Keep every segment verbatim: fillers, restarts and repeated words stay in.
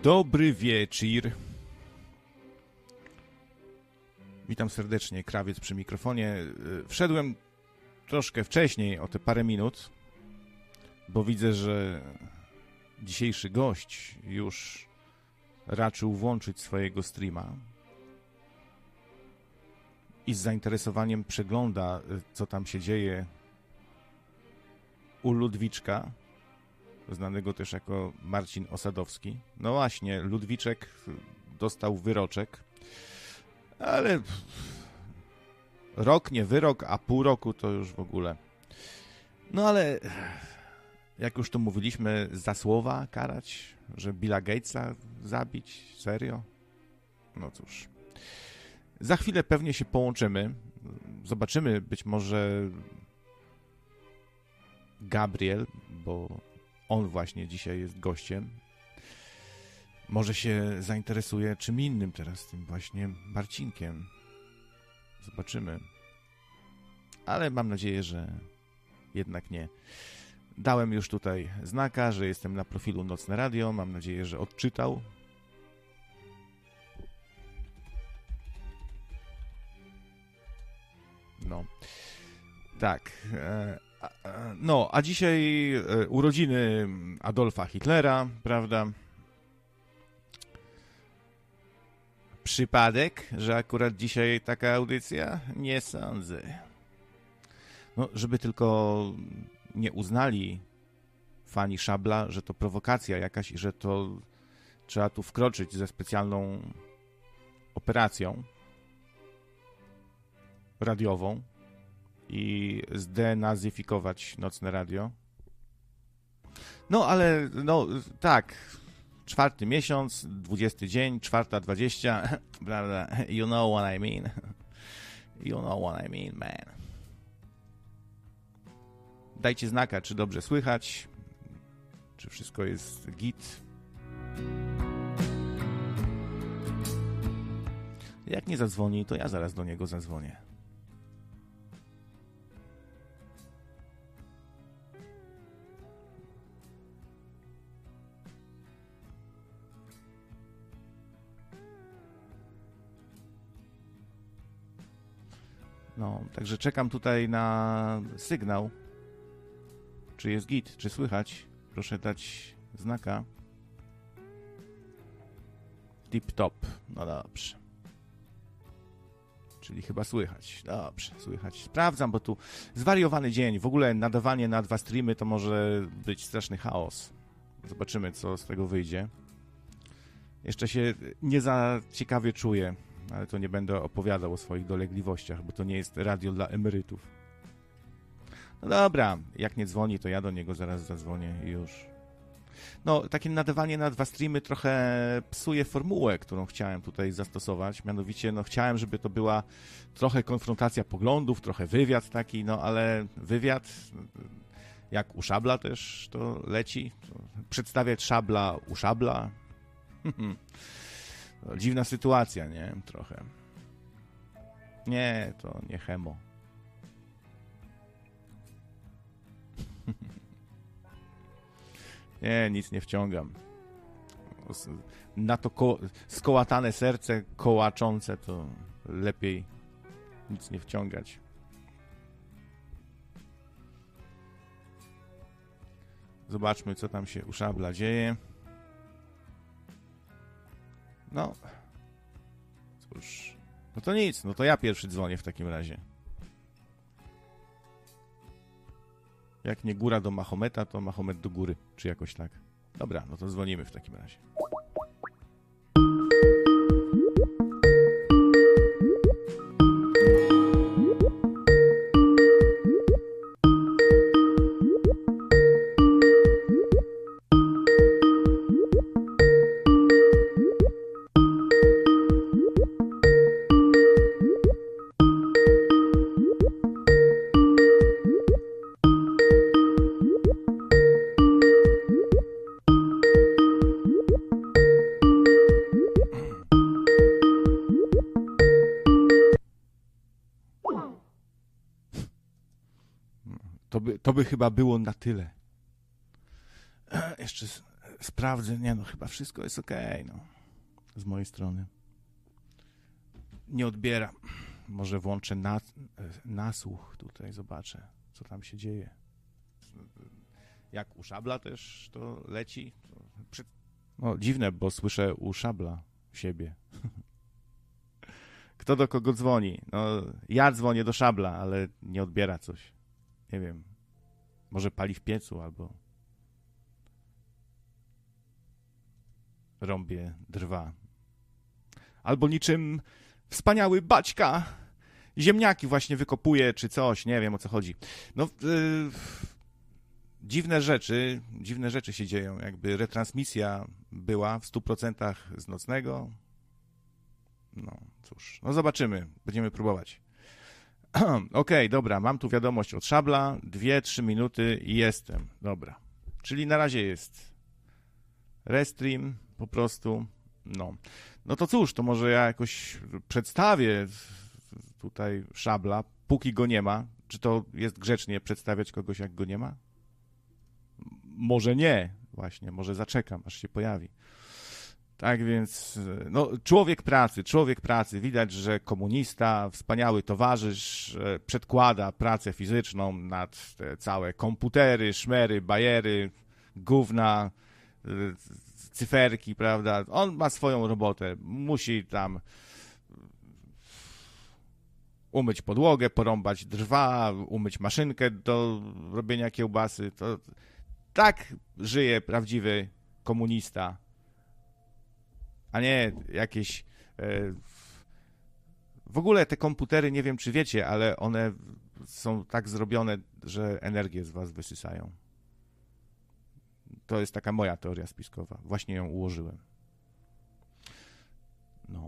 Dobry wieczór. Witam serdecznie, Krawiec przy mikrofonie. Wszedłem troszkę wcześniej, o te parę minut, bo widzę, że dzisiejszy gość już raczył włączyć swojego streama i z zainteresowaniem przegląda, co tam się dzieje u Ludwiczka, znanego też jako Marcin Osadowski. No właśnie, Ludwiczek dostał wyroczek, ale rok, nie wyrok, a pół roku to już w ogóle. No ale jak już to mówiliśmy, za słowa karać, że Billa Gatesa zabić? Serio? No cóż. Za chwilę pewnie się połączymy. Zobaczymy, być może Gabriel, bo on właśnie dzisiaj jest gościem. Może się zainteresuje czym innym teraz, tym właśnie Marcinkiem. Zobaczymy. Ale mam nadzieję, że jednak nie. Dałem już tutaj znaka, że jestem na profilu Nocne Radio. Mam nadzieję, że odczytał. No. Tak. No, a dzisiaj urodziny Adolfa Hitlera, prawda? Przypadek, że akurat dzisiaj taka audycja? Nie sądzę. No, żeby tylko nie uznali fani Szabla, że to prowokacja jakaś i że to trzeba tu wkroczyć ze specjalną operacją radiową i zdenazyfikować Nocne Radio. No, ale no, tak, czwarty miesiąc, dwudziesty dzień, czwarta dwadzieścia, you know what I mean. You know what I mean, man. Dajcie znaka, czy dobrze słychać, czy wszystko jest git. Jak nie zadzwoni, to ja zaraz do niego zadzwonię. No, także czekam tutaj na sygnał. Czy jest git, czy słychać? Proszę dać znaka. Tip top. No dobrze. Czyli chyba słychać. Dobrze, słychać. Sprawdzam, bo tu zwariowany dzień. W ogóle nadawanie na dwa streamy to może być straszny chaos. Zobaczymy, co z tego wyjdzie. Jeszcze się nie za ciekawie czuję, ale to nie będę opowiadał o swoich dolegliwościach, bo to nie jest radio dla emerytów. No dobra, jak nie dzwoni, to ja do niego zaraz zadzwonię i już. No, takie nadawanie na dwa streamy trochę psuje formułę, którą chciałem tutaj zastosować. Mianowicie, no chciałem, żeby to była trochę konfrontacja poglądów, trochę wywiad taki, no ale wywiad, jak u Szabla też to leci. Przedstawiać Szabla u Szabla. Dziwna sytuacja, nie? Trochę. Nie, to nie chemo. Nie, nic nie wciągam. Na to ko- skołatane serce, kołaczące, to lepiej nic nie wciągać. Zobaczmy, co tam się u Szabla dzieje. No. Cóż. No to nic, no to ja pierwszy dzwonię w takim razie. Jak nie góra do Mahometa, to Mahomet do góry, czy jakoś tak. Dobra, no to dzwonimy w takim razie. To by, to by chyba było na tyle. Jeszcze sprawdzę. Nie no, chyba wszystko jest okej, okay, no. Z mojej strony. Nie odbiera. Może włączę na, nasłuch tutaj, zobaczę, co tam się dzieje. Jak u Szabla też to leci? No, dziwne, bo słyszę u Szabla siebie. Kto do kogo dzwoni? No, ja dzwonię do Szabla, ale nie odbiera coś. Nie wiem. Może pali w piecu albo rąbie drwa. Albo niczym wspaniały Baćka ziemniaki właśnie wykopuje, czy coś, nie wiem, o co chodzi. No, yy, dziwne rzeczy, dziwne rzeczy się dzieją, jakby retransmisja była w stu procentach z nocnego. No, cóż, no zobaczymy, będziemy próbować. Okej, okay, dobra, mam tu wiadomość od Szabla, dwie, trzy minuty i jestem, dobra. Czyli na razie jest restream, po prostu, no. No to cóż, to może ja jakoś przedstawię tutaj Szabla, póki go nie ma. Czy to jest grzecznie przedstawiać kogoś, jak go nie ma? Może nie, właśnie, może zaczekam, aż się pojawi. Tak więc, no, człowiek pracy, człowiek pracy, widać, że komunista, wspaniały towarzysz, przedkłada pracę fizyczną nad te całe komputery, szmery, bajery, gówna, cyferki, prawda? On ma swoją robotę, musi tam umyć podłogę, porąbać drwa, umyć maszynkę do robienia kiełbasy. To tak żyje prawdziwy komunista, a nie jakieś... E, w ogóle te komputery, nie wiem czy wiecie, ale one są tak zrobione, że energię z was wysysają. To jest taka moja teoria spiskowa. Właśnie ją ułożyłem. No.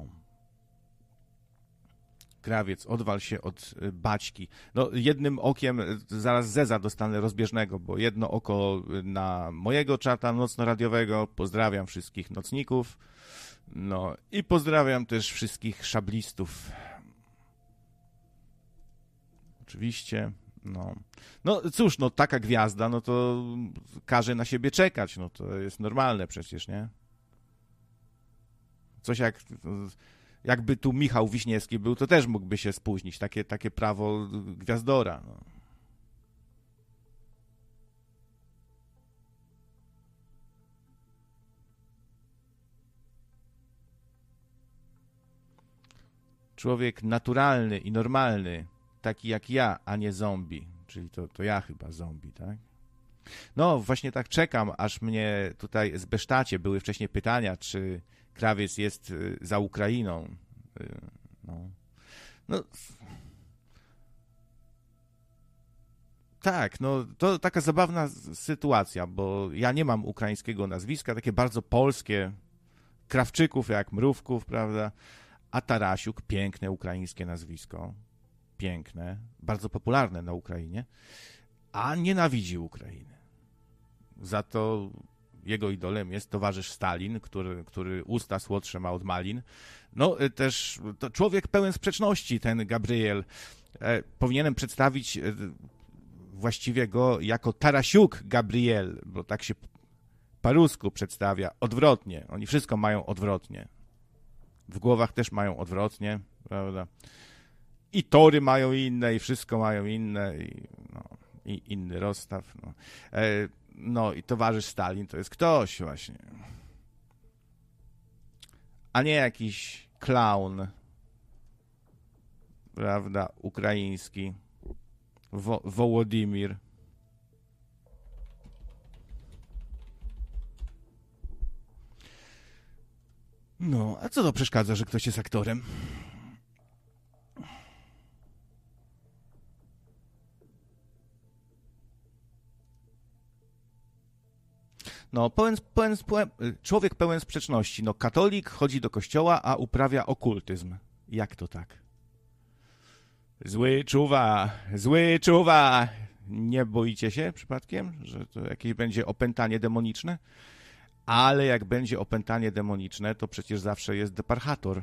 Krawiec, odwal się od Baćki. No, jednym okiem zaraz zeza dostanę rozbieżnego, bo jedno oko na mojego czata nocno-radiowego. Pozdrawiam wszystkich nocników. No i pozdrawiam też wszystkich szablistów. Oczywiście. No. No cóż, no taka gwiazda, no to każe na siebie czekać. No to jest normalne przecież, nie? Coś jak... Jakby tu Michał Wiśniewski był, to też mógłby się spóźnić. Takie, takie prawo gwiazdora. No. Człowiek naturalny i normalny, taki jak ja, a nie zombie. Czyli to, to ja chyba zombie, tak? No, właśnie tak czekam, aż mnie tutaj z Besztacie były wcześniej pytania, czy Krawiec jest za Ukrainą. No. No. Tak, no to taka zabawna sytuacja, bo ja nie mam ukraińskiego nazwiska, takie bardzo polskie, Krawczyków jak Mrówków, prawda? A Tarasiuk, piękne ukraińskie nazwisko, piękne, bardzo popularne na Ukrainie, a nienawidzi Ukrainy. Za to jego idolem jest towarzysz Stalin, który, który usta słodsze ma od malin. No też to człowiek pełen sprzeczności, ten Gabriel. E, powinienem przedstawić e, właściwie go jako Tarasiuk Gabriel, bo tak się po rusku przedstawia, odwrotnie. Oni wszystko mają odwrotnie. W głowach też mają odwrotnie, prawda? I tory mają inne, i wszystko mają inne, i, no, i inny rozstaw. No. E, no i towarzysz Stalin to jest ktoś właśnie. A nie jakiś klaun, prawda, ukraiński, Wo- Wołodymir. No, a co to przeszkadza, że ktoś jest aktorem? No, pełen, pełen, pełen, człowiek pełen sprzeczności. No, katolik chodzi do kościoła, a uprawia okultyzm. Jak to tak? Zły czuwa, zły czuwa. Nie boicie się przypadkiem, że to jakieś będzie opętanie demoniczne? Ale jak będzie opętanie demoniczne, to przecież zawsze jest deparchator,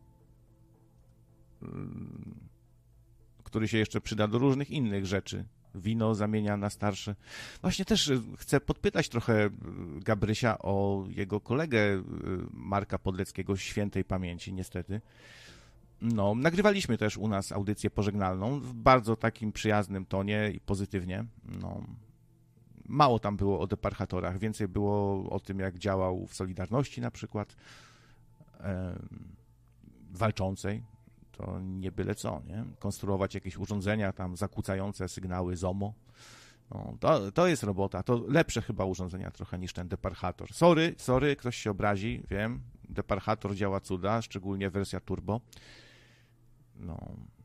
który się jeszcze przyda do różnych innych rzeczy. wino zamienia na starsze. Właśnie też chcę podpytać trochę Gabrysia o jego kolegę Marka Podleckiego świętej pamięci, niestety. No, nagrywaliśmy też u nas audycję pożegnalną w bardzo takim przyjaznym tonie i pozytywnie. No, mało tam było o deparchatorach, więcej było o tym, jak działał w Solidarności na przykład, e, walczącej. To nie byle co, nie? Konstruować jakieś urządzenia tam zakłócające sygnały ZOMO. No, to, to jest robota. To lepsze chyba urządzenia trochę niż ten deparchator. Sorry, sorry, ktoś się obrazi, wiem. Deparchator działa cuda, szczególnie wersja turbo. No.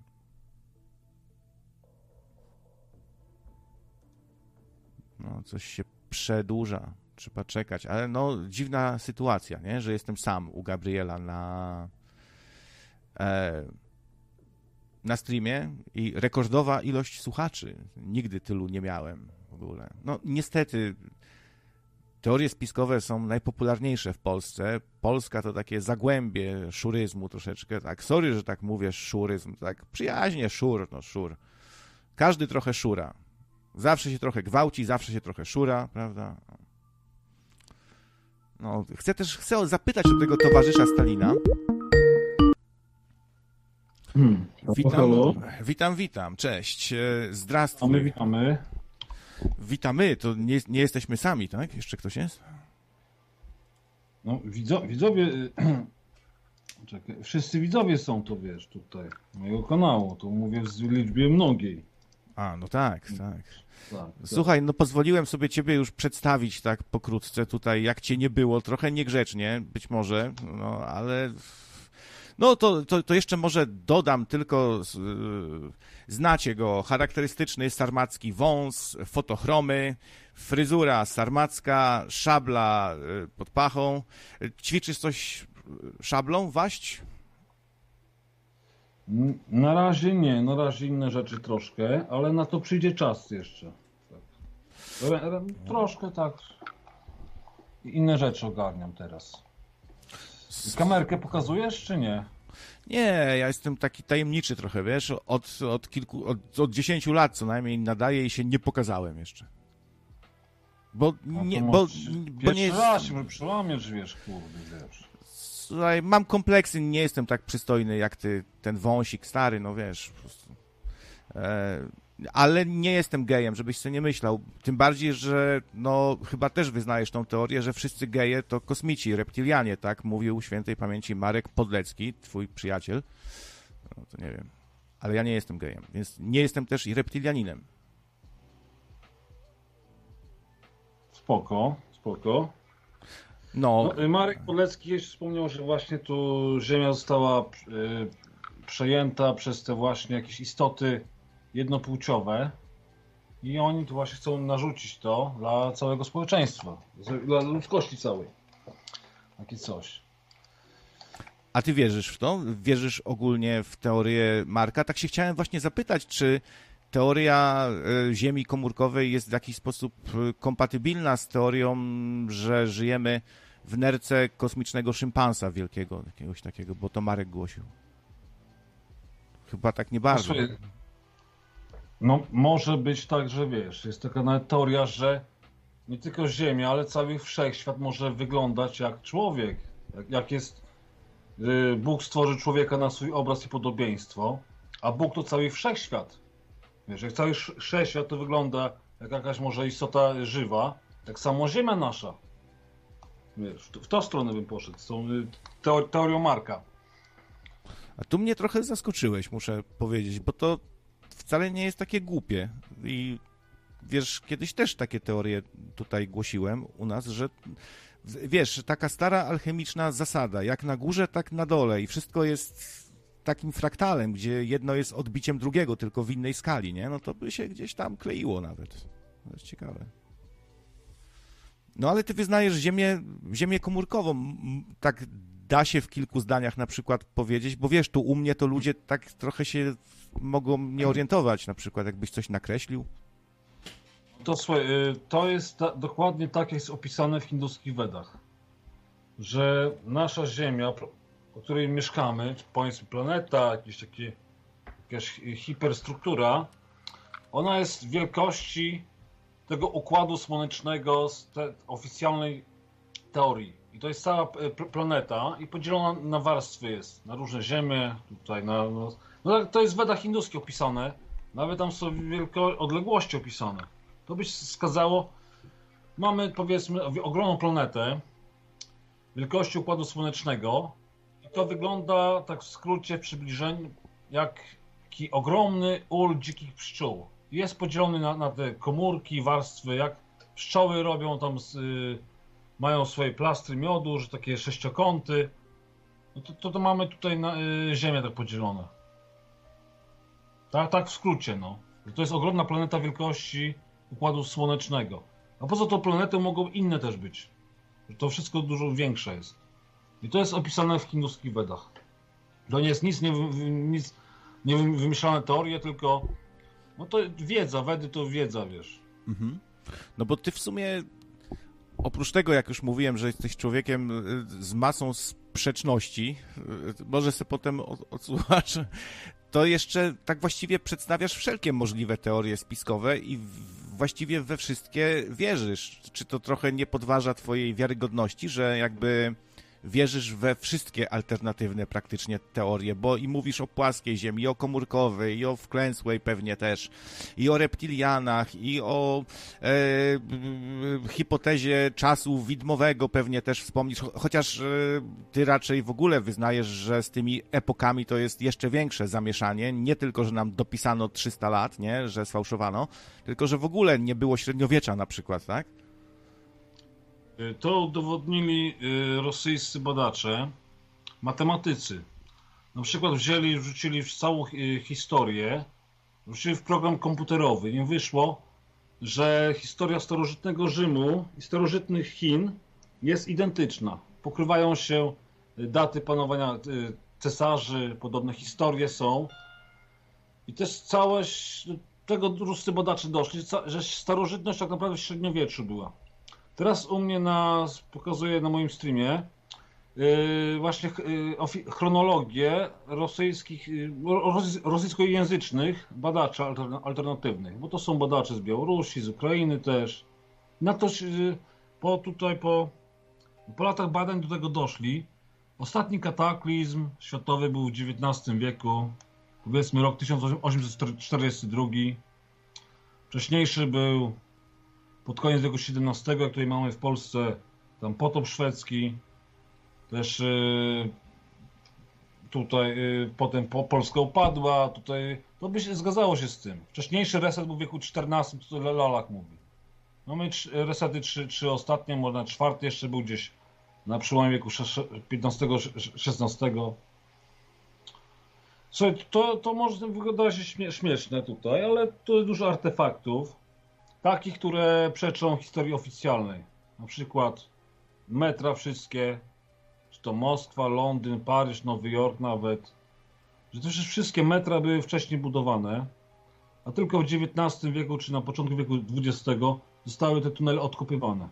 No, coś się przedłuża. Trzeba czekać. Ale no, dziwna sytuacja, nie? Że jestem sam u Gabriela na e, na streamie i rekordowa ilość słuchaczy. Nigdy tylu nie miałem w ogóle. No, niestety teorie spiskowe są najpopularniejsze w Polsce. Polska to takie zagłębie szuryzmu troszeczkę. Tak, sorry, że tak mówię, szuryzm. Tak przyjaźnie, szur, no szur. Każdy trochę szura. Zawsze się trochę gwałci, zawsze się trochę szura, prawda? No, chcę też chcę zapytać o tego towarzysza Stalina. Hmm. Witam, witam, witam, cześć, zdrastwuj. A my witamy. Witamy, to nie, nie jesteśmy sami, tak? Jeszcze ktoś jest? No, widzo, widzowie, czekaj, wszyscy widzowie są, to wiesz, tutaj, mojego kanału, to mówię w liczbie mnogiej. A, no tak, tak. Tak, Słuchaj, no pozwoliłem sobie ciebie już przedstawić tak pokrótce tutaj, jak cię nie było, trochę niegrzecznie, być może, no ale... No to, to, to jeszcze może dodam tylko, znacie go, charakterystyczny sarmacki wąs, fotochromy, fryzura sarmacka, szabla pod pachą. Ćwiczysz coś szablą, waść? Na razie nie, na razie inne rzeczy troszkę, ale na to przyjdzie czas jeszcze. Tak. Troszkę tak, inne rzeczy ogarniam teraz. Kamerkę pokazujesz, czy nie? Nie, ja jestem taki tajemniczy trochę, wiesz, od, od kilku, od, od dziesięciu lat co najmniej nadaję i się nie pokazałem jeszcze. Bo nie, no bo, bo nie jest... raz się przełamiesz, wiesz, kurde, wiesz. Słuchaj, mam kompleksy, nie jestem tak przystojny jak ty, ten wąsik stary, no wiesz, po prostu. E, ale nie jestem gejem, żebyś sobie nie myślał. Tym bardziej, że no chyba też wyznajesz tą teorię, że wszyscy geje to kosmici, reptilianie, tak? Mówił świętej pamięci Marek Podlecki, twój przyjaciel. No to nie wiem. Ale ja nie jestem gejem, więc nie jestem też i reptilianinem. Spoko, spoko. No. no Marek Podlecki jeszcze wspomniał, że właśnie tu Ziemia została y, przejęta przez te właśnie jakieś istoty jednopłciowe i oni tu właśnie chcą narzucić to dla całego społeczeństwa, dla ludzkości całej. Takie coś. A ty wierzysz w to? Wierzysz ogólnie w teorię Marka? Tak się chciałem właśnie zapytać, czy teoria Ziemi komórkowej jest w jakiś sposób kompatybilna z teorią, że żyjemy w nerce kosmicznego szympansa wielkiego, jakiegoś takiego, bo to Marek głosił. Chyba tak nie bardzo. No może być tak, że wiesz, jest taka nawet teoria, że nie tylko Ziemia, ale cały wszechświat może wyglądać jak człowiek. Jak, jak jest, yy, Bóg stworzy człowieka na swój obraz i podobieństwo, a Bóg to cały wszechświat. Wiesz, jak cały wszechświat to wygląda jak jakaś może istota żywa, tak samo Ziemia nasza. Wiesz, w, w tą stronę bym poszedł, z tą teor teorią Marka. A tu mnie trochę zaskoczyłeś, muszę powiedzieć, bo to wcale nie jest takie głupie. I wiesz, kiedyś też takie teorie tutaj głosiłem u nas, że wiesz, taka stara alchemiczna zasada, jak na górze, tak na dole i wszystko jest takim fraktalem, gdzie jedno jest odbiciem drugiego, tylko w innej skali, nie? No to by się gdzieś tam kleiło nawet. To jest ciekawe. No ale ty wyznajesz ziemię, ziemię komórkową, tak da się w kilku zdaniach na przykład powiedzieć, bo wiesz, tu u mnie to ludzie tak trochę się mogą nie orientować, na przykład jakbyś coś nakreślił. To słuchaj, to jest ta, dokładnie tak, jak jest opisane w hinduskich Wedach, że nasza Ziemia, o której mieszkamy, powiedzmy planeta, jakieś takie, jakaś hiperstruktura, Ona jest wielkości tego układu słonecznego z te, oficjalnej teorii. I to jest cała planeta i podzielona na warstwy jest, na różne ziemie, tutaj na... No, no to jest w Wedach hinduskich opisane, nawet tam są wielkie odległości opisane. To by się wskazało, mamy powiedzmy ogromną planetę wielkości układu słonecznego i to wygląda tak w skrócie, w przybliżeniu, jak taki ogromny ul dzikich pszczół. Jest podzielony na, na te komórki, warstwy, jak pszczoły robią tam, z, y, mają swoje plastry miodu, że takie sześciokąty. No to, to, to mamy tutaj na, y, Ziemię tak podzielone. Tak, tak w skrócie, no. To jest ogromna planeta wielkości układu słonecznego. A poza tą planetą mogą inne też być. To wszystko dużo większe jest. I to jest opisane w hinduskich Wedach. To nie jest nic, nie, nic nie wymyślane teorie, tylko no to wiedza, Wedy to wiedza, wiesz. Mhm. No bo ty w sumie, oprócz tego, jak już mówiłem, że jesteś człowiekiem z masą sprzeczności, może sobie potem odsłuchasz, to jeszcze tak właściwie przedstawiasz wszelkie możliwe teorie spiskowe i właściwie we wszystkie wierzysz. Czy to trochę nie podważa twojej wiarygodności, że jakby wierzysz we wszystkie alternatywne praktycznie teorie, bo i mówisz o płaskiej ziemi, i o komórkowej, i o wklęsłej pewnie też, i o reptilianach, i o e, hipotezie czasu widmowego pewnie też wspomnisz, chociaż e, ty raczej w ogóle wyznajesz, że z tymi epokami to jest jeszcze większe zamieszanie, nie tylko, że nam dopisano trzysta lat, nie, że sfałszowano, tylko, że w ogóle nie było średniowiecza na przykład, tak? To udowodnili rosyjscy badacze, matematycy. Na przykład wzięli, wrzucili w całą historię, wrzucili w program komputerowy. Im wyszło, że historia starożytnego Rzymu i starożytnych Chin jest identyczna. Pokrywają się daty panowania cesarzy, podobne historie są. I też całość, tego ruscy badacze doszli, że starożytność tak naprawdę w średniowieczu była. Teraz u mnie na, pokazuję na moim streamie yy, właśnie yy, chronologię rosyjskich, yy, rosyjskojęzycznych badaczy alternatywnych, bo to są badacze z Białorusi, z Ukrainy też. Na to yy, po tutaj po, po latach badań do tego doszli. Ostatni kataklizm światowy był w dziewiętnastym wieku, powiedzmy rok tysiąc osiemset czterdziesty drugi. Wcześniejszy był pod koniec wieku siedemnastego, jak tutaj mamy w Polsce, tam potop szwedzki, też yy, tutaj yy, potem po, Polska upadła, tutaj to by się zgadzało się z tym. Wcześniejszy reset był w wieku czternastym, to Lalak mówi. Mamy trzy, resety trzy, trzy ostatnie, może czwarty jeszcze był gdzieś na przełomie wieku piętnastego szesnastego. Słuchaj, to, to może wygląda się śmie śmieszne tutaj, ale tu jest dużo artefaktów. Takich, które przeczą historii oficjalnej. Na przykład metra wszystkie, czy to Moskwa, Londyn, Paryż, Nowy Jork nawet. Że to wszystkie metra były wcześniej budowane, a tylko w dziewiętnastym wieku, czy na początku wieku dwudziestego zostały te tunele odkopywane.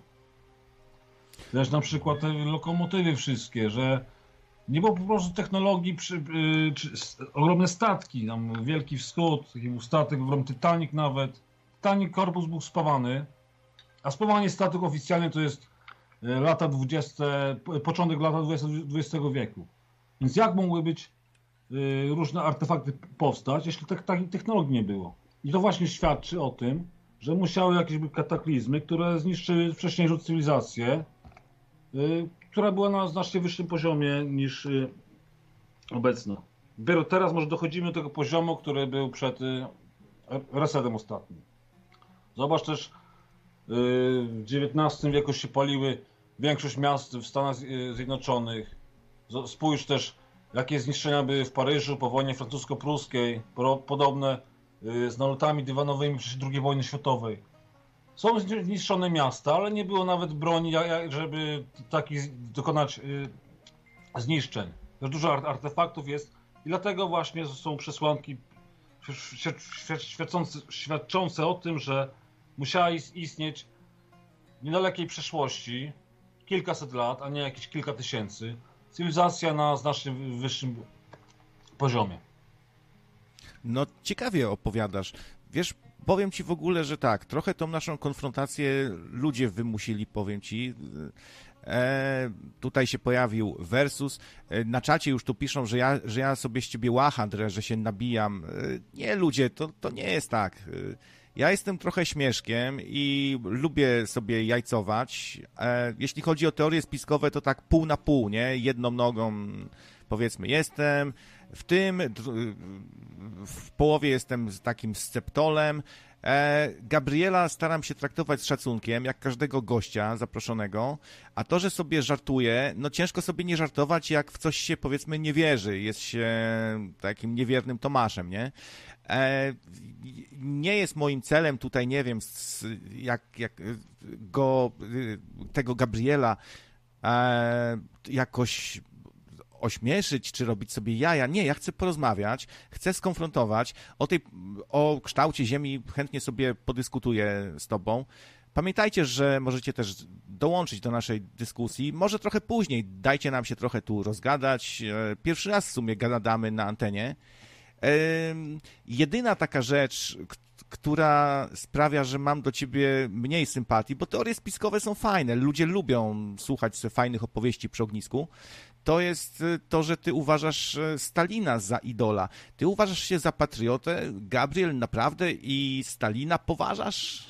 Też na przykład te lokomotywy wszystkie, że nie było po prostu technologii, przy, yy, czy, ogromne statki, tam Wielki Wschód, taki był statek, ogromny Titanic nawet. Titanic korpus był spawany, a spawanie statków oficjalnie to jest lata dwudzieste, początek lat dwudziestego wieku. Więc jak mogły być różne artefakty powstać, jeśli tak, takiej technologii nie było? I to właśnie świadczy o tym, że musiały jakieś być kataklizmy, które zniszczyły wcześniejszą cywilizację, która była na znacznie wyższym poziomie niż obecna. Dopiero teraz może dochodzimy do tego poziomu, który był przed resetem ostatnim. Zobacz też, w dziewiętnastym wieku się paliły większość miast w Stanach Zjednoczonych. Spójrz też, jakie zniszczenia były w Paryżu po wojnie francusko-pruskiej, podobne z nalotami dywanowymi w czasie drugiej wojny światowej. Są zniszczone miasta, ale nie było nawet broni, żeby takich dokonać zniszczeń. Też dużo artefaktów jest i dlatego właśnie są przesłanki świadczące, świadczące o tym, że musiała istnieć w niedalekiej przeszłości, kilkaset lat, a nie jakieś kilka tysięcy, cywilizacja na znacznie wyższym poziomie. No ciekawie opowiadasz. Wiesz, powiem ci w ogóle, że tak, trochę tą naszą konfrontację ludzie wymusili, powiem ci. E, tutaj się pojawił Versus. E, na czacie już tu piszą, że ja, że ja sobie z ciebie łachandrę, że się nabijam. E, nie, ludzie, to, to nie jest tak. E, ja jestem trochę śmieszkiem i lubię sobie jajcować. E, jeśli chodzi o teorie spiskowe, to tak pół na pół, nie? Jedną nogą, powiedzmy, jestem. W tym, w połowie jestem z takim sceptolem. E, Gabriela staram się traktować z szacunkiem, jak każdego gościa zaproszonego, a to, że sobie żartuję, no ciężko sobie nie żartować, jak w coś się, powiedzmy, nie wierzy, jest się takim niewiernym Tomaszem, nie? E, nie jest moim celem tutaj, nie wiem, jak, jak go, tego Gabriela e, jakoś ośmieszyć, czy robić sobie jaja. Nie, ja chcę porozmawiać, chcę skonfrontować. O tej, o kształcie Ziemi chętnie sobie podyskutuję z tobą. Pamiętajcie, że możecie też dołączyć do naszej dyskusji. Może trochę później, dajcie nam się trochę tu rozgadać. Pierwszy raz w sumie gadamy na antenie. Jedyna taka rzecz, która sprawia, że mam do ciebie mniej sympatii, bo teorie spiskowe są fajne, ludzie lubią słuchać sobie fajnych opowieści przy ognisku, to jest to, że ty uważasz Stalina za idola. Ty uważasz się za patriotę, Gabriel, naprawdę, i Stalina poważasz?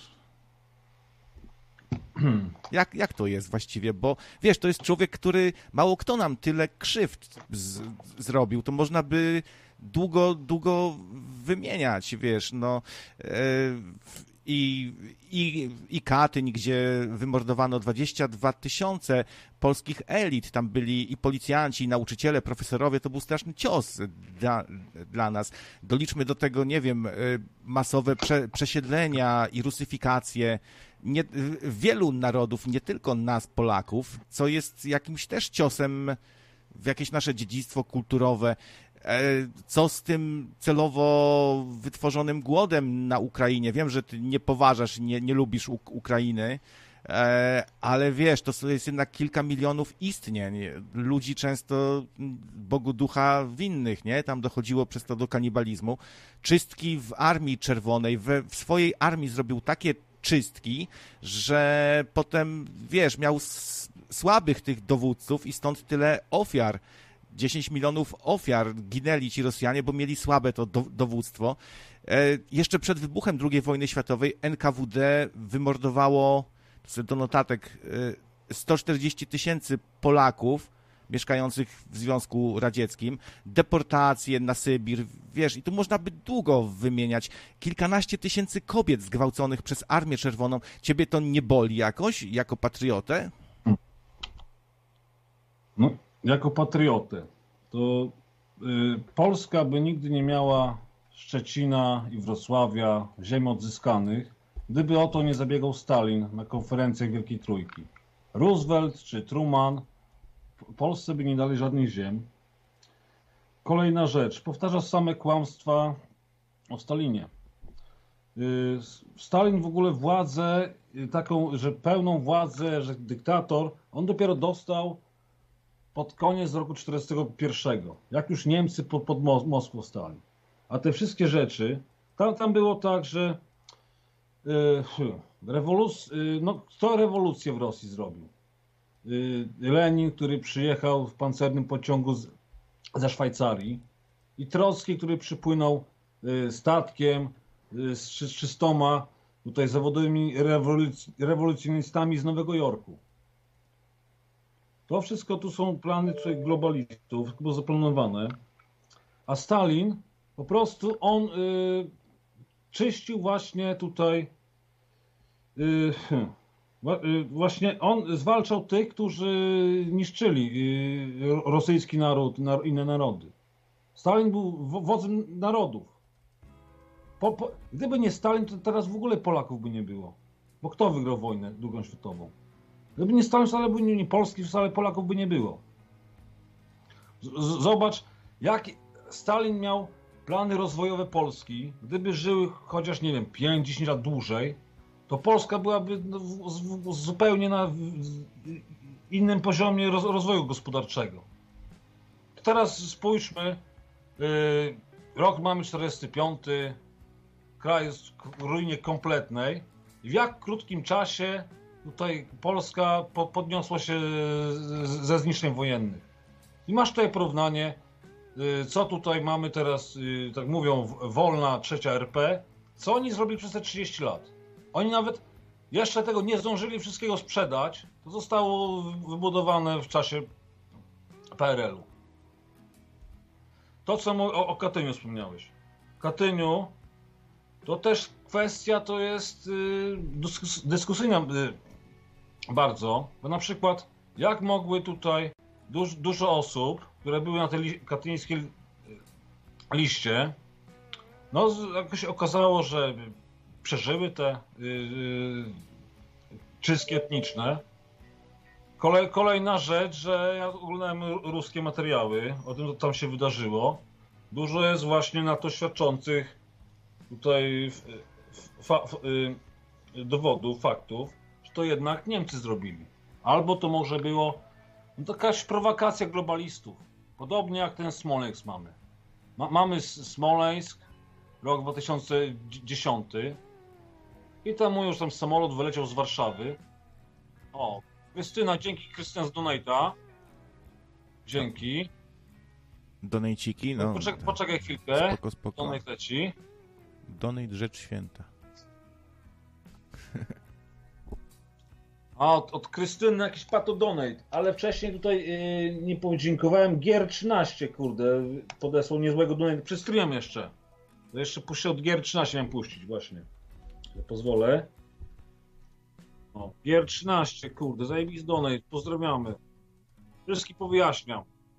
Jak, jak to jest właściwie? Bo wiesz, to jest człowiek, który mało kto nam tyle krzywd z, zrobił. To można by długo, długo wymieniać, wiesz, no yy, i, i, i Katyń, gdzie wymordowano dwadzieścia dwa tysiące polskich elit, tam byli i policjanci, i nauczyciele, profesorowie, to był straszny cios dla, dla nas. Doliczmy do tego, nie wiem, masowe prze, przesiedlenia i rusyfikacje nie, wielu narodów, nie tylko nas, Polaków, co jest jakimś też ciosem w jakieś nasze dziedzictwo kulturowe. Co z tym celowo wytworzonym głodem na Ukrainie? Wiem, że ty nie poważasz, nie, nie lubisz Uk- Ukrainy, ale wiesz, to jest jednak kilka milionów istnień. Ludzi często Bogu ducha winnych, nie? Tam dochodziło przez to do kanibalizmu. Czystki w Armii Czerwonej, we, w swojej armii zrobił takie czystki, że potem, wiesz, miał s- słabych tych dowódców i stąd tyle ofiar. dziesięć milionów ofiar ginęli ci Rosjanie, bo mieli słabe to do, dowództwo. E, jeszcze przed wybuchem drugiej wojny światowej N K W D wymordowało, to sobie do notatek, e, sto czterdzieści tysięcy Polaków mieszkających w Związku Radzieckim, deportacje na Sybir, wiesz, i tu można by długo wymieniać. Kilkanaście tysięcy kobiet zgwałconych przez Armię Czerwoną. Ciebie to nie boli jakoś, jako patriotę? No. Jako patriotę, to y, Polska by nigdy nie miała Szczecina i Wrocławia, ziem odzyskanych, gdyby o to nie zabiegał Stalin na konferencjach Wielkiej Trójki. Roosevelt czy Truman Polsce by nie dali żadnych ziem. Kolejna rzecz, powtarza same kłamstwa o Stalinie. Y, Stalin w ogóle władzę, y, taką, że pełną władzę, że dyktator, on dopiero dostał pod koniec roku czterdziestego pierwszego, jak już Niemcy pod, pod Moskwą stali. A te wszystkie rzeczy, tam, tam było tak, że yy, rewoluc, yy, no, kto rewolucję w Rosji zrobił? Yy, Lenin, który przyjechał w pancernym pociągu z, ze Szwajcarii, i Trocki, który przypłynął yy, statkiem yy, z trzystoma tutaj zawodowymi rewoluc, rewolucjonistami z Nowego Jorku. To wszystko tu są plany tutaj globalistów, było zaplanowane, a Stalin po prostu on y, czyścił właśnie tutaj, y, y, właśnie on zwalczał tych, którzy niszczyli y, rosyjski naród, na, inne narody. Stalin był wodzem narodów. Po, po, gdyby nie Stalin, to teraz w ogóle Polaków by nie było, bo kto wygrał wojnę drugą światową? Gdyby nie Stalin, wcale by nie Polski, wcale Polaków by nie było. Z- zobacz, jak Stalin miał plany rozwojowe Polski. Gdyby żyły chociaż, nie wiem, pięć dziesięć lat dłużej, to Polska byłaby no, w, w, zupełnie na w, innym poziomie roz, rozwoju gospodarczego. Teraz spójrzmy, yy, rok mamy czterdziesty piąty, kraj jest w ruinie kompletnej. I w jak krótkim czasie tutaj Polska po, podniosła się ze zniszczeń wojennych. I masz tutaj porównanie, co tutaj mamy teraz, tak mówią, wolna trzecia R P, co oni zrobili przez te trzydzieści lat. Oni nawet jeszcze tego nie zdążyli wszystkiego sprzedać, to zostało wybudowane w czasie P R L u. To, co o, o Katyniu wspomniałeś. Katyniu to też kwestia, to jest yy, dyskusyjna yy, bardzo, bo na przykład jak mogły tutaj duż, dużo osób, które były na tej li, katyńskiej liście, no jakoś się okazało, że przeżyły te yy, yy, czystki etniczne. Kolej, kolejna rzecz, że ja oglądałem ruskie materiały o tym, co tam się wydarzyło. Dużo jest właśnie na to świadczących tutaj fa, fa, y, dowodów, faktów, że to jednak Niemcy zrobili. Albo to może było no, jakaś prowokacja globalistów. Podobnie jak ten Smoleńsk mamy. Ma, mamy Smoleńsk, rok dwa tysiące dziesiąty i tam mówią, że tam samolot wyleciał z Warszawy. O, Krystyna, dzięki Krystyna z Donata. Dzięki. Donejciki, no. Poczekaj, poczekaj chwilkę. Spoko, spoko. Donate leci. Donate rzecz święta. A od, od Krystyny jakiś pato donate, ale wcześniej tutaj yy, nie podziękowałem. Gier trzynaście, kurde, podesłał niezłego donate. Przez stream jeszcze. To jeszcze puszczę od Gier trzynaście, miałem puścić właśnie. Ja pozwolę. O, Gier trzynaście, kurde, zajebisty donate, pozdrawiamy. Wszystkich powyjaśniam.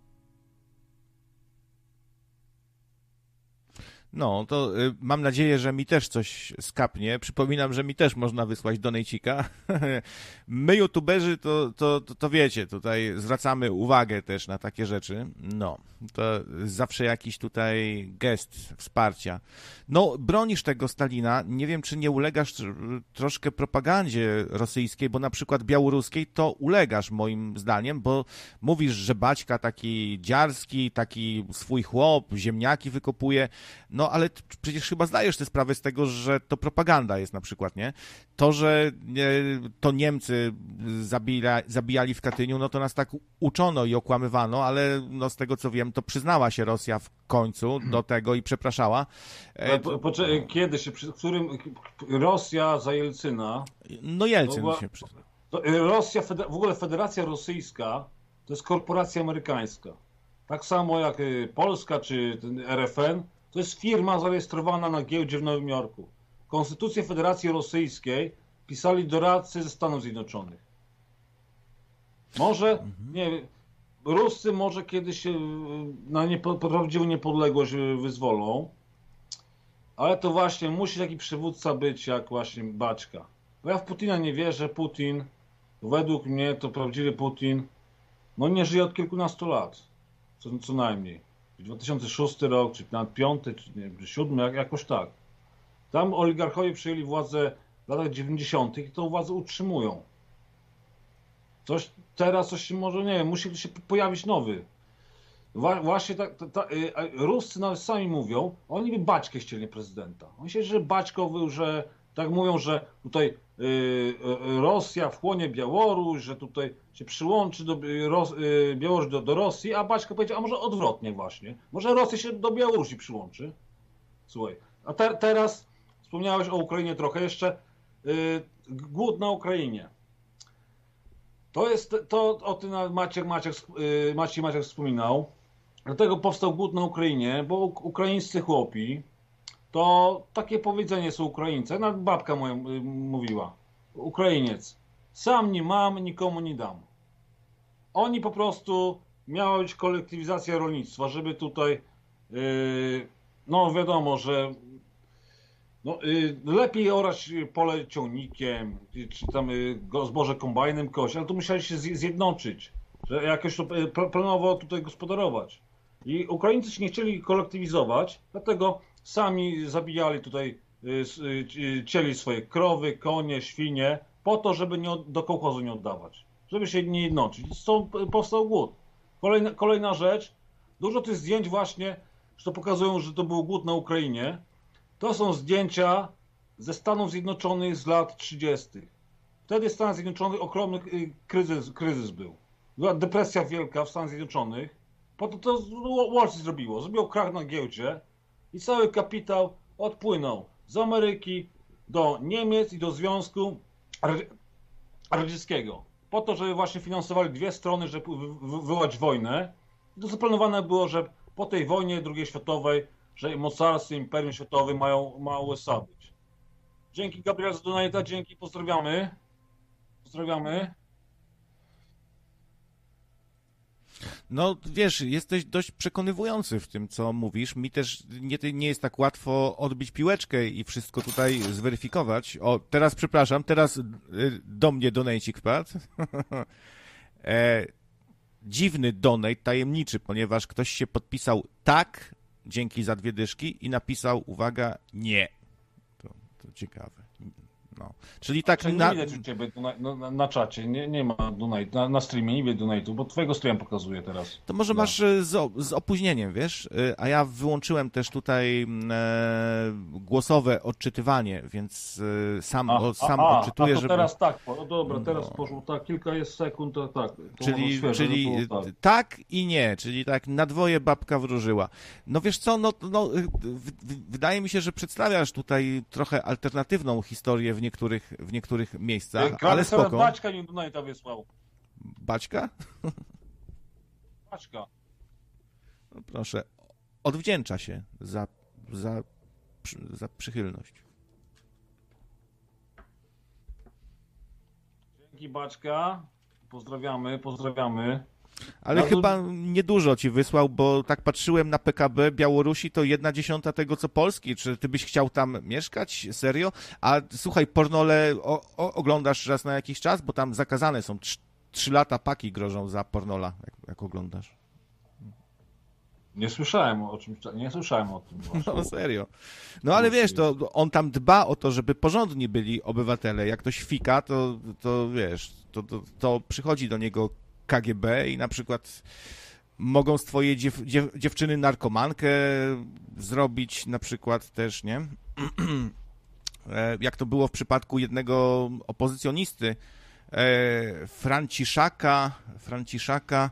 No, to y, mam nadzieję, że mi też coś skapnie. Przypominam, że mi też można wysłać donejcika. My, youtuberzy, to, to, to, to wiecie, tutaj zwracamy uwagę też na takie rzeczy. No, to zawsze jakiś tutaj gest wsparcia. No, bronisz tego Stalina. Nie wiem, czy nie ulegasz troszkę propagandzie rosyjskiej, bo na przykład białoruskiej to ulegasz moim zdaniem, bo mówisz, że Baćka taki dziarski, taki swój chłop, ziemniaki wykopuje. No, ale przecież chyba zdajesz sobie sprawę z tego, że to propaganda jest na przykład, nie? To, że to Niemcy zabija, zabijali w Katyniu, no to nas tak uczono i okłamywano, ale no z tego co wiem, to przyznała się Rosja w końcu do tego i przepraszała. Po, po, kiedy się, przy którym Rosja za Jelcyna... No Jelcyn była, się przyznał. Rosja, w ogóle Federacja Rosyjska to jest korporacja amerykańska. Tak samo jak Polska czy ten R F N, to jest firma zarejestrowana na giełdzie w Nowym Jorku. Konstytucję Federacji Rosyjskiej pisali doradcy ze Stanów Zjednoczonych. Może, mhm. nie wiem, Ruscy może kiedyś się na niepo, prawdziwą niepodległość wyzwolą, ale to właśnie musi taki przywódca być jak właśnie Baćka. Bo ja w Putina nie wierzę. Putin, według mnie to prawdziwy Putin, no nie żyje od kilkunastu lat, co, co najmniej. dwa tysiące szósty rok, czy nawet piąty, czy nie wiem, siódmy, jak, jakoś tak. Tam oligarchowie przejęli władzę w latach dziewięćdziesiątych i tą władzę utrzymują. Coś teraz, coś się może, nie wiem, musi się pojawić nowy. Wła, właśnie tak, ta, ta, y, Ruscy nawet sami mówią, oni by Baćkę chcieli prezydenta. Oni się, że Baćko, że tak mówią, że tutaj y, y, Rosja wchłonie Białoruś, że tutaj się przyłączy do, y, Białoruś do, do Rosji, a Baćko powiedział, a może odwrotnie właśnie. Może Rosja się do Białorusi przyłączy. Słuchaj, a te, teraz wspomniałeś o Ukrainie trochę jeszcze. Y, głód na Ukrainie. To jest, to o tym Maciek, Maciek, y, Maciej Maciek wspominał. Dlatego powstał głód na Ukrainie, bo ukraińscy chłopi, to takie powiedzenie są Ukraińcy, nawet babka moja mówiła, Ukrainiec, sam nie mam, nikomu nie dam. Oni po prostu, miała być kolektywizacja rolnictwa, żeby tutaj, yy, no wiadomo, że no, yy, lepiej orać pole ciągnikiem, czy tam yy, zboże kombajnem kość, ale tu musieli się zjednoczyć, że jakoś to planowo tutaj gospodarować. I Ukraińcy się nie chcieli kolektywizować, dlatego sami zabijali tutaj, cieli swoje krowy, konie, świnie, po to, żeby nie, do kołchozu nie oddawać, żeby się nie jednoczyć. Stąd powstał głód. Kolejna, kolejna rzecz, dużo tych zdjęć właśnie, że to pokazują, że to był głód na Ukrainie. To są zdjęcia ze Stanów Zjednoczonych z lat trzydziestych. Wtedy w Stanach Zjednoczonych ogromny kryzys, kryzys był. Była depresja wielka w Stanach Zjednoczonych. Po to to Wall Street zrobiło. Zrobiło krach na giełdzie i cały kapitał odpłynął z Ameryki do Niemiec i do Związku Radzieckiego. Po to, żeby właśnie finansowali dwie strony, żeby wywołać wojnę. I to zaplanowane było, że po tej wojnie drugiej światowej, że mocarstwo, imperium światowe mają, ma U S A być. Dzięki Gabriel z Donata, dzięki, pozdrawiamy. Pozdrawiamy. No wiesz, jesteś dość przekonywujący w tym, co mówisz. Mi też nie, nie jest tak łatwo odbić piłeczkę i wszystko tutaj zweryfikować. O, teraz przepraszam, teraz do mnie donajcik wpadł. e, dziwny donate, tajemniczy, ponieważ ktoś się podpisał tak, dzięki za dwie dyszki i napisał, uwaga, nie. To, to ciekawe. No. Czyli tak Czyli na... nie widać u ciebie na, na, na czacie, nie, nie ma donate, na, na streamie nie widać donate'u, bo twojego streama pokazuje teraz. To może no. masz z, z opóźnieniem, wiesz? A ja wyłączyłem też tutaj e, głosowe odczytywanie, więc e, sam, a, o, sam a, odczytuję, a to żeby... teraz tak, no dobra, teraz no. poszło tak, kilka jest sekund, to tak. To czyli świeże, czyli to tak. tak i nie, czyli tak na dwoje babka wróżyła. No wiesz co, no, no w, w, wydaje mi się, że przedstawiasz tutaj trochę alternatywną historię w niektórych, w niektórych miejscach, Krak, ale spoko. Baćka mi donate'a wysłał. Baćka? Baćka. No proszę, odwdzięcza się za, za, za przychylność. Dzięki Baćka. Pozdrawiamy, pozdrawiamy. Ale Bardzo... chyba niedużo ci wysłał, bo tak patrzyłem na P K B Białorusi, to jedna dziesiąta tego, co Polski. Czy ty byś chciał tam mieszkać? Serio? A słuchaj, pornole o, o, oglądasz raz na jakiś czas? Bo tam zakazane są. Trz, trzy lata paki grożą za pornola, jak, jak oglądasz. Nie słyszałem o czymś, nie słyszałem o tym. Właśnie. No serio. No ale wiesz, to on tam dba o to, żeby porządni byli obywatele. Jak ktoś fika, to, to wiesz, to, to, to przychodzi do niego K G B i na przykład mogą z twojej dziew, dziew, dziewczyny narkomankę zrobić na przykład też, nie? Jak to było w przypadku jednego opozycjonisty, Franciszaka, Franciszaka,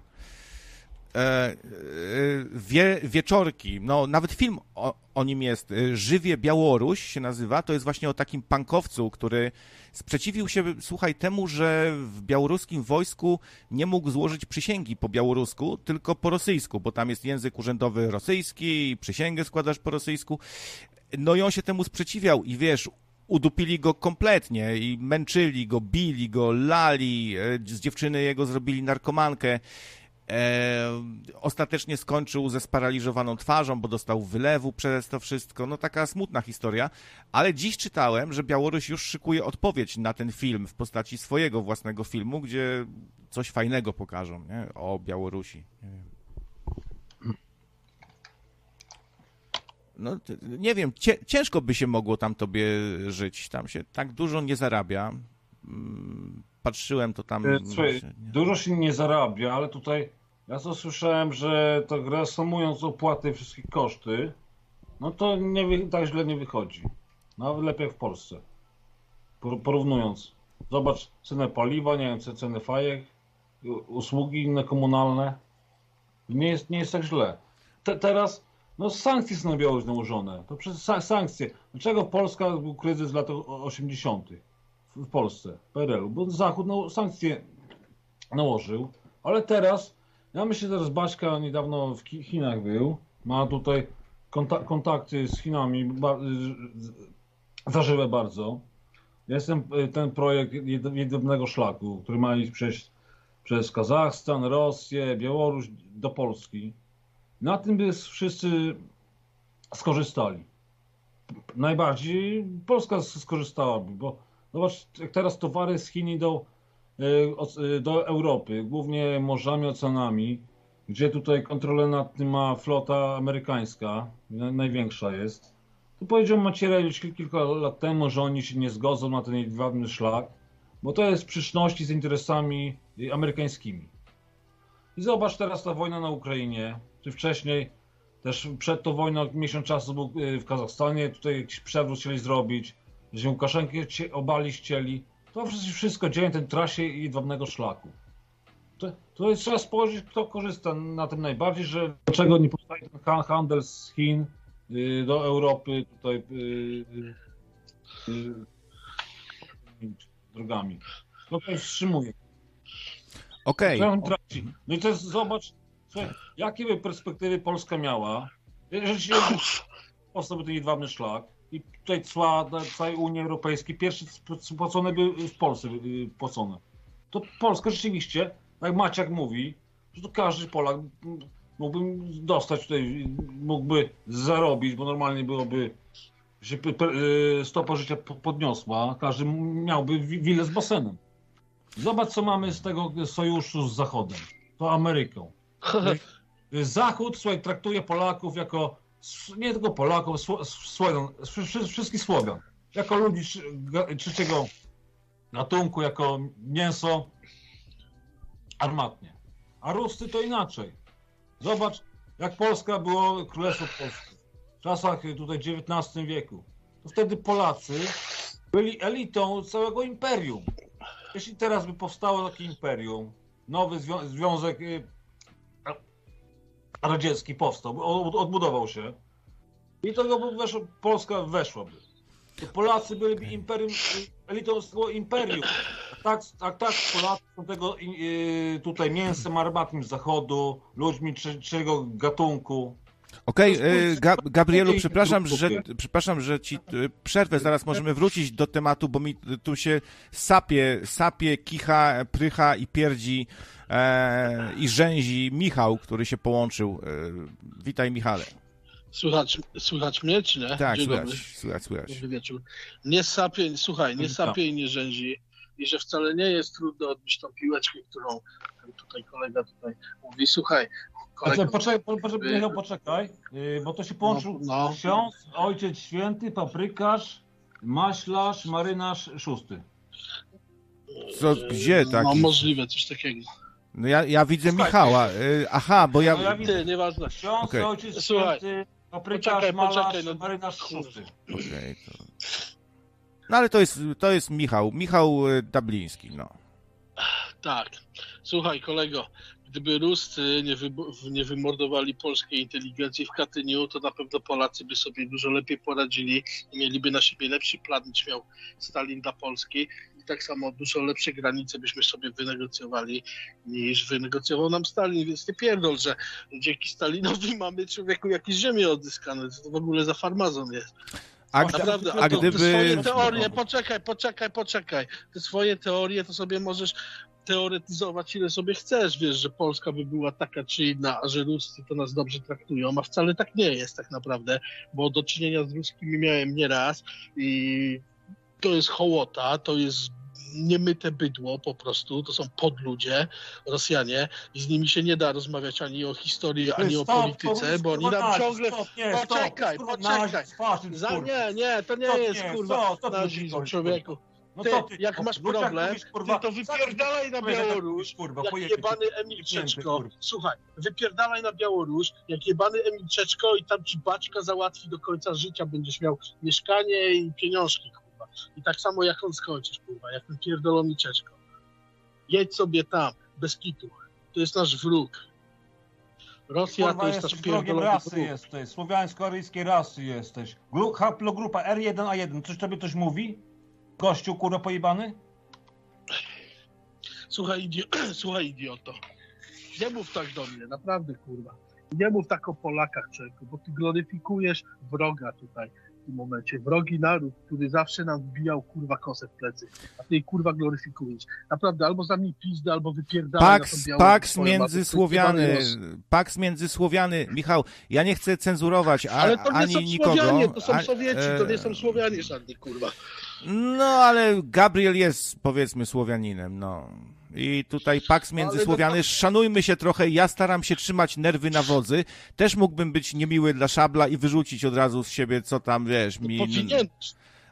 Wie, Wieczorki, no nawet film o, o nim jest, Żywie Białoruś się nazywa, to jest właśnie o takim punkowcu, który sprzeciwił się, słuchaj, temu, że w białoruskim wojsku nie mógł złożyć przysięgi po białorusku, tylko po rosyjsku, bo tam jest język urzędowy rosyjski i przysięgę składasz po rosyjsku. No i on się temu sprzeciwiał i wiesz, udupili go kompletnie i męczyli go, bili go, lali, z dziewczyny jego zrobili narkomankę. E, ostatecznie skończył ze sparaliżowaną twarzą, bo dostał wylewu przez to wszystko. No taka smutna historia, ale dziś czytałem, że Białoruś już szykuje odpowiedź na ten film w postaci swojego własnego filmu, gdzie coś fajnego pokażą, nie? O Białorusi. Nie wiem. No nie wiem, ciężko by się mogło tam tobie żyć. Tam się tak dużo nie zarabia. Patrzyłem, to tam... Słuchaj, dużo się nie zarabia, ale tutaj ja to słyszałem, że tak reasumując opłaty, wszystkie koszty, no to nie, tak źle nie wychodzi. Nawet lepiej jak w Polsce. Porównując. Zobacz cenę paliwa, nie wiem, cenę fajek, usługi inne komunalne. Nie jest, nie jest tak źle. Te, teraz no sankcje są na Białoruś nałożone. To przez sankcje. Dlaczego Polska był kryzys w latach osiemdziesiątych? W Polsce, w P R L u, bo Zachód no, sankcje nałożył, ale teraz, ja myślę, że teraz Baśka niedawno w Chinach był, ma tutaj kontak kontakty z Chinami, ba zażywe bardzo. Jest ten, ten projekt jednego szlaku, który ma iść przez, przez Kazachstan, Rosję, Białoruś do Polski. Na tym by wszyscy skorzystali. Najbardziej Polska skorzystałaby, bo zobacz, jak teraz towary z Chin idą do Europy, głównie morzami, oceanami, gdzie tutaj kontrolę nad tym ma flota amerykańska, największa jest. To powiedział Macierewicz kilka lat temu, że oni się nie zgodzą na ten jedwabny szlak, bo to jest w sprzeczności z interesami amerykańskimi. I zobacz teraz ta wojna na Ukrainie, czy wcześniej Też przed tą wojną miesiąc czasu był w Kazachstanie, tutaj jakiś przewrót chcieli zrobić, że Łukaszenkę obalić chcieli. To wszystko dzieje na tej trasie jedwabnego szlaku. To, to jest, trzeba spojrzeć, kto korzysta na tym najbardziej, że dlaczego nie powstaje ten handel z Chin y, do Europy tutaj y, y, y, drogami. To to wstrzymuje. Okej. Okay. No i to jest, zobacz, słuchaj, jakie by perspektywy Polska miała, jeżeli Polska by ten jedwabny szlak i tutaj cła całej Unii Europejskiej pierwsze spłacone by w Polsce płacone. To Polska rzeczywiście, jak Maciek mówi, że to każdy Polak mógłby dostać tutaj, mógłby zarobić, bo normalnie byłoby, że stopa życia podniosła, każdy miałby willę z basenem. Zobacz, co mamy z tego sojuszu z Zachodem, to Ameryką. Zachód, słuchaj, traktuje Polaków jako, nie tylko Polaków, Słowian, wszystkich Słowian, jako ludzi trzeciego gatunku, jako mięso armatnie. A Ruscy to inaczej. Zobacz, jak Polska było Królestwo Polskie. W czasach tutaj dziewiętnastym wieku. To wtedy Polacy byli elitą całego imperium. Jeśli teraz by powstało takie imperium, nowy zwią związek radziecki powstał, odbudował się i to by weszło, Polska weszłaby. To Polacy byliby imperium, elitą z tego imperium. Tak, tak, tak, Polacy są tego tutaj mięsem armatnym z Zachodu, ludźmi trzeciego gatunku. Okej, okay, Ga Gabrielu, przepraszam że, przepraszam, że ci przerwę, zaraz możemy wrócić do tematu, bo mi tu się sapie, sapie, kicha, prycha i pierdzi e, i rzęzi Michał, który się połączył. E, witaj, Michale. Słychać, słychać mnie, czy nie? Tak, słychać, słychać, słychać. Dobry wieczór. Nie sapie, słuchaj, nie sapie i nie rzęzi i że wcale nie jest trudno odbić tą piłeczkę, którą tutaj kolega tutaj mówi. Słuchaj, kolega... Poczekaj, poczekaj, Michał, poczekaj, bo to się połączył no, no. Ksiądz, Ojciec Święty, paprykarz, maślarz, marynarz, szósty. Co, gdzie tak? No możliwe, coś takiego. No ja, ja widzę Słuchaj, Michała. Y, aha, bo ja... No ja widzę, Ty, nieważne. Ksiądz, okay. Ojciec Słuchaj, Święty, paprykarz, poczekaj, malarz, poczekaj, no, marynarz, szósty. Okay, to... No ale to jest, to jest Michał, Michał Dabliński, no. Tak. Słuchaj, kolego, gdyby Ruscy nie, wy, nie wymordowali polskiej inteligencji w Katyniu, to na pewno Polacy by sobie dużo lepiej poradzili i mieliby na siebie lepszy plan, niż miał Stalin dla Polski. I tak samo dużo lepsze granice byśmy sobie wynegocjowali, niż wynegocjował nam Stalin. Więc nie pierdol, że dzięki Stalinowi mamy człowieku jakieś ziemię odzyskane. To w ogóle za farmazon jest. A, Naprawdę, a to, gdyby... te swoje teorie, poczekaj, poczekaj, poczekaj. Te swoje teorie to sobie możesz teoretyzować ile sobie chcesz, wiesz, że Polska by była taka czy inna, a że Ruscy to nas dobrze traktują, a wcale tak nie jest tak naprawdę, bo do czynienia z ruskimi miałem nieraz i to jest hołota, to jest niemyte bydło po prostu, to są podludzie, Rosjanie i z nimi się nie da rozmawiać ani o historii, ani o polityce, bo oni nam ciągle... Poczekaj, poczekaj! Nie, nie, to nie jest kurwa nazizm, człowieku. Ty, no ty, jak masz problem, mówisz, kurwa, ty to wypierdalaj na Białoruś, kurwa, jak jebany Emil Czeczko. Słuchaj, wypierdalaj na Białoruś, jak jebany Emil Czeczko i tam ci baćka załatwi do końca życia, będziesz miał mieszkanie i pieniążki, kurwa. I tak samo jak on skończysz, kurwa, jak ten pierdolony Czeczko. Jedź sobie tam, bez kitu. To jest nasz wróg. Rosja kurwa, to jest nasz pierdolony rasy wróg. Jesteś, słowiańsko-aryjskiej rasy jesteś. Haplogrupa R jeden A jeden, coś tobie coś mówi? Gościu, kurwa, pojebany? Słuchaj, idio... Słuchaj, idioto. Nie mów tak do mnie, naprawdę, kurwa. Nie mów tak o Polakach, człowieku, bo ty gloryfikujesz wroga tutaj w tym momencie. Wrogi naród, który zawsze nam wbijał, kurwa, kosę w plecy. A ty, kurwa, gloryfikujesz. Naprawdę, albo zamknij pizdę, albo wypierdalaj na tą Białoruś. Paks międzysłowiany, paks międzysłowiany. Michał, ja nie chcę cenzurować a, ale to nie ani są nikogo. Słowianie, to są a, Sowieci, to nie są Słowianie żadni, kurwa. No, ale Gabriel jest, powiedzmy, Słowianinem, no. I tutaj paks międzysłowiany, to... szanujmy się trochę, ja staram się trzymać nerwy na wodzy, też mógłbym być niemiły dla Szabla i wyrzucić od razu z siebie, co tam, wiesz, mi... Powinieneś.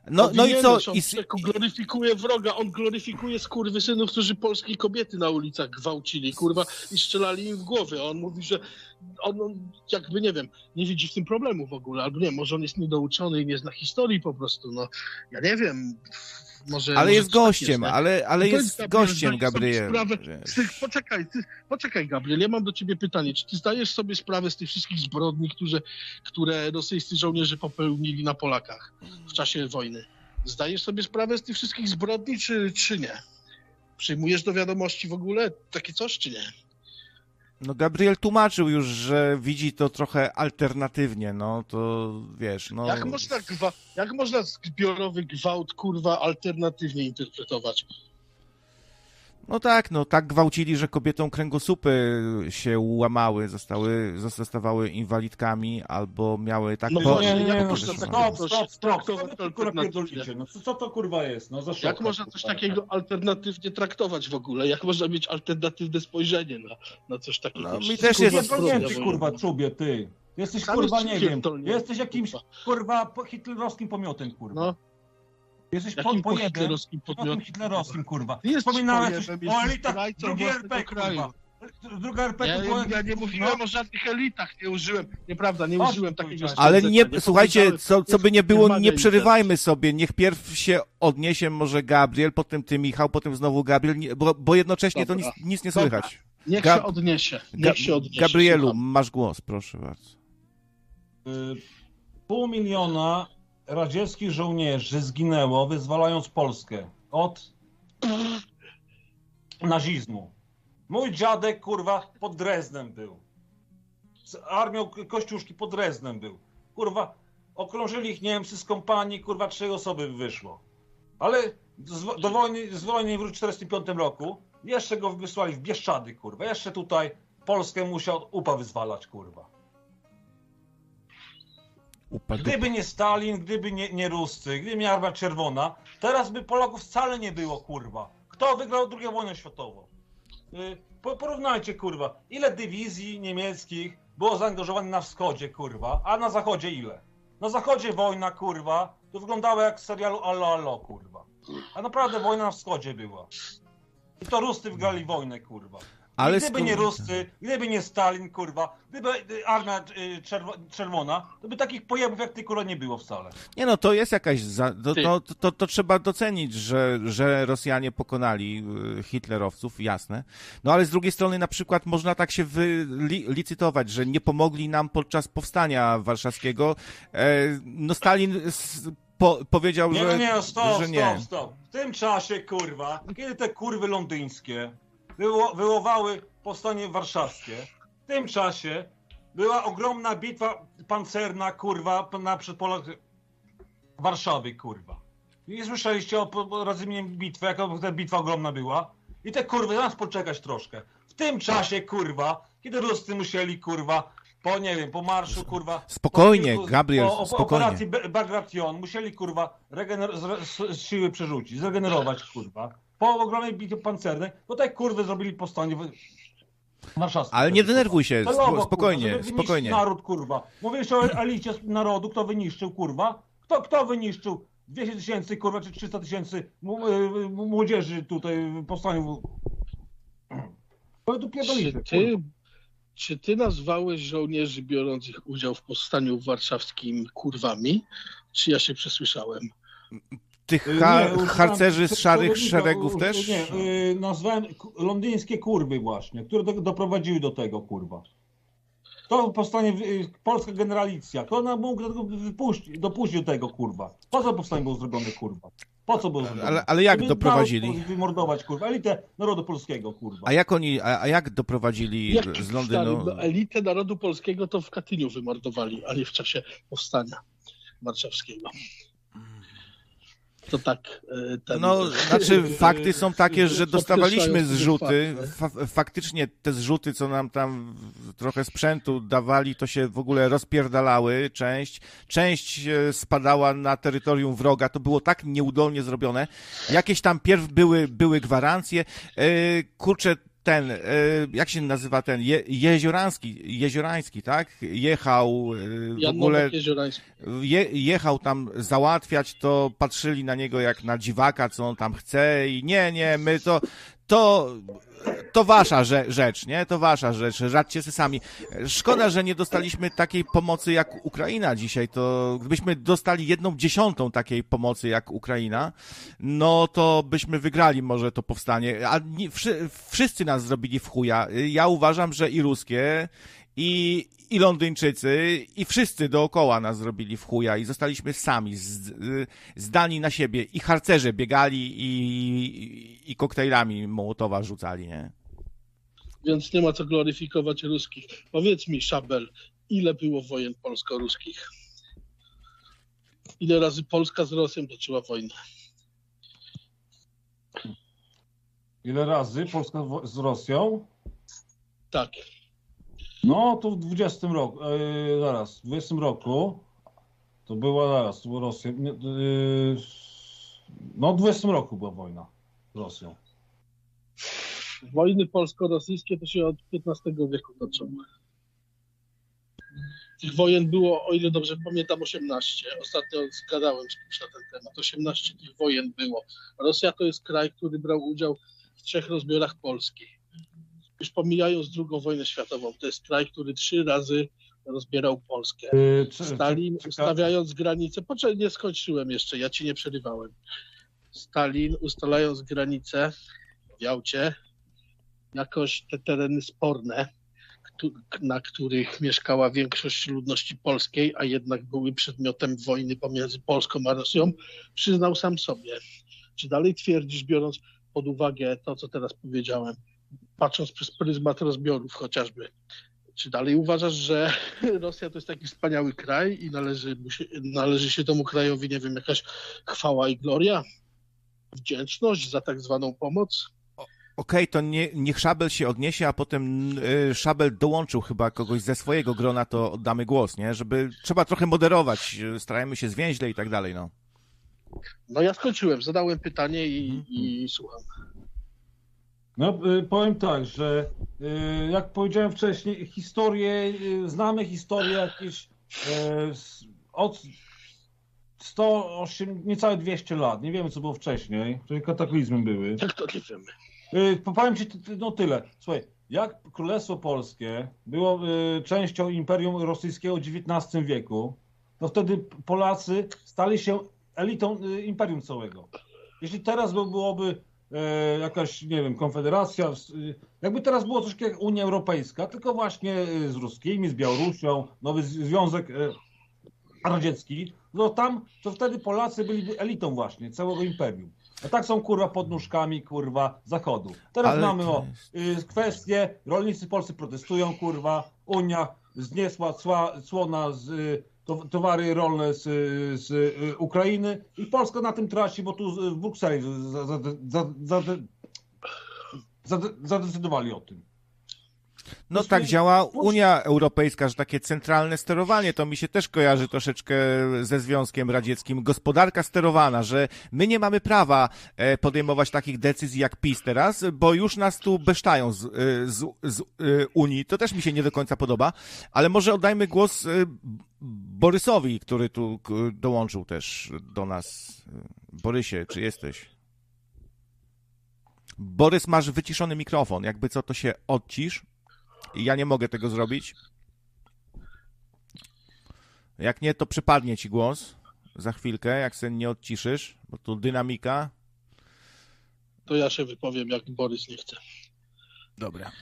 No, no i co? On I... gloryfikuje wroga, on gloryfikuje skurwysynów, którzy polskie kobiety na ulicach gwałcili, kurwa, i strzelali im w głowy. A on mówi, że on, on jakby, nie wiem, nie widzi w tym problemu w ogóle, albo nie, może on jest niedouczony i nie zna historii po prostu, no. Ja nie wiem, może... Ale może jest gościem, jest, ale, ale jest Gabriel, gościem, Gabriel. Sprawę z tych, poczekaj, ty, poczekaj, Gabriel, ja mam do ciebie pytanie. Czy ty zdajesz sobie sprawę z tych wszystkich zbrodni, które, które rosyjscy żołnierze popełnili na Polakach w czasie wojny? Zdajesz sobie sprawę z tych wszystkich zbrodni, czy, czy nie? Przyjmujesz do wiadomości w ogóle takie coś, czy nie? No Gabriel tłumaczył już, że widzi to trochę alternatywnie, no to wiesz, no... Jak można, gwa- jak można zbiorowy gwałt, kurwa, alternatywnie interpretować? No tak, no tak gwałcili, że kobietom kręgosłupy się łamały, zostały, zostawały inwalidkami, albo miały tak... No po... nie, nie, nie, no stop, stop, stop, stop, stop, to kurwa pierdolicie, no co to kurwa jest, no za Jak można coś takiego alternatywnie traktować w ogóle? Jak można mieć alternatywne spojrzenie na, na coś takiego? No, mi Przecież też kurwa jest- zbrodnia Pierdolnięty wojenna. kurwa czubie, ty. Jesteś Sam kurwa, jest nie wiem, pierdolnięty, jesteś jakimś kurwa. kurwa po- hitlerowskim pomiotem kurwa. No, Jesteś po, jakim po jeden, hitlerowskim podmiotem podmiotem? hitlerowskim kurwa. Ty jesteś Wspominałeś pojebem, o jesteś elitach zdrajcą drugiej R własnego P kraju. kurwa. Druga R P Ja, to była... ja nie mówiłem no. o żadnych elitach, nie użyłem, nieprawda, nie O, użyłem takiego powiedziałeś. Ale stwierdzenia. nie, słuchajcie, powiedziałem, co, co by nie jest było, firma nie Eliter. przerywajmy sobie. Niech pierw się odniesie może Gabriel, potem ty, Michał, potem znowu Gabriel, nie- bo, bo jednocześnie to nic, Dobra. nic nie Dobra. słychać. Niech Gab- się odniesie, Ga- niech się odniesie. Gabrielu, słucham. masz głos, proszę bardzo. Y, Pół miliona radzieckich żołnierzy zginęło, wyzwalając Polskę od nazizmu. Mój dziadek, kurwa, pod Dreznem był. Z armią K- Kościuszki pod Dreznem był. Kurwa, okrążyli ich Niemcy z kompanii, kurwa, trzy osoby wyszło. Ale z, do wojny, z wojny w czterdziestym czwartym piątym roku jeszcze go wysłali w Bieszczady, kurwa. Jeszcze tutaj Polskę musiał upa wyzwalać, kurwa. Upadł. Gdyby nie Stalin, gdyby nie, nie Ruscy, gdyby nie Armia Czerwona, teraz by Polaków wcale nie było, kurwa. Kto wygrał drugą wojnę światową? Yy, po, porównajcie, kurwa, ile dywizji niemieckich było zaangażowanych na wschodzie, kurwa, a na zachodzie ile? Na zachodzie wojna, kurwa, to wyglądało jak z serialu Allo Allo, kurwa. A naprawdę wojna na wschodzie była. I to Ruscy wygrali wojnę, kurwa. Ale I gdyby skąd- nie Ruscy, gdyby nie Stalin, kurwa, gdyby y, Armia y, czerwo, Czerwona, to by takich pojebów jak ty, kurwa, nie było wcale. Nie no, to jest jakaś... Za... To, Ty. to, to, to trzeba docenić, że, że Rosjanie pokonali y, hitlerowców, jasne. No ale z drugiej strony na przykład można tak się wylicytować, że nie pomogli nam podczas powstania warszawskiego. E, no Stalin s, po, powiedział, Nie, że, no nie, no stop, że nie. stop, stop. W tym czasie, kurwa, kiedy te kurwy londyńskie wyło, wyłowały powstanie warszawskie, w tym czasie była ogromna bitwa pancerna, kurwa, na przedpolach Warszawy, kurwa. Nie słyszeliście o, o rozumieniem bitwy, jaka ta bitwa ogromna była? I te kurwy, zaraz poczekać troszkę. W tym czasie, kurwa, kiedy Ruscy musieli, kurwa, po, nie wiem, po marszu, kurwa... Spokojnie, po, Gabriel, po, po spokojnie. operacji Be- Bagration musieli, kurwa, regener- z, z, z siły przerzucić, zregenerować, kurwa. Po ogromnej bitwie pancernej, bo te kurwy zrobili powstanie w... warszawskie. Ale nie denerwuj się, Celowo, spo- spokojnie, kurwa, żeby wyniszczyć spokojnie. naród, kurwa. Mówisz o elicie narodu, kto wyniszczył, kurwa? Kto, kto wyniszczył dwieście tysięcy, kurwa, czy trzysta tysięcy m- m- młodzieży tutaj w powstaniu? To tu pierdolicie, Czy ty, czy ty nazwałeś żołnierzy biorących udział w powstaniu warszawskim kurwami? Czy ja się przesłyszałem? Tych Nie, ha- używam harcerzy z szarych słownika, szeregów u- też? Nie, y, nazwałem k- londyńskie kurwy właśnie, które do, doprowadziły do tego, kurwa. To powstanie y, polska generalicja. Kto nam mógł tego wypuścić, dopuścić do tego, kurwa? Po co powstanie było zrobione, kurwa? Po co było zrobione? Ale, ale jak Żeby doprowadzili? naród wymordować, kurwa, elitę narodu polskiego, kurwa. A jak oni, a, a jak doprowadzili Jak z Londynu? No, elitę narodu polskiego to w Katyniu wymordowali, a nie w czasie powstania warszawskiego. To tak. e, Ten, No, znaczy fakty są takie, że dostawaliśmy podkreślając ten zrzuty. fakt, Fa- faktycznie te zrzuty, co nam tam trochę sprzętu dawali, to się w ogóle rozpierdalały. Część, część e, spadała na terytorium wroga. To było tak nieudolnie zrobione. Jakieś tam pierw były, były gwarancje. E, Kurczę, ten, y, jak się nazywa ten, Je, Jeziorański, Jeziorański, tak? Jechał y, w ogóle, je, jechał tam załatwiać, to patrzyli na niego jak na dziwaka, co on tam chce i nie, nie, my to, to, to wasza rzecz, nie? To wasza rzecz, radźcie się sami. Szkoda, że nie dostaliśmy takiej pomocy jak Ukraina dzisiaj, to gdybyśmy dostali jedną dziesiątą takiej pomocy jak Ukraina, no to byśmy wygrali może to powstanie, a nie, wszy, wszyscy nas zrobili w chuja. Ja uważam, że i ruskie, i, i Londyńczycy, i wszyscy dookoła nas zrobili w chuja i zostaliśmy sami, z, zdani na siebie. I harcerze biegali i, i, i koktajlami Mołotowa rzucali, nie? Więc nie ma co gloryfikować ruskich. Powiedz mi, Szabel, ile było wojen polsko-ruskich? Ile razy Polska z Rosją toczyła wojnę? Ile razy Polska z Rosją? Tak. No, to w dwudziestym roku, yy, zaraz, w dwudziestym roku to była, zaraz, to była Rosja, yy, no w dwudziestym roku była wojna z Rosją. Wojny polsko-rosyjskie to się od piętnastego wieku toczą. Tych wojen było, o ile dobrze pamiętam, osiemnaście. Ostatnio zgadałem z kimś na ten temat. osiemnaście tych wojen było. Rosja to jest kraj, który brał udział w trzech rozbiorach Polski. Już pomijając drugą wojnę światową, to jest kraj, który trzy razy rozbierał Polskę. Stalin, ustawiając granice, poczekaj, nie skończyłem jeszcze, ja ci nie przerywałem. Stalin, ustalając granice w Jałcie, jakoś te tereny sporne, na których mieszkała większość ludności polskiej, a jednak były przedmiotem wojny pomiędzy Polską a Rosją, przyznał sam sobie. Czy dalej twierdzisz, biorąc pod uwagę to, co teraz powiedziałem, patrząc przez pryzmat rozbiorów chociażby, czy dalej uważasz, że Rosja to jest taki wspaniały kraj i należy, należy się temu krajowi, nie wiem, jakaś chwała i gloria? Wdzięczność za tak zwaną pomoc? Okej, okay, to nie, niech Szabel się odniesie, a potem y, Szabel dołączył chyba kogoś ze swojego grona, to oddamy głos, nie? Żeby trzeba trochę moderować, starajmy się zwięźle i tak dalej, no. No ja skończyłem, zadałem pytanie i, mm-hmm. i słucham. No powiem tak, że jak powiedziałem wcześniej, historię, znamy historię jakieś od sto osiem, niecałe dwieście lat, nie wiemy co było wcześniej, czyli kataklizmy były. Jak to nie wiemy? Powiem ci no tyle, słuchaj, jak Królestwo Polskie było częścią Imperium Rosyjskiego w dziewiętnastym wieku, to wtedy Polacy stali się elitą imperium całego. Jeśli teraz byłoby jakaś, nie wiem, konfederacja, jakby teraz było coś jak Unia Europejska, tylko właśnie z ruskimi, z Białorusią, nowy Związek Radziecki, no tam, to wtedy Polacy byli elitą właśnie całego imperium. A tak są, kurwa, pod nóżkami, kurwa, Zachodu. Teraz ale mamy o, y, kwestię, rolnicy polscy protestują, kurwa, Unia zniesła cła, cłona z y, to, towary rolne z, z y, Ukrainy i Polska na tym traci, bo tu w Brukseli zadecydowali o tym. No Właśnie, tak działa Unia Europejska, że takie centralne sterowanie, to mi się też kojarzy troszeczkę ze Związkiem Radzieckim. Gospodarka sterowana, że my nie mamy prawa podejmować takich decyzji jak PiS teraz, bo już nas tu besztają z, z, z Unii. To też mi się nie do końca podoba, ale może oddajmy głos Borysowi, który tu dołączył też do nas. Borysie, czy jesteś? Borys, masz wyciszony mikrofon, jakby co, to się odcisz. Ja nie mogę tego zrobić. Jak nie, to przypadnie ci głos za chwilkę, jak sen nie odciszysz, bo tu dynamika. To ja się wypowiem, jak Borys nie chce. Dobra.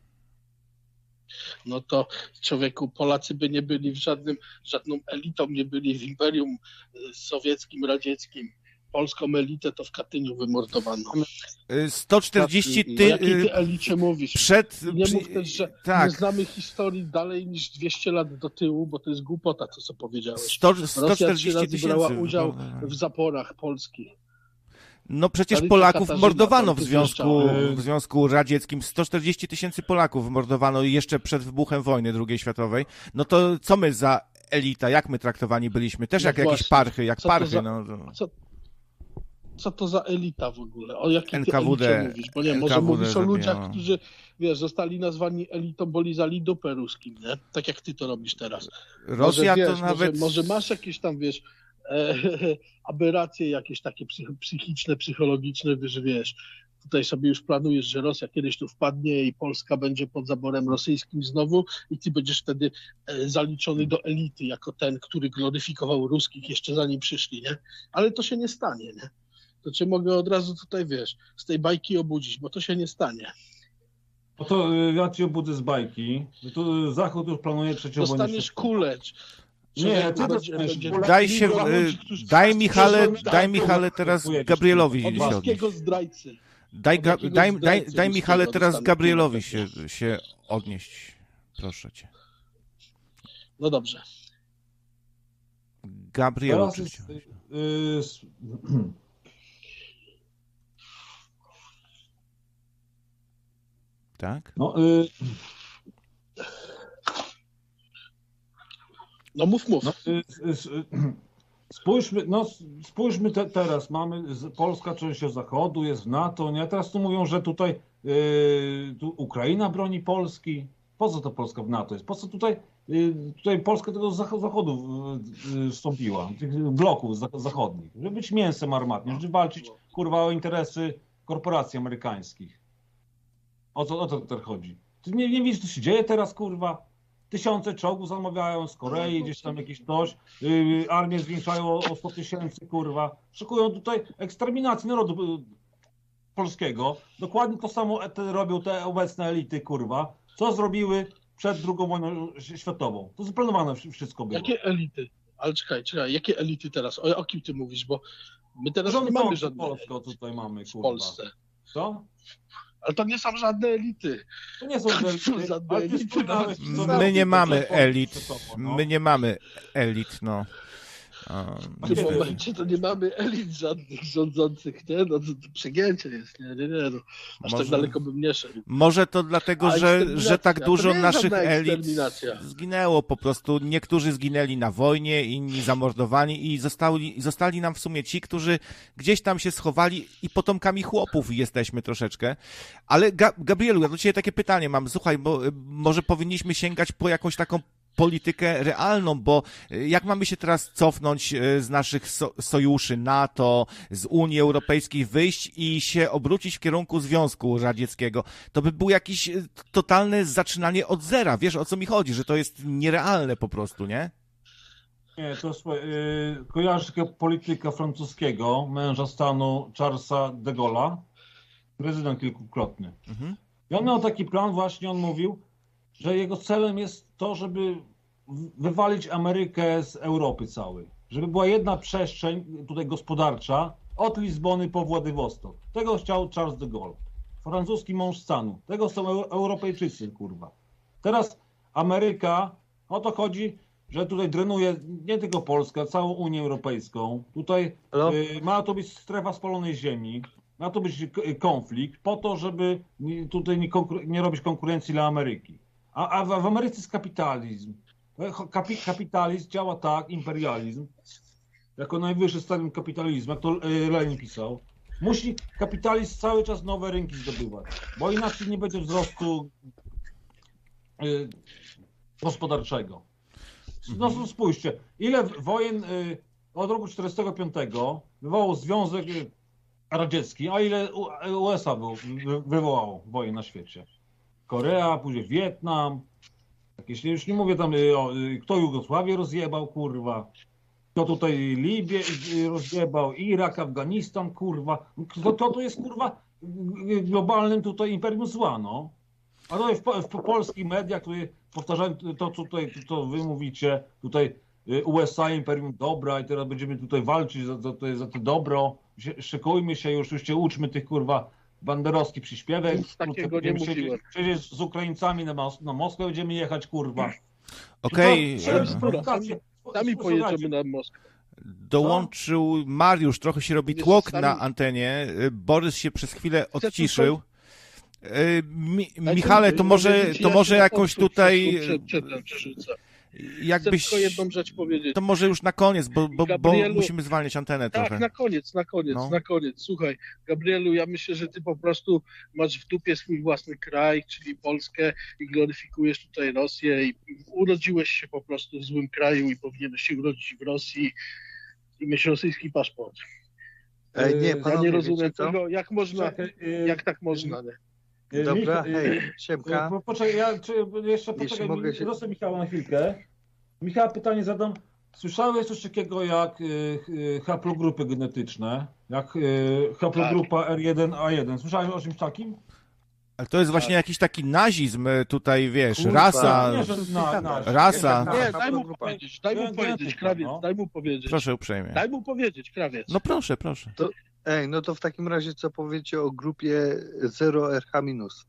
No to człowieku, Polacy by nie byli w żadnym, żadną elitą, nie byli w Imperium Sowieckim, Radzieckim. Polską elitę to w Katyniu wymordowano. sto czterdzieści ty... O jakiej ty elicie mówisz? Przed... Nie mów też, że tak. Nie znamy historii dalej niż dwieście lat do tyłu, bo to jest głupota, to co powiedziałeś. sto, sto czterdzieści tysięcy brała udział w zaporach polskich. No przecież Polaków Katarzyna, mordowano w Związku, w Związku Radzieckim. sto czterdzieści tysięcy Polaków mordowano jeszcze przed wybuchem wojny drugiej światowej. No to co my za elita? Jak my traktowani byliśmy? Też no jak właśnie. Jakieś parchy, jak co parchy. Za... No, to... co... co to za elita w ogóle? O jakiej N K W D, elicie mówisz? Bo nie, może N K W D mówisz o ludziach, zabijało. którzy, wiesz, zostali nazwani elitą, bo lizali dupę ruskim, nie? Tak jak ty to robisz teraz. Rosja może, to wiesz, nawet... Może, może masz jakieś tam, wiesz, e, aberracje jakieś takie psych- psychiczne, psychologiczne, wiesz, wiesz, tutaj sobie już planujesz, że Rosja kiedyś tu wpadnie i Polska będzie pod zaborem rosyjskim znowu i ty będziesz wtedy e, zaliczony do elity jako ten, który gloryfikował ruskich jeszcze zanim przyszli, nie? Ale to się nie stanie, nie? To cię mogę od razu tutaj, wiesz, z tej bajki obudzić, bo to się nie stanie. No to y, ja ci obudzę z bajki. Tu Zachód już planuje trzecią wojnę Dostaniesz światową. kuleć. Nie, ty będzie, dostaniesz będzie kulę. Daj się, milion y, ludzi, którzy- daj Michale, którzy- daj Michale teraz Pojedziesz Gabrielowi tu. od się odnieść. ruskiego zdrajcy. Daj, od ga, jakiegoś daj, daj, zdrajcy daj Michale ruskiego teraz dostanę Gabrielowi kulę. się, się odnieść. Proszę cię. No dobrze. Gabrielu, Teraz czy jest, chciałeś? y, s- Tak? no, y, No mów, mów. no, y, y, y, spójrzmy, no, spójrzmy te, teraz, mamy z, polska część zachodu, jest w NATO, nie? Teraz tu mówią, że tutaj y, tu Ukraina broni Polski. Po co to Polska w NATO jest? Po co tutaj, y, tutaj Polska tego zach- zachodu y, y, wstąpiła, tych bloków za- zachodnich, żeby być mięsem armatnym, żeby walczyć, kurwa, o interesy korporacji amerykańskich. O co, o co tutaj chodzi? Ty nie, nie widzisz, co się dzieje teraz, kurwa? Tysiące czołgów zamawiają z Korei, gdzieś tam jakieś coś, yy, armię zwiększają o, o sto tysięcy, kurwa. Szykują tutaj eksterminację narodu y, polskiego. Dokładnie to samo te, robią te obecne elity, kurwa. Co zrobiły przed drugą wojną światową? To zaplanowane wszystko było. Jakie elity? Ale czekaj, czekaj, jakie elity teraz? O, o kim ty mówisz? Bo my teraz nie mamy Rządzący żadnych Polską elit tutaj mamy, w kurwa. Polsce. Co? Ale to nie są żadne elity. To nie są To elity, są żadne ale ty elity, wspomniałeś, nawet co nie My nie to mamy Polska elit. światowa, no. My nie mamy elit, no. Um, W tym Niestety. momencie to nie mamy elit żadnych rządzących, nie? No to, to przegięcie jest, nie, nie, nie. No. Aż Może- tak daleko bym nie szedł. Może to dlatego, A że, eksterminacja, że tak to dużo nie jest naszych żadna elit eksterminacja. zginęło po prostu. Niektórzy zginęli na wojnie, inni zamordowani i zostali, zostali nam w sumie ci, którzy gdzieś tam się schowali i potomkami chłopów jesteśmy troszeczkę. Ale Ga- Gabrielu, ja do ciebie takie pytanie mam. Słuchaj, bo y, może powinniśmy sięgać po jakąś taką politykę realną, bo y, jak mamy się teraz cofnąć y, z naszych so- sojuszy NATO, z Unii Europejskiej, wyjść i się obrócić w kierunku Związku Radzieckiego, to by było jakieś y, totalne zaczynanie od zera. Wiesz, o co mi chodzi, że to jest nierealne po prostu, nie? Nie, to słuchaj, yy, kojarzysz takiego polityka francuskiego, męża stanu Charlesa de Gaulle'a, prezydent kilkukrotny. Mhm. I on miał taki plan właśnie, on mówił, że jego celem jest to, żeby w- wywalić Amerykę z Europy całej. Żeby była jedna przestrzeń tutaj gospodarcza od Lizbony po Władywostok. Tego chciał Charles de Gaulle. Francuski mąż stanu. Tego są Eu- Europejczycy, kurwa. Teraz Ameryka, o to chodzi, że tutaj drenuje nie tylko Polskę, całą Unię Europejską. Tutaj Halo? y, ma to być strefa spalonej ziemi. Ma to być k- konflikt po to, żeby nie- tutaj nie, konkur- nie robić konkurencji dla Ameryki. A, a w, w Ameryce jest kapitalizm. Kapi, kapitalizm działa tak, imperializm, jako najwyższy stadium kapitalizmu, jak to y, Lenin pisał. Musi kapitalizm cały czas nowe rynki zdobywać, bo inaczej nie będzie wzrostu y, gospodarczego. No spójrzcie, ile wojen y, od roku czterdziestego piątego wywołał Związek y, Radziecki, a ile U- U S A był, wy- wywołało wojen na świecie. Korea, później Wietnam, jakieś, już nie mówię tam, y, o, y, kto Jugosławię rozjebał, kurwa, kto tutaj Libię y, rozjebał, Irak, Afganistan, kurwa, kto to, to jest, kurwa, y, globalnym tutaj imperium zła, no. A tutaj w, po- w polskich mediach, tutaj powtarzają to, co tutaj to wy mówicie, tutaj y, U S A, imperium dobra i teraz będziemy tutaj walczyć za, za, za to dobro, Sie- szykujmy się już, już się uczmy tych, kurwa, banderowski przyśpiewek. Nic takiego Tutaj nie będziemy mówiłem. siedzieć, siedzieć z Ukraińcami na, Mos- na Moskwę, będziemy jechać, kurwa. Okej, To- to jest e, prowokacje. Sami Słuchajcie, pojedziemy na Moskwę. dołączył Mariusz, trochę się robi Wiesz, tłok sami- na antenie. Y, Borys się przez chwilę Chcę odciszył. Y, Mi, Daj Michale, tu- to może, ja to się może na jakoś odwrót tutaj przed- przed- przed- przerzucę. jakbyś... Chcę tylko jedną rzecz powiedzieć. To może już na koniec, bo, bo, Gabrielu, bo musimy zwalniać antenę tak, trochę. na koniec, na koniec, no. na koniec. Słuchaj, Gabrielu, ja myślę, że ty po prostu masz w dupie swój własny kraj, czyli Polskę i gloryfikujesz tutaj Rosję i urodziłeś się po prostu w złym kraju i powinieneś się urodzić w Rosji i mieć rosyjski paszport. Ej, nie, panowie, ja nie rozumiem co? tego, jak można, Czekaj, jak tak można, nie? Dobra, Mich- hej, siemka. Po, poczekaj, ja czy, jeszcze poczekaj, mogę mi, się- Zostaw Michała na chwilkę. Michał, pytanie zadam. Słyszałeś coś takiego jak y, y, haplogrupy genetyczne? Jak y, haplogrupa R jeden A jeden? Słyszałeś o czymś takim? Ale to jest właśnie jakiś taki nazizm tutaj, wiesz, Kurwa, rasa. Nie, że na, na, Rasa. Na- Nie, na daj mu haplogrupa. powiedzieć, daj mu Ja- powiedzieć, genetyka, krawiec, no. daj mu powiedzieć. Proszę uprzejmie. Daj mu powiedzieć, krawiec. No proszę, proszę. Ej, no to w takim razie co powiecie o grupie zero R H minus?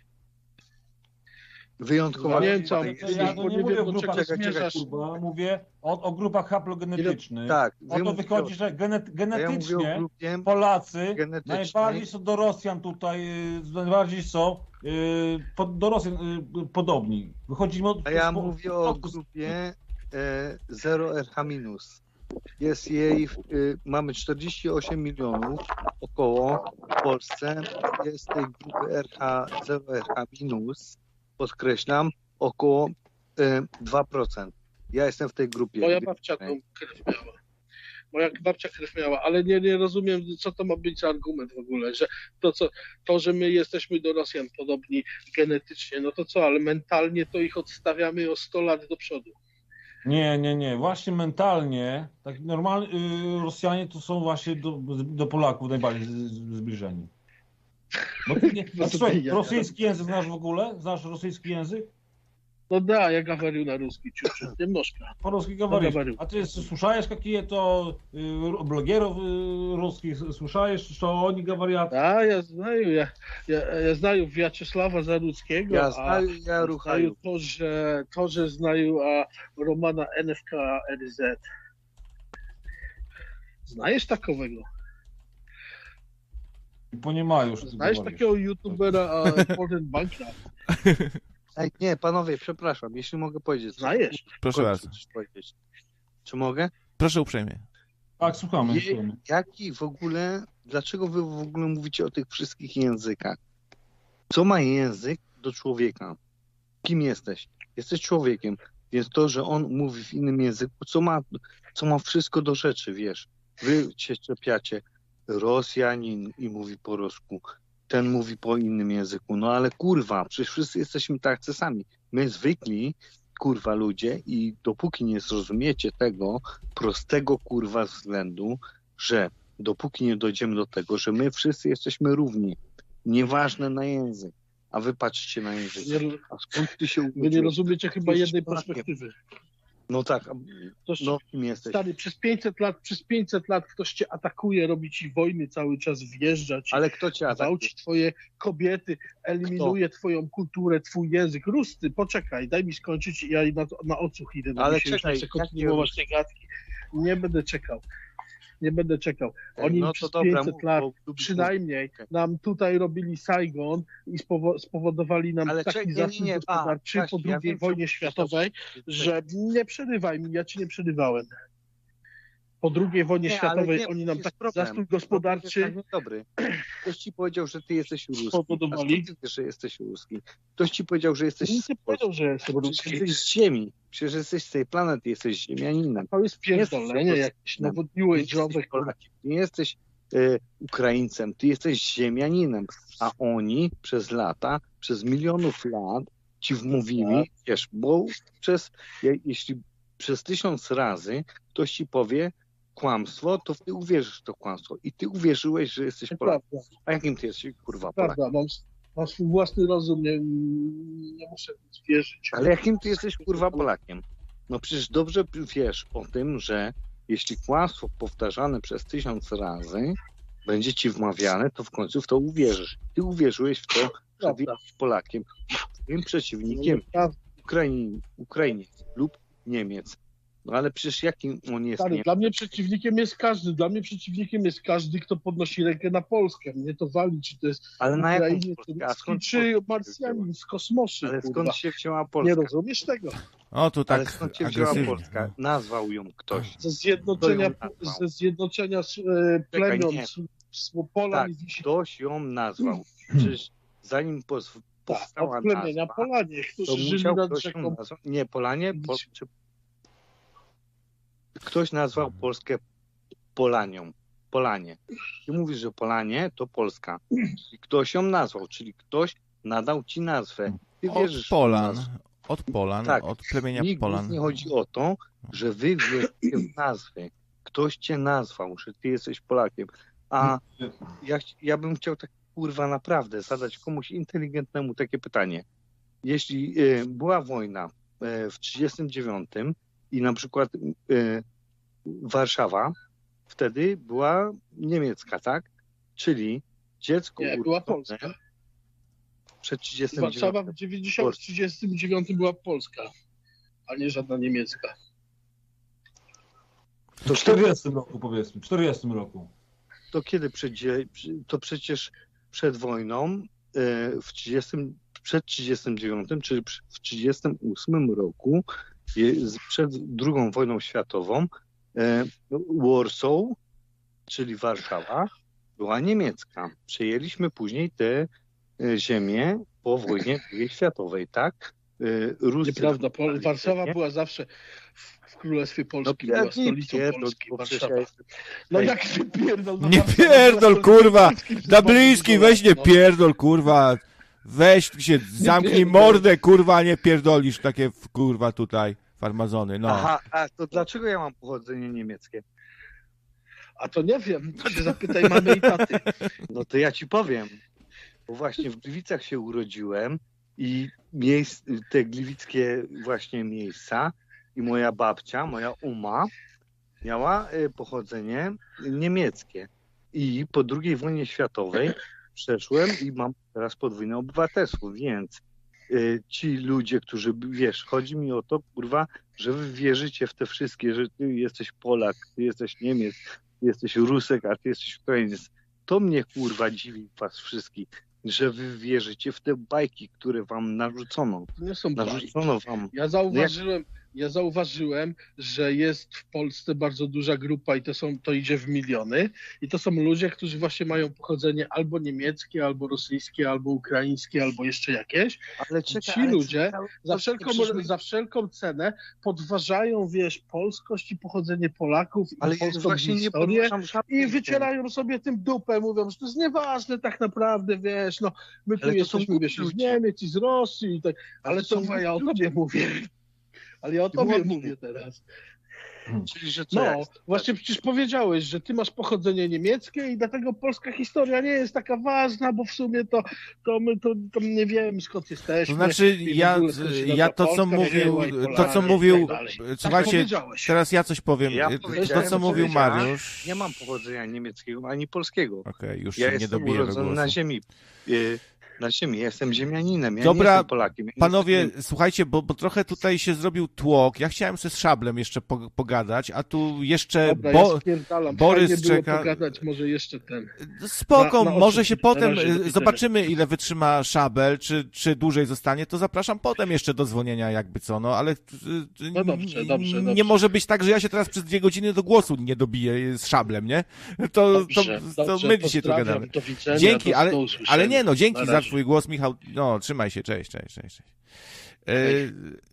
Wyjątkowa. No nie wiem, co- Ja, ja to nie mówię o grupach, czego czekaj, zmierzasz. kurwa, mówię o, o grupach haplogenetycznych. Tak, O to mówicie wychodzi, że genet, a ja mówię o genetycznie grupie Polacy genetycznej. najbardziej są do Rosjan tutaj, y, najbardziej są y, pod, do Rosjan y, podobni. Wychodzi o, A ja po- mówię o po- grupie e, zero R H minus. Jest jej, e, mamy czterdzieści osiem milionów około w Polsce. Jest tej grupy R H, zero R H minus, podkreślam, około e, dwa procent. Ja jestem w tej grupie. Moja babcia tą krew miała. Moja babcia krew miała, ale nie, nie rozumiem, co to ma być za argument w ogóle, że to, co, to, że my jesteśmy do Rosjan podobni genetycznie, no to co, ale mentalnie to ich odstawiamy o sto lat do przodu. Nie, nie, nie. Właśnie mentalnie, tak normalnie y, Rosjanie to są właśnie do, do Polaków najbardziej z, z, zbliżeni. Bo ty nie, No a to słuchaj, ja- rosyjski język znasz w ogóle? Znasz rosyjski język? No da, я говорю на русский чуть-чуть, немножко. По-русски говоришь. говорю. А ты слушаешь какие-то э, блогеров э, русских, слушаешь, что они говорят? Да, я знаю, я, я, я знаю Вячеслава Заруцкого, Ja a znаю, ja знаю ruchaju. to, że, to, że znają a, Romana N F K R Z. Znajesz takowego? Понимаю, что ты Znajesz говоришь. takiego youtubera a, Important Bankcraft? Ej, nie, panowie, przepraszam, jeśli mogę powiedzieć. Znajesz? Proszę bardzo. Coś powiedzieć. Czy mogę? Proszę uprzejmie. Tak, słuchamy. Je, słuchamy. jaki w ogóle, dlaczego wy w ogóle mówicie o tych wszystkich językach? Co ma język do człowieka? Kim jesteś? Jesteś człowiekiem, więc to, że on mówi w innym języku, co ma, co ma wszystko do rzeczy, wiesz? Wy się czepiacie, Rosjanin i mówi po rusku, ten mówi po innym języku, no ale kurwa, przecież wszyscy jesteśmy tacy sami. My zwykli, kurwa ludzie i dopóki nie zrozumiecie tego prostego kurwa względu, że dopóki nie dojdziemy do tego, że my wszyscy jesteśmy równi, nieważne na język, a wy patrzcie na język. Nie, A skąd ty się wy nie urodziłeś? rozumiecie chyba Jesteś jednej Polakiem. perspektywy. No tak, a- Ktoś, no kim jesteś? stary, przez pięćset lat, przez pięćset lat ktoś cię atakuje, robi ci wojny cały czas, wjeżdża ci, Ale kto cię atakuje? gwałci twoje kobiety, eliminuje twoją kulturę, twój język. Rusty, poczekaj, daj mi skończyć i ja na, na odsłuch idę, bo Ale mi się czekaj, już nie chce jakie kontynuować Rusy? tej gadki. Nie będę czekał. Nie będę czekał. Oni No to przez dobra, pięćset mów, lat bo lubisz przynajmniej mówić. nam tutaj robili Saigon i spowo- spowodowali nam Ale taki czekaj, nie, nie, zastój nie, a, gospodarczy Kaś, po ja drugiej wiem, co wojnie mówisz, światowej, to- że nie przerywaj mi, ja ci nie przerywałem. Po drugiej wojnie Nie, ale światowej nie, oni nam jest taki problem. zastój Problem gospodarczy jest tak dobry. Ktoś ci powiedział, że ty jesteś ruski. A spowodowali. skąd ty wiesz, że jesteś ruski? Ktoś ci powiedział, że jesteś Nikt z nie Polski. powiedział, że jestem Przecież ruski. jesteś z ziemi. Przecież jesteś z tej planety, jesteś ziemianinem. To jest pierdolenie, jesteś jakieś Nie nowo new jesteś age'owe. Polakiem, nie jesteś e, Ukraińcem, ty jesteś ziemianinem. A oni przez lata, przez milionów lat ci wmówili, wiesz, bo przez, je- jeśli przez tysiąc razy ktoś ci powie kłamstwo, to ty uwierzysz w to kłamstwo. I ty uwierzyłeś, że jesteś Polakiem. Prawda, A jakim ty jesteś, kurwa, Polakiem? prawda, mam, mam swój własny rozum, nie, nie muszę nic wierzyć. Ale jakim ty jesteś, kurwa, Polakiem? No przecież dobrze wiesz o tym, że jeśli kłamstwo powtarzane przez tysiąc razy będzie ci wmawiane, to w końcu w to uwierzysz. Ty uwierzyłeś w to, że ty Prawda. jesteś Polakiem. Twoim przeciwnikiem Prawda. Ukraiń, Ukrainiec lub Niemiec. No ale przecież jakim on jest Stary, Niemcem? dla mnie przeciwnikiem jest każdy, dla mnie przeciwnikiem jest każdy, kto podnosi rękę na Polskę. Mnie to wali, czy to jest Ale na jaką Ukrainiec, Polskę? A ruski, skąd czy Polska się Marsjanin z kosmosu. Ale kurwa. skąd się wzięła Nie Polska? rozumiesz tego? O, tu Ale tak skąd się wzięła agresywnie. Polska? Nazwał ją ktoś. Ze zjednoczenia, Kto ją nazwał? ze zjednoczenia e, plemion, nie. z, z Polan Tak, i Wisi. ktoś ją nazwał. Przecież zanim pos- Tak, powstała od plemienia nazwa, Polanie, to którzy żyli musiał nad ktoś ją rzeką. nazwał. Nie, Polanie, po, czy... ktoś nazwał Polskę Polanią. Polanie. Ty mówisz, że Polanie to Polska. I ktoś ją nazwał, czyli ktoś nadał ci nazwę. Ty Od wierzysz w tą Polan, nazwę. od Polan, Tak. od plemienia Nigdy Polan. nie chodzi o to, że wy wierzycie w nazwy. Ktoś cię nazwał, że ty jesteś Polakiem. A ja, ch- ja bym chciał tak kurwa naprawdę zadać komuś inteligentnemu takie pytanie. Jeśli y, była wojna y, w trzydziestym dziewiątym i na przykład y, Warszawa wtedy była niemiecka, tak? Czyli dziecko Nie, była urodzone Polska. przed trzydziestym Warszawa dziewiątym. w dziewięćdziesiątym, trzydziestym dziewiątym była Polska, a nie żadna niemiecka. W czterdziestym roku powiedzmy, w czterdziestym roku. To kiedy przyjdzie, to przecież przed wojną e, w trzydziestym, przed trzydziestym dziewiątym, czyli przy- w trzydziestym ósmym roku, je- z- przed drugą wojną światową, e, Warsaw, czyli Warszawa, była niemiecka. Przejęliśmy później te e, ziemię po wojnie drugiej światowej, tak? E, Ruscy, Nieprawda, Pol- Warszawa nie? była zawsze w, w Królestwie Polskim, No, była jak nie stolicą pierdol, Polski, bo przecież Warszawa. ja jestem- No jak ty pierdol? No Nie Warszawa pierdol, była stolicą kurwa! Polski przez Dabliński, bardzo weź dużo nie lat, no. pierdol, kurwa! Weź się, zamknij pierdol. mordę, kurwa, a nie pierdolisz takie, kurwa, tutaj, farmazony, no. Aha, a to dlaczego ja mam pochodzenie niemieckie? A to nie wiem, to się zapytaj mamy i taty. No to ja ci powiem, bo właśnie w Gliwicach się urodziłem i miejsc, te gliwickie właśnie miejsca i moja babcia, moja uma miała y, pochodzenie niemieckie. I po drugiej wojnie światowej przeszłem i mam teraz podwójne obywatelstwo, więc y, ci ludzie, którzy, wiesz, chodzi mi o to, kurwa, że wy wierzycie w te wszystkie, że ty jesteś Polak, ty jesteś Niemiec, ty jesteś Rusek, a ty jesteś Ukrainiec. To mnie, kurwa, dziwi was wszystkich, że wy wierzycie w te bajki, które wam narzucono. To nie są bajki. Narzucono wam. Ja zauważyłem, ja zauważyłem, że jest w Polsce bardzo duża grupa i to, są, to idzie w miliony i to są ludzie, którzy właśnie mają pochodzenie albo niemieckie, albo rosyjskie, albo ukraińskie, albo jeszcze jakieś. Ale czekaj, Ci ale ludzie cały- Za to wszelką, przecież my- za wszelką cenę podważają, wiesz, polskość i pochodzenie Polaków ale i polską właśnie nie historię podważam żadnej i idei. wycierają sobie tym dupę, mówią, że to jest nieważne tak naprawdę, wiesz, no my tu Ale to są jesteśmy, wiesz, głupi z ludzie. Niemiec i z Rosji i tak, ale Ale to są ja o głupi tobie mówię. Ale ja o tobie Wyłącznie. mówię teraz. Czyli, że co ja No, jestem? właśnie przecież powiedziałeś, że ty masz pochodzenie niemieckie i dlatego polska historia nie jest taka ważna, bo w sumie to, to my to, to nie wiemy skąd jesteśmy. To znaczy, i w ja, ogóle skąd się ja nasza to, co Polska mówił, wzięła i to, Polacy co i mówił, tak dalej. Tak słuchajcie, powiedziałeś. teraz ja coś powiem. Ja To, to, powiedziałem, co mówił powiedziałem, Mariusz... Nie mam pochodzenia niemieckiego ani polskiego. Okej, już Ja się nie jestem dobiję do urodzony głosu. na ziemi. y, Na ziemi. Ja jestem ziemianinem. Ja Dobra, nie jestem Polakiem. Ja nie Panowie, jestem... słuchajcie, bo, bo trochę tutaj się zrobił tłok. Ja chciałem sobie z Szablem jeszcze po, pogadać, a tu jeszcze Dobra, bo, ja spierdalam. Borys Fajnie było czeka. pogadać, może jeszcze ten. spoko, na- na może oczy- się na potem razie, do y, widzenia. zobaczymy, ile wytrzyma Szabel, czy, czy dłużej zostanie, to zapraszam potem jeszcze do dzwonienia, jakby co, no ale y, y, No dobrze, dobrze, nie dobrze. może być tak, że ja się teraz przez dwie godziny do głosu nie dobiję z Szablem, nie? To, Dobrze, to, to dobrze, my dzisiaj tu pozdrawiam, gadamy. do widzenia, Dzięki, do, ale, do usłyszenia. ale nie no, dzięki Na za razie. twój głos, Michał. No, trzymaj się, cześć, cześć, cześć. cześć. E, e,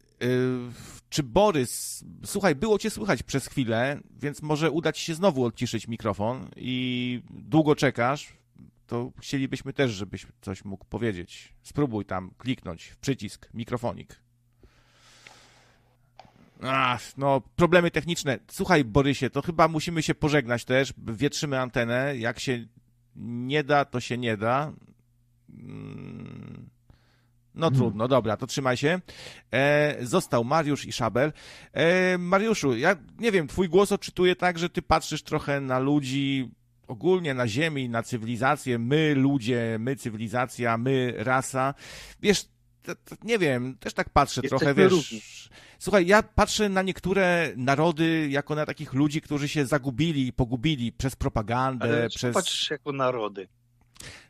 czy Borys, słuchaj, było cię słychać przez chwilę, więc może uda ci się znowu odciszyć mikrofon i długo czekasz, to chcielibyśmy też, żebyś coś mógł powiedzieć. Spróbuj tam kliknąć w przycisk mikrofonik. Ach, no, problemy techniczne. Słuchaj, Borysie, to chyba musimy się pożegnać też. Wietrzymy antenę. Jak się nie da, to się nie da. No trudno, dobra, to trzymaj się. E, został Mariusz i Szabel. E, Mariuszu, ja nie wiem, twój głos odczytuję tak, że ty patrzysz trochę na ludzi, ogólnie na ziemi, na cywilizację, my ludzie, my cywilizacja, my rasa. Wiesz, to, to, nie wiem, też tak patrzę Jesteśmy trochę, wiesz... równi. Słuchaj, ja patrzę na niektóre narody jako na takich ludzi, którzy się zagubili i pogubili przez propagandę, Ale przez... patrzysz jako narody.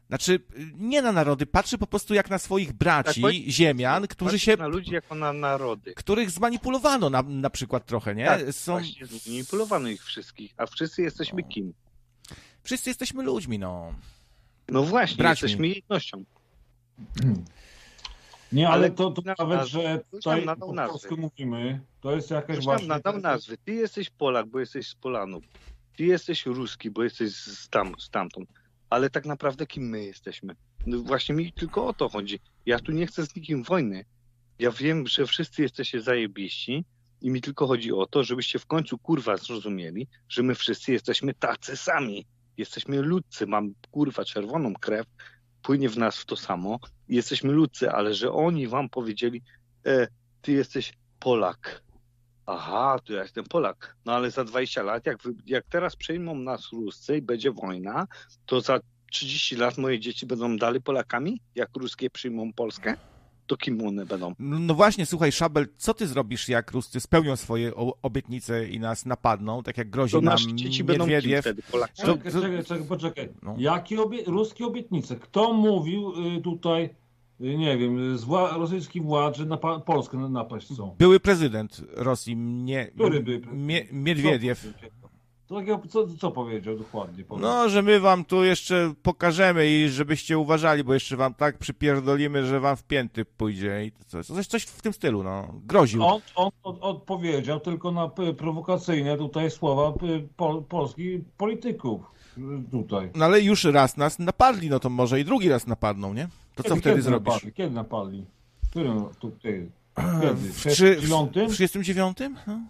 Znaczy, nie na narody, patrzy po prostu jak na swoich braci, Tak, ziemian, którzy Patrzy się... na ludzi jako na narody. których zmanipulowano na, na przykład trochę, nie? Tak, Są... właśnie zmanipulowano ich wszystkich, a wszyscy jesteśmy kim? Wszyscy jesteśmy ludźmi, no. No właśnie, Braćmi. jesteśmy jednością. Nie, ale, Ale to, to na- nawet, na- że ktoś tutaj nam nadał po nazwy. polsku mówimy, to jest jakaś Ktoś nam właśnie... nadał nazwy. Ty jesteś Polak, bo jesteś z Polanów. Ty jesteś Ruski, bo jesteś z tam, stamtąd. Ale tak naprawdę kim my jesteśmy? No właśnie mi tylko o to chodzi. Ja tu nie chcę z nikim wojny. Ja wiem, że wszyscy jesteście zajebiści i mi tylko chodzi o to, żebyście w końcu kurwa zrozumieli, że my wszyscy jesteśmy tacy sami. Jesteśmy ludcy, mam kurwa czerwoną krew, płynie w nas w to samo i jesteśmy ludcy, ale że oni wam powiedzieli, e, ty jesteś Polak. Aha, to ja jestem Polak. No ale za dwadzieścia lat, jak, wy, jak teraz przejmą nas Ruscy i będzie wojna, to za trzydzieści lat moje dzieci będą dalej Polakami? Jak ruskie przyjmą Polskę? To kim one będą? No, no właśnie, słuchaj, Szabel, co ty zrobisz, jak Ruscy spełnią swoje o- obietnice i nas napadną, tak jak grozi To nam nasze dzieci będą kim Miedwiediew? wtedy? Polakami? To- Czekaj, czekaj, czekaj, poczekaj. No. Jakie obie... ruskie obietnice? Kto mówił y, tutaj, y, nie wiem, z wła... rosyjskich władz, że na pa... Polskę napaść chcą? Były prezydent Rosji, nie, Który był prezydent? Mie- Miedwiediew. Co powiedział? To takiego- Co, co powiedział dokładnie? Powiedz. No, że my wam tu jeszcze pokażemy i żebyście uważali, bo jeszcze wam tak przypierdolimy, że wam w pięty pójdzie i coś, coś, coś w tym stylu, no. Groził. On, on od, odpowiedział tylko na p- prowokacyjne tutaj słowa p- pol, polskich polityków y, tutaj. No ale już raz nas napadli, no to może i drugi raz napadną, nie? To co Kiedy- wtedy kiedy zrobisz? Napadli? Kiedy napadli? W którym tu, ty, kiedy? W, W trzy, w, trzydziestym dziewiątym? w trzydziestym dziewiątym? No.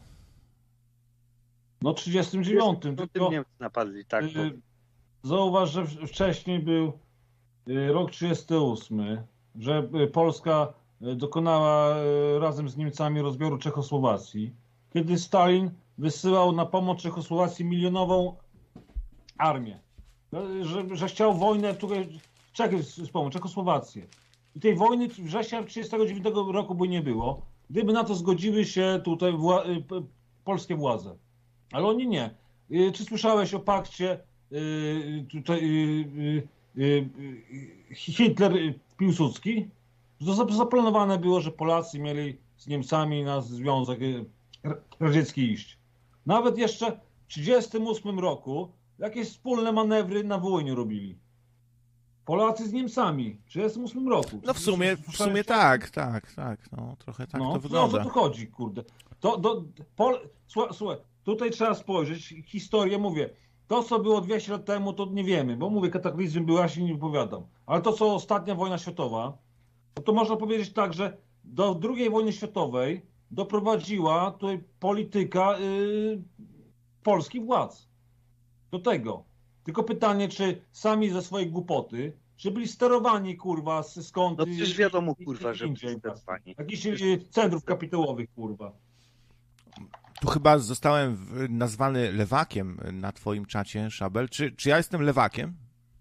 No trzydziestym dziewiątym, To tylko tym Niemcy napadli, tak. Bo... y, zauważ, że w- wcześniej był y, rok trzydziesty ósmy, że y, Polska y, dokonała y, razem z Niemcami rozbioru Czechosłowacji, kiedy Stalin wysyłał na pomoc Czechosłowacji milionową armię. Y, Że, że chciał wojnę tutaj, Czechy wspomnę, Czechosłowację. I tej wojny września tysiąc dziewięćset trzydziestego dziewiątego roku by nie było, gdyby na to zgodziły się tutaj wła- y, p- polskie władze. Ale oni nie. Y, Czy słyszałeś o pakcie y, tutaj y, y, y, y, Hitler-Piłsudski? To zap- zaplanowane było, że Polacy mieli z Niemcami na Związek y, Radziecki iść. Nawet jeszcze w tysiąc dziewięćset trzydziestym ósmym roku jakieś wspólne manewry na Wołyniu robili. Polacy z Niemcami w tysiąc dziewięćset trzydziestym ósmym roku. No w sumie, w Słyszałeś sumie to? tak, tak, tak, no trochę tak no, to No o wygląda. co tu chodzi, kurde? To, do, Pol, słuchaj, słuchaj, tutaj trzeba spojrzeć, historię, mówię, to co było dwieście lat temu, to nie wiemy, bo mówię, kataklizm był, ja się nie wypowiadam. Ale to co ostatnia wojna światowa, no to można powiedzieć tak, że do drugiej wojny światowej doprowadziła tutaj polityka yy, polskich władz. Do tego. Tylko pytanie, czy sami ze swojej głupoty, czy byli sterowani, kurwa, z- skąd... No przecież wiadomo, i- i- kurwa, że indziej. byli sterowani. Jakichś y, centrów kapitałowych, kurwa. Tu chyba zostałem w- nazwany lewakiem na twoim czacie, Szabel. Czy, czy ja jestem lewakiem?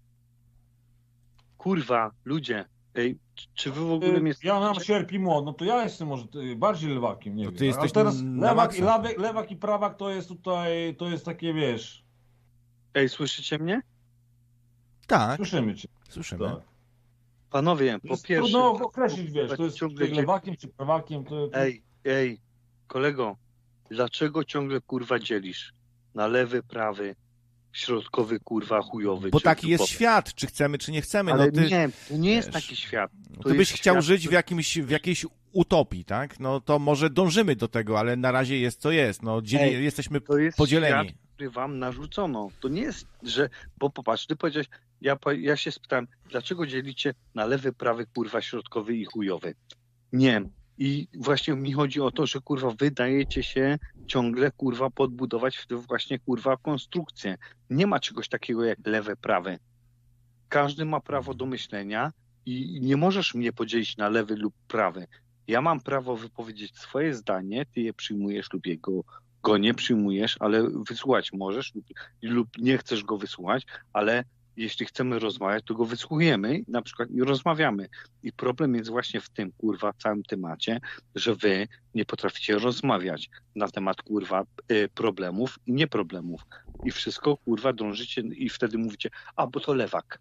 Kurwa, ludzie, ej, czy wy w ogóle Y, mnie... Ja mam sierp i młot, no to ja jestem może y, bardziej lewakiem, nie To wiem. ty jesteś A teraz na lewak i, maksa. lewak, lewak i prawak to jest tutaj, to jest takie, wiesz, Ej, słyszycie mnie? Tak, słyszymy cię. słyszymy. Tak. Panowie, To po jest pierwsze... trudno określić, wiesz, to jest ciągle tutaj lewakiem czy prawakiem, to... to... Ej, ej, kolego, dlaczego ciągle kurwa dzielisz na lewy, prawy, środkowy, kurwa, chujowy? Bo czy taki jest dupowy? świat, czy chcemy, czy nie chcemy. Ale No ty, nie, to nie jest wiesz, taki świat. no to ty byś jest chciał świat, żyć w, to- jakimś, w jakiejś utopii, tak? No to może dążymy do tego, ale na razie jest co jest. No dzieli, Ej, jesteśmy To jest podzieleni. świat, który wam narzucono. To nie jest, że... Bo popatrz, ty powiedziałeś, ja, po- ja się spytałem, dlaczego dzielicie na lewy, prawy, kurwa, środkowy i chujowy? Nie. I właśnie mi chodzi o to, że kurwa wy dajecie się ciągle kurwa podbudować w tę właśnie kurwa konstrukcję. Nie ma czegoś takiego jak lewe, prawe. Każdy ma prawo do myślenia i nie możesz mnie podzielić na lewy lub prawy. Ja mam prawo wypowiedzieć swoje zdanie, ty je przyjmujesz lub jego go nie przyjmujesz, ale wysłuchać możesz lub, lub nie chcesz go wysłuchać, ale jeśli chcemy rozmawiać, to go wysłuchujemy na przykład i rozmawiamy. I problem jest właśnie w tym, kurwa, całym temacie, że wy nie potraficie rozmawiać na temat, kurwa, y, problemów i nieproblemów. I wszystko, kurwa, drążycie i wtedy mówicie, a bo to lewak.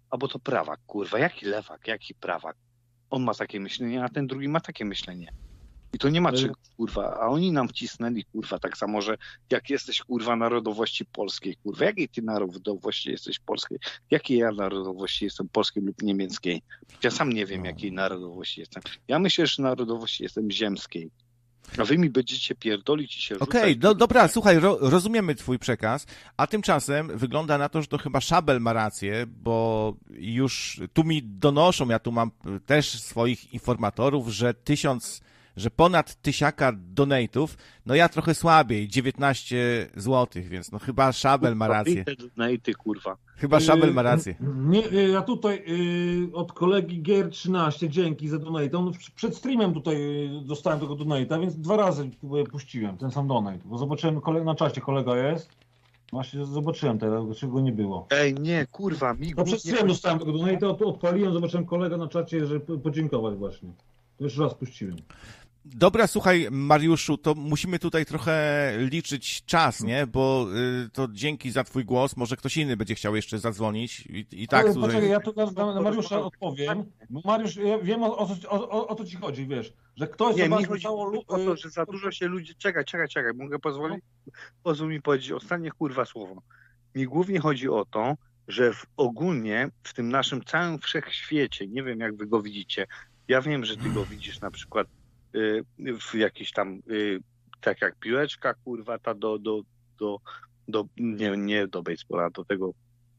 albo to prawak, kurwa. Jaki lewak, jaki prawak? On ma takie myślenie, a ten drugi ma takie myślenie. I to nie ma czego, kurwa, a oni nam wcisnęli, kurwa, tak samo, że jak jesteś, kurwa, narodowości polskiej, kurwa, jakiej ty narodowości jesteś polskiej? Jakiej ja narodowości jestem polskiej lub niemieckiej? Ja sam nie wiem, jakiej narodowości jestem. Ja myślę, że narodowości jestem ziemskiej. A wy mi będziecie pierdolić i się rzucać. Okej, okay, do, dobra, słuchaj, ro, rozumiemy twój przekaz, a tymczasem wygląda na to, że to chyba Szabel ma rację, bo już tu mi donoszą, ja tu mam też swoich informatorów, że tysiąc, że ponad tysiaka donate'ów, no ja trochę słabiej, dziewiętnaście złotych, więc no chyba Szabel ma rację. Donate'y, kurwa. Chyba Szabel ma rację. Nie, ja tutaj y, od kolegi Gier trzynaście, dzięki za donate. On przed streamem tutaj dostałem tego donate'a, więc dwa razy puściłem ten sam donate, bo zobaczyłem kole- na czacie kolega jest. Właśnie zobaczyłem teraz, dlaczego go nie było. Ej, nie, kurwa, mi No przed streamem dostałem tego donate'a, od, odpaliłem, zobaczyłem kolega na czacie, że podziękować właśnie. To jeszcze raz puściłem. Dobra, słuchaj, Mariuszu, to musimy tutaj trochę liczyć czas, nie? Bo y, to dzięki za twój głos, może ktoś inny będzie chciał jeszcze zadzwonić i, i tak... Ale, tutaj... Poczekaj, ja tu na, na, na Mariusza odpowiem. Mariusz, ja wiem o, o, o, o co ci chodzi, wiesz, że ktoś Nie, mi zobaczył chodzi całą... o to, że za dużo się ludzi... Czekaj, czekaj, czekaj, mogę pozwolić? Pozwól mi powiedzieć ostatnie, kurwa, słowo. Mi głównie chodzi o to, że w, ogólnie w tym naszym całym wszechświecie, nie wiem jak wy go widzicie, ja wiem, że ty go widzisz na przykład w jakiś tam, tak jak piłeczka, kurwa, ta do, do, do, do nie, nie do baseballa, do tego,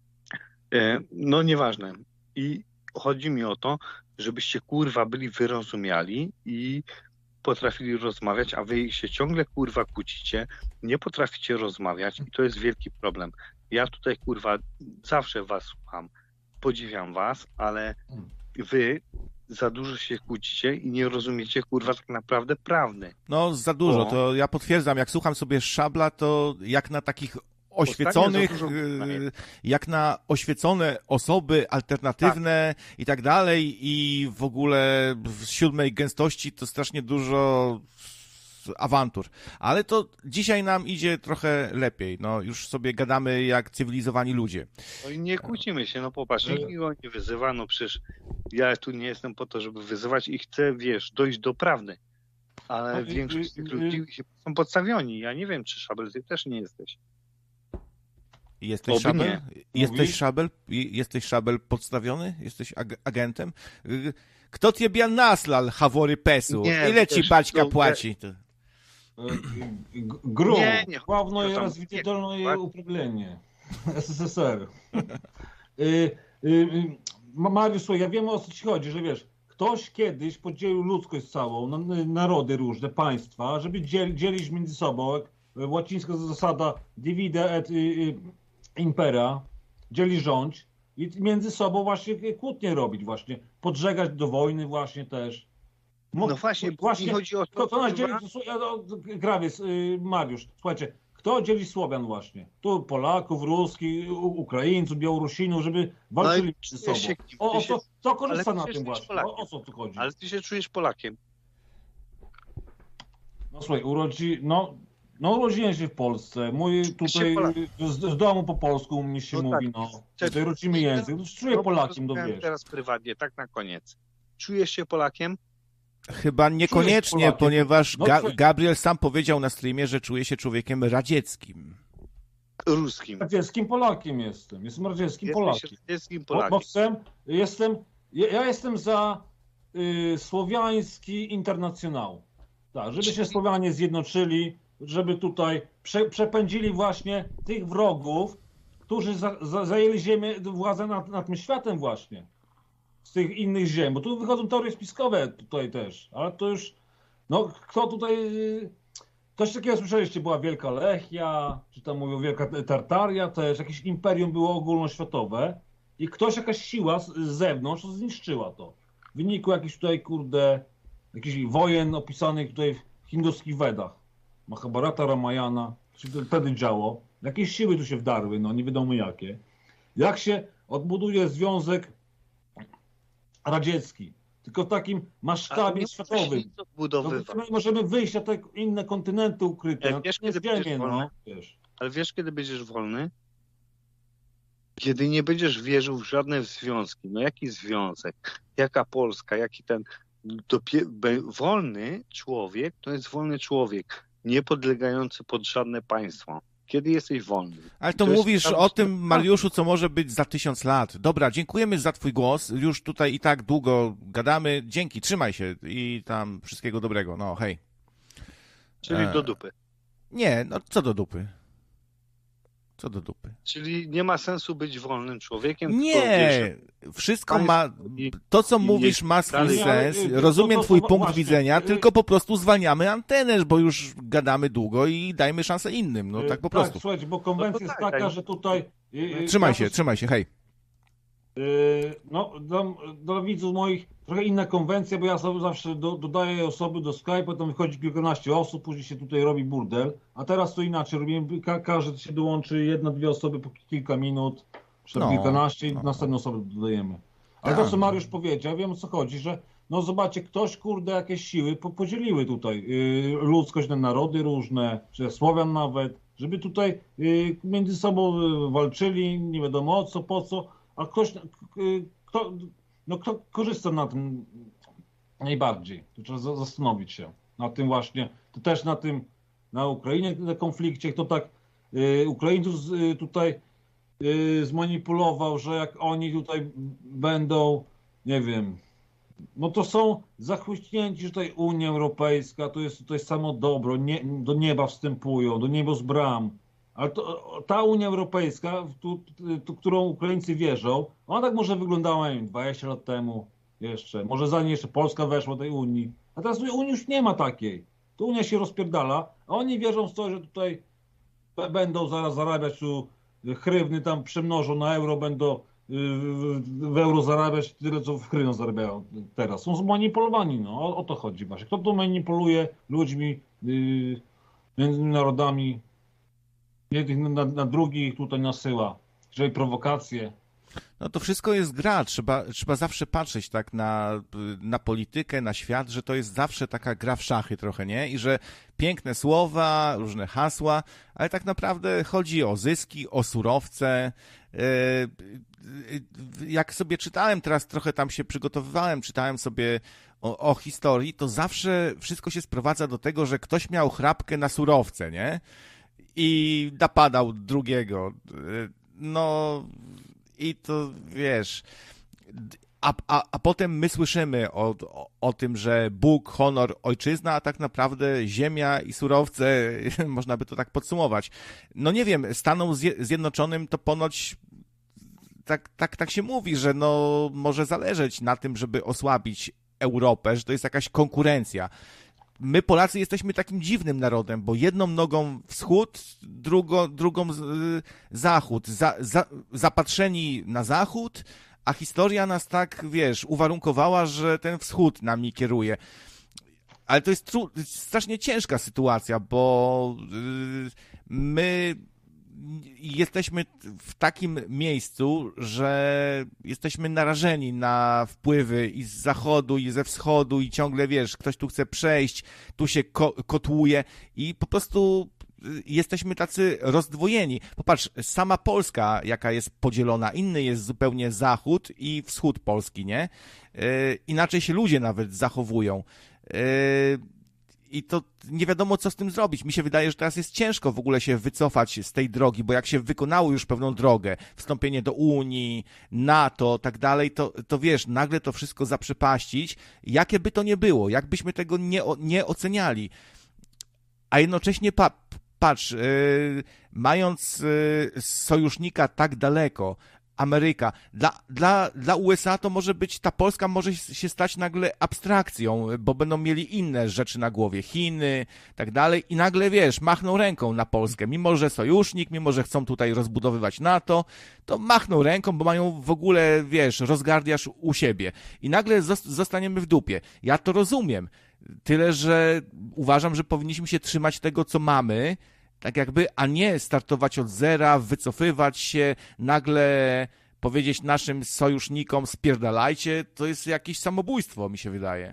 no nieważne. I chodzi mi o to, żebyście, kurwa, byli wyrozumiali i potrafili rozmawiać, a wy się ciągle, kurwa, kłócicie, nie potraficie rozmawiać i to jest wielki problem. Ja tutaj, kurwa, zawsze was słucham, podziwiam was, ale wy za dużo się kłócicie i nie rozumiecie, kurwa, tak naprawdę prawdy. No, za dużo. O. To ja potwierdzam, jak słucham sobie Szabla, to jak na takich oświeconych, dużo... jak na oświecone osoby alternatywne tak. i tak dalej i w ogóle w siódmej gęstości to strasznie dużo awantur. Ale to dzisiaj nam idzie trochę lepiej. No, już sobie gadamy jak cywilizowani ludzie. No i nie kłócimy się, no popatrz, nikt go nie wyzywa, no przecież ja tu nie jestem po to, żeby wyzywać i chcę, wiesz, dojść do prawdy. Ale A, większość z tych y, y, ludzi są podstawioni. Ja nie wiem, czy Szabel, ty też nie jesteś. Jesteś Oby Szabel? nie. Jesteś Mówisz? Szabel? Jesteś Szabel podstawiony? Jesteś ag- agentem? Kto ciebie naslal, Hawory Pesu? Nie, Ile ci wiesz, Baćka to- płaci? To... Gru, Nie, nie, Główne to i tam- rozwijane nie, uprawienie S S S R. y, y, y, Mariusz, słuchaj, ja wiem o co ci chodzi, że wiesz, ktoś kiedyś podzielił ludzkość całą, na, narody różne, państwa, żeby dziel, dzielić między sobą, jak łacińska zasada divide et y, y, impera, dzieli rządź i między sobą właśnie kłótnie robić właśnie, podżegać do wojny właśnie też. No właśnie, właśnie mi chodzi o to, kto, kto nas dzieli, kurwa, słuchaj, no, Grawiec, y, Mariusz, słuchajcie, kto dzieli Słowian właśnie? Tu Polaków, Ruskich, U- Ukraińców, Białorusinów, żeby walczyli No i między czujesz sobą. się kim? O, o Ty co, się- co korzysta ale na ty tym jesteś właśnie? Polakiem. O, o co tu chodzi? ale ty się czujesz Polakiem. No słuchaj, urodzi, no, no urodziłem się w Polsce, mój tutaj Polakiem. z, z domu po polsku u mnie się No mówi, tak. no, Cześć. tutaj rodzimy język, no, czuję No, Polakiem, no porozmawiam wiesz. teraz prywatnie, tak na koniec. Czujesz się Polakiem? Chyba niekoniecznie, Polakiem. ponieważ No, Ga- człowiek- Gabriel sam powiedział na streamie, że czuje się człowiekiem radzieckim. Ruskim. Radzieckim Polakiem jestem, jestem radzieckim Jesteś Polakiem. radzieckim Bo, bo Polakiem. chcę, jestem, ja, ja jestem za y, słowiański internacjonał. Tak, żeby się Słowianie zjednoczyli, żeby tutaj prze, przepędzili właśnie tych wrogów, którzy za, za, zajęli ziemię, władzę nad, nad tym światem właśnie. Z tych innych ziem, bo tu wychodzą teorie spiskowe tutaj też, ale to już, no kto tutaj, y, coś takiego słyszeliście, była Wielka Lechia, czy tam mówią Wielka Tartaria też, jakieś imperium było ogólnoświatowe i ktoś, jakaś siła z, z zewnątrz zniszczyła to. W wyniku jakichś tutaj, kurde, jakichś wojen opisanych tutaj w hinduskich Wedach. Mahabharata, Ramayana, co się wtedy działo. Jakieś siły tu się wdarły, no nie wiadomo jakie. Jak się odbuduje Związek Radziecki, tylko w takim Ale masштабie nie światowym. możesz nic No, odbudowywać. my możemy wyjść na te inne kontynenty ukryte, Ale na wiesz, te kiedy będziesz ziemię, no, wolny? wiesz. Ale wiesz, kiedy będziesz wolny? Kiedy nie będziesz wierzył w żadne związki, no jaki związek, jaka Polska, jaki ten dopie- be- wolny człowiek, to jest wolny człowiek, nie podlegający pod żadne państwo. Kiedy jesteś wolny? Ale to, to mówisz jest... o tym, Mariuszu, co może być za tysiąc lat. Dobra, dziękujemy za twój głos. Już tutaj i tak długo gadamy. Dzięki, trzymaj się i tam wszystkiego dobrego. No, hej. Czyli E... do dupy. Nie, no co do dupy? Co do dupy? Czyli nie ma sensu być wolnym człowiekiem. Nie, tylko, wiesz, wszystko ma, to co i mówisz ma swój dalej- sens, Nie, ale, rozumiem to- to- twój to punkt właśnie, widzenia, y- tylko po prostu zwalniamy antenę, bo już gadamy długo i dajmy szansę innym, no tak po prostu. Tak, słuchajcie, bo konwencja No to jest tak, taka, tak. że tutaj... y, y, Trzymaj ja się, to- trzymaj się, hej. Yy, No, dla, dla widzów moich trochę inna konwencja, bo ja sobie zawsze do, dodaję osoby do Skype'a, potem wychodzi kilkanaście osób, później się tutaj robi burdel, a teraz to inaczej robimy, ka każdy się dołączy, jedna, dwie osoby po kilka minut, czy No, kilkanaście i no. następne osoby dodajemy. Ale Tak. to, co Mariusz powiedział, wiem o co chodzi, że no zobaczcie, ktoś, kurde, jakieś siły po, podzieliły tutaj yy, ludzkość na narody różne, czy Słowian nawet, żeby tutaj yy, między sobą yy, walczyli, nie wiadomo o co, po co, a ktoś, k- kto, no kto korzysta na tym najbardziej? To trzeba za- zastanowić się na tym właśnie, to też na tym, na Ukrainie, na konflikcie, kto tak y, Ukraińców z, y, tutaj y, zmanipulował, że jak oni tutaj będą, nie wiem, no to są zachłyśnięci, że tutaj Unia Europejska, to jest tutaj samo dobro, nie, do nieba wstępują, do nieba z bram. Ale to, ta Unia Europejska, w tu, tu, którą Ukraińcy wierzą, ona tak może wyglądała, nie wiem, dwadzieścia lat temu jeszcze. Może zanim jeszcze Polska weszła do tej Unii. A teraz Unii już nie ma takiej. To Unia się rozpierdala, a oni wierzą w to, że tutaj b- będą zaraz zarabiać tu hrywny, tam przemnożą na euro, będą y, w, w euro zarabiać tyle, co w hrywno zarabiają teraz. Są zmanipulowani, no. O, o to chodzi właśnie. Kto tu manipuluje ludźmi, y, między narodami, jednych na, na drugich tutaj nasyła, czyli prowokacje. No to wszystko jest gra, trzeba, trzeba zawsze patrzeć tak na, na politykę, na świat, że to jest zawsze taka gra w szachy trochę, nie? I że piękne słowa, różne hasła, ale tak naprawdę chodzi o zyski, o surowce. Jak sobie czytałem, teraz trochę tam się przygotowywałem, czytałem sobie o, o historii, to zawsze wszystko się sprowadza do tego, że ktoś miał chrapkę na surowce, nie? I napadał drugiego. No i to wiesz, a, a, a potem my słyszymy o, o, o tym, że Bóg, honor, ojczyzna, a tak naprawdę ziemia i surowce, można by to tak podsumować. No nie wiem, Stanom Zjednoczonym to ponoć tak, tak, tak się mówi, że no może zależeć na tym, żeby osłabić Europę, że to jest jakaś konkurencja. My Polacy jesteśmy takim dziwnym narodem, bo jedną nogą wschód, drugo, drugą zachód. Za, za, zapatrzeni na zachód, a historia nas tak, wiesz, uwarunkowała, że ten wschód nami kieruje. Ale to jest tru- strasznie ciężka sytuacja, bo yy, my jesteśmy w takim miejscu, że jesteśmy narażeni na wpływy i z zachodu, i ze wschodu, i ciągle, wiesz, ktoś tu chce przejść, tu się ko- kotłuje i po prostu jesteśmy tacy rozdwojeni. Popatrz, sama Polska, jaka jest podzielona, inny jest zupełnie zachód i wschód Polski, nie? Yy, inaczej się ludzie nawet zachowują. Yy, I to nie wiadomo, co z tym zrobić. Mi się wydaje, że teraz jest ciężko w ogóle się wycofać z tej drogi, bo jak się wykonało już pewną drogę, wstąpienie do Unii, NATO, tak dalej, to, to wiesz, nagle to wszystko zaprzepaścić, jakie by to nie było, jakbyśmy tego nie, nie oceniali. A jednocześnie pa, patrz, yy, mając yy, sojusznika tak daleko, Ameryka. Dla, dla, dla U S A to może być, ta Polska może się stać nagle abstrakcją, bo będą mieli inne rzeczy na głowie, Chiny, tak dalej i nagle, wiesz, machną ręką na Polskę. Mimo, że sojusznik, mimo, że chcą tutaj rozbudowywać NATO, to machną ręką, bo mają w ogóle, wiesz, rozgardiasz u siebie. I nagle zostaniemy w dupie. Ja to rozumiem. Tyle, że uważam, że powinniśmy się trzymać tego, co mamy, tak jakby, a nie startować od zera, wycofywać się, nagle powiedzieć naszym sojusznikom spierdalajcie, to jest jakieś samobójstwo, mi się wydaje.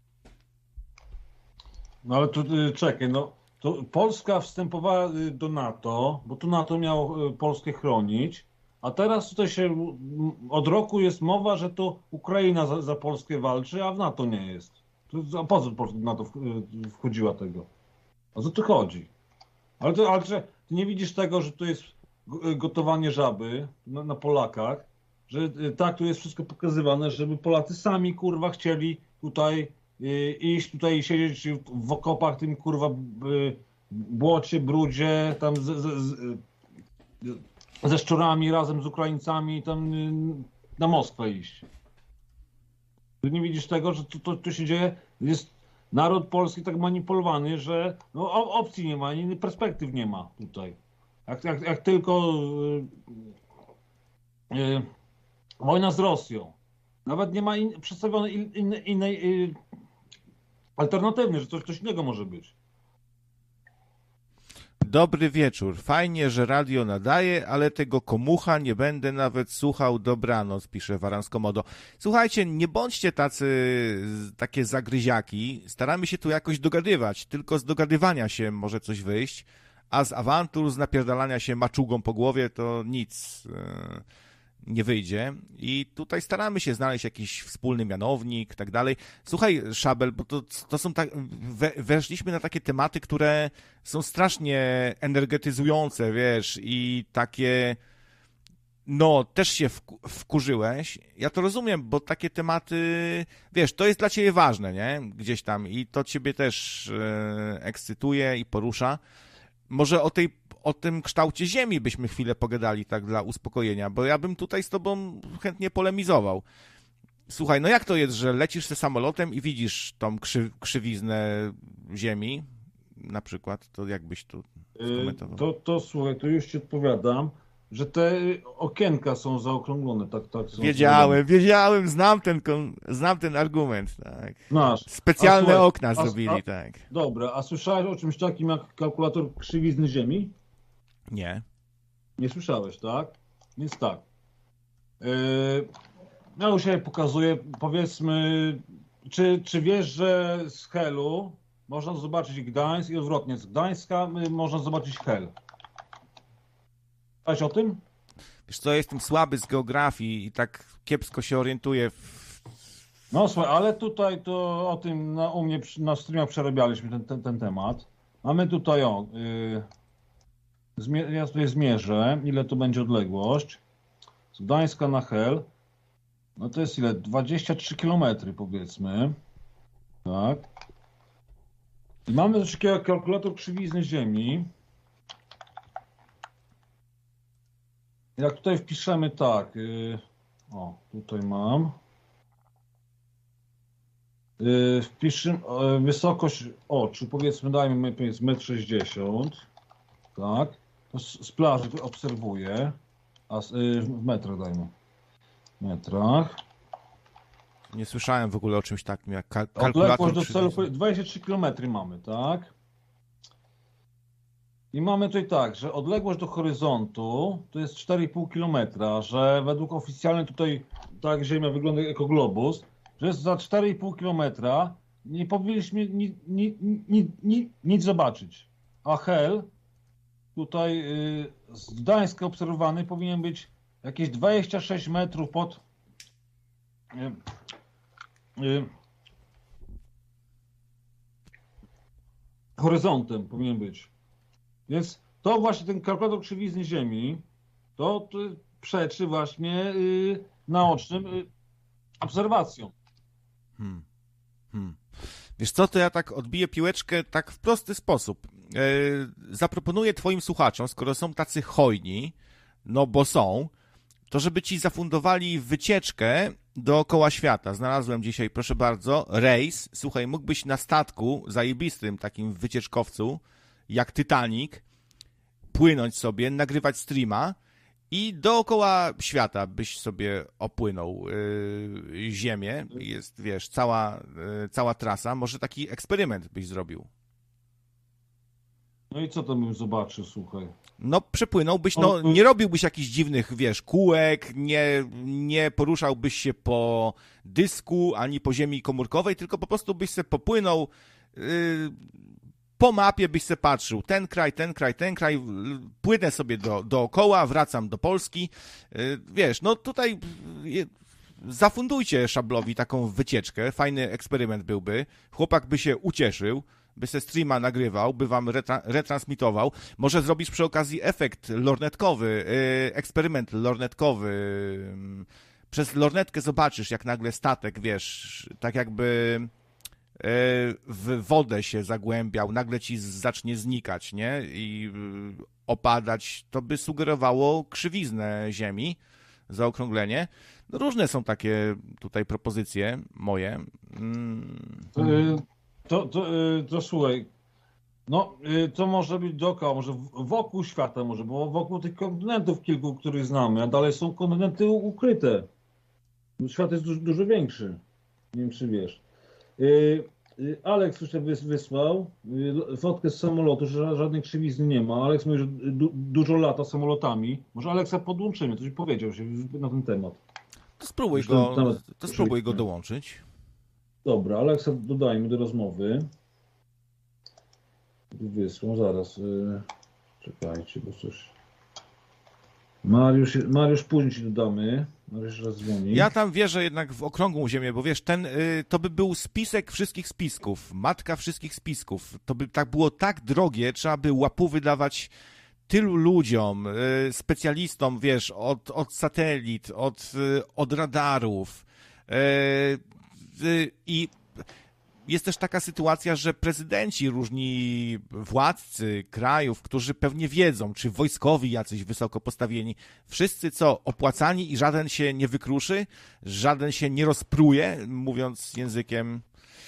No ale tu czekaj, no to Polska wstępowała do NATO, bo tu NATO miało Polskę chronić, A teraz tutaj się od roku jest mowa, że to Ukraina za, za Polskę walczy, a w NATO nie jest. To, a po co Polska w NATO wchodziła tego? O co tu chodzi? Ale, to, ale czy ty nie widzisz tego, że to jest gotowanie żaby na, na Polakach, że tak, tu jest wszystko pokazywane, żeby Polacy sami, kurwa, chcieli tutaj y, iść, tutaj siedzieć w okopach, tym, kurwa, y, błocie, brudzie, tam z, z, z, ze szczurami razem z Ukraińcami, tam y, na Moskwę iść. Ty nie widzisz tego, że to, to, to się dzieje? Jest naród polski tak manipulowany, że no, opcji nie ma, ani perspektyw nie ma tutaj. Jak, jak, jak tylko yy, yy, wojna z Rosją, nawet nie ma in, przedstawionej in, in, innej yy, alternatywy, że coś, coś innego może być. Dobry wieczór. Fajnie, że radio nadaje, ale tego komucha nie będę nawet słuchał. Dobranoc, pisze Waranskomodo. Słuchajcie, nie bądźcie tacy, takie zagryziaki. Staramy się tu jakoś dogadywać. Tylko z dogadywania się może coś wyjść, a z awantur, z napierdalania się maczugą po głowie to nic yy, nie wyjdzie. I tutaj staramy się znaleźć jakiś wspólny mianownik, tak dalej. Słuchaj, Szabel, bo to, to są tak, we, weszliśmy na takie tematy, które są strasznie energetyzujące, wiesz, i takie, no, też się wku, wkurzyłeś. Ja to rozumiem, bo takie tematy, wiesz, to jest dla ciebie ważne, nie? Gdzieś tam i to ciebie też e, ekscytuje i porusza. Może o tej o tym kształcie Ziemi byśmy chwilę pogadali tak dla uspokojenia, bo ja bym tutaj z tobą chętnie polemizował. Słuchaj, no jak to jest, że lecisz ze samolotem i widzisz tą krzy, krzywiznę Ziemi, na przykład, to jakbyś tu skomentował? To, to słuchaj, to już ci odpowiadam, że te okienka są zaokrąglone. Tak, tak są wiedziałem, zrobione. wiedziałem, znam ten, znam ten argument. Tak. Znasz. Specjalne słuchaj, okna a, zrobili, a, tak. Dobra, a słyszałeś o czymś takim jak kalkulator krzywizny Ziemi? Nie. Nie słyszałeś, tak? Więc tak. Yy, ja już się pokazuję, powiedzmy, czy, czy wiesz, że z Helu można zobaczyć Gdańsk i odwrotnie, z Gdańska można zobaczyć Hel. Wiesz o tym? Wiesz co, jestem słaby z geografii i tak kiepsko się orientuję w... No słuchaj, ale tutaj to o tym na, u mnie na streamach przerabialiśmy ten, ten, ten temat. Mamy tutaj o... Yy, Zmie- ja tutaj zmierzę, ile to będzie odległość. Z Gdańska na Hel. No to jest ile? dwadzieścia trzy kilometry powiedzmy. Tak. I mamy coś takiego kalkulator krzywizny Ziemi. Jak tutaj wpiszemy tak. Yy, o, tutaj mam. Yy, wpiszemy yy, wysokość oczu, powiedzmy dajmy metr sześćdziesiąt. Tak. To z, z plaży tu obserwuję. A z, yy, w metrach dajmy. W metrach. Nie słyszałem w ogóle o czymś takim jak kal- kalkulator. Odległość do celu dwadzieścia trzy kilometry mamy, tak? I mamy tutaj tak, że odległość do horyzontu to jest cztery i pół kilometra, że według oficjalnej tutaj, tak Ziemia wygląda jako globus, że jest za cztery i pół kilometra nie powinniśmy ni, ni, ni, ni, nic zobaczyć. A Hel tutaj yy, z Gdańska obserwowany powinien być jakieś dwadzieścia sześć metrów pod yy, yy, horyzontem powinien być. Więc to właśnie ten kalkulator krzywizny Ziemi to, to przeczy właśnie yy, naocznym yy, obserwacjom. Hmm. Hmm. Wiesz co, to ja tak odbiję piłeczkę tak w prosty sposób. Yy, zaproponuję twoim słuchaczom, skoro są tacy hojni, no bo są, to żeby ci zafundowali wycieczkę dookoła świata. Znalazłem dzisiaj, proszę bardzo, rejs. Słuchaj, mógłbyś na statku zajebistym takim wycieczkowcu, jak Titanic, płynąć sobie, nagrywać streama i dookoła świata byś sobie opłynął yy, Ziemię. Jest, wiesz, cała, yy, cała trasa. Może taki eksperyment byś zrobił. No i co tam bym zobaczył, słuchaj? No przepłynąłbyś, no nie robiłbyś jakichś dziwnych, wiesz, kółek, nie, nie poruszałbyś się po dysku, ani po ziemi komórkowej, tylko po prostu byś sobie popłynął yy, po mapie byś se patrzył, ten kraj, ten kraj, ten kraj, płynę sobie do, dookoła, wracam do Polski, wiesz, no tutaj zafundujcie Szablowi taką wycieczkę, fajny eksperyment byłby, chłopak by się ucieszył, by se streama nagrywał, by wam retra- retransmitował, może zrobisz przy okazji efekt lornetkowy, eksperyment lornetkowy, przez lornetkę zobaczysz, jak nagle statek, wiesz, tak jakby w wodę się zagłębiał, nagle ci zacznie znikać, nie? I opadać, to by sugerowało krzywiznę Ziemi, zaokrąglenie. No różne są takie tutaj propozycje moje. Mm. To, to, to słuchaj, no to może być dookoła, może wokół świata może, bo wokół tych kontynentów kilku, których znamy, a dalej są kontynenty ukryte. Świat jest dużo, dużo większy. Nie wiem, czy wiesz. Aleks już wysłał fotkę z samolotu, że żadnej krzywizny nie ma. Aleks mówi, że du dużo lata samolotami. Może Aleksa podłączymy, coś powiedział się na ten temat. To spróbuj, go, to spróbuj go dołączyć. Dobra, Aleksa dodajmy do rozmowy. Wysłał, zaraz. Czekajcie, bo coś... Mariusz, Mariusz później ci dodamy. Mariusz raz dzwoni. Ja tam wierzę jednak w okrągłą ziemię, bo wiesz, ten, to by był spisek wszystkich spisków, matka wszystkich spisków. To by tak było tak drogie, trzeba by łapu wydawać tylu ludziom, specjalistom, wiesz, od, od satelit, od, od radarów. I jest też taka sytuacja, że prezydenci, różni władcy krajów, którzy pewnie wiedzą, czy wojskowi jacyś wysoko postawieni, wszyscy co, opłacani i żaden się nie wykruszy, żaden się nie rozpruje, mówiąc językiem...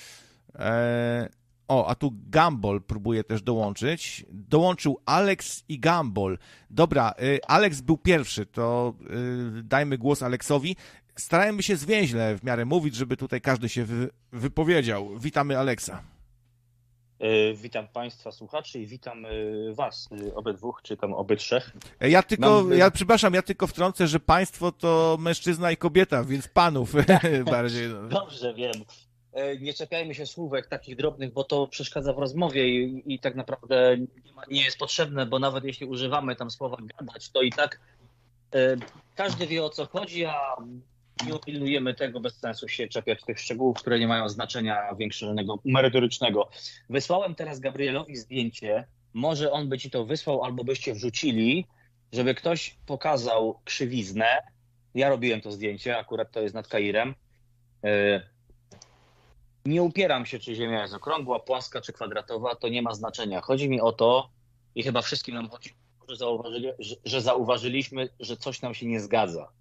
E... O, a tu Gumball próbuje też dołączyć. Dołączył Alex i Gumball. Dobra, y, Alex był pierwszy, to y, dajmy głos Aleksowi. Starajmy się zwięźle w miarę mówić, żeby tutaj każdy się wy, wypowiedział. Witamy Aleksa. Yy, witam Państwa słuchaczy i witam yy, Was, yy, obydwóch, czy tam obydrzech. Ja tylko, Mam... ja przepraszam, ja tylko wtrącę, że państwo to mężczyzna i kobieta, więc panów bardziej. Dobrze, wiem. Nie czepiajmy się słówek takich drobnych, bo to przeszkadza w rozmowie i, i tak naprawdę nie, ma, nie jest potrzebne, bo nawet jeśli używamy tam słowa gadać, to i tak e, każdy wie, o co chodzi, a nie upilnujemy tego, bez sensu się czepiać tych szczegółów, które nie mają znaczenia większego, merytorycznego. Wysłałem teraz Gabrielowi zdjęcie, może on by ci to wysłał albo byście wrzucili, żeby ktoś pokazał krzywiznę. Ja robiłem to zdjęcie, akurat to jest nad Kairem. E, Nie upieram się, czy Ziemia jest okrągła, płaska czy kwadratowa, to nie ma znaczenia. Chodzi mi o to, i chyba wszystkim nam chodzi, że, zauważyli, że, że zauważyliśmy, że coś nam się nie zgadza.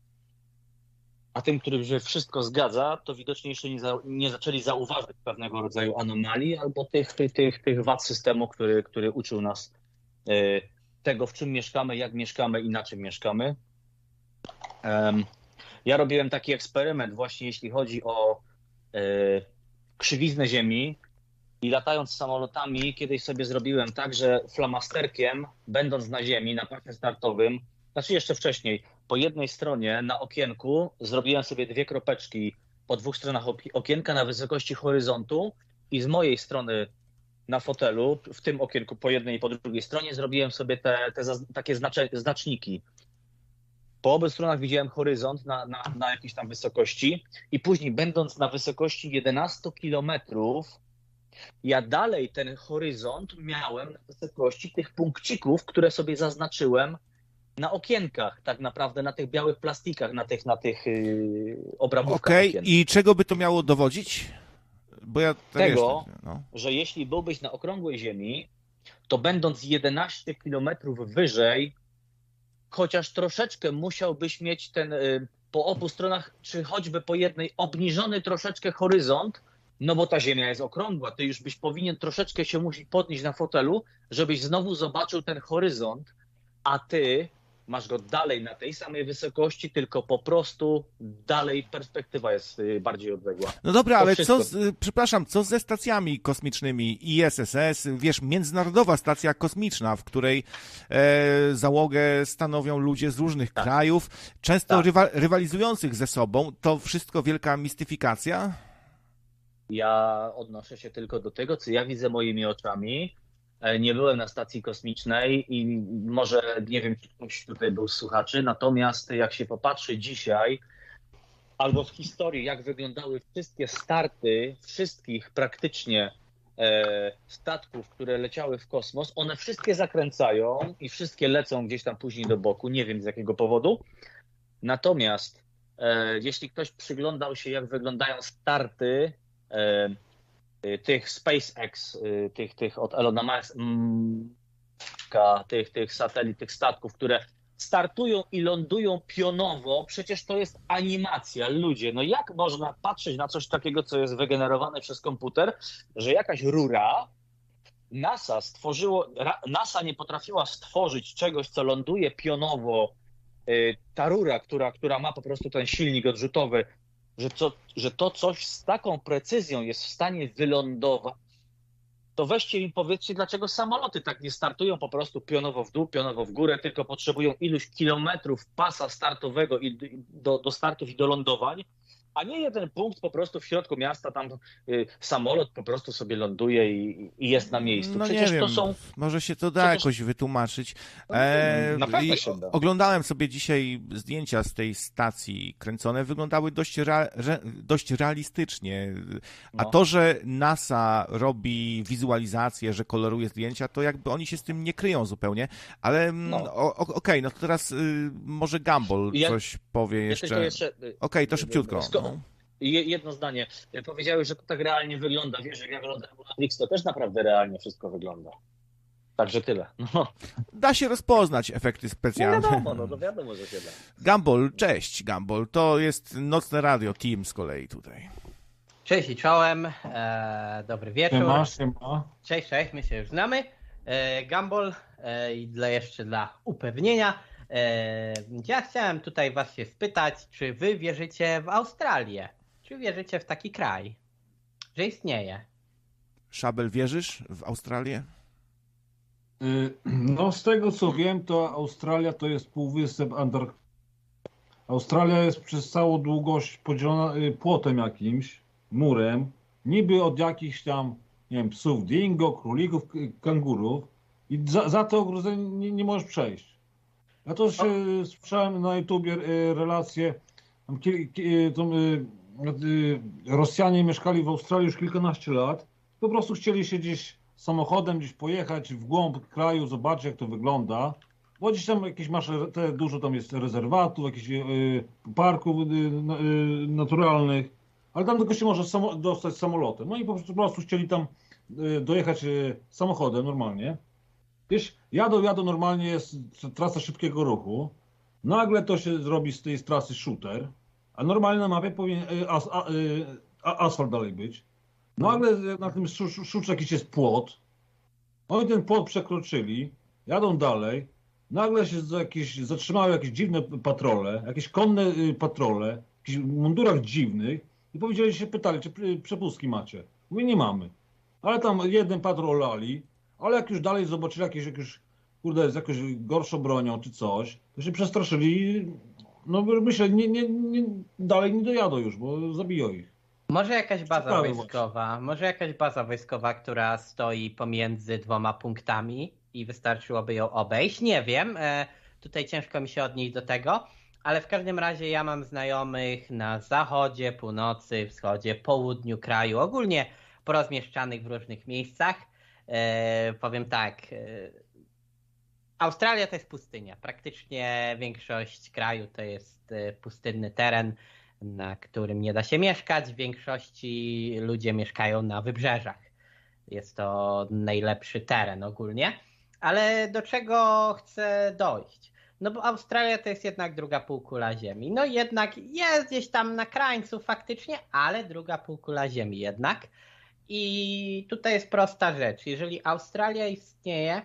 A tym, którym się wszystko zgadza, to widocznie jeszcze nie, za, nie zaczęli zauważyć pewnego rodzaju anomalii albo tych, tych, tych, tych wad systemu, który, który uczył nas y, tego, w czym mieszkamy, jak mieszkamy i na czym mieszkamy. Um, ja robiłem taki eksperyment właśnie, jeśli chodzi o y, krzywiznę Ziemi i latając samolotami kiedyś sobie zrobiłem tak, że flamasterkiem, będąc na Ziemi, na pasie startowym, znaczy jeszcze wcześniej, po jednej stronie na okienku zrobiłem sobie dwie kropeczki po dwóch stronach okienka na wysokości horyzontu i z mojej strony na fotelu, w tym okienku po jednej i po drugiej stronie zrobiłem sobie te, te takie znacze, znaczniki. Po obu stronach widziałem horyzont na, na, na jakiejś tam wysokości i później będąc na wysokości jedenaście kilometrów, ja dalej ten horyzont miałem na wysokości tych punkcików, które sobie zaznaczyłem na okienkach, tak naprawdę na tych białych plastikach, na tych, na tych yy, obramówkach. Okej, okay. I czego by to miało dowodzić? Bo ja Tego, wiesz, no. że jeśli byłbyś na okrągłej Ziemi, to będąc jedenaście kilometrów wyżej, chociaż troszeczkę musiałbyś mieć ten y, po obu stronach, czy choćby po jednej, obniżony troszeczkę horyzont, no bo ta Ziemia jest okrągła. Ty już byś powinien troszeczkę się musieć podnieść na fotelu, żebyś znowu zobaczył ten horyzont, a ty masz go dalej na tej samej wysokości, tylko po prostu dalej perspektywa jest bardziej odległa. No dobra, to ale wszystko. co, z, przepraszam, co ze stacjami kosmicznymi I S S S, wiesz, międzynarodowa stacja kosmiczna, w której e, załogę stanowią ludzie z różnych tak. krajów, często tak. rywa, rywalizujących ze sobą, to wszystko wielka mistyfikacja? Ja odnoszę się tylko do tego, co ja widzę moimi oczami Nie byłem na stacji kosmicznej i może nie wiem, czy ktoś tutaj był z słuchaczy, natomiast jak się popatrzy dzisiaj albo w historii, jak wyglądały wszystkie starty wszystkich praktycznie e, statków, które leciały w kosmos, one wszystkie zakręcają i wszystkie lecą gdzieś tam później do boku, nie wiem z jakiego powodu. Natomiast e, jeśli ktoś przyglądał się, jak wyglądają starty e, tych SpaceX, tych, tych od Elona Muska, tych, tych satelit, tych statków, które startują i lądują pionowo, przecież to jest animacja. Ludzie, no jak można patrzeć na coś takiego, co jest wygenerowane przez komputer, że jakaś rura, NASA stworzyło, NASA nie potrafiła stworzyć czegoś, co ląduje pionowo, ta rura, która, która ma po prostu ten silnik odrzutowy, że, co, że to coś z taką precyzją jest w stanie wylądować, to weźcie mi powiedzcie, dlaczego samoloty tak nie startują po prostu pionowo w dół, pionowo w górę, tylko potrzebują iluś kilometrów pasa startowego i do, do startów i do lądowań, a nie jeden punkt po prostu w środku miasta, tam y, samolot po prostu sobie ląduje i, i jest na miejscu. No Przecież nie to wiem, są... może się to da Przecież... jakoś wytłumaczyć. E, Na pewno i się da. Oglądałem sobie dzisiaj zdjęcia z tej stacji kręcone, wyglądały dość, rea, re, dość realistycznie. A No. to, że NASA robi wizualizację, że koloruje zdjęcia, to jakby oni się z tym nie kryją zupełnie, ale No. okej, okay, no to teraz y, może Gumball Ja- coś powie Ja jeszcze. tylko Okej, jeszcze... okay, to szybciutko. Sko- No. Je- Jedno zdanie. Powiedziałeś, że to tak realnie wygląda. Wiesz, jak ja oglądam Matrix, to też naprawdę realnie wszystko wygląda. Także tyle. No, Da się rozpoznać efekty no specjalne. wiadomo, no to wiadomo, że się da. Gumball, cześć Gumball, to jest Nocne Radio Team z kolei tutaj. Cześć i czołem, e, dobry wieczór. Siema, siema. Cześć, cześć, my się już znamy. E, Gumball e, i dla jeszcze dla upewnienia. E, ja chciałem tutaj was się spytać, czy wy wierzycie w Australię? Czy wierzycie w taki kraj, że istnieje? Szabel, wierzysz w Australię? Y, No z tego co wiem, to Australia to jest półwysep Antarktyki. Australia jest przez całą długość podzielona y, płotem jakimś, murem, niby od jakichś tam, nie wiem, psów dingo, królików, k- kangurów i za, za to ogrodzenie nie, nie możesz przejść. Ja to się słyszałem na YouTubie y, relacje, tam, ki, ki, y, tam, y, y, Rosjanie mieszkali w Australii już kilkanaście lat, po prostu chcieli się gdzieś samochodem gdzieś pojechać w głąb kraju, zobaczyć jak to wygląda. Bo gdzieś tam jakieś masz, te, dużo tam jest rezerwatów, jakichś y, parków y, y, naturalnych, ale tam tylko się może samo, dostać samolotem. No i po prostu, po prostu chcieli tam y, dojechać y, samochodem normalnie. Gdzieś jadą, jadą normalnie, jest trasa szybkiego ruchu. Nagle to się zrobi z tej trasy shooter, a normalnie na mapie powinien y, as, a, y, a, asfalt dalej być. Nagle na tym szutrze jakiś jest płot. Oni ten płot przekroczyli, jadą dalej. Nagle się za jakieś, zatrzymały jakieś dziwne patrole, jakieś konne y, patrole, w jakichś mundurach dziwnych i powiedzieli się, pytali, czy y, przepustki macie. Mówię, nie mamy. Ale tam jeden patrol olali, ale jak już dalej zobaczyli jakieś, jakieś kurde, z jakąś gorszą bronią czy coś, to się przestraszyli. No myślę, nie, nie, nie, dalej nie dojadą już, bo zabiją ich. Może jakaś baza Ciekawe wojskowa, może jakaś baza wojskowa, która stoi pomiędzy dwoma punktami i wystarczyłoby ją obejść. Nie wiem, e, tutaj ciężko mi się odnieść do tego, ale w każdym razie ja mam znajomych na zachodzie, północy, wschodzie, południu kraju, ogólnie porozmieszczanych w różnych miejscach. E, powiem tak, e, Australia to jest pustynia. Praktycznie większość kraju to jest e, pustynny teren, na którym nie da się mieszkać. W większości ludzie mieszkają na wybrzeżach. Jest to najlepszy teren ogólnie. Ale do czego chcę dojść? No bo Australia to jest jednak druga półkula Ziemi. No jednak jest gdzieś tam na krańcu faktycznie, ale druga półkula Ziemi jednak. I tutaj jest prosta rzecz. Jeżeli Australia istnieje,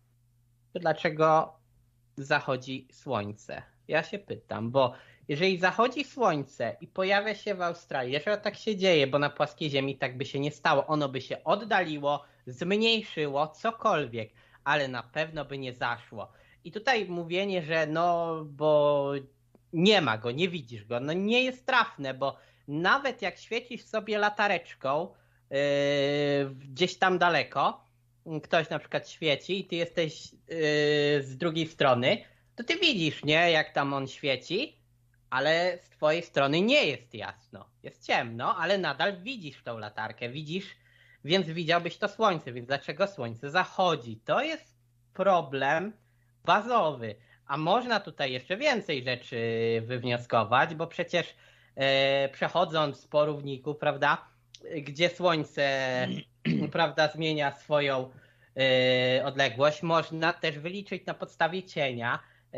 to dlaczego zachodzi słońce? Ja się pytam, bo jeżeli zachodzi słońce i pojawia się w Australii, jeżeli tak się dzieje, bo na płaskiej Ziemi tak by się nie stało, ono by się oddaliło, zmniejszyło, cokolwiek, ale na pewno by nie zaszło. I tutaj mówienie, że no, bo nie ma go, nie widzisz go, no nie jest trafne, bo nawet jak świecisz sobie latareczką yy, gdzieś tam daleko, ktoś na przykład świeci i ty jesteś yy, z drugiej strony, to ty widzisz, nie, jak tam on świeci, ale z twojej strony nie jest jasno. Jest ciemno, ale nadal widzisz tą latarkę, widzisz, więc widziałbyś to słońce, więc dlaczego słońce zachodzi? To jest problem bazowy. A można tutaj jeszcze więcej rzeczy wywnioskować, bo przecież e, przechodząc po równiku, prawda, gdzie słońce prawda, zmienia swoją e, odległość, można też wyliczyć na podstawie cienia e,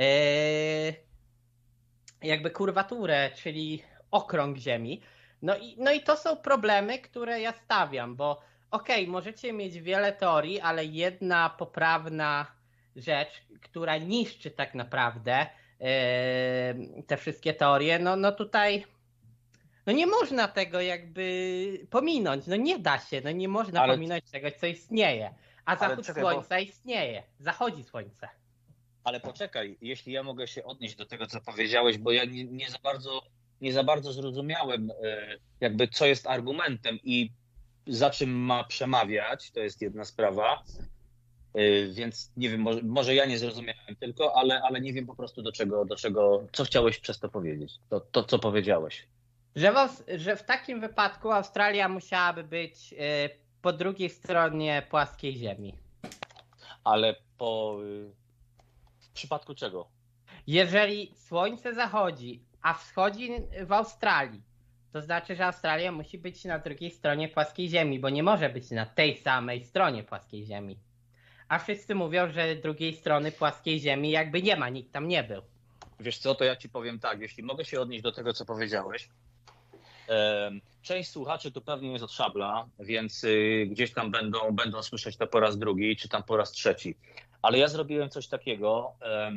jakby kurwaturę, czyli okrąg Ziemi. No i, no i to są problemy, które ja stawiam, bo okej, okay, możecie mieć wiele teorii, ale jedna poprawna rzecz, która niszczy tak naprawdę yy, te wszystkie teorie, no, no tutaj no nie można tego jakby pominąć, no nie da się, no nie można ale... pominąć czegoś, co istnieje, a zachód czekaj, słońca bo... istnieje, zachodzi słońce. Ale poczekaj, jeśli ja mogę się odnieść do tego, co powiedziałeś, bo ja nie, nie za bardzo nie za bardzo zrozumiałem jakby co jest argumentem i za czym ma przemawiać, to jest jedna sprawa, więc nie wiem, może, może ja nie zrozumiałem tylko, ale, ale nie wiem po prostu do czego, do czego, co chciałeś przez to powiedzieć, to, to co powiedziałeś. Że w, że w takim wypadku Australia musiałaby być po drugiej stronie płaskiej Ziemi. Ale po... w przypadku czego? Jeżeli słońce zachodzi, a wschodzi w Australii, to znaczy, że Australia musi być na drugiej stronie płaskiej Ziemi, bo nie może być na tej samej stronie płaskiej Ziemi. A wszyscy mówią, że drugiej strony płaskiej Ziemi jakby nie ma, nikt tam nie był. Wiesz co, to ja ci powiem tak, jeśli mogę się odnieść do tego, co powiedziałeś. Część słuchaczy tu pewnie jest od szabla, więc gdzieś tam będą, będą słyszeć to po raz drugi, czy tam po raz trzeci. Ale ja zrobiłem coś takiego,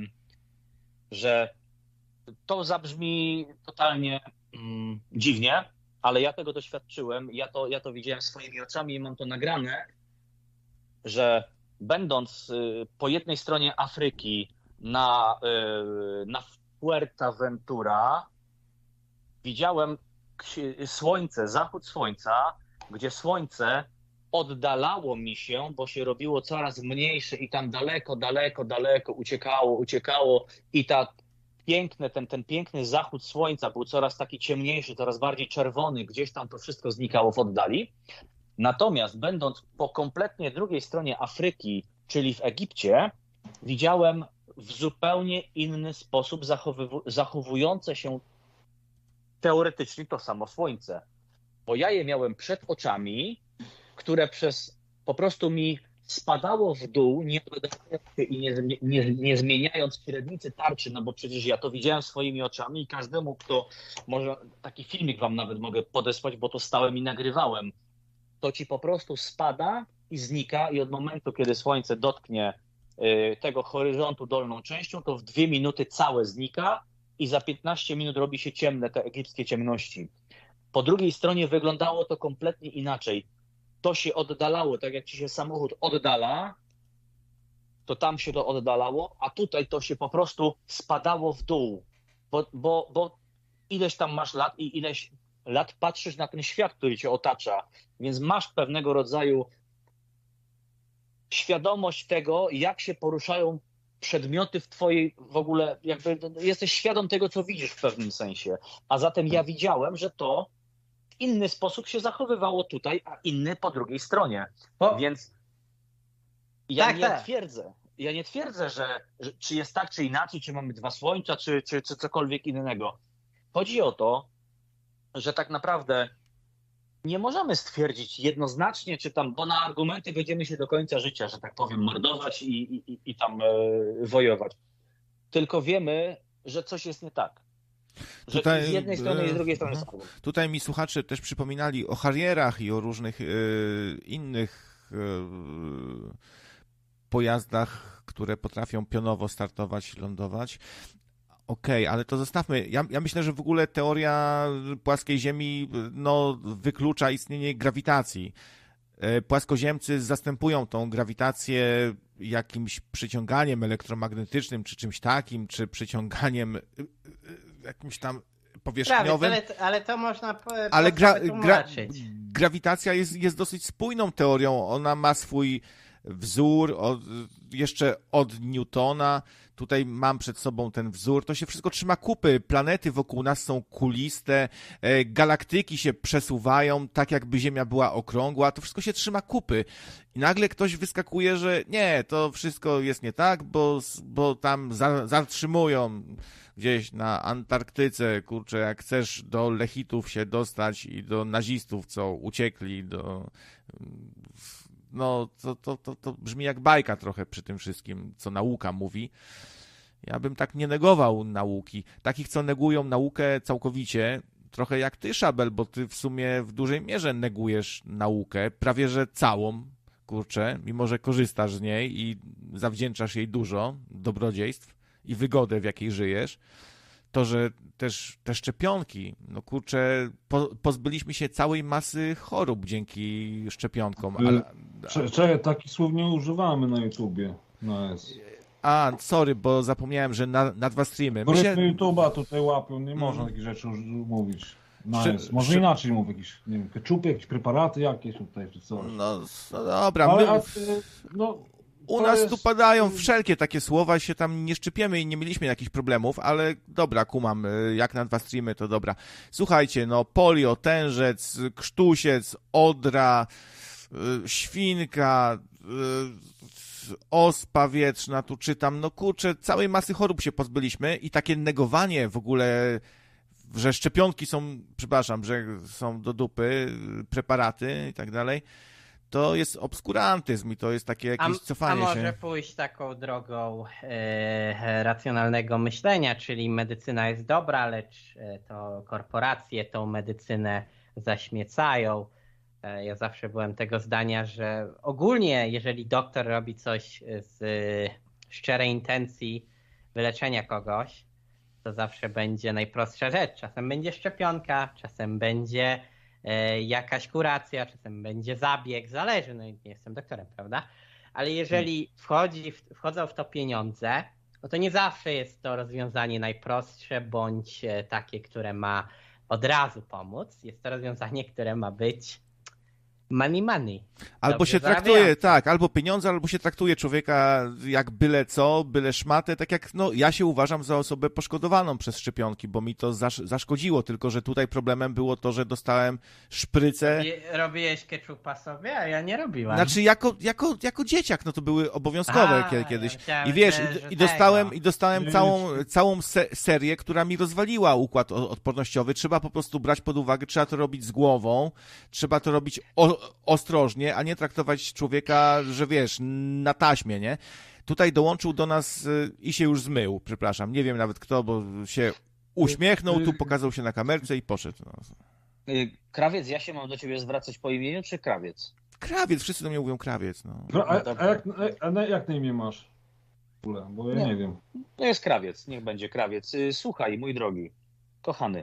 że to zabrzmi totalnie mm, dziwnie, ale ja tego doświadczyłem, ja to, ja to widziałem swoimi oczami i mam to nagrane, że będąc y, po jednej stronie Afryki na, y, na Fuerteventura widziałem słońce, zachód słońca, gdzie słońce oddalało mi się, bo się robiło coraz mniejsze i tam daleko, daleko, daleko uciekało, uciekało i ta piękne, ten, ten piękny zachód słońca był coraz taki ciemniejszy, coraz bardziej czerwony, gdzieś tam to wszystko znikało w oddali. Natomiast będąc po kompletnie drugiej stronie Afryki, czyli w Egipcie, widziałem w zupełnie inny sposób zachowyw- zachowujące się teoretycznie to samo słońce. Bo ja je miałem przed oczami, które przez po prostu mi spadało w dół, nie oddalając się i nie, nie, nie zmieniając średnicy tarczy, no bo przecież ja to widziałem swoimi oczami i każdemu, kto może taki filmik wam nawet mogę podesłać, bo to stałem i nagrywałem, to ci po prostu spada i znika i od momentu, kiedy słońce dotknie y, tego horyzontu dolną częścią, to w dwie minuty całe znika i za piętnaście minut robi się ciemne, te egipskie ciemności. Po drugiej stronie wyglądało to kompletnie inaczej. To się oddalało, tak jak ci się samochód oddala, to tam się to oddalało, a tutaj to się po prostu spadało w dół, bo, bo, bo ileś tam masz lat i ileś lat patrzysz na ten świat, który cię otacza, więc masz pewnego rodzaju świadomość tego, jak się poruszają przedmioty w twojej w ogóle, jakby jesteś świadom tego, co widzisz w pewnym sensie. A zatem ja widziałem, że to w inny sposób się zachowywało tutaj, a inny po drugiej stronie. O. Więc ja tak, nie tak. twierdzę, ja nie twierdzę, że, że czy jest tak, czy inaczej, czy mamy dwa słońca, czy, czy, czy cokolwiek innego. Chodzi o to, że tak naprawdę nie możemy stwierdzić jednoznacznie, czy tam, bo na argumenty będziemy się do końca życia, że tak powiem, mordować i, i, i tam e, wojować. Tylko wiemy, że coś jest nie tak. Że tutaj, z jednej strony i z drugiej strony są. Tutaj mi słuchacze też przypominali o Harrierach i o różnych y, innych y, pojazdach, które potrafią pionowo startować i lądować. Okej, okay, ale to zostawmy. Ja, ja myślę, że w ogóle teoria płaskiej Ziemi no, wyklucza istnienie grawitacji. Płaskoziemcy zastępują tą grawitację jakimś przyciąganiem elektromagnetycznym, czy czymś takim, czy przyciąganiem jakimś tam powierzchniowym. Prawie, ale, ale to można po, ale gra, gra, grawitacja jest, jest dosyć spójną teorią. Ona ma swój wzór od, jeszcze od Newtona. Tutaj mam przed sobą ten wzór. To się wszystko trzyma kupy. Planety wokół nas są kuliste, galaktyki się przesuwają, tak jakby Ziemia była okrągła. To wszystko się trzyma kupy. I nagle ktoś wyskakuje, że nie, to wszystko jest nie tak, bo, bo tam za, zatrzymują gdzieś na Antarktyce. Kurczę, jak chcesz do Lechitów się dostać i do nazistów, co uciekli do... No, to, to, to, to brzmi jak bajka trochę przy tym wszystkim, co nauka mówi. Ja bym tak nie negował nauki. Takich, co negują naukę całkowicie, trochę jak ty, Szabel, bo ty w sumie w dużej mierze negujesz naukę, prawie że całą, kurczę, mimo że korzystasz z niej i zawdzięczasz jej dużo dobrodziejstw i wygodę, w jakiej żyjesz. To, że też te szczepionki, no kurczę, po, pozbyliśmy się całej masy chorób dzięki szczepionkom. Ale... Czekaj, takich słów nie używamy na YouTubie. No jest. A, sorry, bo zapomniałem, że na, na dwa streamy. My się... YouTube'a tutaj łapią, nie można takich rzeczy mówić. No Szy... jest. Może Szy... inaczej mówię, jakieś, nie wiem, keczupy, jakieś preparaty jakieś tutaj, czy coś. No, no dobra. Ale, my... a ty, no... U nas jest... tu padają wszelkie takie słowa, się tam nie szczypiemy i nie mieliśmy jakichś problemów, ale dobra, kumam, jak na dwa streamy, to dobra. Słuchajcie, no polio, tężec, krztusiec, odra, świnka, ospa wietrzna, tu czytam, no kurczę, całej masy chorób się pozbyliśmy i takie negowanie w ogóle, że szczepionki są, przepraszam, że są do dupy, preparaty i tak dalej, to jest obskurantyzm i to jest takie jakieś a, cofanie się. A może się... pójść taką drogą e, racjonalnego myślenia, czyli medycyna jest dobra, lecz e, to korporacje tą medycynę zaśmiecają. E, ja zawsze byłem tego zdania, że ogólnie jeżeli doktor robi coś z e, szczerej intencji wyleczenia kogoś, to zawsze będzie najprostsza rzecz. Czasem będzie szczepionka, czasem będzie jakaś kuracja, czasem będzie zabieg, zależy, no i nie jestem doktorem, prawda? Ale jeżeli wchodzi, wchodzą w to pieniądze, no to nie zawsze jest to rozwiązanie najprostsze, bądź takie, które ma od razu pomóc. Jest to rozwiązanie, które ma być money money. Albo Dobrze się traktuje, zarabiający. Tak, albo pieniądze, albo się traktuje człowieka jak byle co, byle szmatę, tak jak, no, ja się uważam za osobę poszkodowaną przez szczepionki, bo mi to zasz, zaszkodziło, tylko że tutaj problemem było to, że dostałem szprycę. Robi, robiłeś ketchupa sobie, a ja nie robiłem. Znaczy, jako, jako, jako dzieciak, no to były obowiązkowe a, kiedyś. Ja myślałem, I wiesz, że, i, i dostałem, i dostałem całą, całą se, serię, która mi rozwaliła układ odpornościowy. Trzeba po prostu brać pod uwagę, trzeba to robić z głową, trzeba to robić o, ostrożnie, a nie traktować człowieka, że wiesz, na taśmie, nie? Tutaj dołączył do nas i się już zmył, przepraszam, nie wiem nawet kto, bo się uśmiechnął, tu pokazał się na kamerce i poszedł. No. Krawiec, ja się mam do ciebie zwracać po imieniu, czy krawiec? Krawiec, wszyscy do mnie mówią krawiec, no. A, a, jak, a jak na imię masz? Bo ja nie, nie wiem. To jest krawiec, niech będzie krawiec. Słuchaj, mój drogi, kochany,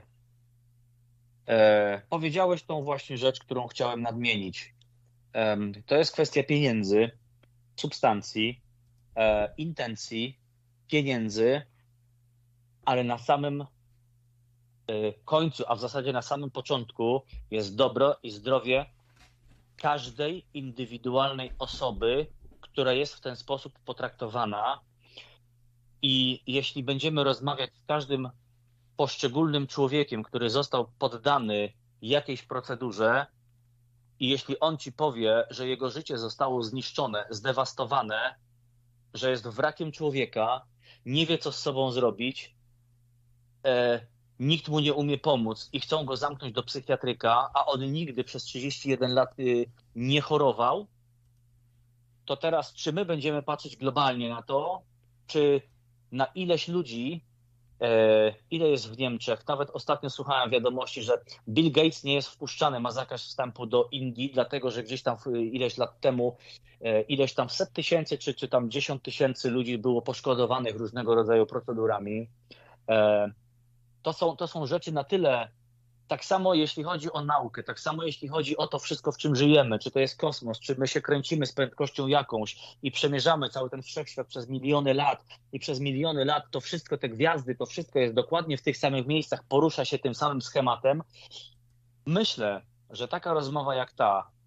e, powiedziałeś tą właśnie rzecz, którą chciałem nadmienić. To jest kwestia pieniędzy, substancji, e, intencji, pieniędzy, ale na samym e, końcu, a w zasadzie na samym początku jest dobro i zdrowie każdej indywidualnej osoby, która jest w ten sposób potraktowana. I jeśli będziemy rozmawiać z każdym poszczególnym człowiekiem, który został poddany jakiejś procedurze, i jeśli on ci powie, że jego życie zostało zniszczone, zdewastowane, że jest wrakiem człowieka, nie wie, co z sobą zrobić, e, nikt mu nie umie pomóc i chcą go zamknąć do psychiatryka, a on nigdy przez trzydzieści jeden lat y, nie chorował, to teraz czy my będziemy patrzeć globalnie na to, czy na ileś ludzi, e, ile jest w Niemczech, nawet ostatnio słuchałem wiadomości, że Bill Gates nie jest wpuszczany, ma zakaz wstępu do Indii, dlatego że gdzieś tam ileś lat temu e, ileś tam set tysięcy, czy, czy tam dziesiąt tysięcy ludzi było poszkodowanych różnego rodzaju procedurami. E, to są, to są rzeczy na tyle, tak samo jeśli chodzi o naukę, tak samo jeśli chodzi o to wszystko, w czym żyjemy, czy to jest kosmos, czy my się kręcimy z prędkością jakąś i przemierzamy cały ten wszechświat przez miliony lat i przez miliony lat to wszystko, te gwiazdy, to wszystko jest dokładnie w tych samych miejscach, porusza się tym samym schematem. Myślę, że taka rozmowa jak ta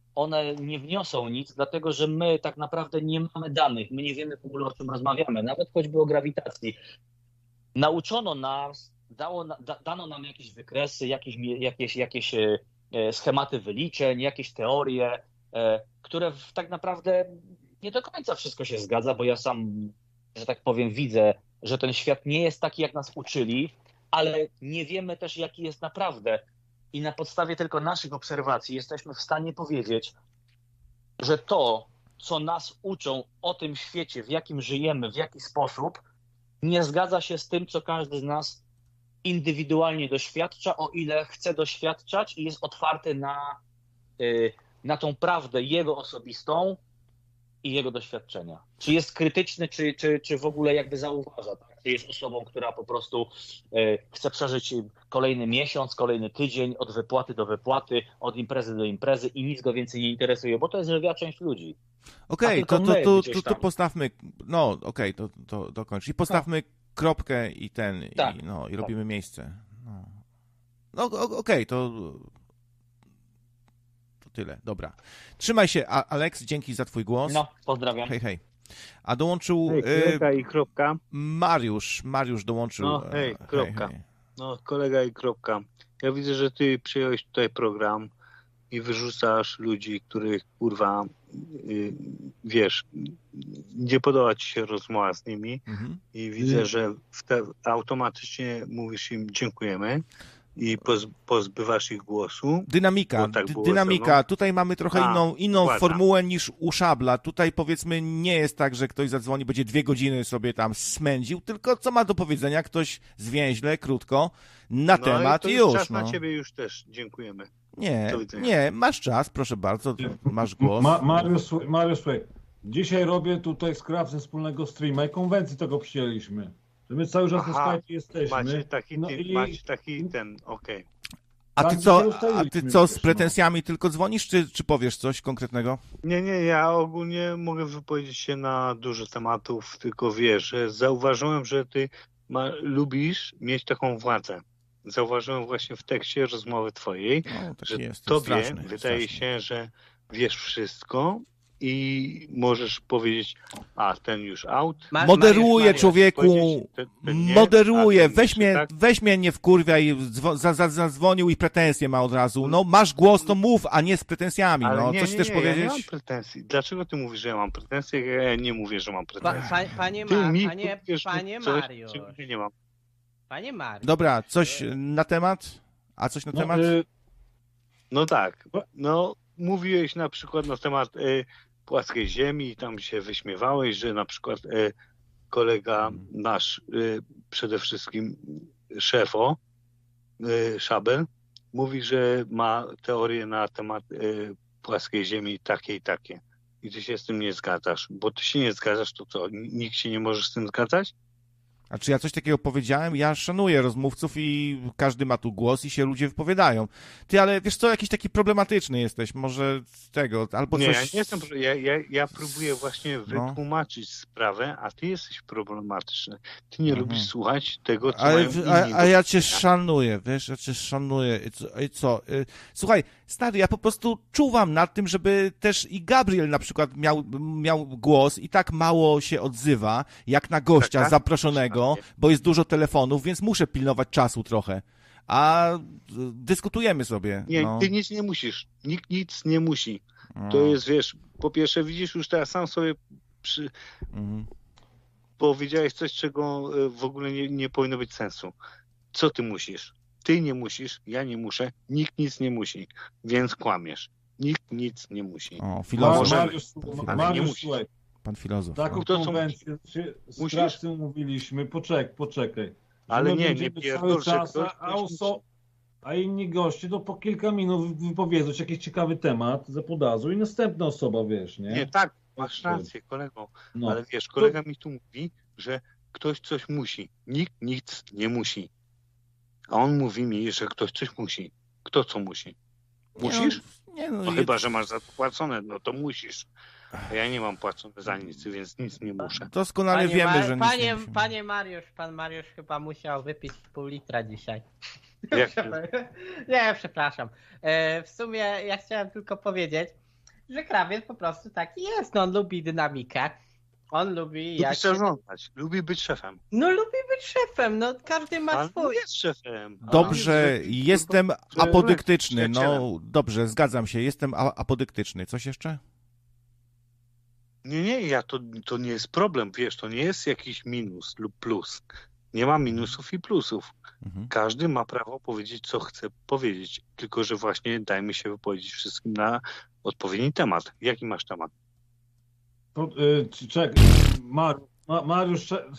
one nie wniosą nic, dlatego że my tak naprawdę nie mamy danych, my nie wiemy w ogóle, o czym rozmawiamy, nawet choćby o grawitacji. Nauczono nas, dało, da, dano nam jakieś wykresy, jakieś, jakieś, jakieś schematy wyliczeń, jakieś teorie, które tak naprawdę nie do końca wszystko się zgadza, bo ja sam, że tak powiem, widzę, że ten świat nie jest taki, jak nas uczyli, ale nie wiemy też, jaki jest naprawdę. I na podstawie tylko naszych obserwacji jesteśmy w stanie powiedzieć, że to, co nas uczą o tym świecie, w jakim żyjemy, w jaki sposób, nie zgadza się z tym, co każdy z nas indywidualnie doświadcza, o ile chce doświadczać i jest otwarty na, na tą prawdę jego osobistą i jego doświadczenia. Czy jest krytyczny, czy, czy, czy w ogóle jakby zauważa, tak? Czy jest osobą, która po prostu y, chce przeżyć kolejny miesiąc, kolejny tydzień, od wypłaty do wypłaty, od imprezy do imprezy i nic go więcej nie interesuje, bo to jest lwia część ludzi. Okej, okay, to, to, to, to, to postawmy, no okej, okay, to, to dokończ. I postawmy no. kropkę i ten, tak, i, no, i tak. robimy miejsce. No, no okej, okay, to... Tyle, dobra. Trzymaj się, Alex, dzięki za twój głos. No, pozdrawiam. Hej, hej. A dołączył... Hej, kolega i kropka. Mariusz, Mariusz dołączył. No, hej, kropka. Hej, hej. No, kolega i kropka. Ja widzę, że ty przyjąłeś tutaj program i wyrzucasz ludzi, których, kurwa, yy, wiesz, nie podoba ci się rozmowa z nimi mhm. i widzę, że w te, automatycznie mówisz im dziękujemy. I poz, pozbywasz ich głosu. Dynamika, tak D- dynamika. No. Tutaj mamy trochę A, inną, inną formułę niż u Szabla. Tutaj powiedzmy nie jest tak, że ktoś zadzwoni, będzie dwie godziny sobie tam smędził, tylko co ma do powiedzenia ktoś zwięźle, krótko, na no temat i, i już. Czas no. na ciebie już też. Dziękujemy. Nie, nie, masz czas, proszę bardzo, masz głos. Ma, Mariusz, Mariusz, słuchaj, dzisiaj robię tutaj z Krawcem wspólnego streama i konwencji tego przyjęliśmy. Że my cały czas na Skype jesteśmy. Macie taki, no i... macie taki ten, okej. Okay. A ty co, a ty co z pretensjami tylko dzwonisz, czy, czy powiesz coś konkretnego? Nie, nie, ja ogólnie mogę wypowiedzieć się na dużo tematów, tylko wiesz, że zauważyłem, że ty ma, lubisz mieć taką władzę. Zauważyłem właśnie w tekście rozmowy twojej, no, że jest, tobie straszny, wydaje straszny. się, że wiesz wszystko i możesz powiedzieć, a ten już out. Moderuję, człowieku, ten, ten nie, moderuję, weź mnie, tak? weź mnie nie wkurwiaj, za, za, zadzwonił i pretensje ma od razu. No masz głos, to mów, a nie z pretensjami. Ale no, nie, coś nie, chcesz nie, powiedzieć? Ja nie mam pretensji. Dlaczego ty mówisz, że ja mam pretensje? Ja nie mówię, że mam pretensje. Pa, pa, panie ty ma, mi panie, powiesz, panie coś, Mariusz. Nie mam. Panie Mariusz. Dobra, coś na temat? A coś na no, temat? Y... No tak, no mówiłeś na przykład na temat y, płaskiej ziemi i tam się wyśmiewałeś, że na przykład y, kolega nasz, y, przede wszystkim szefo, y, Szabel, mówi, że ma teorię na temat y, płaskiej ziemi takie i takie. I ty się z tym nie zgadzasz. Bo ty się nie zgadzasz, to co? Nikt się nie może z tym zgadzać? A czy ja coś takiego powiedziałem? Ja szanuję rozmówców i każdy ma tu głos i się ludzie wypowiadają. Ty, ale wiesz co, jakiś taki problematyczny jesteś, może z tego, albo nie, coś... Nie, ja nie jestem, ja, ja, ja próbuję właśnie wytłumaczyć no. sprawę, a ty jesteś problematyczny. Ty nie mhm. lubisz słuchać tego, co ale, mają inni. A, a ja cię szanuję, wiesz, ja cię szanuję. I co, i co? Słuchaj, stary, ja po prostu czuwam nad tym, żeby też i Gabriel na przykład miał, miał głos i tak mało się odzywa, jak na gościa tak, zaproszonego, bo jest dużo telefonów, więc muszę pilnować czasu trochę. A dyskutujemy sobie. Nie, no. ty nic nie musisz. Nikt nic nie musi. To jest, wiesz, po pierwsze widzisz już teraz sam sobie przy... mhm. powiedziałeś coś, czego w ogóle nie, nie powinno być sensu. Co ty musisz? Ty nie musisz, ja nie muszę, nikt nic nie musi, więc kłamiesz. Nikt nic nie musi. O, filozof. Mariusz, Mariusz, słuchaj. Pan filozof. Taką no. konwencję z Krawcem mówiliśmy, poczekaj, poczekaj. Ale nie, nie cały czas, a, oso, a inni goście to po kilka minut wypowiedzą jakiś ciekawy temat, zapodazu i następna osoba, wiesz, nie? Nie, tak, masz rację, kolego, no. Ale wiesz, kolega to... mi tu mówi, że ktoś coś musi. Nikt nic nie musi. A on mówi mi, że ktoś coś musi. Kto co musi? Musisz? Nie, no, no nie... chyba, że masz za to płacone, no to musisz. A ja nie mam płacone za nic, więc nic nie muszę. Doskonale panie wiemy, Mar- że panie, nic nie musimy. Panie Mariusz, pan Mariusz chyba musiał wypić pół litra dzisiaj. Jak nie, przepraszam. E, w sumie ja chciałem tylko powiedzieć, że krawiec po prostu taki jest. No, on lubi dynamikę. On lubi Lubi jak... zarządzać, lubi być szefem. No lubi być szefem, no każdy ma Ale swój. jest szefem. Dobrze, jestem apodyktyczny. No Przyjacielem. dobrze, zgadzam się, jestem a- apodyktyczny. Coś jeszcze? Nie, nie, ja to, to nie jest problem, wiesz, to nie jest jakiś minus lub plus. Nie ma minusów i plusów. Mhm. Każdy ma prawo powiedzieć, co chce powiedzieć, tylko że właśnie dajmy się wypowiedzieć wszystkim na odpowiedni temat. Jaki masz temat? To, y, czekaj, Mar, Ma, Mariusz, cze-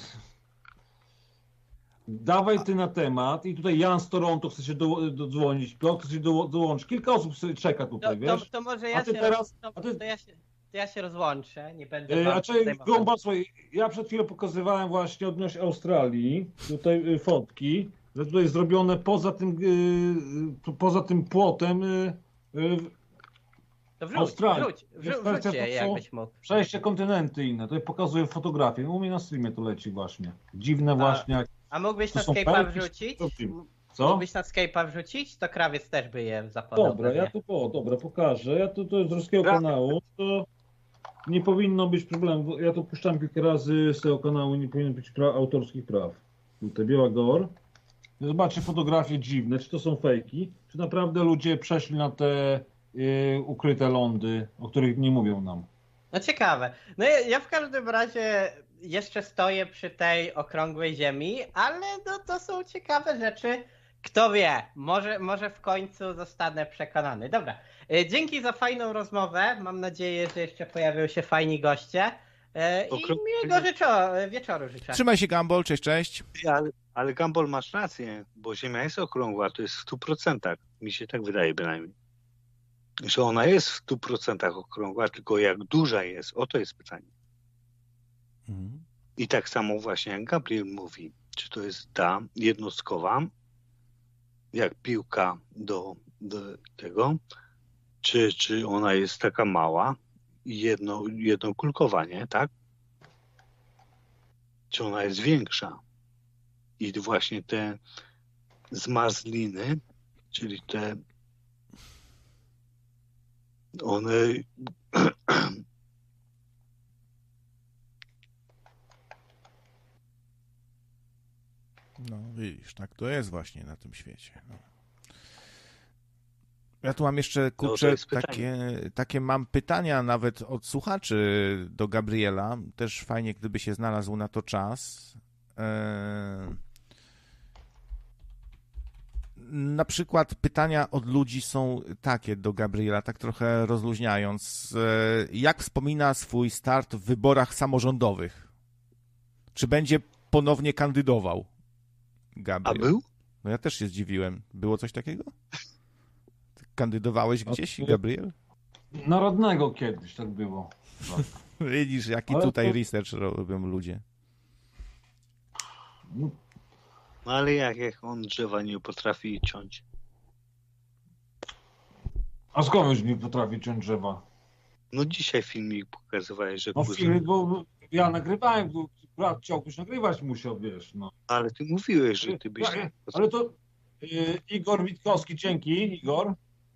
dawaj ty na temat i tutaj Jan z Toronto chce się do, dodzwonić, Piotr chce się do, dołączyć. Kilka osób sobie czeka To, tutaj, to, wiesz? to może A ja ty się, teraz- to, a ty- to ja się, to ja się rozłączę, nie będę E, wam A czy zajmował. Gąba, słuchaj, ja przed chwilą pokazywałem właśnie odnośnie Australii, tutaj y, fotki, że tutaj jest zrobione poza tym, y, y, poza tym płotem y, y, To wrzuć, Australii. wrzuć, wrzuć, Jest wrzuć kwestia, je, to są- jakbyś mógł. przejście kontynenty inne. Tutaj pokazuję fotografię. U mnie na streamie to leci właśnie. Dziwne właśnie jak... A mógłbyś To na są Skype'a pełki, wrzucić? to film. Co? Mógłbyś na Skype'a wrzucić? To krawiec też by je zapodał. Dobra, ja tu o, dobra, pokażę. Ja tu to z ruskiego Brawo. kanału, to nie powinno być problemu. bo Ja to puszczam kilka razy z tego kanału, nie powinno być pra- autorskich praw. Tutaj Biała Gor. Zobaczcie fotografie dziwne, czy to są fejki, czy naprawdę ludzie przeszli na te y, ukryte lądy, o których nie mówią nam. No ciekawe. No ja, ja w każdym razie jeszcze stoję przy tej okrągłej ziemi, ale no, to są ciekawe rzeczy. Kto wie, może, może w końcu zostanę przekonany. Dobra, y, dzięki za fajną rozmowę. Mam nadzieję, że jeszcze pojawią się fajni goście. Y, I Okrągłej- miłego wieczoru, wieczoru życzę. Trzymaj się, Gumball, cześć, cześć. Ale, ale Gumball, masz rację, bo Ziemia jest okrągła, to jest w stu procentach. Mi się tak wydaje bynajmniej. Że ona jest w stu procentach okrągła, tylko jak duża jest, o to jest pytanie. Mhm. I tak samo właśnie jak Gabriel mówi, czy to jest ta jednostkowa, jak piłka do, do tego, czy, czy ona jest taka mała i jedno, jednokulkowa, nie? Tak? Czy ona jest większa? I właśnie te zmarzliny, czyli te one No widzisz, tak to jest właśnie na tym świecie. No. Ja tu mam jeszcze, to kurczę, jest pytanie. takie, takie mam pytania nawet od słuchaczy do Gabriela. Też fajnie, gdyby się znalazł na to czas. Eee... Na przykład pytania od ludzi są takie do Gabriela, tak trochę rozluźniając. Eee, Jak wspomina swój start w wyborach samorządowych? Czy będzie ponownie kandydował? A Gabriel. był? No ja też się zdziwiłem. Było coś takiego? Ty kandydowałeś A gdzieś, to- Gabriel? Na radnego kiedyś tak było. Widzisz, jaki Ale tutaj to- research robią ludzie. No, No ale jak, jak on drzewa nie potrafi ciąć? a skąd już nie potrafi ciąć drzewa? No dzisiaj filmik pokazywałeś, że No kuzyn- film, bo ja nagrywałem, bo brat chciałbyś nagrywać musiał, wiesz, no. Ale ty mówiłeś, że ty byś... Ja- Ale to y, Igor Witkowski, dzięki, Igor.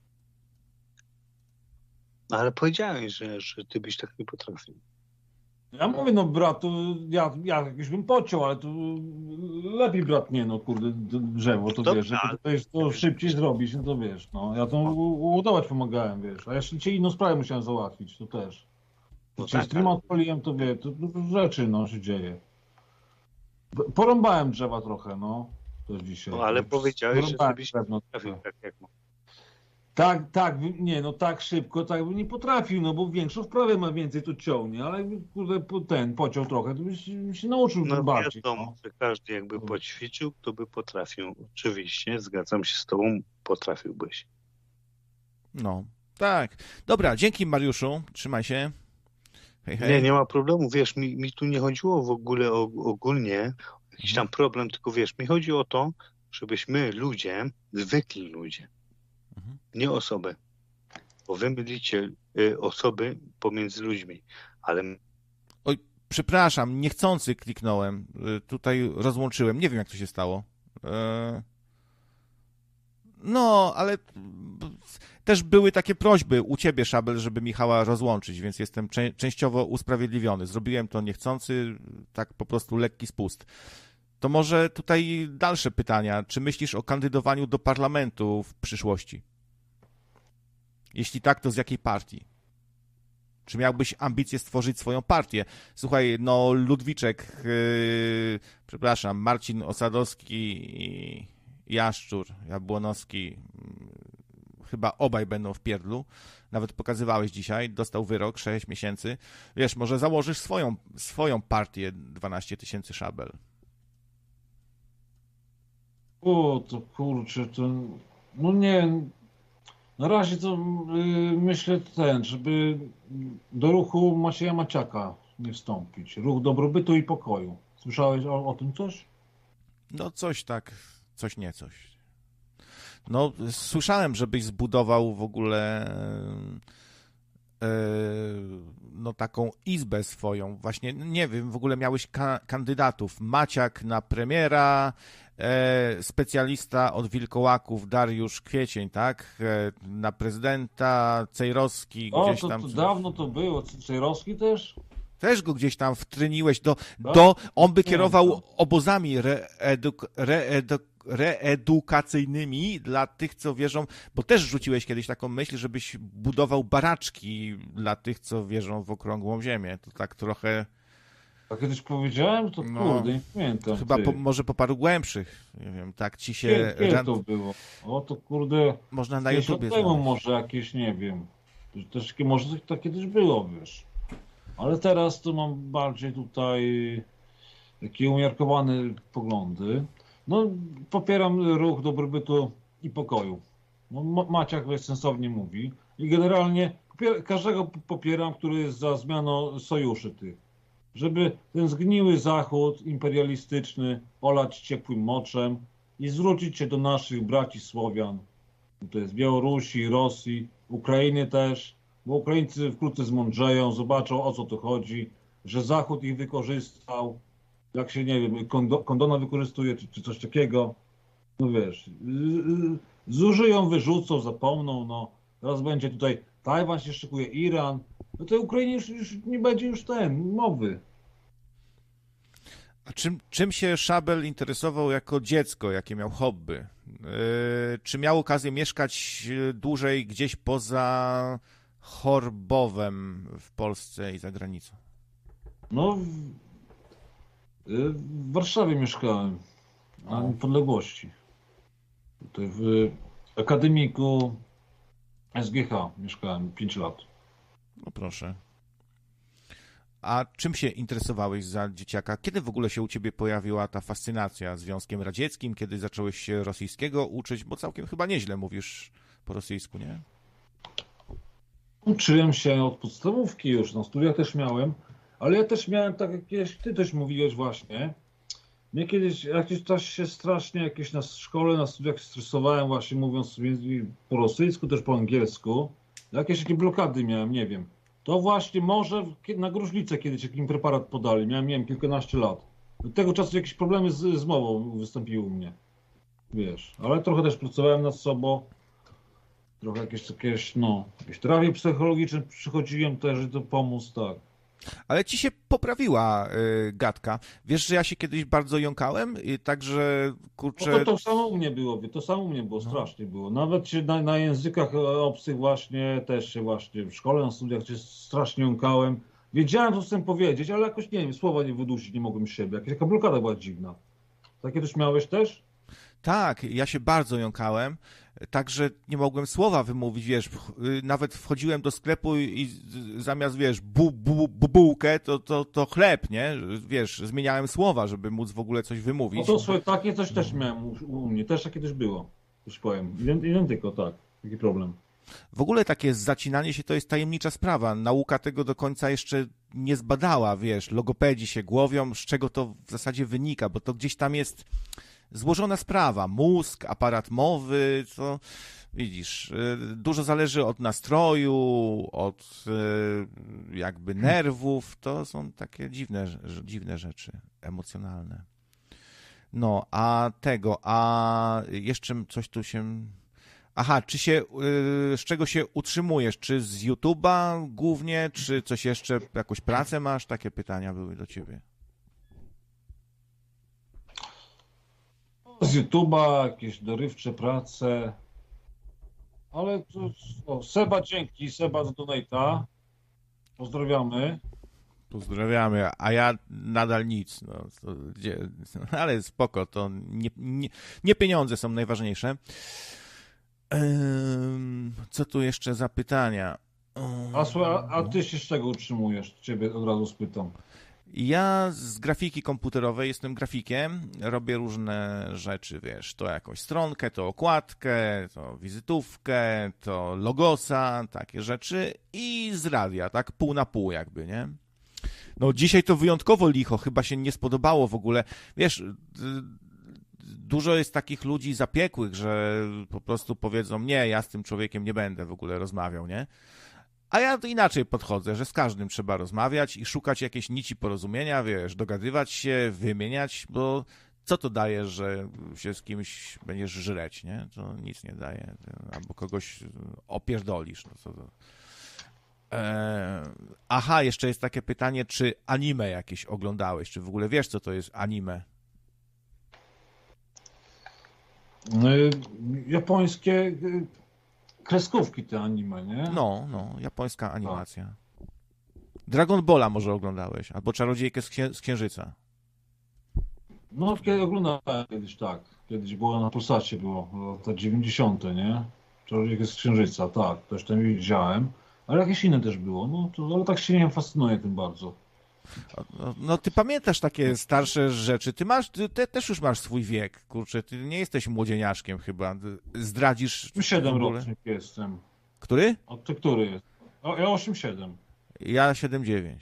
Ale powiedziałeś, że, że ty byś tak nie potrafił. Ja mówię, no brat, to ja, ja jakoś bym pociął, ale to lepiej brat nie, no kurde, d- drzewo, to Dobra, wiesz, żeby to, jest, to szybciej zrobić, no to wiesz, no. Ja to u- udawać pomagałem, wiesz, a jeszcze cię inną sprawę musiałem załatwić, to też. No Czyli tak, streama ale- odpaliłem, to wie, to, to rzeczy, no, się dzieje. P- Porąbałem drzewa trochę, no, to dzisiaj. No ale powiedziałeś, że ty Porąbałem byś drewno potrafił trochę. tak jak ma. Tak, tak, nie, no tak szybko, tak bym nie potrafił, no bo większą wprawę ma więcej, to ciągnie, ale jakby, kurde, po- ten pociął trochę, to byś się, się nauczył No bardziej. wiadomo, No. że każdy jakby poćwiczył, to by potrafił. Oczywiście, zgadzam się z tobą, potrafiłbyś. No, tak. Dobra, dzięki Mariuszu. Trzymaj się. Hej, hej. Nie, nie ma problemu, wiesz, mi, mi tu nie chodziło w ogóle o, ogólnie o jakiś tam problem, tylko wiesz, mi chodzi o to, żebyśmy ludzie, zwykli ludzie, Mhm. nie osoby, bo wy mylicie y, osoby pomiędzy ludźmi, ale Oj, przepraszam, niechcący kliknąłem. Y, Tutaj rozłączyłem. Nie wiem, jak to się stało. E, No, ale też były takie prośby u ciebie, Szabel, żeby Michała rozłączyć, więc jestem cze- częściowo usprawiedliwiony. Zrobiłem to niechcący, tak po prostu lekki spust. To może tutaj dalsze pytania. Czy myślisz o kandydowaniu do parlamentu w przyszłości? Jeśli tak, to z jakiej partii? Czy miałbyś ambicje stworzyć swoją partię? Słuchaj, no Ludwiczek, yy, przepraszam, Marcin Osadowski i Jaszczur, Jabłonowski, yy, chyba obaj będą w pierdlu. Nawet pokazywałeś dzisiaj, dostał wyrok, sześć miesięcy. Wiesz, może założysz swoją, swoją partię, dwanaście tysięcy Szabel. O, to kurczę, to... No nie... Na razie to yy, myślę ten, żeby do ruchu Macieja Maciaka nie wstąpić. Ruch dobrobytu i pokoju. Słyszałeś o, o tym coś? No coś tak, coś nie coś. No słyszałem, żebyś zbudował w ogóle yy, no taką izbę swoją. Właśnie, nie wiem, w ogóle miałeś ka- kandydatów. Maciak na premiera, e, specjalista od wilkołaków Dariusz Kwiecień, tak? E, na prezydenta, Cejrowski O, gdzieś to, tam. to dawno to było. Cejrowski też? Też go gdzieś tam wtryniłeś do... Tak? do on by Nie, kierował to- obozami reeduk, reeduk, reedukacyjnymi dla tych, co wierzą, bo też rzuciłeś kiedyś taką myśl, żebyś budował baraczki dla tych, co wierzą w okrągłą ziemię. To tak trochę... A kiedyś powiedziałem, to No, kurde, nie pamiętam. Chyba ty. po, może po paru głębszych. Nie wiem, tak ci się... Kiedy, kiedy ran- to było? O, to kurde... Można na pięć lat YouTubie temu znaleźć. może jakieś, nie wiem. Też, może to kiedyś było, wiesz. Ale teraz to mam bardziej tutaj takie umiarkowane poglądy. No, popieram ruch dobrobytu i pokoju. No, Ma- Maciak sensownie mówi. I generalnie popier- każdego popieram, który jest za zmianą sojuszy tych. Żeby ten zgniły Zachód imperialistyczny olać ciepłym moczem i zwrócić się do naszych braci Słowian. To jest Białorusi, Rosji, Ukrainy też, bo Ukraińcy wkrótce zmądrzeją, zobaczą, o co tu chodzi, że Zachód ich wykorzystał, jak się, nie wiem, kondo, kondona wykorzystuje, czy, czy coś takiego. No wiesz, yy, zużyją, wyrzucą, zapomną, no. Teraz będzie tutaj Tajwan się szykuje, Iran. No to Ukrainie już, już nie będzie już ten, mowy. A czym, czym się Szabel interesował jako dziecko, jakie miał hobby? Yy, czy miał okazję mieszkać dłużej gdzieś poza Chorbowem w Polsce i za granicą? No, w, yy, w Warszawie mieszkałem, na O. Niepodległości. Tutaj w akademiku S G H mieszkałem pięć lat. No proszę. A czym się interesowałeś za dzieciaka? Kiedy w ogóle się u ciebie pojawiła ta fascynacja Związkiem Radzieckim? Kiedy zacząłeś się rosyjskiego uczyć? Bo całkiem chyba nieźle mówisz po rosyjsku, nie? Uczyłem się od podstawówki już, na studiach też miałem, ale ja też miałem, tak jak kiedyś ty też mówiłeś właśnie, mnie kiedyś, jakiś czas się strasznie jakieś na szkole, na studiach stresowałem właśnie mówiąc sobie po rosyjsku, też po angielsku. Jakieś takie blokady miałem, nie wiem. To właśnie może na gruźlicę kiedyś jakiś preparat podali, miałem, miałem kilkanaście lat. Do tego czasu jakieś problemy z, z mową wystąpiły u mnie. Wiesz, ale trochę też pracowałem nad sobą. Trochę jakieś jakieś, no, jakieś terapie psychologiczne przychodziłem też, żeby to pomóc, tak. Ale ci się poprawiła y, gadka. Wiesz, że ja się kiedyś bardzo jąkałem i także, kurczę... No to, to samo u mnie było, to samo u mnie było, No. strasznie było. Nawet się na, na językach obcych właśnie, też się właśnie w szkole, na studiach się strasznie jąkałem. Wiedziałem, co chcę powiedzieć, ale jakoś, nie wiem, słowa nie wydusić nie mogłem z siebie. Jakaś taka blokada była dziwna. Takie też miałeś też? Tak, ja się bardzo jąkałem, tak, że nie mogłem słowa wymówić, wiesz, nawet wchodziłem do sklepu i zamiast, wiesz, bu, bu, bu, bułkę, to, to, to chleb, nie? Wiesz, zmieniałem słowa, żeby móc w ogóle coś wymówić. No to słuchaj, takie coś też miałem u, u mnie, też takie też było. Już powiem, identyko, tak, taki problem. W ogóle takie zacinanie się to jest tajemnicza sprawa. Nauka tego do końca jeszcze nie zbadała, wiesz, logopedzi się głowią, z czego to w zasadzie wynika, bo to gdzieś tam jest złożona sprawa. Mózg, aparat mowy, to widzisz, dużo zależy od nastroju, od jakby nerwów. To są takie dziwne, dziwne rzeczy emocjonalne. No, a tego, a jeszcze coś tu się... Aha, czy się, yy, z czego się utrzymujesz? Czy z YouTube'a głównie, czy coś jeszcze, jakąś pracę masz? Takie pytania były do ciebie. Z YouTube'a, jakieś dorywcze prace. Ale to, o, Seba, dzięki, Seba z Donate'a. Pozdrawiamy. Pozdrawiamy, a ja nadal nic. No, to, gdzie, ale spoko, to nie, nie, nie pieniądze są najważniejsze. Ehm, co tu jeszcze za pytania? A, słuchaj, a, a ty się z czego utrzymujesz? Ciebie od razu spytam. Ja z grafiki komputerowej jestem grafikiem, robię różne rzeczy, wiesz, to jakąś stronkę, to okładkę, to wizytówkę, to logosa, takie rzeczy i z radia, tak, pół na pół jakby, nie? No dzisiaj to wyjątkowo licho, chyba się nie spodobało w ogóle, wiesz, dużo jest takich ludzi zapiekłych, że po prostu powiedzą, nie, ja z tym człowiekiem nie będę w ogóle rozmawiał, nie? A ja to inaczej podchodzę, że z każdym trzeba rozmawiać i szukać jakiejś nici porozumienia, wiesz, dogadywać się, wymieniać, bo co to daje, że się z kimś będziesz żreć, nie? To nic nie daje. Albo kogoś opierdolisz. No co to... eee... Aha, jeszcze jest takie pytanie, czy anime jakieś oglądałeś? Czy w ogóle wiesz, co to jest anime? Japońskie kreskówki te anime, nie? No, no, japońska animacja. Dragon Balla może oglądałeś, albo Czarodziejkę z, księ- z Księżyca. No, kiedy oglądałem kiedyś, tak. Kiedyś było na Polsacie, było lata dziewięćdziesiąte, nie? Czarodziejkę z Księżyca, tak. Też tam widziałem. Ale jakieś inne też było, no, to, ale tak się nie fascynuje tym bardzo. No, no ty pamiętasz takie starsze rzeczy, ty masz, ty, ty też już masz swój wiek, kurczę, ty nie jesteś młodzieniaszkiem chyba, zdradzisz... siedem rocznik jestem. Który? A ty który jest? O, ja osiem siedem. Ja siedem dziewięć.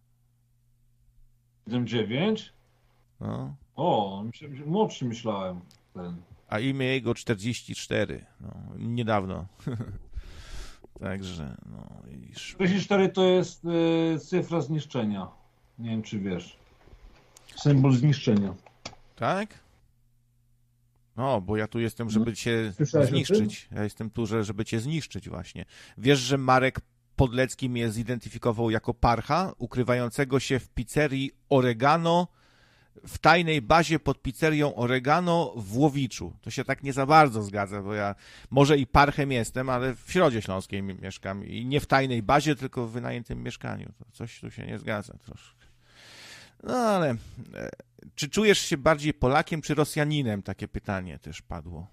siedem dziewięć? No. O, młodszy myślałem ten. A imię jego czterdzieści cztery, no, niedawno. Także, no widzisz. czterdzieści cztery to jest y, cyfra zniszczenia. Nie wiem, czy wiesz. Symbol zniszczenia. Tak? No, bo ja tu jestem, żeby No. cię Słyszałeś zniszczyć. Ja jestem tu, żeby cię zniszczyć właśnie. Wiesz, że Marek Podlecki mnie zidentyfikował jako parcha, ukrywającego się w pizzerii Oregano, w tajnej bazie pod pizzerią Oregano w Łowiczu. To się tak nie za bardzo zgadza, bo ja może i parchem jestem, ale w Środzie Śląskiej mieszkam i nie w tajnej bazie, tylko w wynajętym mieszkaniu. To coś tu się nie zgadza troszkę. No ale e, czy czujesz się bardziej Polakiem czy Rosjaninem? Takie pytanie też padło.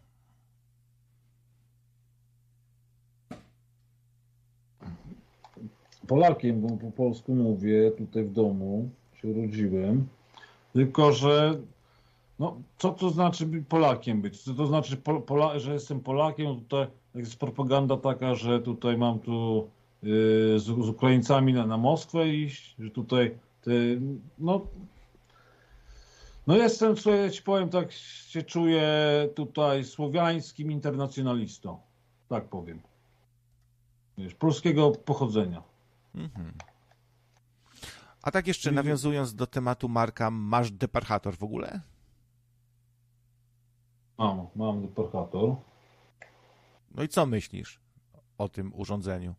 Polakiem, bo po polsku mówię, tutaj w domu się urodziłem. Tylko, że no, co to znaczy być Polakiem być? Co to znaczy, Pola, że jestem Polakiem? Tutaj jest propaganda taka, że tutaj mam tu yy, z, z Ukraińcami na, na Moskwę iść, że tutaj ty, no, no jestem, co ja ci powiem, tak się czuję tutaj słowiańskim internacjonalistą. Tak powiem. Wiesz, polskiego pochodzenia. Mhm. A tak jeszcze nawiązując do tematu Marka, masz deparchator w ogóle? Mam, mam deparchator. No i co myślisz o tym urządzeniu?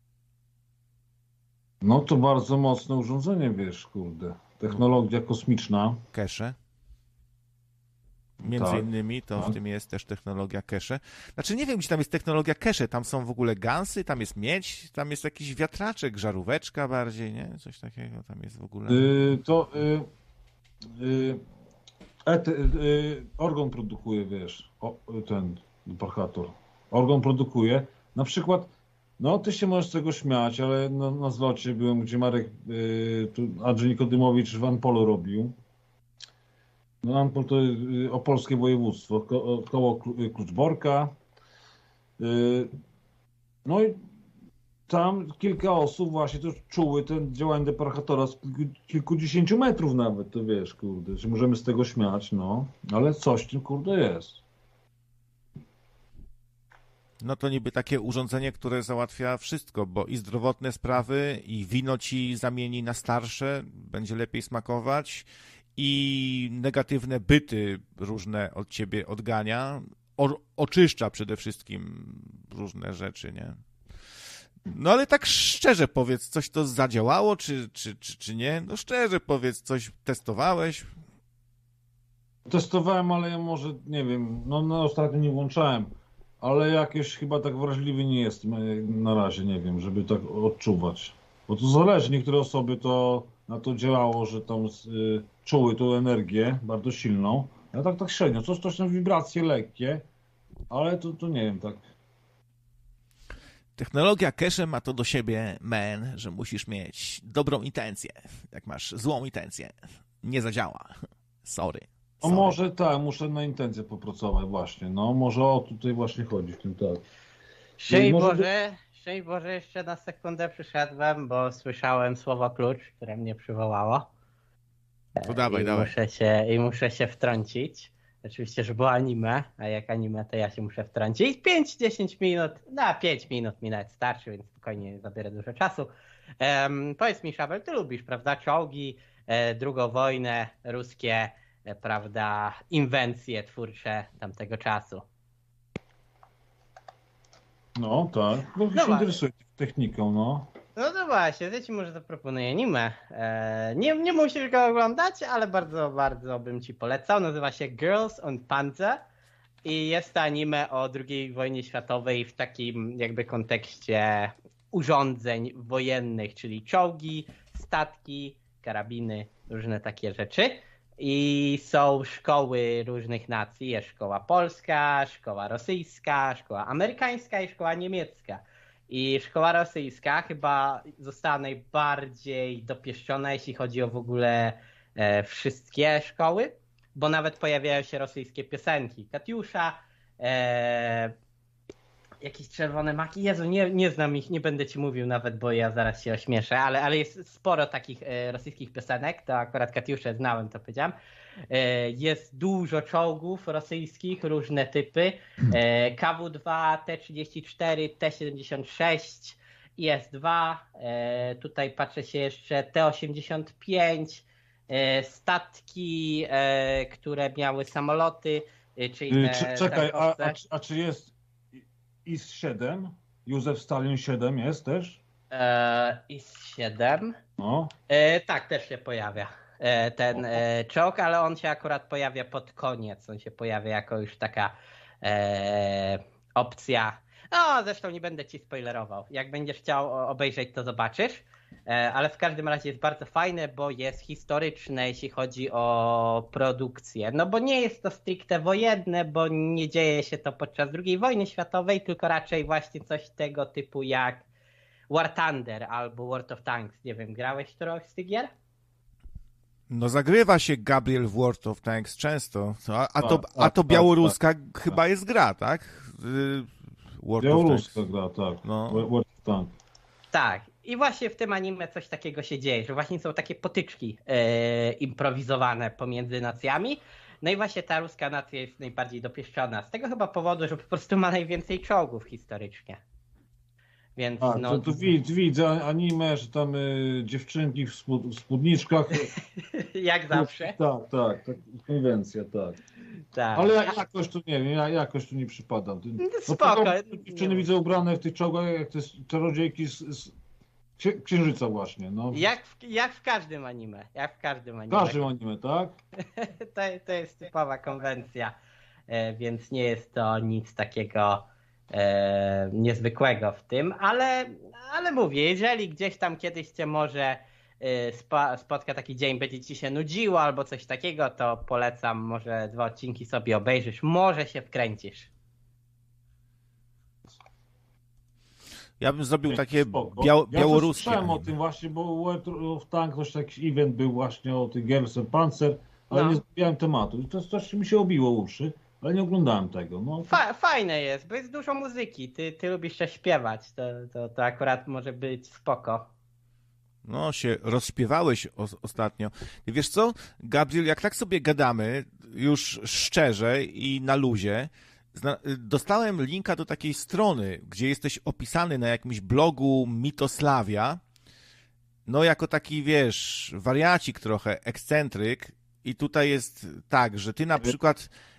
No to bardzo mocne urządzenie, wiesz, kurde. Technologia kosmiczna. Cache. Między tak, innymi to tak. w tym jest też technologia cache. Znaczy nie wiem, gdzie tam jest technologia cache. Tam są w ogóle gansy, tam jest miedź, tam jest jakiś wiatraczek, żaróweczka bardziej, nie? Coś takiego tam jest w ogóle. Yy, to yy, yy, et, yy, organ produkuje, wiesz, o, ten deparchator. Organ produkuje. Na przykład, no ty się możesz z tego śmiać, ale na, na zlocie byłem, gdzie Marek, yy, tu Andrzej Nikodymowicz w Anpolu robił. No Anpol to yy, opolskie województwo, ko, koło Kluczborka. Yy, no i tam kilka osób właśnie to czuły ten działanie deparchatora z kilku, kilkudziesięciu metrów nawet, to wiesz, kurde, że możemy z tego śmiać, no, ale coś w tym, kurde, jest. No to niby takie urządzenie, które załatwia wszystko, bo i zdrowotne sprawy, i wino ci zamieni na starsze, będzie lepiej smakować, i negatywne byty różne od ciebie odgania, o, oczyszcza przede wszystkim różne rzeczy, nie? No ale tak szczerze powiedz, coś to zadziałało, czy, czy, czy, czy nie? No szczerze powiedz, coś testowałeś? Testowałem, ale ja może, nie wiem, no, no ostatnio nie włączałem, ale jakieś chyba tak wrażliwy nie jestem na razie, nie wiem, żeby tak odczuwać. Bo to zależy, niektóre osoby to na to działało, że tam y, czuły tą energię bardzo silną. Ja tak tak średnio, coś, coś tam wibracje lekkie, ale to, to nie wiem, tak. Technologia cache ma to do siebie, man, że musisz mieć dobrą intencję. Jak masz złą intencję, nie zadziała. Sorry. No Sorry. może tak, muszę na intencję popracować właśnie, no może o tutaj właśnie chodzi w tym, tak. Szczęść może- Boże, szczęść Boże, jeszcze na sekundę przyszedłem, bo słyszałem słowo klucz, które mnie przywołało. To dawaj, I dawaj. Muszę się, I muszę się wtrącić. Oczywiście, że było anime, a jak anime, to ja się muszę wtrącić. pięć dziesięć minut, na pięć minut mi nawet starczy, więc spokojnie nie zabiorę dużo czasu. Um, powiedz mi, Szabel, ty lubisz, prawda, czołgi, e, drugą wojnę, ruskie, e, prawda, inwencje twórcze tamtego czasu. No tak, bo się właśnie. interesuje techniką, no. No to właśnie, ja ci może zaproponuję anime. E, nie, nie musisz go oglądać, ale bardzo, bardzo bym ci polecał. Nazywa się Girls on Panzer i jest to anime o drugiej wojnie światowej w takim jakby kontekście urządzeń wojennych, czyli czołgi, statki, karabiny, różne takie rzeczy. I są szkoły różnych nacji. Jest szkoła polska, szkoła rosyjska, szkoła amerykańska i szkoła niemiecka. I szkoła rosyjska chyba została najbardziej dopieszczona, jeśli chodzi o w ogóle e, wszystkie szkoły, bo nawet pojawiają się rosyjskie piosenki. Katiusza, e, jakieś czerwone maki. Jezu, nie, nie znam ich, nie będę ci mówił nawet, bo ja zaraz się ośmieszę, ale, ale jest sporo takich e, rosyjskich piosenek, to akurat Katiuszę znałem, to powiedziałem. E, jest dużo czołgów rosyjskich, różne typy. E, K W dwa, T trzydzieści cztery, T siedemdziesiąt sześć, I S dwa. E, tutaj patrzę się jeszcze T osiemdziesiąt pięć. E, statki, e, które miały samoloty, e, czy inne Czy, czekaj, a, tankowce. a, a czy jest I S siedem? Józef Stalin siedem jest też? E, I S siedem. No. E, tak, też się pojawia e, ten e, czołg, ale on się akurat pojawia pod koniec. On się pojawia jako już taka e, opcja. No, zresztą nie będę ci spoilerował. Jak będziesz chciał obejrzeć, to zobaczysz. E, ale w każdym razie jest bardzo fajne, bo jest historyczne, jeśli chodzi o produkcję. No bo nie jest to stricte wojenne, bo nie dzieje się to podczas drugiej wojny światowej, tylko raczej właśnie coś tego typu jak War Thunder albo World of Tanks. Nie wiem, grałeś którąś z tych gier? No zagrywa się Gabriel w World of Tanks często. A, a, to, Tak, a to tak, białoruska tak, chyba jest gra, tak? Y, World of Białoruska Tanks. gra, tak. No. World of Tank. Tak. I właśnie w tym anime coś takiego się dzieje, że właśnie są takie potyczki e, improwizowane pomiędzy nacjami. No i właśnie ta ruska nacja jest najbardziej dopieszczona. Z tego chyba powodu, że po prostu ma najwięcej czołgów historycznie. Więc A, no... to, to widzę, widzę anime, że tam y, dziewczynki w, spód, w spódniczkach. Jak zawsze. Tak, tak, tak, konwencja, tak. Tak. Ale ja, jakoś tu nie wiem, ja jakoś tu nie przypadam. Ty- No no, spoko. podobno Dziewczyny widzę ubrane w tych czołgach, jak te czarodziejki z, z księ- księżyca właśnie, no. Jak w, jak w każdym anime. Jak w każdym W anime. każdym anime, tak? to, to jest typowa konwencja, e, więc nie jest to nic takiego e, niezwykłego w tym, ale, ale mówię, jeżeli gdzieś tam kiedyś cię może e, spo, spotka taki dzień, będzie ci się nudziło albo coś takiego, to polecam, może dwa odcinki sobie obejrzysz, może się wkręcisz. Ja bym zrobił takie Spoko. biał, ja białoruskie. słyszałem o tym właśnie, bo World of Tank, też taki event był właśnie o tych Girls and Panzer, ale No. nie zbierałem tematu. I to coś mi się obiło uszy, ale nie oglądałem tego. No, to... Fa, fajne jest, bo jest dużo muzyki, ty, ty lubisz też śpiewać, to, to, to akurat może być spoko. No, się rozśpiewałeś o, ostatnio. I wiesz co, Gabriel, jak tak sobie gadamy, już szczerze i na luzie, zna- dostałem linka do takiej strony, gdzie jesteś opisany na jakimś blogu Mitosławia, no jako taki, wiesz, wariacik trochę, ekscentryk, i tutaj jest tak, że ty na przykład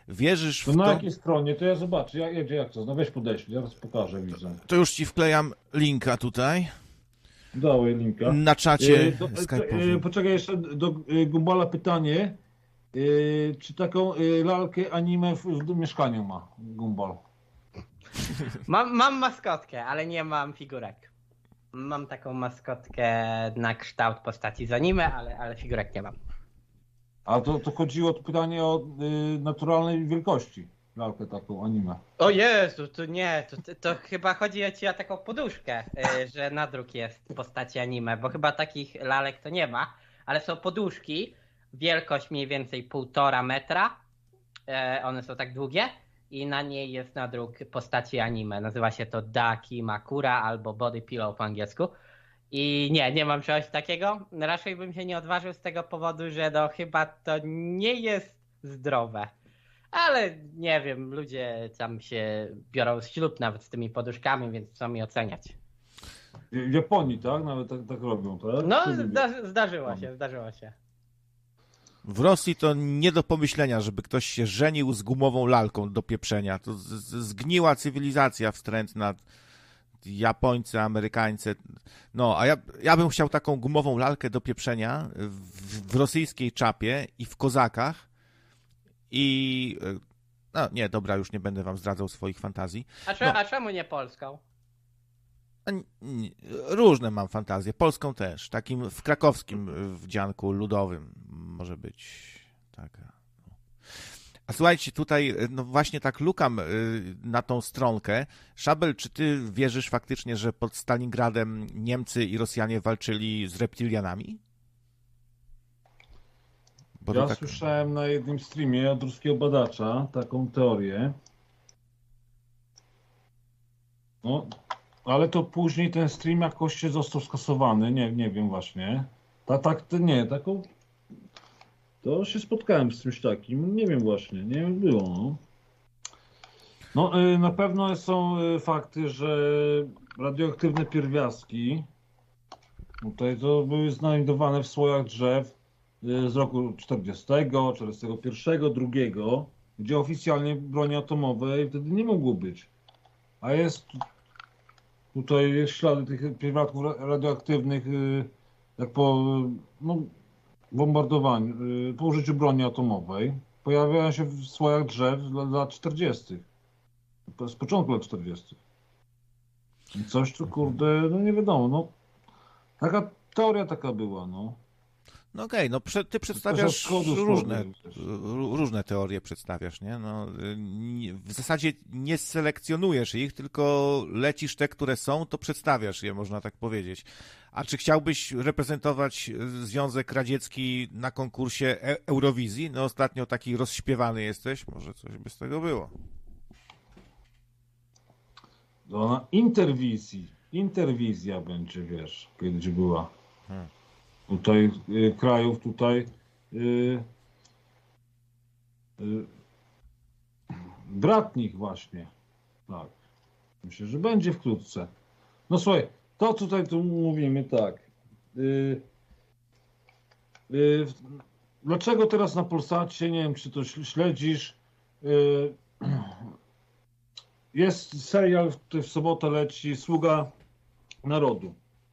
Wierzysz w To to... na jakiej stronie? To ja zobaczę. Ja, jedzie jak to? No weź podeślij, zaraz pokażę, widzę. To już ci wklejam linka tutaj. Dałem linka. Na czacie E, do, Skype'owym. e, poczekaj, jeszcze do e, Gumbala pytanie. E, czy taką e, lalkę anime w, w mieszkaniu ma Gumbal? Mam, mam maskotkę, ale nie mam figurek. Mam taką maskotkę na kształt postaci z anime, ale, ale figurek nie mam. A to, to chodziło to pytanie o y, naturalnej wielkości. Lalkę taką anime. O Jezu, to nie, to, to, to chyba chodzi ci o taką poduszkę, y, że nadruk jest w postaci anime, bo chyba takich lalek to nie ma, ale są poduszki, wielkość mniej więcej półtora metra, y, one są tak długie i na niej jest nadruk postaci anime. Nazywa się to Daki Makura albo Body Pillow po angielsku. I nie, nie mam czegoś takiego. Raczej bym się nie odważył z tego powodu, że no chyba to nie jest zdrowe. Ale nie wiem, ludzie tam się biorą ślub nawet z tymi poduszkami, więc co mi oceniać. W Japonii, tak? Nawet tak, tak robią, tak? No, Czy- zda- zdarzyło się, zdarzyło się. W Rosji to nie do pomyślenia, żeby ktoś się żenił z gumową lalką do pieprzenia. To z- z- zgniła cywilizacja wstrętna. Japońcy, Amerykańcy. No, a ja, ja bym chciał taką gumową lalkę do pieprzenia w, w rosyjskiej czapie i w kozakach. I... No nie, dobra, już nie będę wam zdradzał swoich fantazji. A, cze- No. a czemu nie Polską? A n- n- Różne mam fantazje. Polską też. Takim w krakowskim wdzianku ludowym może być taka. A słuchajcie, tutaj no właśnie tak lukam y, na tą stronkę. Szabel, czy ty wierzysz faktycznie, że pod Stalingradem Niemcy i Rosjanie walczyli z reptilianami? Bo to Ja tak... słyszałem na jednym streamie od ruskiego badacza taką teorię. No, ale to później ten stream jakoś się został skasowany, nie, nie wiem właśnie. Ta, tak, to nie, taką... To się spotkałem z czymś takim, nie wiem właśnie, nie wiem, było. No, no y, na pewno są y, fakty, że radioaktywne pierwiastki tutaj to były znajdowane w słojach drzew y, z roku czterdziestego, czterdziestego pierwszego, drugiego, gdzie oficjalnie broni atomowej wtedy nie mogło być. A jest tutaj jest ślady tych pierwiastków ra- radioaktywnych, y, jak po no, bombardowaniu, y, po użyciu broni atomowej, pojawiają się w słojach drzew z lat- lat czterdziestych. Z początku lat czterdziestych. I coś tu, kurde, no nie wiadomo, no. Taka teoria taka była, no. No okej, no prze, ty przedstawiasz szkodu różne, szkodu też. ró- różne teorie przedstawiasz, nie? No, y, nie- w zasadzie nie selekcjonujesz ich, tylko lecisz te, które są, to przedstawiasz je, można tak powiedzieć. A czy chciałbyś reprezentować y, Związek Radziecki na konkursie e- Eurowizji? No ostatnio taki rozśpiewany jesteś, może coś by z tego było. No, na interwizji, interwizja będzie, wiesz, kiedyś była. Hmm. Tutaj y, krajów tutaj y, y, bratnich właśnie. Tak. Myślę, że będzie wkrótce. No słuchaj, to tutaj tu mówimy tak. Y, y, dlaczego teraz na Polsacie, nie wiem czy to śl- śledzisz, y, jest serial, który w sobotę leci, Sługa Narodu.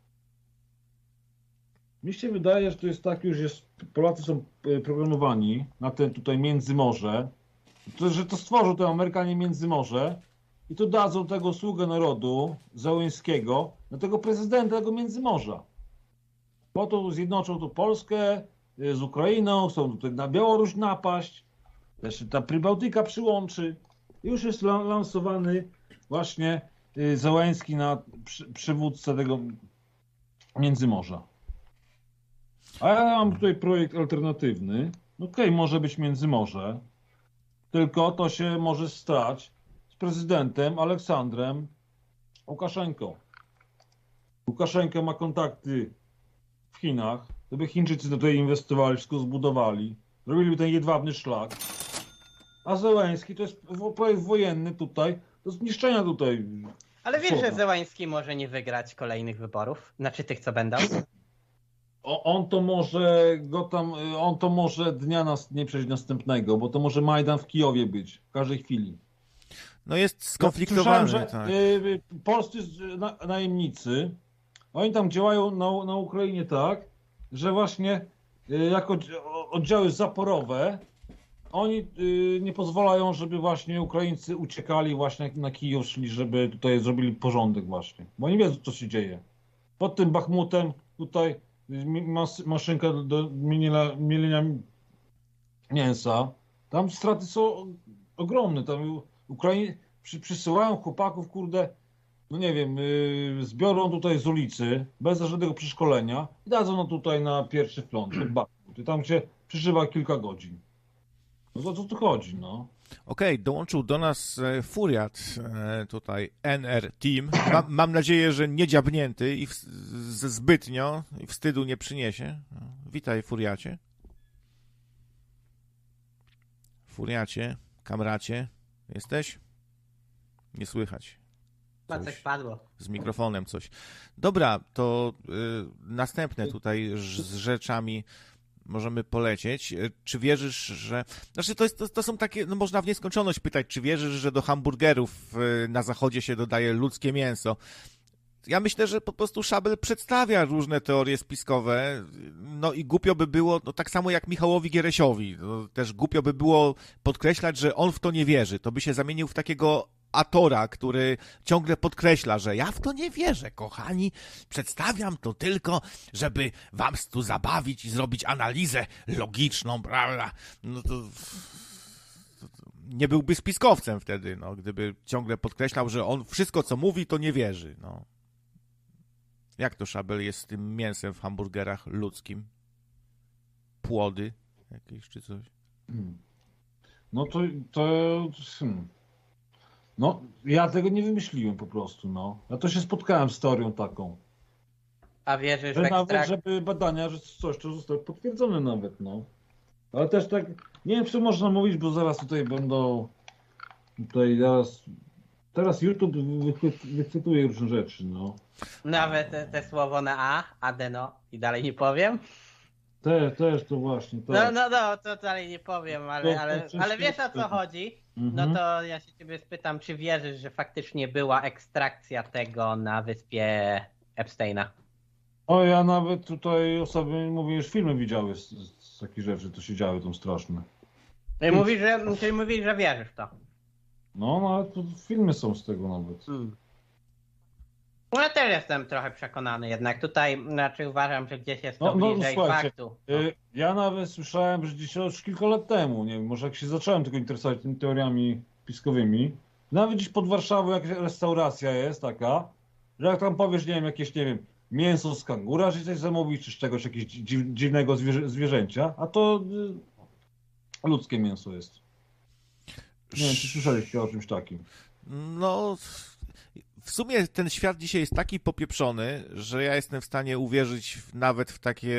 Mi się wydaje, że to jest tak już, jest, Polacy są e, programowani na ten tutaj Międzymorze, to, że to stworzą to Amerykanie Międzymorze i to dadzą tego Sługę Narodu Zełenskiego na tego prezydenta tego Międzymorza. Po to zjednoczą tu Polskę e, z Ukrainą, chcą tutaj na Białoruś napaść, też ta Prybałtyka przyłączy. Już jest lan- lansowany właśnie e, Zełenski na przy, przywódcę tego Międzymorza. A ja mam tutaj projekt alternatywny. Okej, może być Międzymorze, tylko to się może stać z prezydentem Aleksandrem Łukaszenką. Łukaszenka ma kontakty w Chinach, gdyby Chińczycy tutaj inwestowali, wszystko zbudowali, robiliby ten jedwabny szlak. A Zełenski to jest wo- projekt wojenny tutaj, do zniszczenia tutaj. Ale wiesz, Słowa. że Zełański może nie wygrać kolejnych wyborów? Znaczy tych, co będą? o, on to może go tam, on to może dnia nas, nie przejść następnego, bo to może Majdan w Kijowie być w każdej chwili. No jest Ja skonfliktowany, słyszałem, że tak. y, polscy z- na, najemnicy, oni tam działają na, na Ukrainie tak, że właśnie y, jako oddzia- oddziały zaporowe, oni y, nie pozwalają, żeby właśnie Ukraińcy uciekali właśnie na Kijów, szli, żeby tutaj zrobili porządek właśnie. Bo oni wiedzą, co się dzieje. Pod tym Bachmutem tutaj mi- mas, maszynka do, do mielienia, mielienia mięsa. Tam straty są ogromne. Tam Ukraiń przy, przysyłają chłopaków, kurde, no nie wiem, yy, zbiorą tutaj z ulicy, bez żadnego przeszkolenia i dadzą no tutaj na pierwszy front, pod Bachmut. I tam się przeżywa kilka godzin. No to o co tu chodzi, no? Okej, dołączył do nas e, Furiat, e, tutaj N R Team. Ma, mam nadzieję, że nie dziabnięty i w, z, zbytnio i wstydu nie przyniesie. No, witaj, Furiacie. Furiacie, kamracie, jesteś? Nie słychać. Chyba coś padło. Z mikrofonem coś. Dobra, to y, następne tutaj ż- z rzeczami możemy polecieć. Y, Czy wierzysz, że... Znaczy to, jest, to, to są takie, no można w nieskończoność pytać, czy wierzysz, że do hamburgerów y, na zachodzie się dodaje ludzkie mięso? Ja myślę, że po prostu Szabel przedstawia różne teorie spiskowe, no i głupio by było, no tak samo jak Michałowi Gieresiowi, no też głupio by było podkreślać, że on w to nie wierzy. To by się zamienił w takiego atora, który ciągle podkreśla, że ja w to nie wierzę, kochani, przedstawiam to tylko, żeby wam tu zabawić i zrobić analizę logiczną, prawda? No to... nie byłby spiskowcem wtedy, no, gdyby ciągle podkreślał, że on wszystko, co mówi, to nie wierzy, no. Jak to Szabel jest z tym mięsem w hamburgerach ludzkim? Płody jakieś czy coś? Hmm. No to, to hmm. no ja tego nie wymyśliłem po prostu, no. Ja to się spotkałem z teorią taką. A wierzysz w Że nawet, ekstrakt? żeby badania, że coś to zostało potwierdzone nawet, no. Ale też tak, nie wiem, czy można mówić, bo zaraz tutaj będą, tutaj zaraz, teraz YouTube wychwy- wychwytuje różne rzeczy, no. Nawet te, te słowo na A, adeno i dalej nie powiem. Te, też to właśnie, No, tak. no, no, to dalej nie powiem, ale, To- to ale, oczywiście ale wiesz o co jest- chodzi? Mhm. No to ja się ciebie spytam, czy wierzysz, że faktycznie była ekstrakcja tego na wyspie Epsteina? O, ja nawet tutaj osoby mówię, już filmy widziały z, z takich rzeczy, to się działy tam straszne. Czyli mówisz, że, czyli mówisz, że wierzysz w to. No, no, ale tu filmy są z tego nawet. Hmm. No ja też jestem trochę przekonany jednak. Tutaj raczej uważam, że gdzieś jest to No, no, bliżej słuchajcie, faktu. No. Y, Ja nawet słyszałem, że gdzieś już kilka lat temu, nie wiem, może jak się zacząłem tylko interesować tymi teoriami spiskowymi, nawet gdzieś pod Warszawą jak restauracja jest taka, że jak tam powiesz, nie wiem, jakieś, nie wiem, mięso z kangura, że coś zamówić, czy z czegoś, jakiegoś dziw, dziwnego zwierzę, zwierzęcia, a to y, ludzkie mięso jest. Nie wiem, czy słyszeliście o czymś takim. No, w sumie ten świat dzisiaj jest taki popieprzony, że ja jestem w stanie uwierzyć w, nawet w takie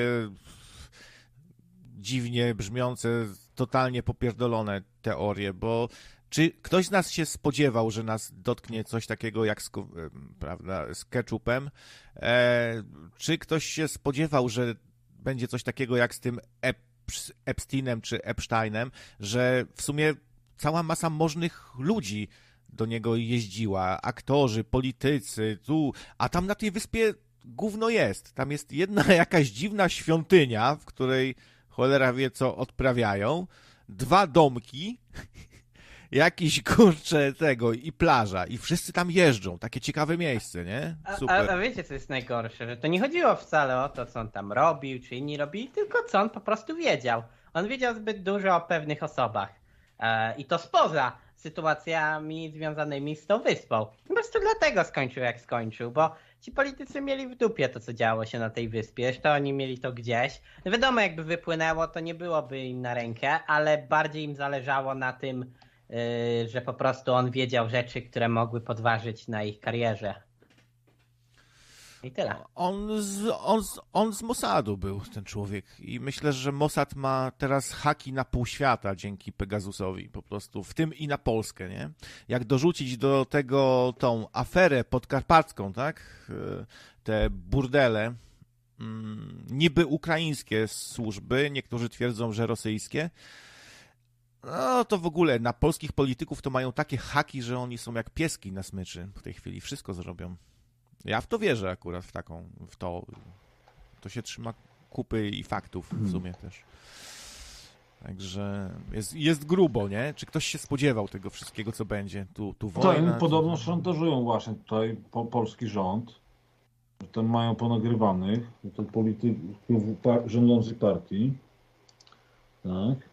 dziwnie brzmiące, totalnie popierdolone teorie, bo czy ktoś z nas się spodziewał, że nas dotknie coś takiego jak z, ko- em, prawda, z ketchupem? E, czy ktoś się spodziewał, że będzie coś takiego jak z tym Ep- Epsteinem czy Epsteinem, że w sumie cała masa możnych ludzi do niego jeździła, aktorzy, politycy, tu, a tam na tej wyspie gówno jest. Tam jest jedna jakaś dziwna świątynia, w której cholera wie co odprawiają, dwa domki, jakiś kurczę tego i plaża i wszyscy tam jeżdżą. Takie ciekawe miejsce, nie? A, Super. a, a wiecie co jest najgorsze? Że to nie chodziło wcale o to, co on tam robił, czy inni robili, tylko co on po prostu wiedział. On wiedział zbyt dużo o pewnych osobach. E, I to spoza sytuacjami związanymi z tą wyspą. Po prostu dlatego skończył jak skończył, bo ci politycy mieli w dupie to, co działo się na tej wyspie. Zresztą oni mieli to gdzieś. No wiadomo, jakby wypłynęło, to nie byłoby im na rękę, ale bardziej im zależało na tym, yy, że po prostu on wiedział rzeczy, które mogły podważyć na ich karierze. I tyle. On z, on, z, on z Mossadu był, ten człowiek. I myślę, że Mossad ma teraz haki na pół świata dzięki Pegasusowi. Po prostu w tym i na Polskę, nie? Jak dorzucić do tego tą aferę podkarpacką, tak? Te burdele mm, niby ukraińskie służby, niektórzy twierdzą, że rosyjskie. No to w ogóle na polskich polityków to mają takie haki, że oni są jak pieski na smyczy w tej chwili. Wszystko zrobią. Ja w to wierzę akurat, w taką, w to. To się trzyma kupy i faktów w sumie też. Także jest, jest grubo, nie? Czy ktoś się spodziewał tego wszystkiego, co będzie? Tu, tu wojna... Tak, podobno szantażują właśnie tutaj po, polski rząd, że tam mają ponagrywanych, to polityków par, rządzących partii. Tak.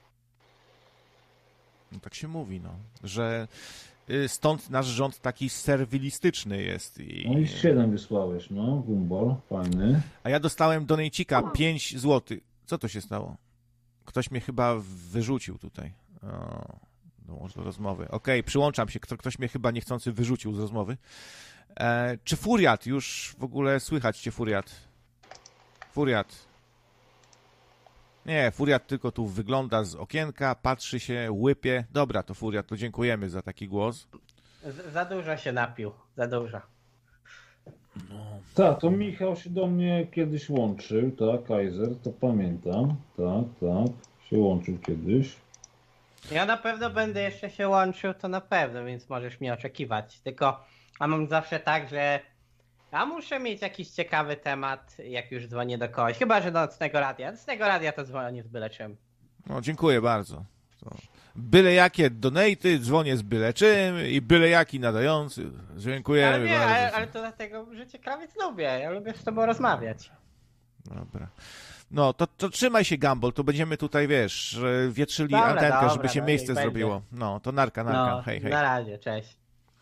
No tak się mówi, no. Że stąd nasz rząd taki serwilistyczny jest. I... No i siedem wysłałeś, no, Gumball, fajny. A ja dostałem donejcika pięć złotych. Co to się stało? Ktoś mnie chyba wyrzucił tutaj. O, dołącz do rozmowy. Okej, okay, przyłączam się. Ktoś mnie chyba niechcący wyrzucił z rozmowy. E, czy Furiat? Już w ogóle słychać cię, Furiat? Furiat. Nie, Furiat tylko tu wygląda z okienka, patrzy się, łypie. Dobra, to Furiat, to dziękujemy za taki głos. Z, za dużo się napił, za dużo. No. Tak, to Michał się do mnie kiedyś łączył, tak, Kaiser, to pamiętam. Tak, tak, się łączył kiedyś. Ja na pewno będę jeszcze się łączył, to na pewno, więc możesz mnie oczekiwać. Tylko ja mam zawsze tak, że ja muszę mieć jakiś ciekawy temat, jak już dzwonię do kogoś. Chyba że do Nocnego Radia. Nocnego Radia to dzwonię z byle czym. No, dziękuję bardzo. To byle jakie donaty, dzwonię z byle czym i byle jaki nadający. Dziękujemy ale nie, bardzo. Ale, ale to dlatego, że ciekawiec lubię. Ja lubię z tobą rozmawiać. Dobra. No, to, to trzymaj się, Gumball, to będziemy tutaj, wiesz, wietrzyli dobra, antenkę, dobra, żeby się no, miejsce będzie. zrobiło. No, to narka, narka, no, hej, hej. Na razie, cześć.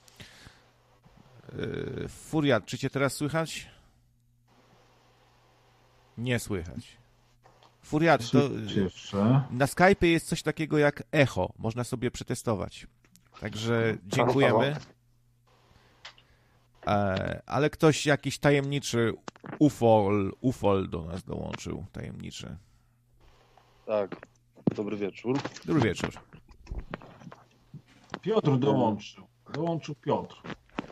Yy, Furiat, czy cię teraz słychać? Nie słychać. Furiat, to na Skype'ie jest coś takiego jak echo. Można sobie przetestować. Także dziękujemy. E, ale ktoś jakiś tajemniczy ufol, ufol do nas dołączył. Tajemniczy. Tak. Dobry wieczór. Dobry wieczór. Piotr dołączył. Dołączył Piotr.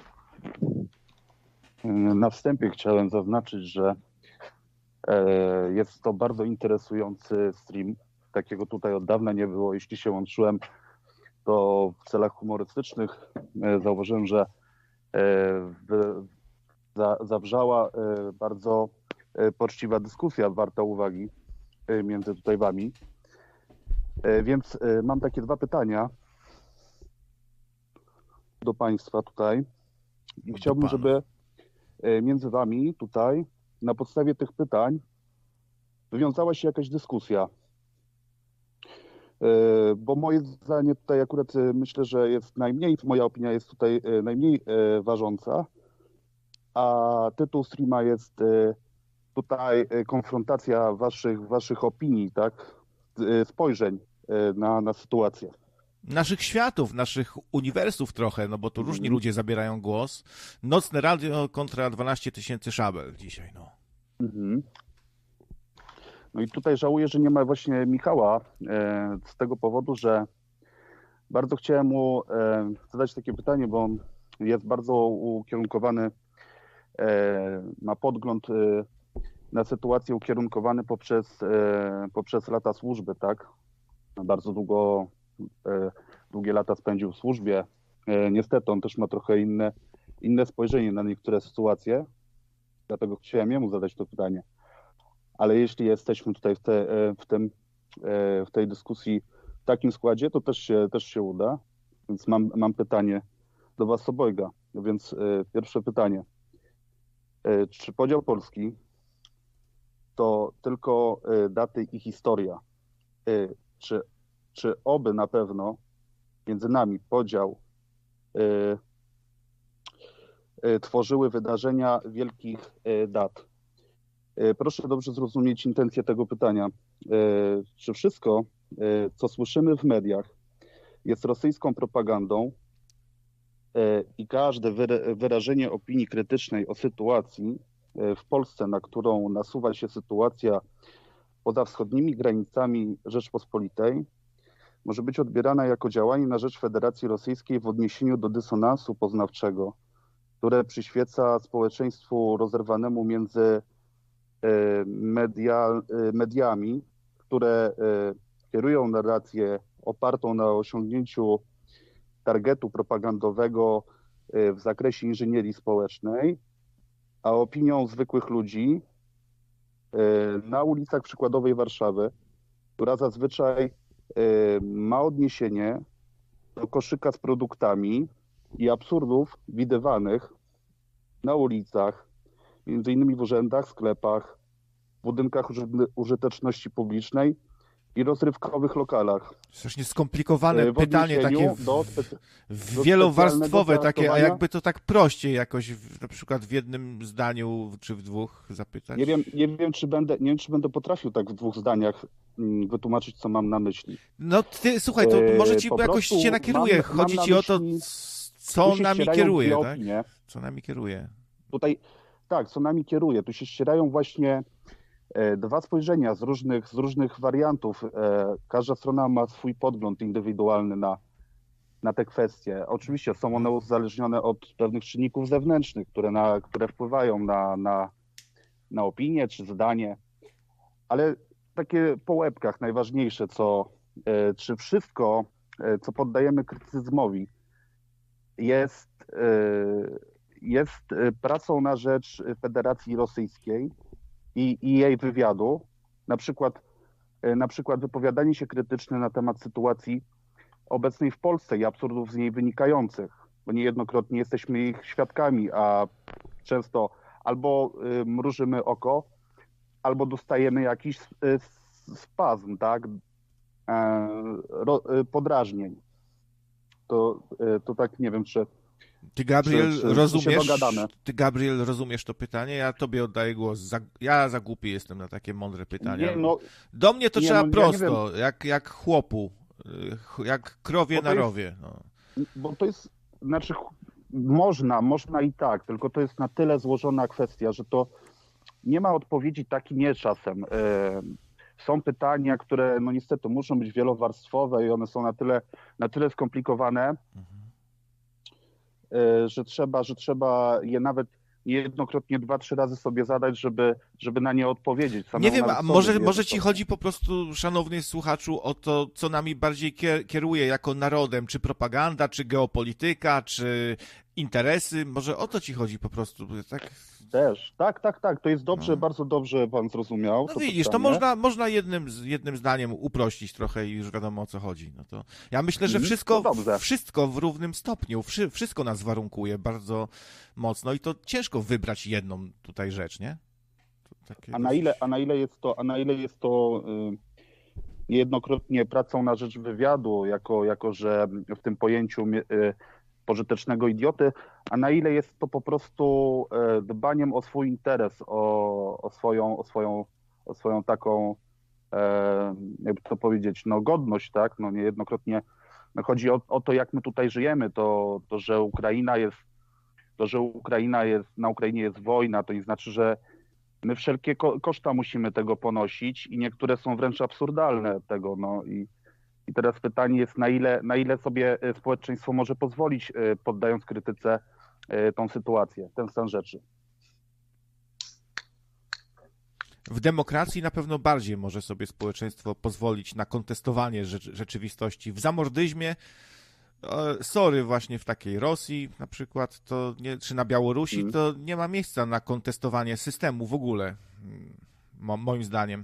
Na wstępie chciałem zaznaczyć, że jest to bardzo interesujący stream. Takiego tutaj od dawna nie było. Jeśli się łączyłem, to w celach humorystycznych zauważyłem, że zawrzała bardzo poczciwa dyskusja warta uwagi między tutaj wami. Więc mam takie dwa pytania do państwa tutaj. I chciałbym, żeby między wami tutaj na podstawie tych pytań wywiązała się jakaś dyskusja. Bo moje zdanie tutaj akurat myślę, że jest najmniej, moja opinia jest tutaj najmniej ważąca, a tytuł streama jest tutaj konfrontacja waszych, waszych opinii, tak, spojrzeń na, na sytuację. Naszych światów, naszych uniwersów trochę, no bo tu różni ludzie zabierają głos. Nocne Radio kontra dwanaście tysięcy szabel dzisiaj, no. Mhm. No i tutaj żałuję, że nie ma właśnie Michała z tego powodu, że bardzo chciałem mu zadać takie pytanie, bo on jest bardzo ukierunkowany, ma podgląd na sytuację ukierunkowany poprzez, poprzez lata służby, tak? Bardzo długo, długie lata spędził w służbie. Niestety on też ma trochę inne, inne spojrzenie na niektóre sytuacje, dlatego chciałem jemu zadać to pytanie. Ale jeśli jesteśmy tutaj w, te, w, tym, w tej dyskusji w takim składzie, to też się, też się uda. Więc mam, mam pytanie do was obojga. Więc pierwsze pytanie. Czy podział Polski to tylko daty i historia? Czy, czy oby na pewno między nami podział tworzyły wydarzenia wielkich dat? Proszę dobrze zrozumieć intencję tego pytania. Czy wszystko, co słyszymy w mediach, jest rosyjską propagandą i każde wyrażenie opinii krytycznej o sytuacji w Polsce, na którą nasuwa się sytuacja poza wschodnimi granicami Rzeczpospolitej, może być odbierana jako działanie na rzecz Federacji Rosyjskiej w odniesieniu do dysonansu poznawczego, które przyświeca społeczeństwu rozerwanemu między media, mediami, które kierują narrację opartą na osiągnięciu targetu propagandowego w zakresie inżynierii społecznej, a opinią zwykłych ludzi na ulicach przykładowej Warszawy, która zazwyczaj ma odniesienie do koszyka z produktami i absurdów widywanych na ulicach, między innymi w urzędach, sklepach, budynkach użyteczności publicznej i rozrywkowych lokalach. Strasznie skomplikowane W pytanie, takie w, do, w do wielowarstwowe, takie, a traktowania. jakby to tak prościej jakoś, w, na przykład w jednym zdaniu czy w dwóch zapytać? Nie wiem, nie wiem, czy będę, nie wiem, czy będę potrafił tak w dwóch zdaniach mm, wytłumaczyć, co mam na myśli. No ty, słuchaj, to E, może ci po jakoś prostu cię nakieruje. mam- Chodzi mam ci na o to, myśli- co Tu się nami ścierają kieruje, dwie tak? opinie. Co nami kieruje. Tutaj, tak, co nami kieruje. Tu się ścierają właśnie e, dwa spojrzenia z różnych, z różnych wariantów. E, każda strona ma swój podgląd indywidualny na, na te kwestie. Oczywiście są one uzależnione od pewnych czynników zewnętrznych, które, na, które wpływają na, na, na opinię czy zdanie, ale takie po łebkach najważniejsze, co, e, czy wszystko, e, co poddajemy krytycyzmowi, jest, e, jest e, pracą na rzecz Federacji Rosyjskiej i, i jej wywiadu, na przykład, e, na przykład wypowiadanie się krytyczne na temat sytuacji obecnej w Polsce i absurdów z niej wynikających, bo niejednokrotnie jesteśmy ich świadkami, a często albo y, mrużymy oko, albo dostajemy jakiś y, spazm, tak, e, ro, y, podrażnień. To, y, to tak nie wiem, czy Ty, Gabriel, Czy- czy- czy się rozumiesz, dogadamy? ty, Gabriel, rozumiesz to pytanie? Ja tobie oddaję głos. Za, ja za głupi jestem na takie mądre pytania. nie, no, Do mnie to nie, trzeba no, ja prosto, jak, jak chłopu, y, jak krowie Bo to na jest- rowie. No. bo to jest, znaczy ch- można, można i tak, tylko to jest na tyle złożona kwestia, że to nie ma odpowiedzi tak i nie czasem. E, Są pytania, które no niestety muszą być wielowarstwowe i one są na tyle, na tyle skomplikowane, e, że trzeba, że trzeba je nawet niejednokrotnie dwa, trzy razy sobie zadać, żeby, żeby na nie odpowiedzieć. Nie Samemu wiem, nawet a sobie może, nie może wiem, ci co. chodzi po prostu, szanowny słuchaczu, o to, co nami bardziej kier- kieruje jako narodem, czy propaganda, czy geopolityka, czy interesy, może o to ci chodzi po prostu, tak? Też, tak, tak, tak, to jest dobrze, No. bardzo dobrze pan zrozumiał. No to widzisz, to pytanie. można, można jednym, z- jednym zdaniem uprościć trochę i już wiadomo, o co chodzi. No to ja myślę, że Mhm, wszystko, no dobrze. wszystko w równym stopniu, wszy, wszystko nas warunkuje bardzo mocno i to ciężko wybrać jedną tutaj rzecz, nie? To takie A na dosyć- ile, a na ile jest to, a na ile jest to y, niejednokrotnie pracą na rzecz wywiadu, jako, jako że w tym pojęciu y, pożytecznego idioty, a na ile jest to po prostu y, dbaniem o swój interes, o, o, swoją, o, swoją, o swoją taką, e, jakby to powiedzieć, no godność, tak? No niejednokrotnie no chodzi o, o to, jak my tutaj żyjemy, to, to że Ukraina jest, to, że Ukraina jest, na Ukrainie jest wojna, to nie znaczy, że my wszelkie ko- koszta musimy tego ponosić i niektóre są wręcz absurdalne tego, no i, i teraz pytanie jest, na ile, na ile sobie e, społeczeństwo może pozwolić, e, poddając krytyce, e, tą sytuację, ten stan rzeczy. W demokracji na pewno bardziej może sobie społeczeństwo pozwolić na kontestowanie rzecz, rzeczywistości. W zamordyzmie, e, sorry, właśnie w takiej Rosji na przykład, to nie, czy na Białorusi, Mm. to nie ma miejsca na kontestowanie systemu w ogóle, mo, moim zdaniem.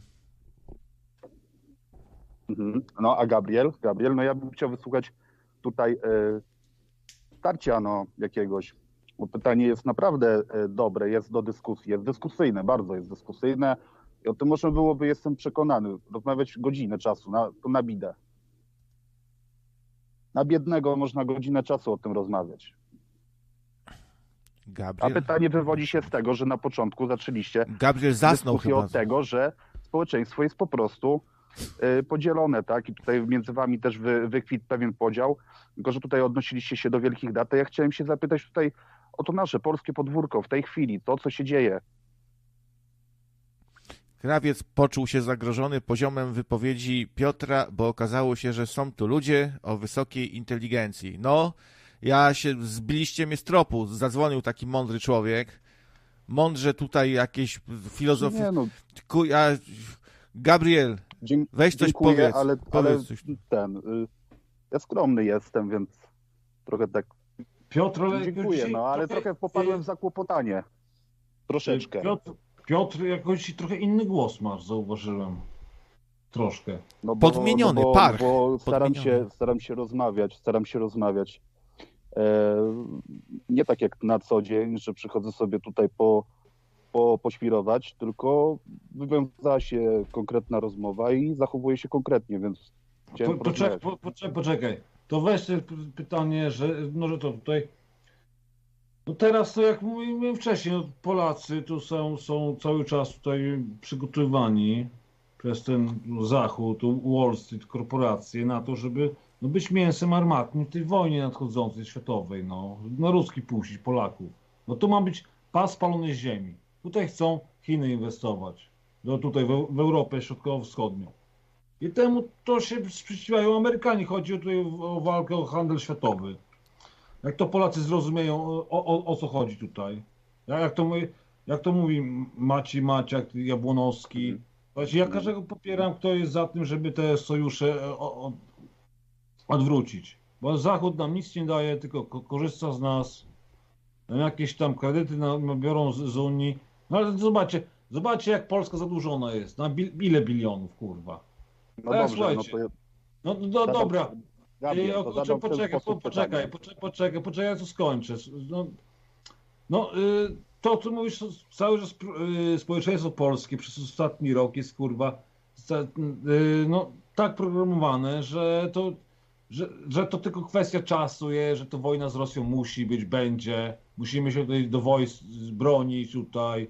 Mhm. No a Gabriel, Gabriel, no ja bym chciał wysłuchać tutaj e, starcia no, jakiegoś, bo pytanie jest naprawdę e, dobre, jest do dyskusji, jest dyskusyjne, bardzo jest dyskusyjne i o tym można byłoby, jestem przekonany, rozmawiać godzinę czasu, na, to na bidę. Na biednego można godzinę czasu o tym rozmawiać. A Gabriel, pytanie wywodzi się z tego, że na początku zaczęliście Gabriel zasnął dyskusję chyba. od tego, że społeczeństwo jest po prostu y, podzielone, tak? I tutaj między wami też wy, wykwitł pewien podział, tylko że tutaj odnosiliście się do wielkich dat. A ja chciałem się zapytać tutaj o to nasze polskie podwórko w tej chwili, to co się dzieje. Krawiec poczuł się zagrożony poziomem wypowiedzi Piotra, bo okazało się, że są tu ludzie o wysokiej inteligencji. No, ja się, zbiliście mnie z tropu, zadzwonił taki mądry człowiek, mądrze tutaj jakieś filozofie. Nie, no, Ku- a, Gabriel, Dzie- weź coś dziękuję, powiedz. ale, powiedz ale coś. ten, y, ja skromny jestem, więc trochę tak Piotr, ale dziękuję, jakoś no, ale trochę popadłem w zakłopotanie. Troszeczkę. Piotr, Piotr, jakoś trochę inny głos masz, zauważyłem. Troszkę. No bo, Podmieniony, no bo, parch. bo staram Podmieniony. się, staram się rozmawiać, staram się rozmawiać. E, nie tak jak na co dzień, że przychodzę sobie tutaj po, po, poświrować, tylko wywiązała się konkretna rozmowa i zachowuję się konkretnie, więc chciałem Po, poczekaj, porozmawiać. po, poczekaj, poczekaj. To weź te p- pytanie, że może to tutaj. No teraz to jak mówiłem wcześniej, no Polacy tu są, są cały czas tutaj przygotowywani przez ten Zachód, Wall Street, korporacje na to, żeby no, być mięsem armatnym w tej wojnie nadchodzącej światowej, no, na ruski puścić Polaków. No to ma być pas spalonej ziemi. Tutaj chcą Chiny inwestować, no tutaj w, w Europę Środkowo-Wschodnią. I temu to się sprzeciwiają Amerykanie. Chodzi tutaj o, o walkę o handel światowy. Jak to Polacy zrozumieją, o, o, o co chodzi tutaj? Jak, jak, to, mówi, jak to mówi Maciej Maciak, Jabłonowski. Właśnie ja każdego popieram, kto jest za tym, żeby te sojusze o, o, odwrócić. Bo Zachód nam nic nie daje, tylko ko- korzysta z nas. Jakieś tam kredyty nam biorą z, z Unii. No ale zobaczcie, zobaczcie jak Polska zadłużona jest. Na bil, ile bilionów, kurwa. No A, dobrze, no słuchajcie. to ja No, no zadam- dobra. Gabriel, Ej, to o, zadam w ten poczekaj, po, sposób poczekaj, pytanie. poczekaj, poczekaj, poczekaj, ja tu skończę. No, no y, to, co mówisz, to cały czas y, społeczeństwo polskie przez ostatni rok jest, kurwa, sta- y, no, tak programowane, że to, że, że to tylko kwestia czasu jest, że to wojna z Rosją musi być, będzie. Musimy się tutaj do wojsk bronić tutaj,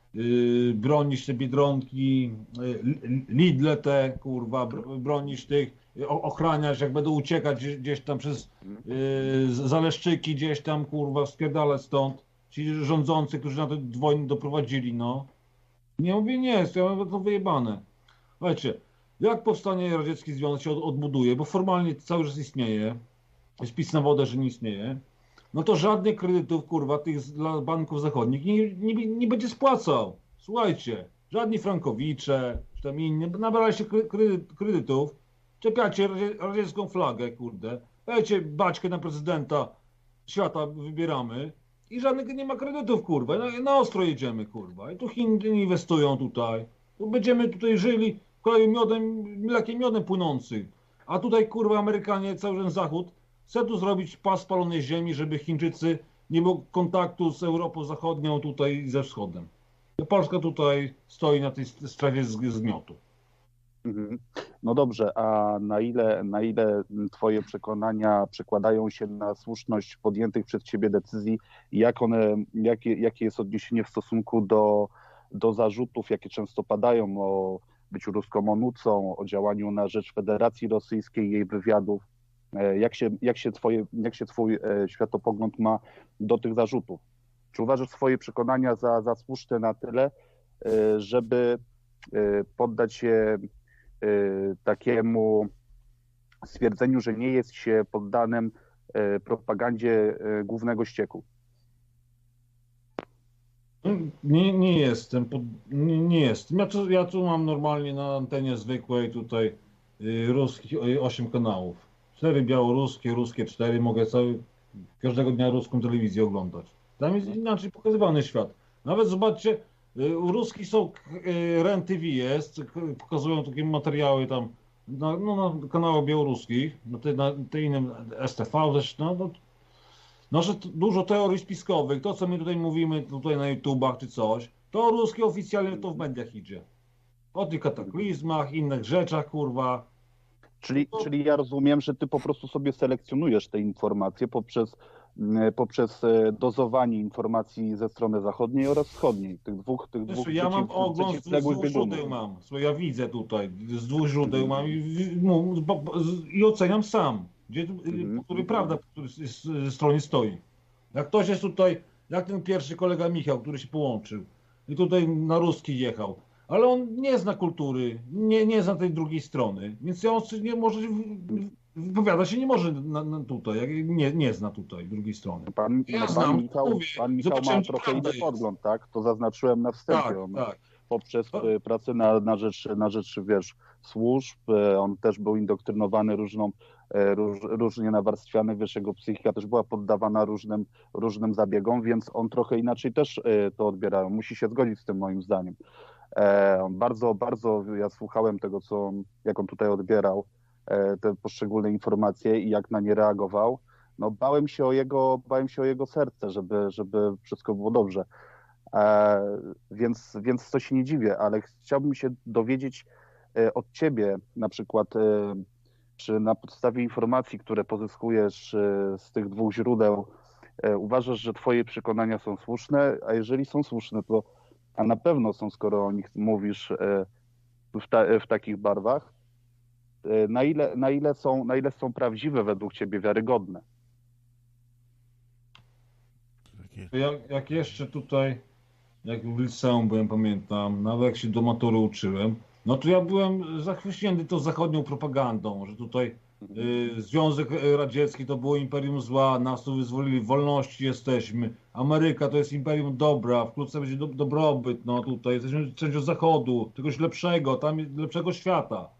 y, bronić te Biedronki, y, Lidle te, kurwa, br- bronić tych, o- ochraniać, jak będą uciekać gdzieś, gdzieś tam przez yy, Zaleszczyki, gdzieś tam, kurwa, spierdalać stąd. Ci rządzący, którzy na tę wojnę doprowadzili, no. Nie mówię nie, to ja to wyjebane. Słuchajcie, jak powstanie Radziecki Związek się od, odbuduje, bo formalnie cały czas istnieje, jest pis na wodę, że nie istnieje, no to żadnych kredytów, kurwa, tych z- dla banków zachodnich nie, nie, nie będzie spłacał. Słuchajcie, żadni frankowicze, czy tam inni, nabrali się kre- kredyt, kredytów, czepiacie radzie- radziecką flagę, kurde, dajcie baćkę na prezydenta świata, wybieramy i żadnych nie ma kredytów, kurwa, na, na ostro jedziemy, kurwa, i tu Chiny inwestują tutaj, tu będziemy tutaj żyli w kraju miodem, mlekiem miodem płynącym, a tutaj, kurwa, Amerykanie, cały ten Zachód chce tu zrobić pas spalonej ziemi, żeby Chińczycy nie było kontaktu z Europą Zachodnią tutaj ze wschodem. Polska tutaj stoi na tej strefie z- zgniotu. Mhm. No dobrze, a na ile, na ile Twoje przekonania przekładają się na słuszność podjętych przez Ciebie decyzji i jak one, jakie, jakie jest odniesienie w stosunku do, do zarzutów, jakie często padają o byciu ruską onucą, o działaniu na rzecz Federacji Rosyjskiej, jej wywiadów? E, Jak się, jak się, twoje, jak się Twój e, światopogląd ma do tych zarzutów? Czy uważasz swoje przekonania za, za słuszne na tyle, e, żeby e, poddać się y, takiemu stwierdzeniu, że nie jest się poddanym y, propagandzie y, głównego ścieku? Nie, nie jestem, pod, nie, nie jestem. Ja tu, ja tu mam normalnie na antenie zwykłej tutaj y, ruskich y, osiem kanałów. Cztery białoruskie, ruskie cztery. Mogę cały, każdego dnia ruską telewizję oglądać. Tam jest inaczej pokazywany świat. Nawet zobaczcie, y, u ruskich są y, R E N T V jest, k- pokazują takie materiały tam na, no, na kanałach białoruskich, na te, na te innym S T V też, no, no No, że t- dużo teorii spiskowych, to co my tutaj mówimy tutaj na YouTubach czy coś, to ruskie oficjalnie to w mediach idzie. O tych kataklizmach, innych rzeczach, kurwa. Czyli, czyli ja rozumiem, że ty po prostu sobie selekcjonujesz te informacje poprzez, mm, poprzez e, dozowanie informacji ze strony zachodniej oraz wschodniej, tych dwóch, tych dwóch Wiesz, ja mam przeciw- ogląd z przeciwległych dwóch biegunów. źródeł mam. Słuchaj, ja widzę tutaj, z dwóch źródeł mam i, w- mu- bo- bo- z- i oceniam sam, gdzie, Mhm. po której prawda po której s- s- stronie stoi. Jak ktoś jest tutaj, jak ten pierwszy kolega Michał, który się połączył i tutaj na ruski jechał, ale on nie zna kultury, nie, nie zna tej drugiej strony, więc ja on nie może w- wypowiada się nie może na, na tutaj, jak nie, nie zna tutaj drugiej strony. Pan, Ja no, znam, pan Michał, mówię, pan Michał ma zobaczyłem, czy trochę prawda inny jest. podgląd, tak? To zaznaczyłem na wstępie. Tak, On tak. poprzez To- e, pracę na, na, rzecz, na rzecz, wiesz, służb, e, on też był indoktrynowany różną, e, róż, różnie nawarstwiany, wiesz, jego psychika też była poddawana różnym, różnym zabiegom, więc on trochę inaczej też e, to odbiera. Musi się zgodzić z tym moim zdaniem. E, on bardzo, bardzo, ja słuchałem tego, co on, jak on tutaj odbierał e, te poszczególne informacje i jak na nie reagował. No bałem się o jego, bałem się o jego serce, żeby, żeby wszystko było dobrze. E, więc, więc to się nie dziwię, ale chciałbym się dowiedzieć e, od ciebie na przykład, e, czy na podstawie informacji, które pozyskujesz e, z tych dwóch źródeł, e, uważasz, że twoje przekonania są słuszne, a jeżeli są słuszne, to a na pewno są, skoro o nich mówisz e, w, ta, w takich barwach, e, na ile, na ile są, na ile są prawdziwe według ciebie, wiarygodne? Jak, jak jeszcze tutaj, jak w liceum byłem, pamiętam, nawet jak się do matury uczyłem, no to ja byłem zachwyśnięty tą zachodnią propagandą, że tutaj y, Związek Radziecki to było imperium zła, nas tu wyzwolili, w wolności jesteśmy, Ameryka to jest imperium dobra, wkrótce będzie do, dobrobyt, no tutaj jesteśmy częścią Zachodu, czegoś lepszego, tam lepszego świata.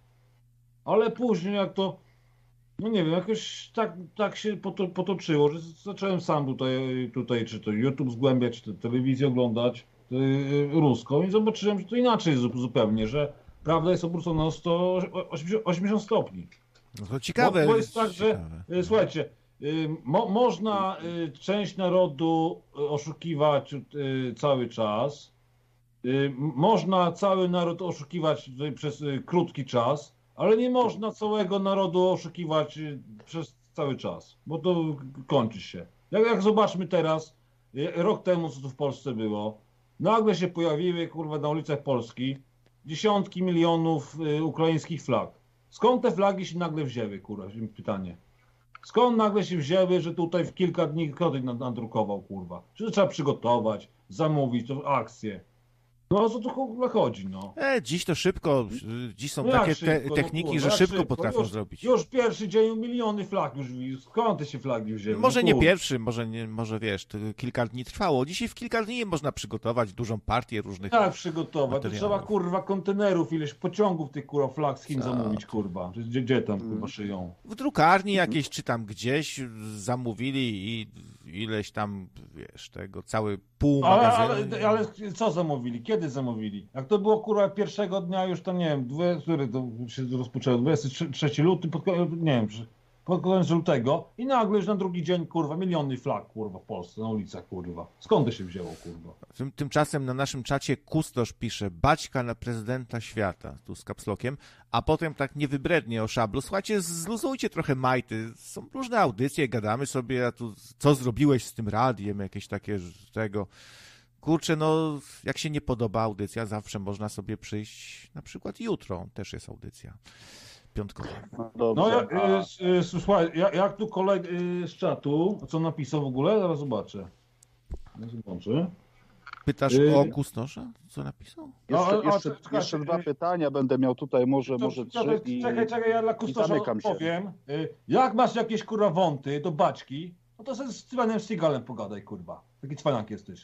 Ale później jak to, no nie wiem, jakoś tak, tak się poto, potoczyło, że zacząłem sam tutaj, tutaj czy to YouTube zgłębiać, czy to telewizję oglądać yy, ruską i zobaczyłem, że to inaczej jest zupełnie, że prawda jest obrócona o sto osiemdziesiąt stopni. No to ciekawe. Bo, bo jest tak, że ciekawe. yy, słuchajcie, yy, mo, można yy, część narodu oszukiwać yy, cały czas, yy, można cały naród oszukiwać yy, przez yy, krótki czas, ale nie można całego narodu oszukiwać y, przez cały czas, bo to kończy się. Jak, jak zobaczmy teraz, y, rok temu, co tu w Polsce było, nagle się pojawiły, kurwa, na ulicach Polski dziesiątki milionów y, ukraińskich flag. Skąd te flagi się nagle wzięły, kurwa, pytanie. Skąd nagle się wzięły, że tutaj w kilka dni ktoś nadrukował, kurwa? Czy to trzeba przygotować, zamówić, to akcję? No o co tu kurwa chodzi, no? E, dziś to szybko, dziś są No jak takie te, szybko, techniki, no kurwa, że jak szybko szybko? potrafią już, zrobić. Już pierwszy dzień miliony flag już widzisz. Skąd te się flagi wzięły? Może no, nie kurwa. pierwszy, może, nie, może wiesz, to kilka dni trwało. Dzisiaj w kilka dni można przygotować dużą partię różnych Jak przygotować? To materiałów. trzeba kurwa kontenerów, ileś pociągów tych kurwa flag z Chin Co? zamówić, kurwa. Gdzie, gdzie tam kurwa szyją? W drukarni jakieś, czy tam gdzieś zamówili i ileś tam, wiesz, tego, cały pół Ale, magazynu. ale, ale co zamówili? Kiedy zamówili? Jak to było kurwa pierwszego dnia już tam, nie wiem, dwie, który to się rozpoczęło, dwudziestego trzeciego luty, pod, nie wiem, pod koniec lutego i nagle już na drugi dzień, kurwa, miliony flag, kurwa, w Polsce, na ulicach, kurwa. Skąd to się wzięło, kurwa? Tym, tymczasem na naszym czacie Kustosz pisze baćka na prezydenta świata, tu z kapslokiem, a potem tak niewybrednie o szablu. Słuchajcie, zluzujcie trochę majty, są różne audycje, gadamy sobie, a tu co zrobiłeś z tym radiem, jakieś takie tego. Kurczę, no jak się nie podoba audycja, zawsze można sobie przyjść, na przykład jutro, też jest audycja piątkowa. No, dobrze, No jak, a- y, y, słuchaj, jak, jak tu kolega y, z czatu, co napisał w ogóle? Zaraz zobaczę. Zaraz zobaczę. Pytasz Y- o Kustosza? Co napisał? Jeszcze, No, a- a- jeszcze, czekajcie, jeszcze dwa y- pytania będę miał tutaj, może, To, może czekaj, trzy i, czekaj, czekaj, ja dla i Kustosza zamykam się. powiem. Y, Jak masz jakieś kurwa wąty do baćki, no to sobie z Stevenem Seagalem pogadaj, kurwa. Taki cwanak jesteś.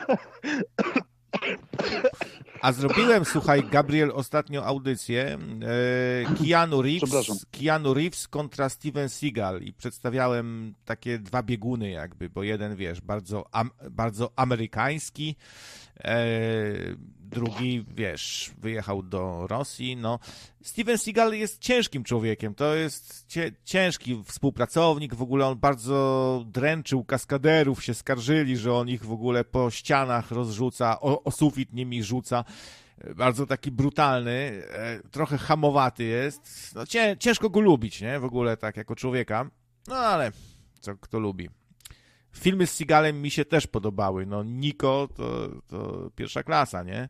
A zrobiłem, słuchaj, Gabriel, ostatnio audycję e, Keanu Przepraszam. Reeves, Keanu Reeves kontra Steven Seagal i przedstawiałem takie dwa bieguny jakby, bo jeden, wiesz, bardzo, am, bardzo amerykański, e, drugi, wiesz, wyjechał do Rosji, no. Steven Seagal jest ciężkim człowiekiem, to jest cie, ciężki współpracownik, w ogóle on bardzo dręczył kaskaderów, się skarżyli, że on ich w ogóle po ścianach rozrzuca, o, o sufit nimi rzuca. Bardzo taki brutalny, e, trochę hamowaty jest. No, cię, ciężko go lubić, nie? W ogóle tak jako człowieka. No ale co kto lubi. Filmy z Seagalem mi się też podobały. No Niko to, to pierwsza klasa, nie?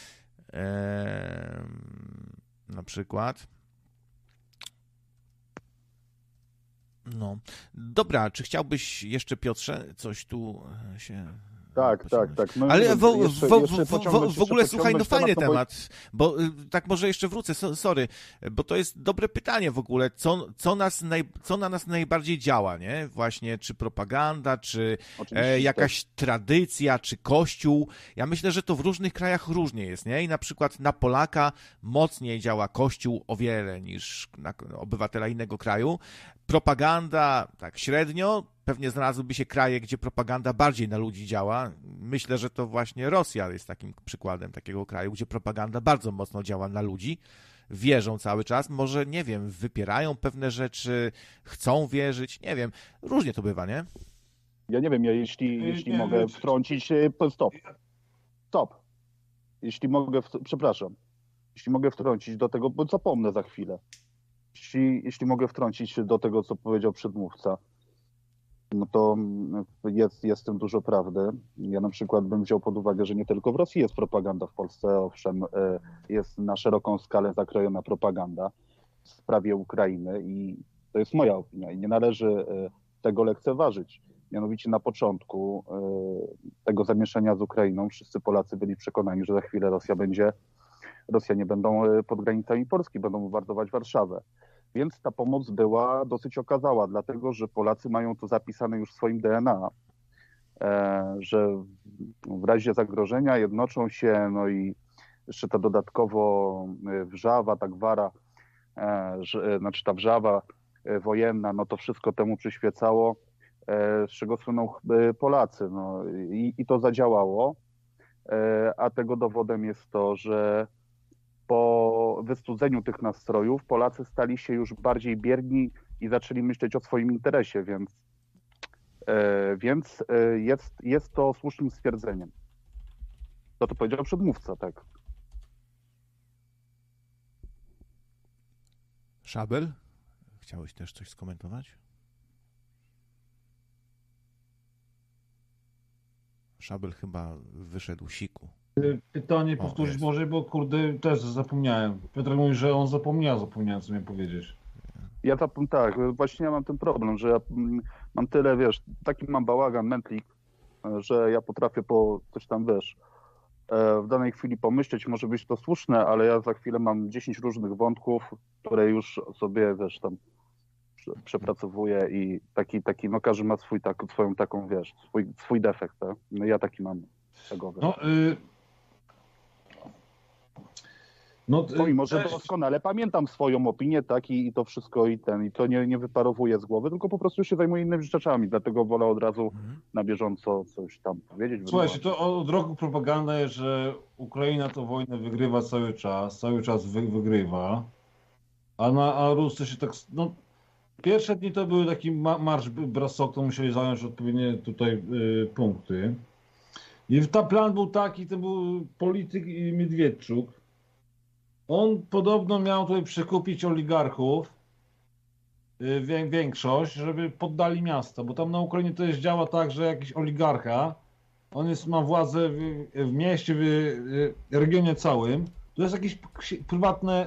E, na przykład. No. Dobra, czy chciałbyś jeszcze, Piotrze, coś tu się Tak, tak, tak. No, Ale w, w, jeszcze, w, jeszcze w, pociągnąć, w, w ogóle, jeszcze słuchaj, no pociągnąć fajny temat, temat, bo tak może jeszcze wrócę, so, sorry, bo to jest dobre pytanie w ogóle, co, co, nas naj, co na nas najbardziej działa, nie? Właśnie, czy propaganda, czy e, jakaś tak. tradycja, czy kościół. Ja myślę, że to w różnych krajach różnie jest, nie? I na przykład na Polaka mocniej działa kościół o wiele niż na obywatela innego kraju. Propaganda tak średnio, pewnie znalazłyby się kraje, gdzie propaganda bardziej na ludzi działa. Myślę, że to właśnie Rosja jest takim przykładem takiego kraju, gdzie propaganda bardzo mocno działa na ludzi. Wierzą cały czas, może, nie wiem, wypierają pewne rzeczy, chcą wierzyć, nie wiem. Różnie to bywa, nie? Ja nie wiem, ja jeśli, jeśli nie, mogę nie, wtrącić... Stop. Stop. Jeśli mogę... W... Przepraszam. Jeśli mogę wtrącić do tego, bo zapomnę za chwilę. Jeśli, jeśli mogę wtrącić do tego, co powiedział przedmówca, no to jest, jest w tym dużo prawdy. Ja na przykład bym wziął pod uwagę, że nie tylko w Rosji jest propaganda, w Polsce owszem jest na szeroką skalę zakrojona propaganda w sprawie Ukrainy i to jest moja opinia i nie należy tego lekceważyć. Mianowicie na początku tego zamieszania z Ukrainą wszyscy Polacy byli przekonani, że za chwilę Rosja będzie, Rosjanie będą pod granicami Polski, będą bombardować Warszawę. Więc ta pomoc była dosyć okazała, dlatego że Polacy mają to zapisane już w swoim D N A, że w razie zagrożenia jednoczą się, no i jeszcze ta dodatkowo wrzawa, ta gwara, znaczy ta wrzawa wojenna, no to wszystko temu przyświecało, z czego słyną Polacy. No i, i to zadziałało, a tego dowodem jest to, że po wystudzeniu tych nastrojów Polacy stali się już bardziej bierni i zaczęli myśleć o swoim interesie, więc, e, więc e, jest, jest to słusznym stwierdzeniem. To to powiedział przedmówca, tak. Szabel? Chciałeś też coś skomentować? Szabel chyba wyszedł siku. Pytanie powtórzyć o, może, bo kurde, też zapomniałem. Piotr mówi, że on zapomniał, zapomniałem co miałem powiedzieć. Ja zapom- tak, właśnie ja mam ten problem, że ja mam tyle, wiesz, taki mam bałagan, mętlik, że ja potrafię po coś tam, wiesz, w danej chwili pomyśleć, może być to słuszne, ale ja za chwilę mam dziesięć różnych wątków, które już sobie, wiesz, tam przepracowuję i taki, taki no każdy ma swój, tak, swoją taką, wiesz, swój, swój defekt, tak? No ja taki mam tego. No, y- No, Pomimo, że doskonale pamiętam swoją opinię, tak, i, i to wszystko i ten, i to nie, nie wyparowuję z głowy, tylko po prostu się zajmuję innymi rzeczami, dlatego wolę od razu mhm. na bieżąco coś tam powiedzieć. Słuchajcie, to od roku propaganda jest, że Ukraina to wojnę wygrywa cały czas, cały czas wy, wygrywa, a, na, a Ruscy się tak, no, pierwsze dni to były taki ma, marsz Brasok, to musieli zająć odpowiednie tutaj y, punkty. I ta plan był taki, to był polityk i Miedwiedczuk. On podobno miał tutaj przekupić oligarchów, większość, żeby poddali miasto, bo tam na Ukrainie to jest działa tak, że jakiś oligarcha, on jest, ma władzę w, w mieście, w regionie całym, to jest jakieś prywatne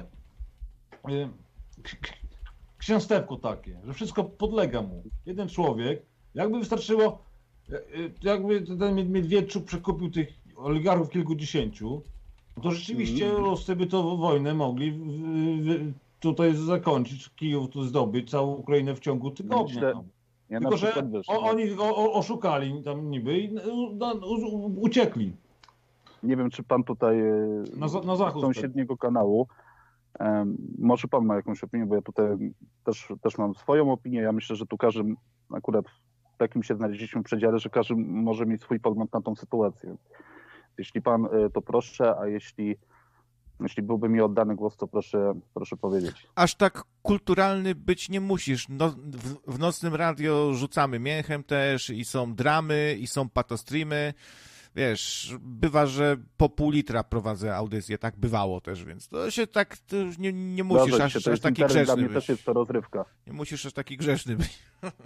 księstewko takie, że wszystko podlega mu. Jeden człowiek, jakby wystarczyło, jakby ten Miedwiedczuk przekupił tych oligarchów kilkudziesięciu, to rzeczywiście mm. Ruscy by to wojnę mogli w, w, tutaj zakończyć, Kijów tu zdobyć, całą Ukrainę w ciągu tygodnia. No. Ja Tylko, że wiesz, o, oni o, oszukali tam niby i no, uciekli. Nie wiem, czy pan tutaj na, na zachód, z sąsiedniego kanału, um, może pan ma jakąś opinię, bo ja tutaj też, też mam swoją opinię. Ja myślę, że tu każdy, akurat w takim się znaleźliśmy przedziale, że każdy może mieć swój pogląd na tą sytuację. Jeśli pan, to proszę, a jeśli, jeśli byłby mi oddany głos, to proszę, proszę powiedzieć. Aż tak kulturalny być nie musisz. No, w, w nocnym radio rzucamy mięchem też i są dramy, i są patostreamy. Wiesz, bywa, że po pół litra prowadzę audycję, tak bywało też, więc to się tak, to nie, nie musisz Dobrze, aż, się, aż taki grzeczny dla mnie być. Też jest to rozrywka. Nie musisz aż taki grzeczny być.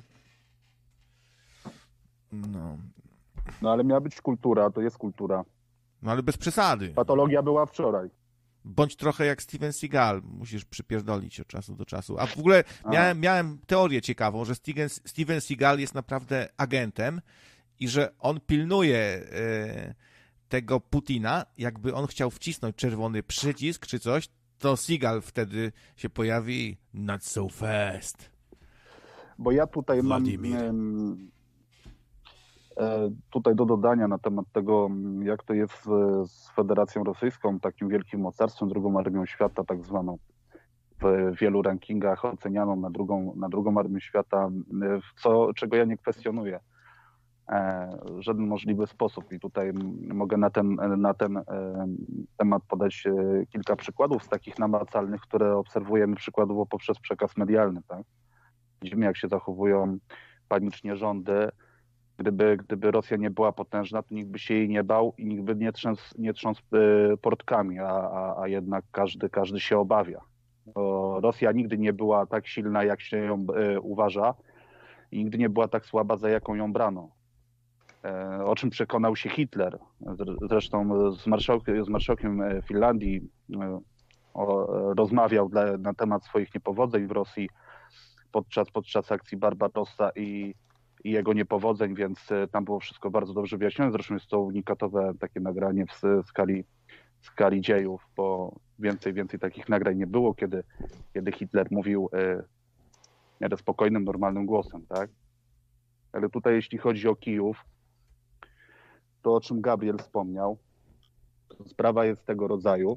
No. No ale miała być kultura, to jest kultura. No ale bez przesady. Patologia była wczoraj. Bądź trochę jak Steven Seagal, musisz przypierdolić od czasu do czasu. A w ogóle miałem, miałem teorię ciekawą, że Steven, Steven Seagal jest naprawdę agentem i że on pilnuje e, tego Putina, jakby on chciał wcisnąć czerwony przycisk czy coś, to Seagal wtedy się pojawi not so fast. Bo ja tutaj Władimir. mam em, e, tutaj do dodania na temat tego, jak to jest z, z Federacją Rosyjską, takim wielkim mocarstwem, drugą armią świata tak zwaną. W wielu rankingach ocenianą na drugą, na drugą armię świata, co, czego ja nie kwestionuję w żaden możliwy sposób. I tutaj mogę na ten, na ten temat podać kilka przykładów z takich namacalnych, które obserwujemy przykładowo poprzez przekaz medialny. Tak? Widzimy, jak się zachowują panicznie rządy. Gdyby, gdyby Rosja nie była potężna, to nikt by się jej nie bał i nikt by nie trząsł, nie trząsł portkami, a, a, a jednak każdy, każdy się obawia. Bo Rosja nigdy nie była tak silna, jak się ją y, uważa i nigdy nie była tak słaba, za jaką ją brano. E, o czym przekonał się Hitler. Zresztą z marszałkiem, z marszałkiem Finlandii y, o, rozmawiał dla, na temat swoich niepowodzeń w Rosji podczas, podczas akcji Barbarossa i, i jego niepowodzeń, więc y, tam było wszystko bardzo dobrze wyjaśnione. Zresztą jest to unikatowe takie nagranie w skali, w skali dziejów, bo Więcej, więcej takich nagrań nie było, kiedy, kiedy Hitler mówił e, spokojnym, normalnym głosem, tak? Ale tutaj jeśli chodzi o Kijów, to o czym Gabriel wspomniał, to sprawa jest tego rodzaju,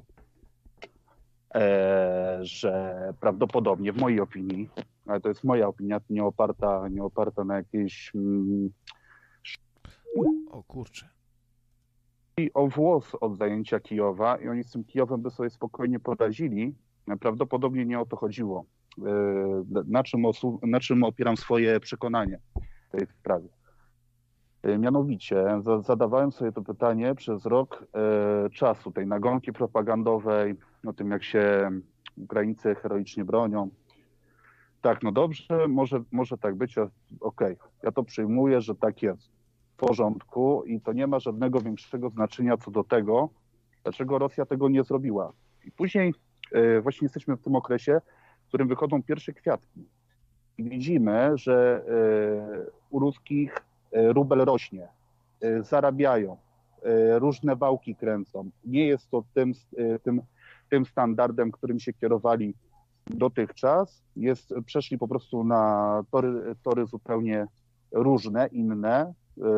e, że prawdopodobnie w mojej opinii, ale to jest moja opinia, nie oparta, nie oparta na jakiejś... Mm, o kurczę. I o włos od zajęcia Kijowa i oni z tym Kijowem by sobie spokojnie poradzili. Prawdopodobnie nie o to chodziło. Na czym, osu- na czym opieram swoje przekonanie w tej sprawie. Mianowicie za- zadawałem sobie to pytanie przez rok e, czasu, tej nagonki propagandowej, o tym jak się Ukraińcy heroicznie bronią. Tak, no dobrze, może, może tak być, okej, okay. Ja to przyjmuję, że tak jest. W porządku i to nie ma żadnego większego znaczenia co do tego, dlaczego Rosja tego nie zrobiła. I później e, właśnie jesteśmy w tym okresie, w którym wychodzą pierwsze kwiatki. I widzimy, że e, u ruskich e, rubel rośnie, e, zarabiają, e, różne wałki kręcą. Nie jest to tym, e, tym, tym standardem, którym się kierowali dotychczas. Jest, przeszli po prostu na tory, tory zupełnie różne, inne.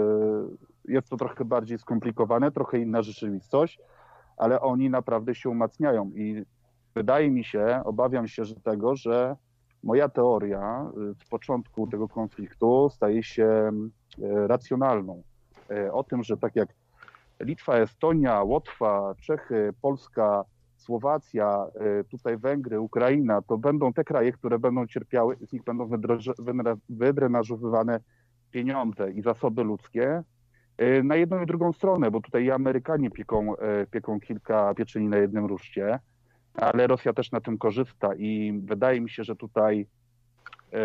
Jest to trochę bardziej skomplikowane, trochę inna rzeczywistość, ale oni naprawdę się umacniają i wydaje mi się, obawiam się że tego, że moja teoria z początku tego konfliktu staje się racjonalną. O tym, że tak jak Litwa, Estonia, Łotwa, Czechy, Polska, Słowacja, tutaj Węgry, Ukraina, to będą te kraje, które będą cierpiały, z nich będą wydrenażowywane pieniądze i zasoby ludzkie na jedną i drugą stronę, bo tutaj i Amerykanie pieką, pieką kilka pieczeni na jednym ruszcie, ale Rosja też na tym korzysta i wydaje mi się, że tutaj e,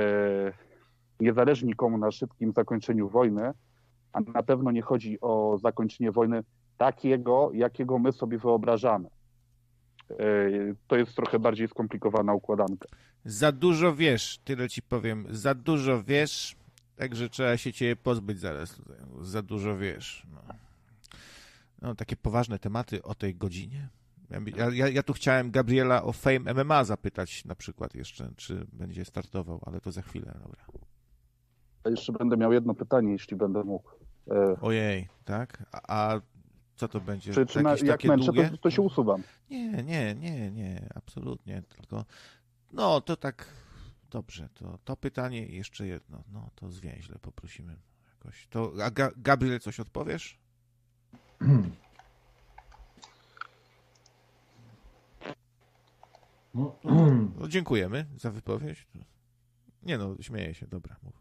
nie zależy nikomu na szybkim zakończeniu wojny, a na pewno nie chodzi o zakończenie wojny takiego, jakiego my sobie wyobrażamy. E, to jest trochę bardziej skomplikowana układanka. Za dużo wiesz, tyle ci powiem, za dużo wiesz, także trzeba się ciebie pozbyć zaraz tutaj. Za dużo wiesz. No. No, takie poważne tematy o tej godzinie. Ja, ja, ja tu chciałem Gabriela o Fame M M A zapytać na przykład jeszcze, czy będzie startował, ale to za chwilę, dobra. Ja jeszcze będę miał jedno pytanie, jeśli będę mógł. Ojej, tak? A, a co to będzie? Czy, czy na, jak męczę, to, to się usuwam. Nie, nie, nie, nie, absolutnie, tylko no to tak dobrze, to, to pytanie i jeszcze jedno, no to zwięźle poprosimy jakoś. To, a Ga- Gabriel, coś odpowiesz? No, dziękujemy za wypowiedź. Nie no, śmieję się, dobra, mów.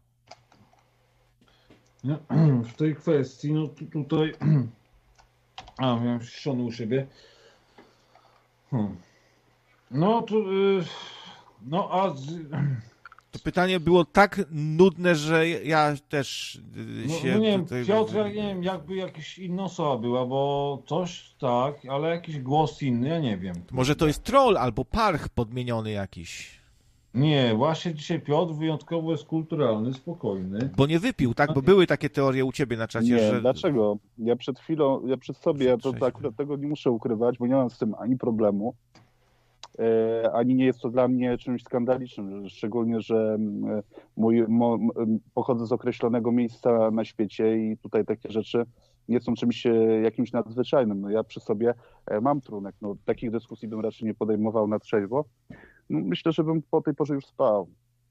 W tej kwestii, no tutaj... A, miałem ściszony u siebie. Hmm. No to... Yy, no a... Z... To pytanie było tak nudne, że ja też no, się... No nie wiem, tutaj... Piotr, ja nie wiem, jakby jakaś inna osoba była, bo coś tak, ale jakiś głos inny, ja nie wiem. Może to jest troll albo parch podmieniony jakiś. Nie, właśnie dzisiaj Piotr wyjątkowo jest kulturalny, spokojny. Bo nie wypił, tak? Bo były takie teorie u ciebie na czacie, Nie, że... dlaczego? Ja przed chwilą, ja przed sobie, ja to, to akurat tego nie muszę ukrywać, bo nie mam z tym ani problemu, e, ani nie jest to dla mnie czymś skandalicznym, szczególnie, że e, mój, mo, pochodzę z określonego miejsca na świecie i tutaj takie rzeczy nie są czymś e, jakimś nadzwyczajnym. No ja przy sobie e, mam trunek, no takich dyskusji bym raczej nie podejmował na trzeźwo. No, myślę, że bym po tej porze już spał.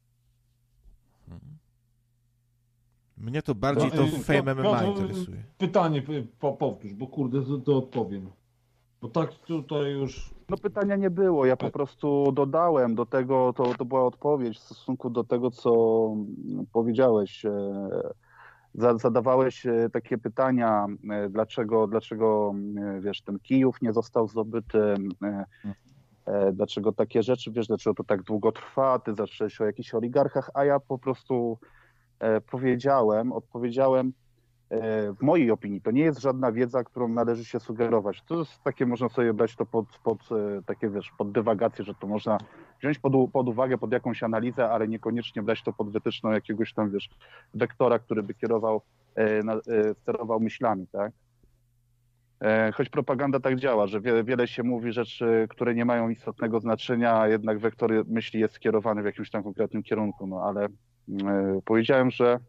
Mnie to bardziej No, to y, Fame Piotr, M M A Piotr, interesuje. Pytanie y, po, powtórz, bo kurde, to, to odpowiem. Bo tak tutaj już... No pytania nie było, ja po prostu dodałem do tego, to, to była odpowiedź w stosunku do tego, co powiedziałeś. E, za- Zadawałeś e, takie pytania, e, dlaczego, dlaczego e, wiesz, ten Kijów nie został zdobyty, e, e, dlaczego takie rzeczy, wiesz, dlaczego to tak długo trwa, ty zacząłeś o jakichś oligarchach, a ja po prostu e, powiedziałem, odpowiedziałem e, w mojej opinii, to nie jest żadna wiedza, którą należy się sugerować. To jest takie, można sobie brać to pod, pod e, takie, wiesz, pod dywagację, że to można wziąć pod, u- pod uwagę, pod jakąś analizę, ale niekoniecznie brać to pod wytyczną jakiegoś tam, wiesz, wektora, który by kierował, e, na, e, sterował myślami, tak? E, Choć propaganda tak działa, że wiele, wiele się mówi rzeczy, które nie mają istotnego znaczenia, a jednak wektor myśli jest skierowany w jakimś tam konkretnym kierunku, no ale e, powiedziałem, że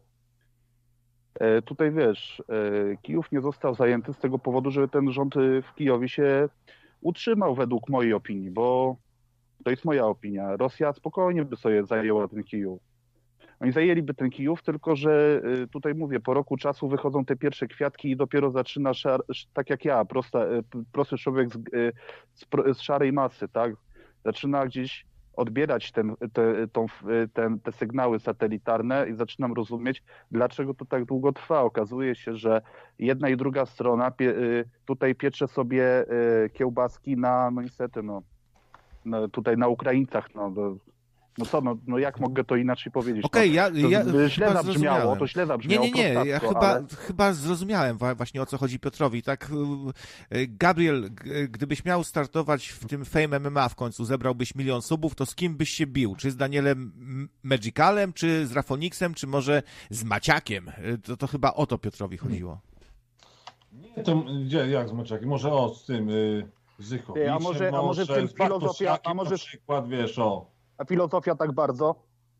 E, Tutaj wiesz, e, Kijów nie został zajęty z tego powodu, że ten rząd e, w Kijowie się utrzymał według mojej opinii, bo to jest moja opinia. Rosja spokojnie by sobie zajęła ten Kijów. Oni zajęliby ten Kijów, tylko że e, tutaj mówię, po roku czasu wychodzą te pierwsze kwiatki i dopiero zaczyna, szar, tak jak ja, prosta, e, prosty człowiek z, e, z, pro- z szarej masy, tak? Zaczyna gdzieś odbierać ten, te, tą, ten, te sygnały satelitarne i zaczynam rozumieć, dlaczego to tak długo trwa. Okazuje się, że jedna i druga strona pie, tutaj piecze sobie kiełbaski na, no niestety, no, no tutaj na Ukraińcach, no, no, no co, no, no jak mogę to inaczej powiedzieć? Okej, no, ja, ja to chyba źle zabrzmiało, zrozumiałem. to źle Nie, zabrzmiało. nie, nie, ja prostacko, chyba, ale... chyba zrozumiałem wa- właśnie o co chodzi Piotrowi. Tak, y, Gabriel, g- gdybyś miał startować w tym Fame M M A w końcu, zebrałbyś milion subów, to z kim byś się bił? Czy z Danielem M- Magicalem, czy z Rafoniksem, czy może z Maciakiem? Y, To, to chyba o to Piotrowi chodziło. Nie, to gdzie, jak z Maciakiem? Może o, z tym y, Zychowiczem, Ty, a może- a może w tym z filozofia- Bartoszakiem a może- na przykład, wiesz, o. A filozofia tak bardzo?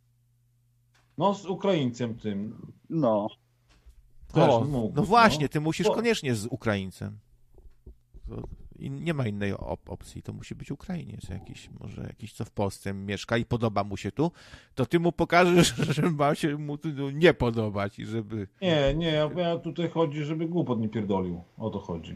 No z Ukraińcem tym. No. Też O, mógł, no właśnie, ty musisz Bo- koniecznie z Ukraińcem. To i nie ma innej op- opcji, to musi być Ukrainiec jakiś, może jakiś, co w Polsce mieszka i podoba mu się tu, to ty mu pokażesz, że ma się mu tu nie podobać i żeby... Nie, nie, ja, ja tutaj chodzi, żeby głupot nie pierdolił. O to chodzi.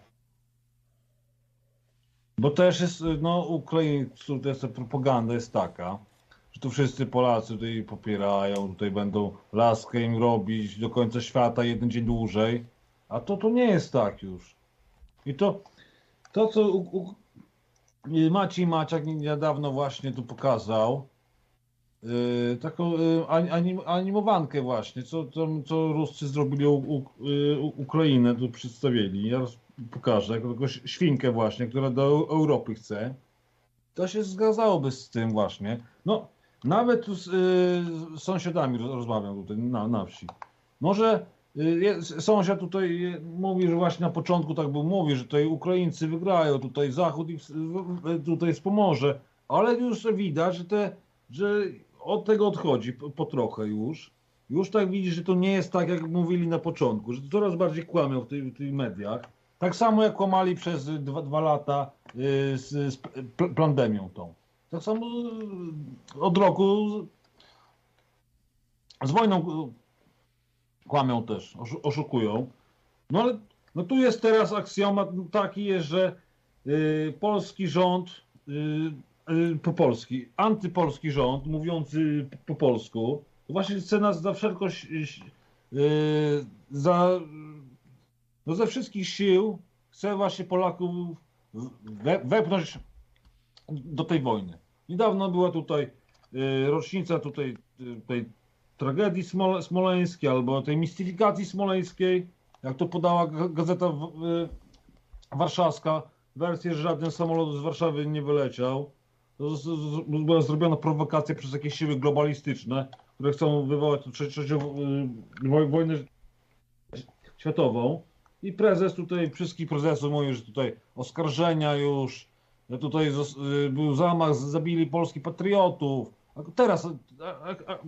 Bo też jest, no, Ukraińców, to jest ta propaganda jest taka, że tu wszyscy Polacy tutaj popierają, tutaj będą laskę im robić do końca świata, jeden dzień dłużej, a to to nie jest tak już. I to, to co u, u, Maciej Maciak niedawno właśnie tu pokazał, yy, taką yy, anim, animowankę właśnie, co, co, co Ruscy zrobili u, u, u Ukrainę, tu przedstawili. Ja pokażę, jako jakąś świnkę właśnie, która do Europy chce. To się zgadzałoby z tym właśnie. No, nawet tu z yy, sąsiadami roz- rozmawiam tutaj na, na wsi. Może yy, jest, sąsiad tutaj yy, mówi, że właśnie na początku tak był, mówi, że tutaj Ukraińcy wygrają, tutaj Zachód ich yy, tutaj wspomoże, ale już widać, że, te, że od tego odchodzi po, po trochę już. Już tak widzi, że to nie jest tak, jak mówili na początku, że coraz bardziej kłamią w tych, w tych mediach. Tak samo jak kłamali przez dwa, dwa lata yy, z, z pl- pandemią tą. Tak samo yy, od roku z, z wojną yy, kłamią też, oszu- oszukują. No ale no tu jest teraz aksjomat taki jest, że yy, polski rząd, yy, yy, po polski, antypolski rząd, mówiący po polsku, to właśnie chce nas za wszelkość, yy, za no ze wszystkich sił chce właśnie Polaków we, wepchnąć do tej wojny. Niedawno była tutaj y, rocznica tutaj, y, tej tragedii smole, smoleńskiej albo tej mistyfikacji smoleńskiej, jak to podała ga- gazeta w, y, warszawska, wersję, że żaden samolot z Warszawy nie wyleciał. to z, z, była zrobiona prowokacja przez jakieś siły globalistyczne, które chcą wywołać trzecią wojnę światową. I prezes tutaj, wszystkich prezesów mówił, że tutaj oskarżenia już, że tutaj był zamach, zabili polskich patriotów. A teraz, a, a,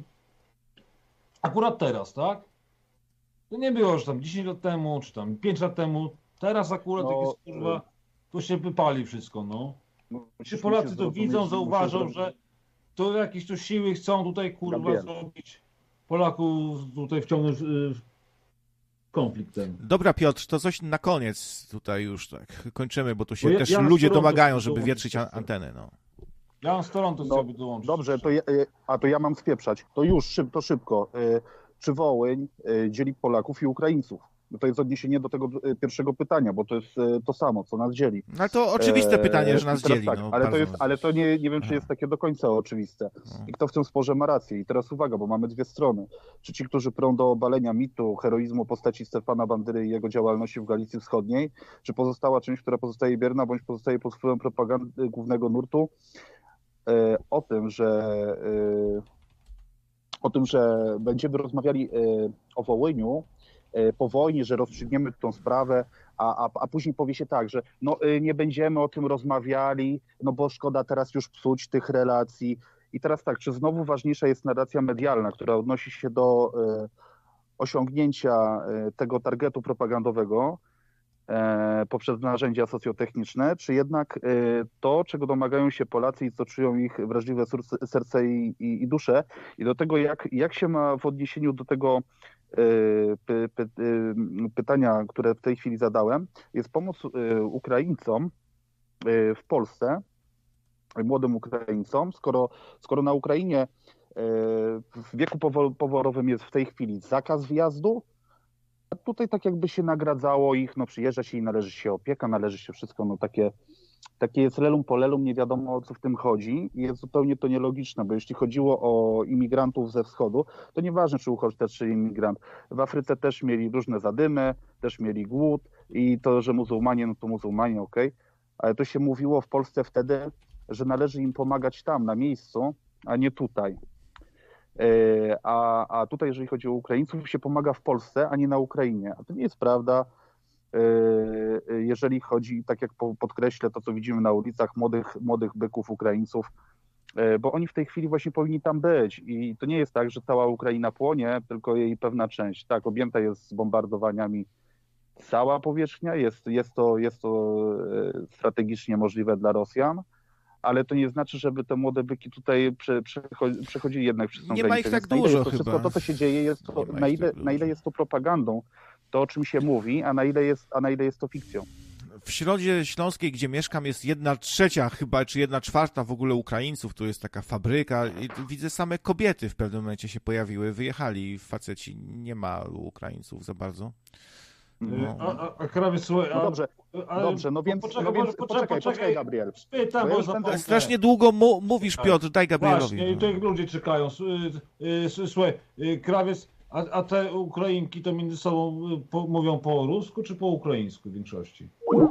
akurat teraz, tak? To nie było już tam dziesięć lat temu, czy tam pięć lat temu. Teraz akurat no, jak jest kurwa, to się wypali wszystko, no. no Czy Polacy to widzą, zauważą, że to jakieś tu siły chcą tutaj kurwa zrobić Polaków tutaj wciągnąć w konflikt ten. Dobra, Piotr, to coś na koniec tutaj już tak kończymy, bo tu się bo ja, też ja ludzie domagają, żeby wietrzyć antenę, no. Ja mam z Toronto no, sobie dołączyć. Dobrze, to ja, a to ja mam spieprzać. To już, szyb, to szybko. Czy Wołyń dzieli Polaków i Ukraińców? To jest odniesienie do tego pierwszego pytania, bo to jest to samo, co nas dzieli. No to oczywiste pytanie, że nas dzieli. Tak, no, ale, to jest, bardzo... ale to nie, nie wiem, czy jest takie do końca oczywiste. I kto w tym sporze ma rację. I teraz uwaga, bo mamy dwie strony. Czy ci, którzy prą do obalenia mitu, heroizmu postaci Stefana Bandery i jego działalności w Galicji Wschodniej, czy pozostała część, która pozostaje bierna, bądź pozostaje pod wpływem propagandy głównego nurtu, e, o tym, że e, o tym, że będziemy rozmawiali e, o Wołyniu, po wojnie, że rozstrzygniemy tą sprawę, a, a, a później powie się tak, że no, nie będziemy o tym rozmawiali, no bo szkoda teraz już psuć tych relacji. I teraz tak, czy znowu ważniejsza jest narracja medialna, która odnosi się do e, osiągnięcia e, tego targetu propagandowego e, poprzez narzędzia socjotechniczne, czy jednak e, to, czego domagają się Polacy i co czują ich wrażliwe serce i, i, i dusze, i do tego, jak, jak się ma w odniesieniu do tego Py, py, pytania, które w tej chwili zadałem, jest pomoc Ukraińcom w Polsce, młodym Ukraińcom, skoro, skoro na Ukrainie w wieku poborowym jest w tej chwili zakaz wjazdu, a tutaj tak jakby się nagradzało ich, no przyjeżdża się i należy się opieka, należy się wszystko, no takie, takie jest lelum po lelum, nie wiadomo o co w tym chodzi i jest zupełnie to nielogiczne, bo jeśli chodziło o imigrantów ze wschodu, to nieważne czy uchodźca, czy imigrant. W Afryce też mieli różne zadymy, też mieli głód i to, że muzułmanie, no to muzułmanie, okej, okay. Ale to się mówiło w Polsce wtedy, że należy im pomagać tam, na miejscu, a nie tutaj. A, a tutaj, jeżeli chodzi o Ukraińców, się pomaga w Polsce, a nie na Ukrainie. A to nie jest prawda. Jeżeli chodzi, tak jak podkreślę, to co widzimy na ulicach młodych, młodych byków Ukraińców, bo oni w tej chwili właśnie powinni tam być i to nie jest tak, że cała Ukraina płonie, tylko jej pewna część. Tak, objęta jest bombardowaniami cała powierzchnia, jest, jest, to, jest to strategicznie możliwe dla Rosjan, ale to nie znaczy, żeby te młode byki tutaj prze, przechodzi, przechodzili jednak przez tą Nie ma ich tak dużo chyba. Wszystko to, co się dzieje, jest to, na, ile, na ile jest to propagandą, to o czym się mówi, a na ile jest, a na ile jest to fikcją. W Środzie Śląskiej, gdzie mieszkam, jest jedna trzecia chyba, czy jedna czwarta w ogóle Ukraińców. Tu jest taka fabryka i widzę same kobiety w pewnym momencie się pojawiły, wyjechali faceci. Nie ma Ukraińców za bardzo. No. A, a, a krawiec, słuchaj, a, no dobrze, ale, dobrze, no więc, poczekaj, no więc poczekaj, poczekaj, poczekaj, poczekaj, Gabriel. Spytam, ja może będę... Strasznie długo mu, mówisz, Piotr, daj Gabrielowi. Właśnie, no. tutaj ludzie czekają. Słuchaj, krawiec, a, a te Ukrainki to między sobą po, mówią po rusku czy po ukraińsku w większości?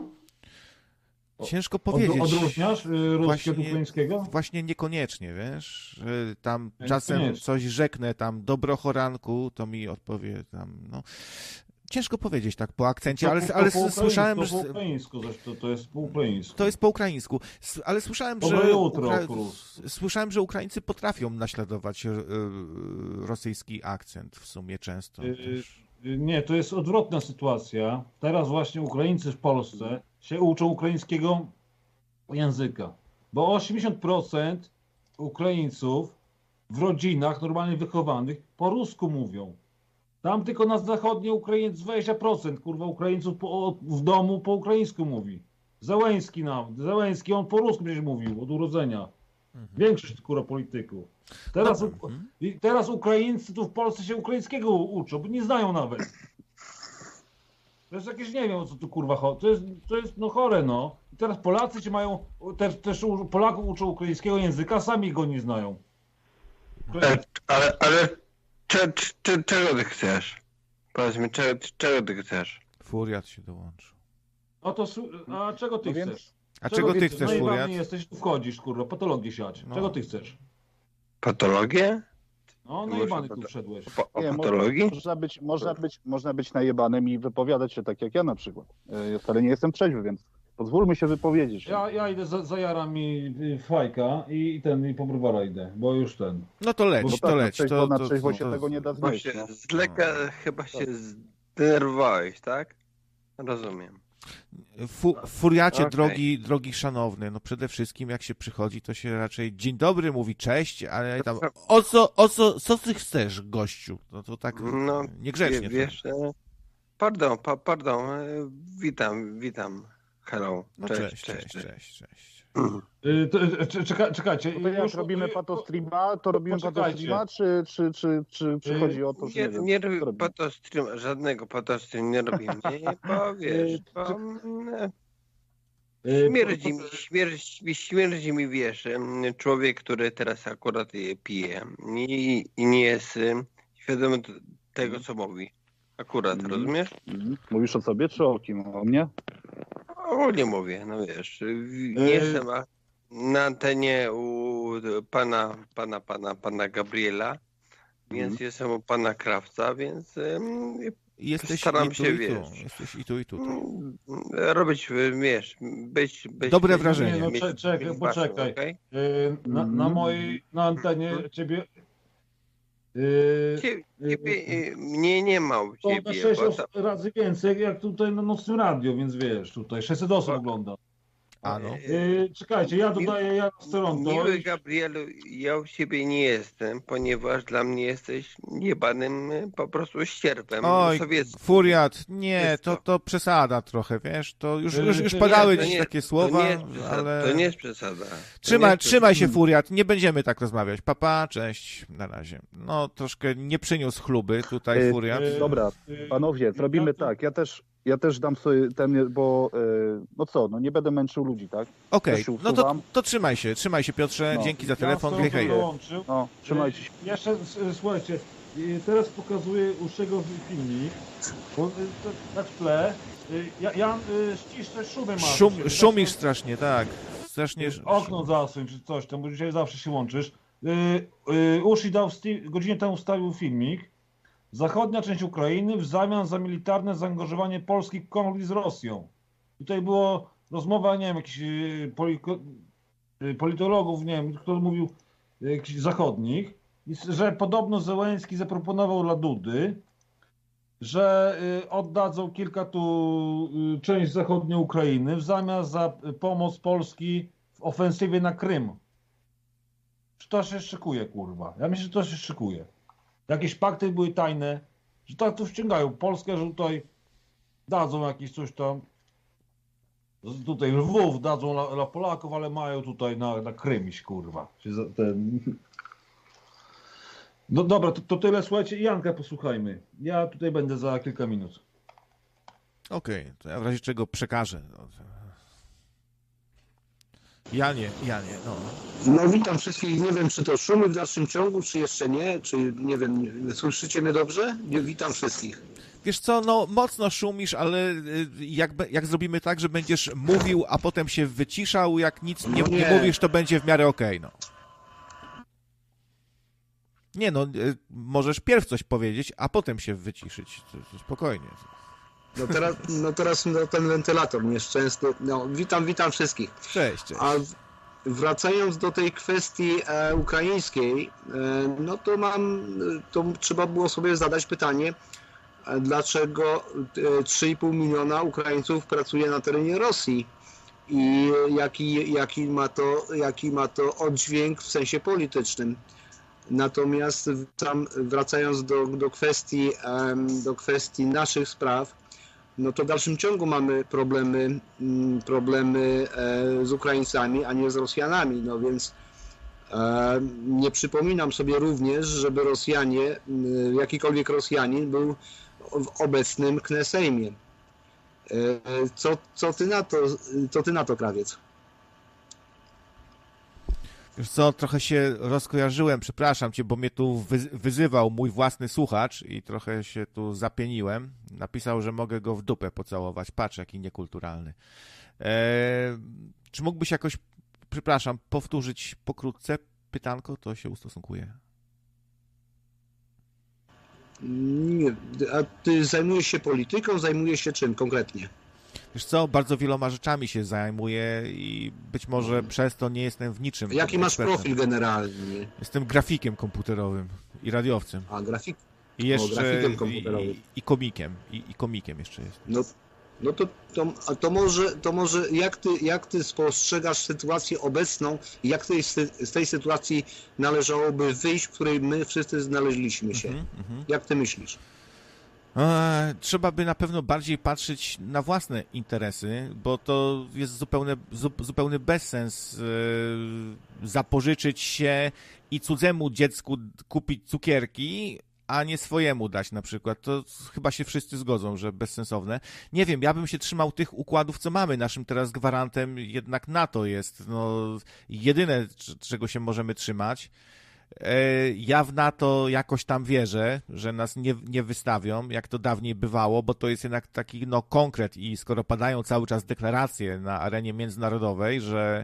Ciężko powiedzieć. Odróżniasz ruski od ukraińskiego? Właśnie niekoniecznie, wiesz. Tam Ja czasem niekoniecznie. coś rzeknę, tam dobrochoranku, to mi odpowie tam, no. Ciężko powiedzieć tak po akcencie, To ale, po, ale to po słyszałem, to że... po ukraińsku, to, to jest po ukraińsku. To jest po ukraińsku, ale słyszałem, Dobre że jutro, Ukra... Krus. słyszałem, że Ukraińcy potrafią naśladować y, rosyjski akcent w sumie często. Y, też. Nie, to jest odwrotna sytuacja. Teraz właśnie Ukraińcy w Polsce się uczą ukraińskiego języka, bo osiemdziesiąt procent Ukraińców w rodzinach normalnie wychowanych po rusku mówią. Tam tylko na zachodniej Ukrainie dwadzieścia procent kurwa Ukraińców po, w domu po ukraińsku mówi. Zełenski nam, Zełenski, on po rusku przecież mówił od urodzenia. Mhm. Większość kurwa polityków. Teraz, no, u, i teraz Ukraińcy tu w Polsce się ukraińskiego uczą, bo nie znają nawet. To jest jakieś, nie wiem o co tu kurwa chodzi. To jest, to jest no chore no. I teraz Polacy się mają, też, też Polaków uczą ukraińskiego języka, sami go nie znają. Ale, ale, ale cze, cze, czego ty chcesz? Powiedz mi, czego, czego ty chcesz? Furiat się dołączył. A to, a czego ty No więc- chcesz? A czego ty ty chcesz, No i Furiat? nie jesteś, tu wchodzisz, kurwa, patologię siać. No. Czego ty chcesz? Patologię? No, Może najebany tu pato- wszedłeś. Po, o Nie, mo- patologii? Można być, można, być, można być najebanym i wypowiadać się tak jak ja na przykład. E, Ja wcale nie jestem trzeźwy, więc pozwólmy się wypowiedzieć. Ja, ja idę, za, zajaram mi y, fajka i, i ten, i po browara idę, bo już ten. No to leć, Bo to tak, na leć. trzeźwo, To, na to, trzeźwo to, się to, tego nie da Bo znieść. się No. z lekka chyba się zdenerwowałeś, tak? Rozumiem. Fu, furiacie, Okej. drogi, drogi szanowny, no przede wszystkim jak się przychodzi, to się raczej dzień dobry mówi, cześć, ale tam o co, o co, co ty chcesz, gościu? No to tak No, niegrzecznie. Wie- Wiesz, e, pardon, pa, pardon, e, witam, witam. Hello. No cześć, cześć, cześć, cześć. Y, to, y, cze- czeka, czekajcie. No to jak już- robimy y, pato streama, to robimy pato poczekajcie. streama, czy, czy, czy, czy przychodzi o to, że Nie, nie wiem, nie co robię robimy? patostream, żadnego patostream nie robimy, nie, bo wiesz, bo mm, y, śmierdzi po- mi, śmierdzi, śmierdzi mi, wiesz, mm, człowiek, który teraz akurat je pije i, i nie jest y, świadomy t- tego, co mówi. Akurat, Mhm. rozumiesz? Mhm. Mówisz o sobie, czy o kim? O mnie? Ogólnie mówię, no wiesz, w- nie Yy. jestem a- na antenie u pana, pana, pana, pana Gabriela, więc Mhm. jestem u pana Krawca, więc em, Jesteś Staram i tu, się, i tu. wiesz. Jesteś i tu, i tu. mm, robić, wiesz, być... być Dobre być- wrażenie. Nie, no, mieć- cze- czekaj, mieć basen, poczekaj. okej? y, na, na Mhm. mojej, na antenie ciebie... y, Cie- Ciebie, y, mnie nie ma u To na ciebie, sześć bo os- to, razy więcej jak tutaj na nocnym radio, więc wiesz, tutaj sześćset osób Bo- ogląda. A no. Y, czekajcie, ja dodaję Jana z Toronto. miły Gabrielu, ja u ciebie nie jestem, ponieważ dla mnie jesteś jebanym y, po prostu ścierpem Oj, sowieckim. furiat, nie, Jest to, to. to przesada trochę, wiesz, to już, Yy, już, już to padały Nie, to dziś nie- takie To słowa, nie jest przesada, ale... to nie jest przesada. To Trzymaj, nie jest trzymaj się, furiat, nie będziemy tak rozmawiać. Papa, cześć, na razie. No, troszkę nie przyniósł chluby tutaj Yy, furiat. yy, Dobra, y, panowie, zrobimy ja to- tak. Ja też, ja też dam sobie ten, bo e, no co, no nie będę męczył ludzi, tak? Okej, też się no to, usuwam. to trzymaj się, trzymaj się Piotrze, No. dzięki za Ja z telefon, Toronto hej, hej. dołączył. No, trzymajcie się. Y, Jeszcze, s- słuchajcie, y, teraz pokazuję Uszego filmik. Bo, y, to, tak w tle. Y, Ja, Jan, y, ściszczę szumy masz. Szum, Się- szumisz strasznie, tak, strasznie... Okno zasuń czy coś tam, bo dzisiaj zawsze się łączysz. Yy, yy, Uszy dał sti- godzinę temu wstawił filmik. Zachodnia część Ukrainy w zamian za militarne zaangażowanie Polski w konflikt z Rosją. Tutaj było rozmowa, nie wiem, jakichś yy, poliko- yy, politologów, nie wiem, kto mówił, yy, jakichś zachodnich, i s- że podobno Zełenski zaproponował dla Dudy, że y, oddadzą kilka tu y, część zachodniej Ukrainy w zamian za y, pomoc Polski w ofensywie na Krym. Czy to się szykuje, kurwa? Ja myślę, że to się szykuje. Jakieś pakty były tajne, że tak tu wciągają Polskę, że tutaj dadzą jakieś coś tam. Z- Tutaj Lwów dadzą dla, dla Polaków, ale mają tutaj na, na Krym iść, kurwa. Się za- Ten... No dobra, to, to tyle, słuchajcie. Janka posłuchajmy. Ja tutaj będę za kilka minut. Okej, to ja w razie czego przekażę. Janie, Janie, no. No witam wszystkich, nie wiem czy to szumy w dalszym ciągu, czy jeszcze nie, czy nie wiem, nie, słyszycie mnie dobrze? Nie, witam wszystkich. Wiesz co, no mocno szumisz, ale y, jak, be- jak zrobimy tak, że będziesz mówił, a potem się wyciszał, jak nic nie, No nie nie. mówisz, to będzie w miarę okej, no. Nie no, y, możesz pierw coś powiedzieć, a potem się wyciszyć. To, to spokojnie. No teraz, no teraz no, ten wentylator nieszczęsny. No witam, witam wszystkich. Cześć, cześć. A w- wracając do tej kwestii e, ukraińskiej, e, no to mam, to trzeba było sobie zadać pytanie, e, dlaczego e, trzy i pół miliona Ukraińców pracuje na terenie Rosji i jaki, jaki, ma to, jaki ma to oddźwięk w sensie politycznym. Natomiast tam, wracając do, do, kwestii, em, do kwestii naszych spraw, no to w dalszym ciągu mamy problemy, mm, problemy e, z Ukraińcami, a nie z Rosjanami. No więc e, nie przypominam sobie również, żeby Rosjanie, m, jakikolwiek Rosjanin był w obecnym Knesejmie. E, co, co ty na to, co ty na to, Krawiec? Wiesz co, trochę się rozkojarzyłem, przepraszam cię, bo mnie tu wy- wyzywał mój własny słuchacz i trochę się tu zapieniłem. Napisał, że mogę go w dupę pocałować. Patrz, jaki niekulturalny. E, czy mógłbyś jakoś, przepraszam, powtórzyć pokrótce pytanko? To się ustosunkuje. Nie. A ty zajmujesz się polityką, zajmujesz się czym konkretnie? Wiesz co, bardzo wieloma rzeczami się zajmuję i być może hmm. przez to nie jestem w niczym. Jaki masz profil generalnie? Jestem grafikiem komputerowym i radiowcem. A, grafik? I jeszcze o, grafikiem komputerowym. I, i komikiem. I, I komikiem jeszcze jest. No, no to, to, to, może, to może jak ty, jak ty spostrzegasz sytuację obecną i jak tej, z tej sytuacji należałoby wyjść, w której my wszyscy znaleźliśmy się? Mm -hmm. Jak ty myślisz? E, trzeba by na pewno bardziej patrzeć na własne interesy, bo to jest zupełny, zu, zupełny bezsens e, zapożyczyć się i cudzemu dziecku kupić cukierki, a nie swojemu dać na przykład. To chyba się wszyscy zgodzą, że bezsensowne. Nie wiem, ja bym się trzymał tych układów, co mamy. Naszym teraz gwarantem jednak NATO jest no, jedyne, czego się możemy trzymać. Ja w NATO jakoś tam wierzę, że nas nie, nie wystawią, jak to dawniej bywało, bo to jest jednak taki no, konkret i skoro padają cały czas deklaracje na arenie międzynarodowej, że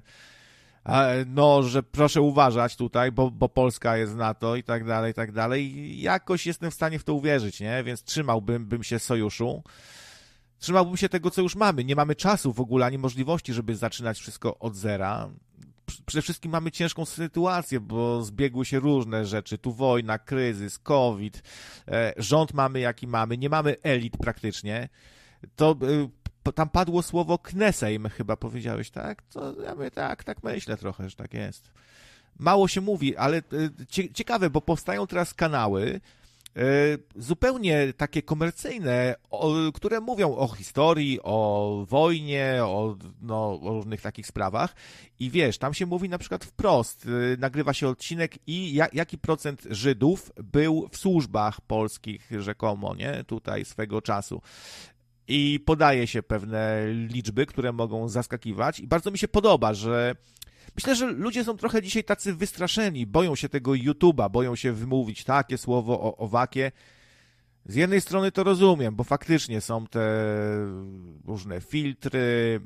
no, że proszę uważać tutaj, bo, bo Polska jest w NATO i tak dalej, i tak dalej, jakoś jestem w stanie w to uwierzyć, nie? Więc trzymałbym bym się sojuszu. Trzymałbym się tego, co już mamy. Nie mamy czasu w ogóle, ani możliwości, żeby zaczynać wszystko od zera. Przede wszystkim mamy ciężką sytuację, bo zbiegły się różne rzeczy. Tu wojna, kryzys, COVID, rząd mamy jaki mamy, nie mamy elit praktycznie. To tam padło słowo Knesejm, chyba powiedziałeś, tak? To ja mówię, tak, tak myślę trochę, że tak jest. Mało się mówi, ale ciekawe, bo powstają teraz kanały zupełnie takie komercyjne, które mówią o historii, o wojnie, o, no, o różnych takich sprawach i wiesz, tam się mówi na przykład wprost, nagrywa się odcinek i jaki procent Żydów był w służbach polskich rzekomo, nie, tutaj swego czasu. I podaje się pewne liczby, które mogą zaskakiwać i bardzo mi się podoba, że myślę, że ludzie są trochę dzisiaj tacy wystraszeni, boją się tego YouTube'a, boją się wymówić takie słowo, o, owakie. Z jednej strony to rozumiem, bo faktycznie są te różne filtry,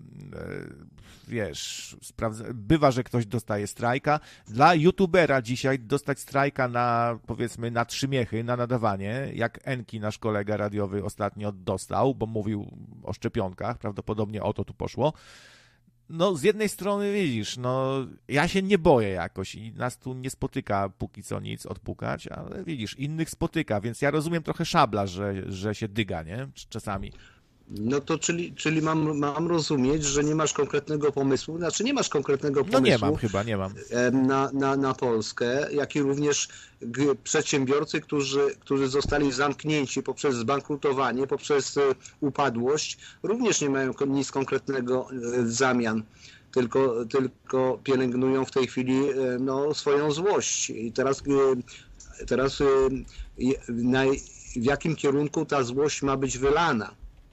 wiesz, sprawdza... bywa, że ktoś dostaje strajka. Dla YouTubera dzisiaj dostać strajka na, powiedzmy, na trzy miechy, na nadawanie, jak Enki, nasz kolega radiowy, ostatnio dostał, bo mówił o szczepionkach, prawdopodobnie o to tu poszło. No, z jednej strony widzisz, no, ja się nie boję jakoś i nas tu nie spotyka póki co nic odpukać, ale widzisz, innych spotyka, więc ja rozumiem trochę szabla, że, że się dyga, nie? Czasami. No to czyli, czyli mam, mam rozumieć, że nie masz konkretnego pomysłu, znaczy nie masz konkretnego pomysłu. No nie mam, chyba nie mam. Na, na, na Polskę, jak i również przedsiębiorcy, którzy, którzy zostali zamknięci poprzez zbankrutowanie, poprzez upadłość, również nie mają nic konkretnego w zamian. Tylko, tylko pielęgnują w tej chwili no, swoją złość. I teraz, teraz na, w jakim kierunku ta złość ma być wylana?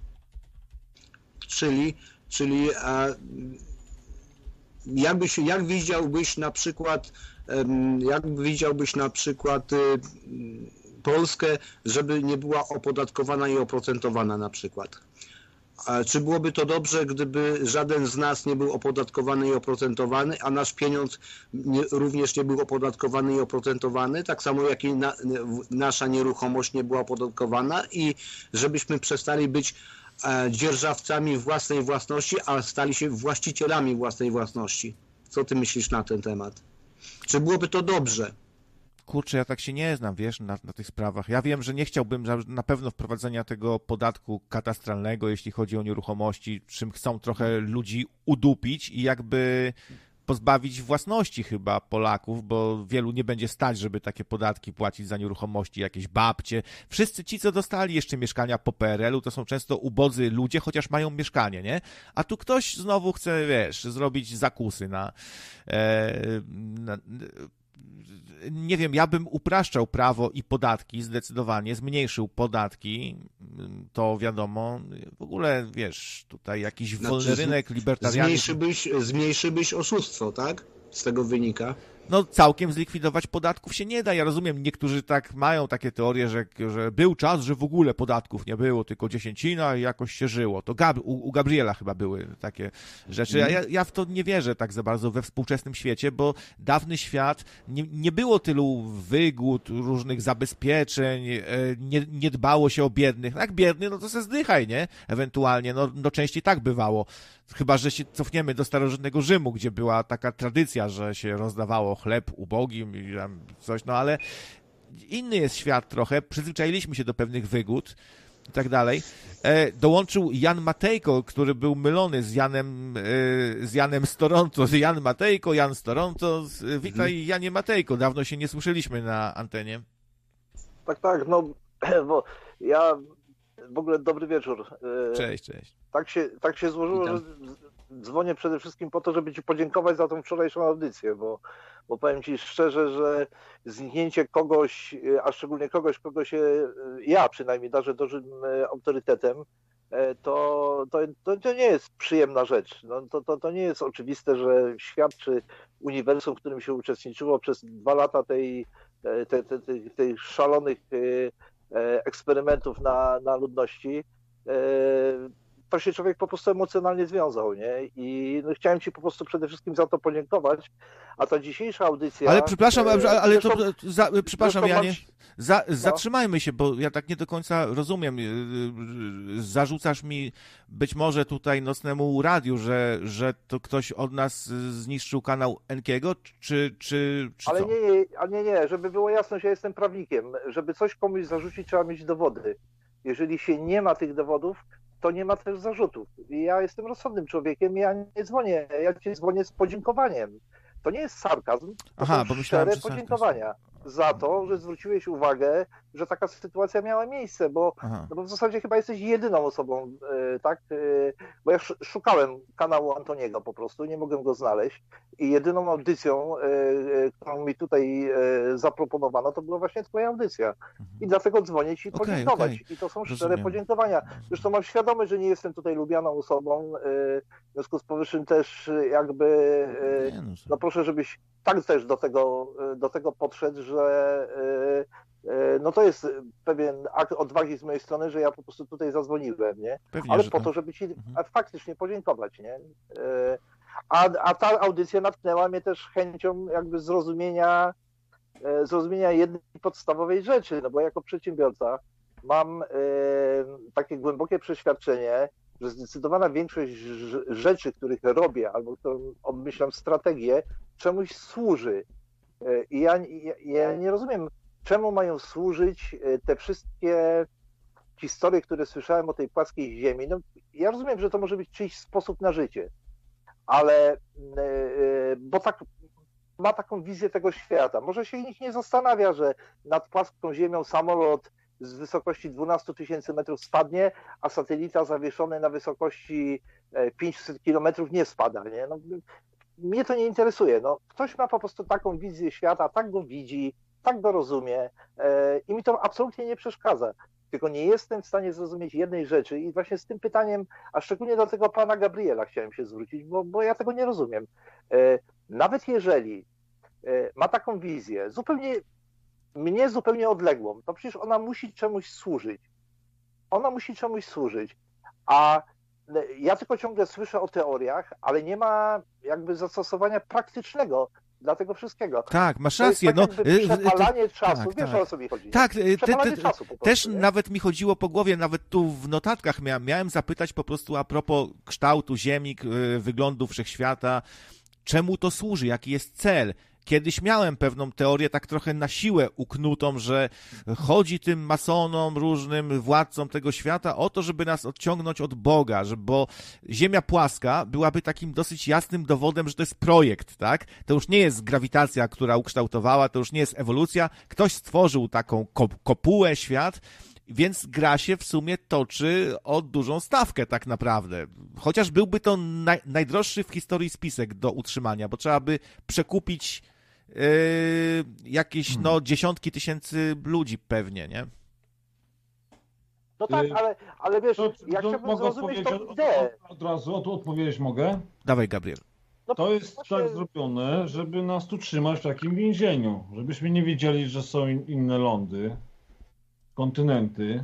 Czyli, czyli a, jakbyś, jak widziałbyś na przykład, jak widziałbyś na przykład Polskę, żeby nie była opodatkowana i oprocentowana na przykład? A czy byłoby to dobrze, gdyby żaden z nas nie był opodatkowany i oprocentowany, a nasz pieniądz nie, również nie był opodatkowany i oprocentowany, tak samo jak i na, nasza nieruchomość nie była opodatkowana i żebyśmy przestali być dzierżawcami własnej własności, a stali się właścicielami własnej własności. Co ty myślisz na ten temat? Czy byłoby to dobrze? Kurczę, ja tak się nie znam, wiesz, na, na tych sprawach. Ja wiem, że nie chciałbym na pewno wprowadzenia tego podatku katastralnego, jeśli chodzi o nieruchomości, czym chcą trochę ludzi udupić i jakby pozbawić własności chyba Polaków, bo wielu nie będzie stać, żeby takie podatki płacić za nieruchomości, jakieś babcie. Wszyscy ci, co dostali jeszcze mieszkania po P R L u, to są często ubodzy ludzie, chociaż mają mieszkanie, nie? A tu ktoś znowu chce, wiesz, zrobić zakusy na... E, na nie wiem, ja bym upraszczał prawo i podatki zdecydowanie, zmniejszył podatki, to wiadomo, w ogóle, wiesz, tutaj jakiś wolny znaczy, rynek, libertarianizm. Zmniejszyłbyś, zmniejszyłbyś oszustwo, tak? Z tego wynika. no całkiem zlikwidować podatków się nie da. Ja rozumiem, niektórzy tak mają takie teorie, że, że był czas, że w ogóle podatków nie było, tylko dziesięcina i jakoś się żyło. To Gab- u, u Gabriela chyba były takie rzeczy. Ja, ja w to nie wierzę tak za bardzo we współczesnym świecie, bo dawny świat nie, nie było tylu wygód, różnych zabezpieczeń, nie, nie dbało się o biednych. Jak biedny, no to se zdychaj, nie? Ewentualnie, no, no częściej tak bywało. Chyba że się cofniemy do starożytnego Rzymu, gdzie była taka tradycja, że się rozdawało chleb ubogim i tam coś, no ale inny jest świat trochę, przyzwyczailiśmy się do pewnych wygód i tak dalej. E, dołączył Jan Matejko, który był mylony z Janem e, z Janem z Toronto. Jan Matejko, Jan z Toronto. Witaj, Janie Matejko, dawno się nie słyszeliśmy na antenie. Tak, tak, no bo ja w ogóle dobry wieczór. Cześć, cześć. Tak się, tak się złożyło, Witam. że dzwonię przede wszystkim po to, żeby Ci podziękować za tą wczorajszą audycję, bo, bo powiem Ci szczerze, że zniknięcie kogoś, a szczególnie kogoś, kogo się ja przynajmniej darzę dużym autorytetem, to, to, to, to nie jest przyjemna rzecz. No, to, to, to nie jest oczywiste, że świat czy uniwersum, w którym się uczestniczyło przez dwa lata tej, tej, tej, tej, tej szalonych eksperymentów na, na ludności, to się człowiek po prostu emocjonalnie związał, nie? I no, chciałem Ci po prostu przede wszystkim za to podziękować, a ta dzisiejsza audycja... Ale przepraszam, ale, ale to, za, przepraszam, zresztą Janie, za, zatrzymajmy się, bo ja tak nie do końca rozumiem. Zarzucasz mi być może tutaj nocnemu radiu, że, że to ktoś od nas zniszczył kanał Enkiego, czy, czy, czy ale co? nie, nie, a nie, nie, żeby było jasność, ja jestem prawnikiem. Żeby coś komuś zarzucić, trzeba mieć dowody. Jeżeli się nie ma tych dowodów, to nie ma też zarzutów. I ja jestem rozsądnym człowiekiem, ja nie dzwonię, ja Ci dzwonię z podziękowaniem. To nie jest sarkazm, to Aha, są bo myślałem, szczere że podziękowania za to, że zwróciłeś uwagę, że taka sytuacja miała miejsce, bo, no bo w zasadzie chyba jesteś jedyną osobą, e, tak, e, bo ja szukałem kanału Antoniego po prostu, nie mogłem go znaleźć i jedyną audycją, e, e, którą mi tutaj e, zaproponowano, to była właśnie twoja audycja. I dlatego dzwonię Ci Okay, podziękować. okay. I to są szczere Rozumiem. podziękowania. Zresztą mam świadomość, że nie jestem tutaj lubianą osobą, e, w związku z powyższym też jakby, e, Nie, no, no proszę, żebyś tak też do tego, do tego podszedł, że no to jest pewien akt odwagi z mojej strony, że ja po prostu tutaj zadzwoniłem, nie? Pewnie, Ale że po tak. to, żeby Ci Mhm. faktycznie podziękować, nie? A, a ta audycja natknęła mnie też chęcią jakby zrozumienia, zrozumienia jednej podstawowej rzeczy, no bo jako przedsiębiorca mam takie głębokie przeświadczenie, że zdecydowana większość rzeczy, których robię albo którą obmyślam strategię, czemuś służy. I ja, ja, ja nie rozumiem, czemu mają służyć te wszystkie historie, które słyszałem o tej płaskiej ziemi. No, ja rozumiem, że to może być czyjś sposób na życie, ale bo tak ma taką wizję tego świata. Może się nikt nie zastanawia, że nad płaską ziemią samolot z wysokości dwanaście tysięcy metrów spadnie, a satelita zawieszony na wysokości pięćset kilometrów nie spada. Nie? No, mnie to nie interesuje. No, ktoś ma po prostu taką wizję świata, tak go widzi, tak go rozumie e, i mi to absolutnie nie przeszkadza. Tylko nie jestem w stanie zrozumieć jednej rzeczy i właśnie z tym pytaniem, a szczególnie do tego pana Gabriela chciałem się zwrócić, bo, bo ja tego nie rozumiem. E, nawet jeżeli e, ma taką wizję, zupełnie mnie zupełnie odległą, to przecież ona musi czemuś służyć. Ona musi czemuś służyć. A ja tylko ciągle słyszę o teoriach, ale nie ma jakby zastosowania praktycznego dla tego wszystkiego. Tak, masz To jest rację. tak No, jakby przepalanie czasu, tak, wiesz tak. o co mi chodzi. Tak, te, Przepalanie te, czasu po prostu, też nie? nawet mi chodziło po głowie, nawet tu w notatkach miałem, miałem zapytać po prostu a propos kształtu Ziemi, wyglądu wszechświata, czemu to służy, jaki jest cel. Kiedyś miałem pewną teorię tak trochę na siłę uknutą, że chodzi tym masonom, różnym władcom tego świata o to, żeby nas odciągnąć od Boga, że, bo Ziemia płaska byłaby takim dosyć jasnym dowodem, że to jest projekt, tak? To już nie jest grawitacja, która ukształtowała, to już nie jest ewolucja. Ktoś stworzył taką kopułę, świat, więc gra się w sumie toczy o dużą stawkę tak naprawdę. Chociaż byłby to naj, najdroższy w historii spisek do utrzymania, bo trzeba by przekupić Yy, jakieś hmm. no dziesiątki tysięcy ludzi pewnie, nie? No tak, ale, ale wiesz, to, ja to chciałbym mogę zrozumieć odpowiedzieć tą od, ideę. od, od razu, o tu odpowiedzieć mogę? Dawaj, Gabriel. No, To jest właśnie- tak zrobione, żeby nas tu trzymać w takim więzieniu. Żebyśmy nie wiedzieli, że są in, inne lądy, kontynenty.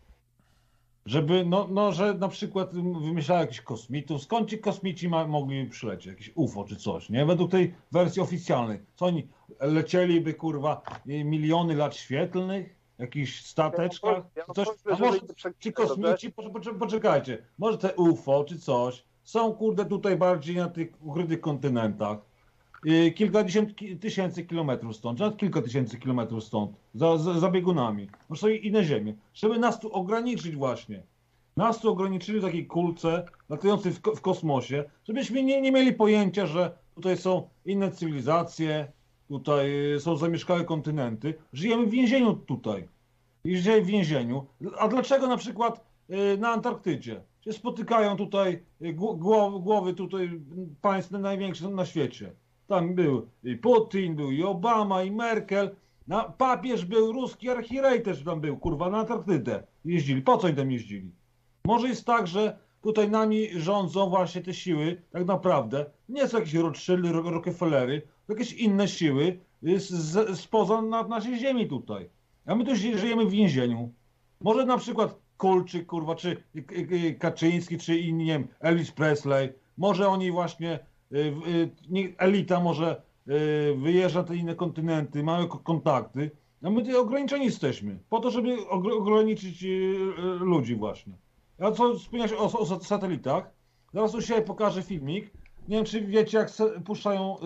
Żeby, no, no, że na przykład wymyślali jakichś kosmitów. Skąd ci kosmici ma, mogli przylecieć? Jakieś U F O czy coś, nie? Według tej wersji oficjalnej. Co oni lecieliby, kurwa, miliony lat świetlnych? W jakichś stateczkach? Ja Czy mam coś? prośbę, A może żeby nie przeginać, ci dobrze? kosmici, poczek- poczek- poczekajcie, może te U F O czy coś są, kurde, tutaj bardziej na tych ukrytych kontynentach. Yy, Kilkadziesiąt ki- tysięcy kilometrów stąd, czy nawet kilka tysięcy kilometrów stąd, za, za, za biegunami. Może są inne ziemie. Żeby nas tu ograniczyć właśnie. Nas tu ograniczyli w takiej kulce latającej w, ko- w kosmosie, żebyśmy nie, nie mieli pojęcia, że tutaj są inne cywilizacje, tutaj y, są zamieszkałe kontynenty. Żyjemy w więzieniu tutaj. I żyjemy w więzieniu. A dlaczego na przykład y, na Antarktydzie się spotykają tutaj y, gło- gło- głowy tutaj państw największych na świecie? Tam był i Putin, był i Obama, i Merkel. Na, papież był, ruski archirej też tam był, kurwa, na Antarktydę jeździli. Po co oni tam jeździli? Może jest tak, że tutaj nami rządzą właśnie te siły, tak naprawdę, nie są jakieś Rothschildy, Ro- Rockefellery, to jakieś inne siły z, z, spoza na, naszej ziemi tutaj. A my tu ży- żyjemy w więzieniu. Może na przykład Kulczyk, kurwa, czy y, y, Kaczyński, czy inni, nie wiem, Elvis Presley, może oni właśnie, y, y, nie, elita może y, wyjeżdża na te inne kontynenty, mamy ko- kontakty, a my tutaj ograniczeni jesteśmy, po to, żeby ogr- ograniczyć y, y, ludzi właśnie. A co wspomniałeś o, o sat- satelitach? Zaraz tu się pokażę filmik. Nie wiem, czy wiecie, jak se, puszczają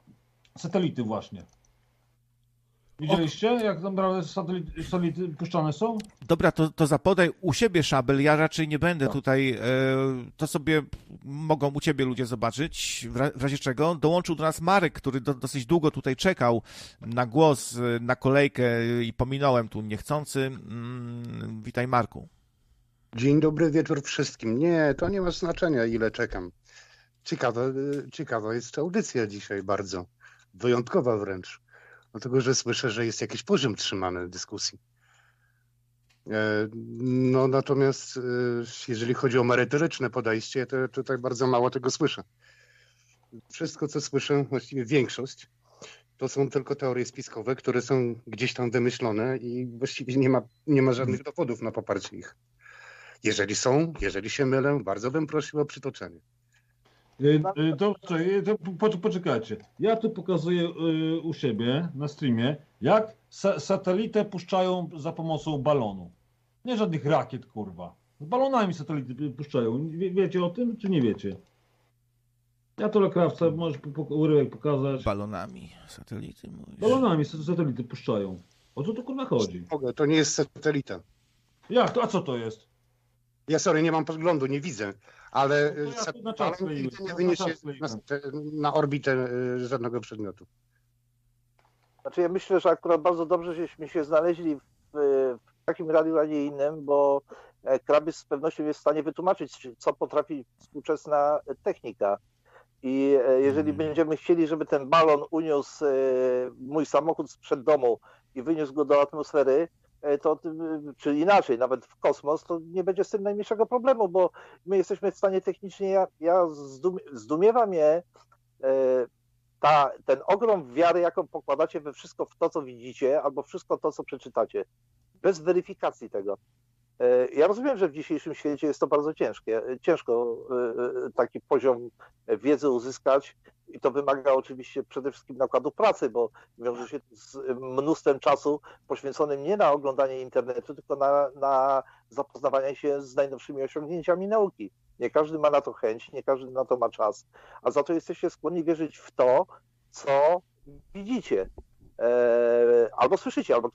y, satelity właśnie. Widzieliście, jak tam naprawdę satelity, satelity puszczane są? Dobra, to, to zapodaj u siebie szabel, ja raczej nie będę tutaj, e, to sobie mogą u ciebie ludzie zobaczyć, w, ra, w razie czego dołączył do nas Marek, który do, dosyć długo tutaj czekał na głos, e, na kolejkę i pominąłem tu niechcący. Mm, witaj, Marku. Dzień dobry wieczór wszystkim. Nie, to nie ma znaczenia, ile czekam. Ciekawa, ciekawa jest ta audycja dzisiaj bardzo. Wyjątkowa wręcz. Dlatego, że słyszę, że jest jakiś poziom trzymany dyskusji. E, No natomiast e, jeżeli chodzi o merytoryczne podejście, to tutaj bardzo mało tego słyszę. Wszystko, co słyszę, właściwie większość, to są tylko teorie spiskowe, które są gdzieś tam wymyślone i właściwie nie ma, nie ma żadnych dowodów na poparcie ich. Jeżeli są, jeżeli się mylę, bardzo bym prosił o przytoczenie. Y, y, Dobrze, y, to po, poczekajcie. Ja tu pokazuję y, u siebie na streamie, jak sa satelitę puszczają za pomocą balonu. Nie żadnych rakiet, kurwa. Z balonami satelity puszczają. Wie, wiecie o tym, czy nie wiecie? Ja to lekrawca, możesz po, po, urywek pokazać. Balonami satelity mówisz? Balonami sa- satelity puszczają. O co tu kurwa chodzi? Mogę, to nie jest satelita. Jak to? A co to jest? Ja sorry, nie mam podglądu, nie widzę, ale No to ja sa- tu na czas balon kleiłem, nigdy nie na wyniesie czas kleiłem. na, na orbitę y, żadnego przedmiotu. Znaczy ja myślę, że akurat bardzo dobrze, żeśmy się znaleźli w, w takim radiu, a nie innym, bo Krabiec z pewnością jest w stanie wytłumaczyć, co potrafi współczesna technika. I jeżeli będziemy chcieli, żeby ten balon uniósł mój samochód sprzed domu i wyniósł go do atmosfery, to, czy inaczej, nawet w kosmos, to nie będzie z tym najmniejszego problemu, bo my jesteśmy w stanie technicznie, ja, ja zdum, zdumiewa mnie ta, ten ogrom wiary, jaką pokładacie we wszystko w to, co widzicie, albo wszystko to, co przeczytacie, bez weryfikacji tego. Ja rozumiem, że w dzisiejszym świecie jest to bardzo ciężkie. Ciężko taki poziom wiedzy uzyskać i to wymaga oczywiście przede wszystkim nakładu pracy, bo wiąże się z mnóstwem czasu poświęconym nie na oglądanie internetu, tylko na, na zapoznawanie się z najnowszymi osiągnięciami nauki. Nie każdy ma na to chęć, nie każdy na to ma czas, a za to jesteście skłonni wierzyć w to, co widzicie. Albo słyszycie, albo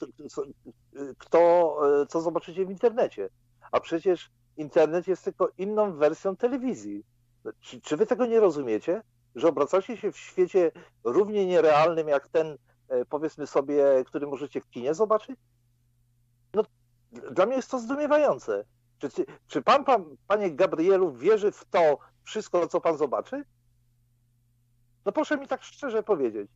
kto, co zobaczycie w internecie. A przecież internet jest tylko inną wersją telewizji. Czy, czy wy tego nie rozumiecie? Że obracacie się w świecie równie nierealnym jak ten, powiedzmy sobie, który możecie w kinie zobaczyć? No, dla mnie jest to zdumiewające. Czy, czy pan, pan, panie Gabrielu, wierzy w to wszystko, co pan zobaczy? No proszę mi tak szczerze powiedzieć.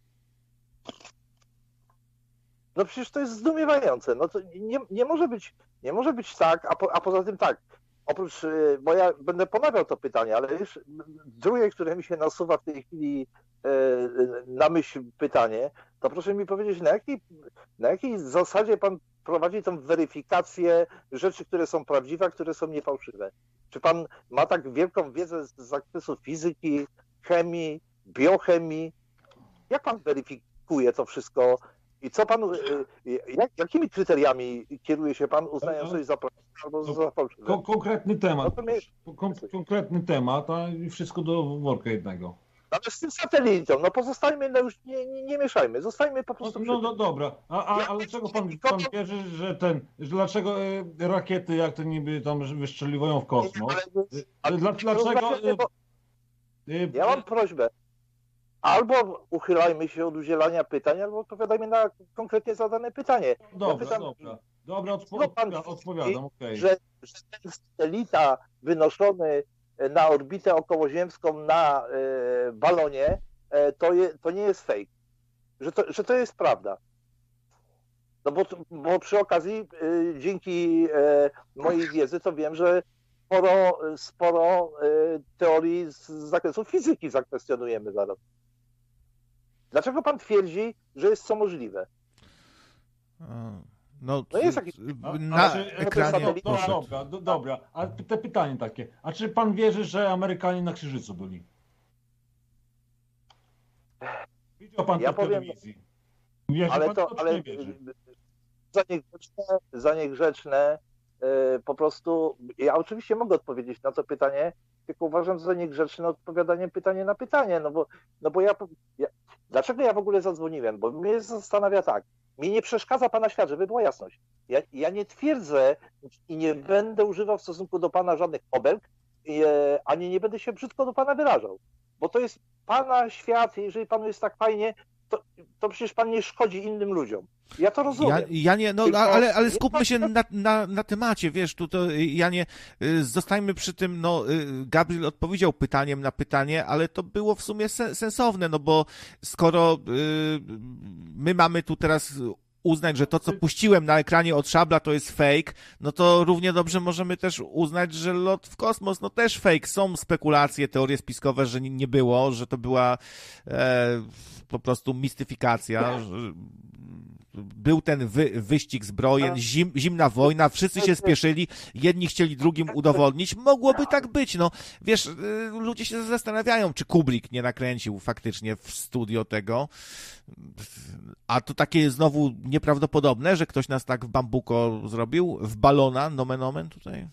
No przecież to jest zdumiewające. No to nie, nie może być, nie może być tak, a, po, a poza tym tak, oprócz, y, bo ja będę ponawiał to pytanie, ale już drugie, które mi się nasuwa w tej chwili y, na myśl pytanie, to proszę mi powiedzieć, na jakiej, na jakiej zasadzie pan prowadzi tą weryfikację rzeczy, które są prawdziwe, a które są niefałszywe? Czy pan ma tak wielką wiedzę z zakresu fizyki, chemii, biochemii? Jak pan weryfikuje to wszystko i co pan, jak, jakimi kryteriami kieruje się pan, uznając coś za prawdziwe albo za fałszywe? Kon- konkretny temat, No to mnie- Kon- konkretny temat, a wszystko do worka jednego. Ale z tym satelitą, no pozostajmy, no już nie, nie, nie mieszajmy, zostańmy po No, prostu no, przy no tym. dobra, a, a, ale dlaczego pan, pan wierzy, że ten, że dlaczego e, rakiety jak to niby tam wystrzeliwują w kosmos? Ale- Dla, dlaczego... ale- bo- e, Ja mam prośbę, albo uchylajmy się od udzielania pytań, albo odpowiadajmy na konkretnie zadane pytanie. Dobra, pytam- dobra, dobra, odpo- No pan odpowiadam, odpowiadam, okej. że, że ten satelita wynoszony na orbitę okołoziemską na e, balonie, e, to, je, to nie jest fake. Że to, że to jest prawda. No bo, bo przy okazji e, dzięki e, mojej wiedzy to wiem, że sporo, sporo e, teorii z zakresu fizyki zakwestionujemy zaraz. Dlaczego pan twierdzi, że jest co możliwe? No, No jest jakiś- na A czy- ekranie no, no, poszedł. dobra, do, dobra, a te pytanie takie, a czy pan wierzy, że Amerykanie na Księżycu byli? Widział pan Ja to w powiem- telewizji? Wierzy Ale pan, to, czy ale nie wierzy? za niegrzeczne, za niegrzeczne e, po prostu, ja oczywiście mogę odpowiedzieć na to pytanie, tylko uważam za niegrzeczne odpowiadanie pytanie na pytanie, no bo, no bo ja, ja, dlaczego ja w ogóle zadzwoniłem? Bo mnie zastanawia tak, mi nie przeszkadza pana świat, żeby była jasność. Ja, ja nie twierdzę i nie będę używał w stosunku do pana żadnych obelg, e, ani nie będę się brzydko do pana wyrażał, bo to jest pana świat, jeżeli panu jest tak fajnie, to, to przecież pan nie szkodzi innym ludziom. Ja to rozumiem. Ja, ja nie, no Tylko- ale, ale skupmy się na, na, na temacie, wiesz, tu to, ja nie, y, zostańmy przy tym, no, y, Gabriel odpowiedział pytaniem na pytanie, ale to było w sumie se, sensowne, no bo skoro y, my mamy tu teraz uznać, że to, co puściłem na ekranie od Szabla, to jest fake, no to równie dobrze możemy też uznać, że lot w kosmos, no też fake. Są spekulacje, teorie spiskowe, że nie, nie było, że to była e, po prostu mistyfikacja, że był ten wy, wyścig zbrojen, zim, zimna wojna, wszyscy się spieszyli, jedni chcieli drugim udowodnić. Mogłoby tak być, no. Wiesz, y, ludzie się zastanawiają, czy Kubrick nie nakręcił faktycznie w studio tego. A to takie znowu nieprawdopodobne, że ktoś nas tak w bambuko zrobił, w balona, nomen omen tutaj.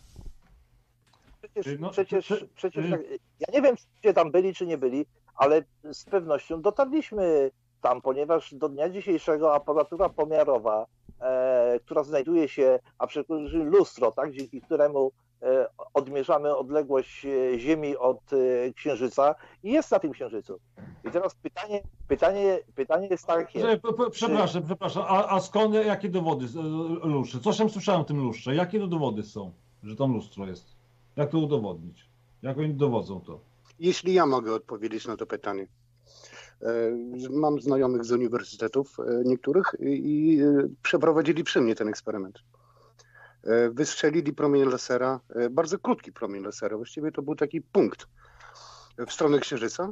Przecież, No, przecież, czy- przecież y- jak, ja nie wiem, czy tam byli, czy nie byli, ale z pewnością dotarliśmy tam, ponieważ do dnia dzisiejszego aparatura pomiarowa, e, która znajduje się, a przecież lustro, tak, dzięki któremu e, odmierzamy odległość e, Ziemi od e, Księżyca, jest na tym Księżycu. I teraz pytanie, pytanie, pytanie jest takie. Że- p- p- Przepraszam, przepraszam, a, a skąd, jakie dowody, z- e, lustrze? Coś tam słyszałem o tym lustrze, jakie to dowody są, że tam lustro jest? Jak to udowodnić? Jak oni dowodzą to? Jeśli ja mogę odpowiedzieć na to pytanie. E, Mam znajomych z uniwersytetów e, niektórych i i, e, przeprowadzili przy mnie ten eksperyment. E, Wystrzelili promień lasera, e, bardzo krótki promień lasera, właściwie to był taki punkt w stronę Księżyca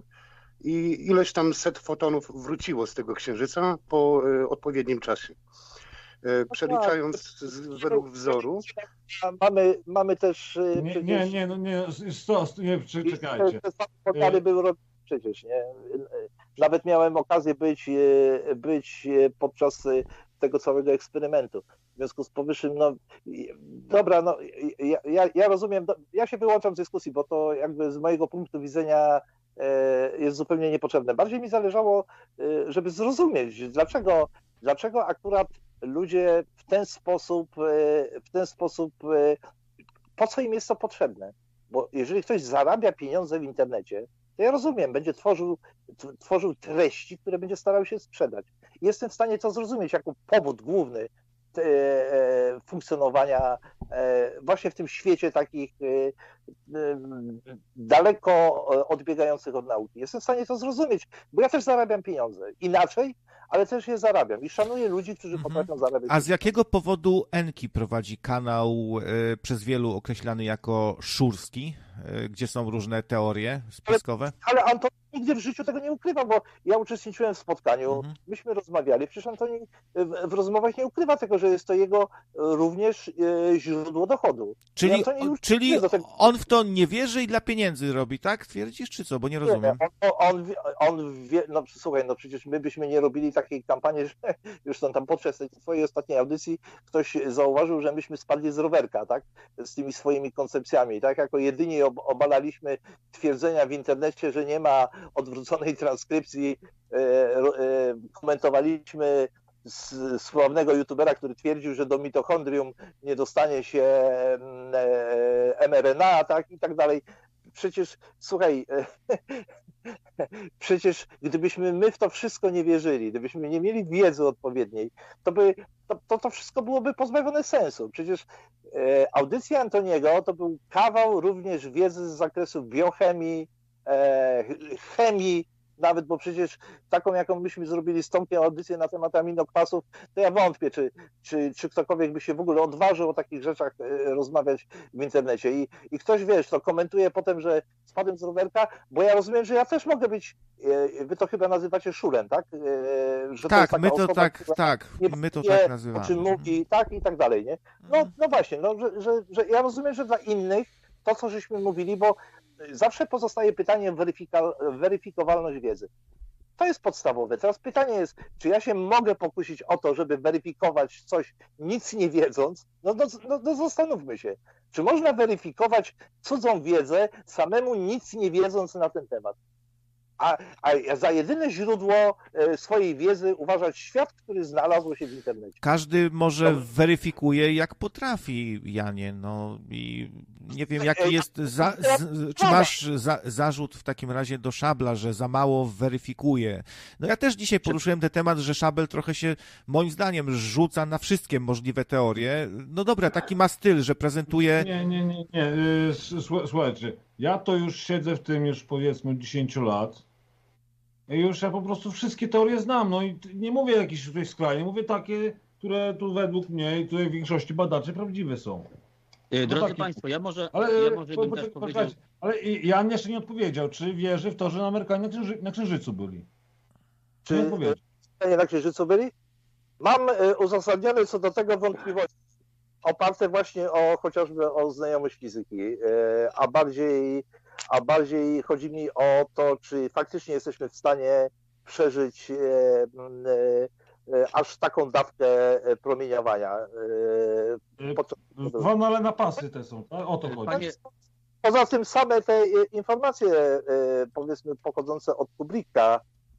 i ileś tam set fotonów wróciło z tego Księżyca po e, odpowiednim czasie. E, Przeliczając z, według wzoru, Mamy, mamy też e, Nie, przecież... nie, nie, no nie, sto, sto, nie czy- czekajcie. Te same pomiary były robione przecież, nie? Nawet miałem okazję być, e, być e, podczas e, tego całego eksperymentu. W związku z powyższym, no dobra, no ja, ja, ja rozumiem, ja się wyłączam z dyskusji, bo to jakby z mojego punktu widzenia e, jest zupełnie niepotrzebne. Bardziej mi zależało, e, żeby zrozumieć, dlaczego, dlaczego akurat ludzie w ten sposób, e, w ten sposób, e, po co im jest to potrzebne? Bo jeżeli ktoś zarabia pieniądze w internecie, to ja rozumiem, będzie tworzył, t- tworzył treści, które będzie starał się sprzedać. Jestem w stanie to zrozumieć jako powód główny te, e, funkcjonowania e, właśnie w tym świecie takich e, e, daleko odbiegających od nauki. Jestem w stanie to zrozumieć, bo ja też zarabiam pieniądze. Inaczej, ale też je zarabiam i szanuję ludzi, którzy Mhm. potrafią zarabiać. A z jakiego powodu Enki prowadzi kanał e, przez wielu określany jako szurski, e, gdzie są różne teorie spiskowe? Ale Antoni nigdy w życiu tego nie ukrywa, bo ja uczestniczyłem w spotkaniu, Mhm. myśmy rozmawiali, przecież Antoni w, w rozmowach nie ukrywa tego, że jest to jego również e, źródło dochodu. I Czyli, Antoni już czyli nie do tego- on w to nie wierzy i dla pieniędzy robi, tak? Twierdzisz, czy co? Bo nie rozumiem. Nie, on, on, wie- on wie, no słuchaj, no przecież my byśmy nie robili takiej kampanii, że już są tam podczas tej twojej ostatniej audycji ktoś zauważył, że myśmy spadli z rowerka, tak? Z tymi swoimi koncepcjami, tak? Jako jedyni ob- obalaliśmy twierdzenia w internecie, że nie ma odwróconej transkrypcji, e, ro- e, komentowaliśmy z sławnego youtubera, który twierdził, że do mitochondrium nie dostanie się mm, e, em er en a, tak? I tak dalej. Przecież, słuchaj, przecież gdybyśmy my w to wszystko nie wierzyli, gdybyśmy nie mieli wiedzy odpowiedniej, to by to, to, to wszystko byłoby pozbawione sensu. Przecież e, audycja Antoniego to był kawał również wiedzy z zakresu biochemii, e, chemii, nawet, bo przecież taką, jaką myśmy zrobili z Tomkiem audycję na temat aminokwasów, to ja wątpię, czy, czy, czy ktokolwiek by się w ogóle odważył o takich rzeczach e, rozmawiać w internecie. I, I ktoś, wiesz, to komentuje potem, że spadłem z rowerka, bo ja rozumiem, że ja też mogę być, e, wy to chyba nazywacie szurem, tak? E, że Tak, to jest my taka to osoba, tak, która tak, nie my to wie, tak o nazywamy. czym mówi, tak i tak dalej, nie? No, no właśnie, no, że, że, że ja rozumiem, że dla innych to, co żeśmy mówili, bo zawsze pozostaje pytanie weryfika- weryfikowalność wiedzy. To jest podstawowe. Teraz pytanie jest, czy ja się mogę pokusić o to, żeby weryfikować coś nic nie wiedząc? No, no, no, no zastanówmy się. Czy można weryfikować cudzą wiedzę samemu nic nie wiedząc na ten temat? A, a za jedyne źródło e, swojej wiedzy uważać świat, który znalazł się w internecie. Każdy może Dobra. weryfikuje jak potrafi, Janie, no i nie wiem jaki jest, za, z, czy Dobra. masz za, zarzut w takim razie do Szabla, że za mało weryfikuje. No ja też dzisiaj poruszyłem ten temat, że Szabel trochę się moim zdaniem rzuca na wszystkie możliwe teorie. No dobra, taki ma styl, że prezentuje... Nie, nie, nie, nie. y, s- słu- Słuchajcie, ja to już siedzę w tym już powiedzmy dziesięć lat. I już ja po prostu wszystkie teorie znam. No i t- nie mówię jakieś tutaj skrajnie, mówię takie, które tu według mnie i tutaj w większości badaczy prawdziwe są. Yy, Drodzy taki- Państwo, ja może, Ale, ja może po- bym po- też po- powiedział... poczekajcie, ale i- Jan jeszcze nie odpowiedział, czy wierzy w to, że Amerykanie na, księży, na Księżycu byli. Czy nie Czy odpowiedział? e, na Księżycu byli? Mam e, uzasadnione co do tego wątpliwości, oparte właśnie o chociażby o znajomość fizyki, e, a bardziej, a bardziej chodzi mi o to, czy faktycznie jesteśmy w stanie przeżyć e, e, e, aż taką dawkę e, promieniowania. E, podczas podróży. Wam ale na pasy te są, tak? O to chodzi. Panie, Poza tym same te e, informacje, e, powiedzmy, pochodzące od publika,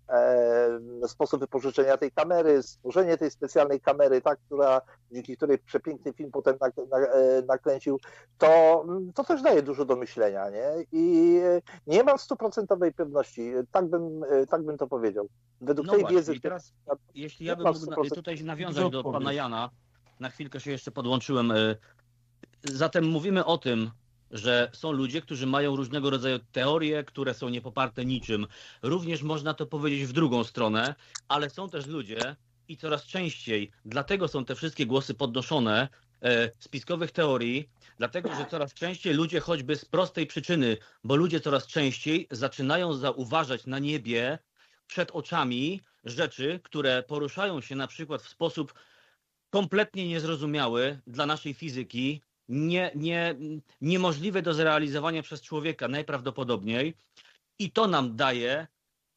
e, sposób wypożyczenia tej kamery, stworzenie tej specjalnej kamery, tak, która, dzięki której przepiękny film potem nak, na, e, nakręcił, to, to też daje dużo do myślenia, nie? I e, nie mam stuprocentowej pewności, tak bym, e, tak bym to powiedział. Według no tej właśnie, wiedzy... i teraz, jeśli ja nie bym mam mógł na, stu procent tutaj nawiązać do odpowiedź. pana Jana, na chwilkę się jeszcze podłączyłem. y, Zatem mówimy o tym, że są ludzie, którzy mają różnego rodzaju teorie, które są niepoparte niczym. Również można to powiedzieć w drugą stronę, ale są też ludzie i coraz częściej, dlatego są te wszystkie głosy podnoszone, e, spiskowych teorii, dlatego, że coraz częściej ludzie choćby z prostej przyczyny, bo ludzie coraz częściej zaczynają zauważać na niebie przed oczami rzeczy, które poruszają się na przykład w sposób kompletnie niezrozumiały dla naszej fizyki, nie, nie, niemożliwe do zrealizowania przez człowieka najprawdopodobniej i to nam daje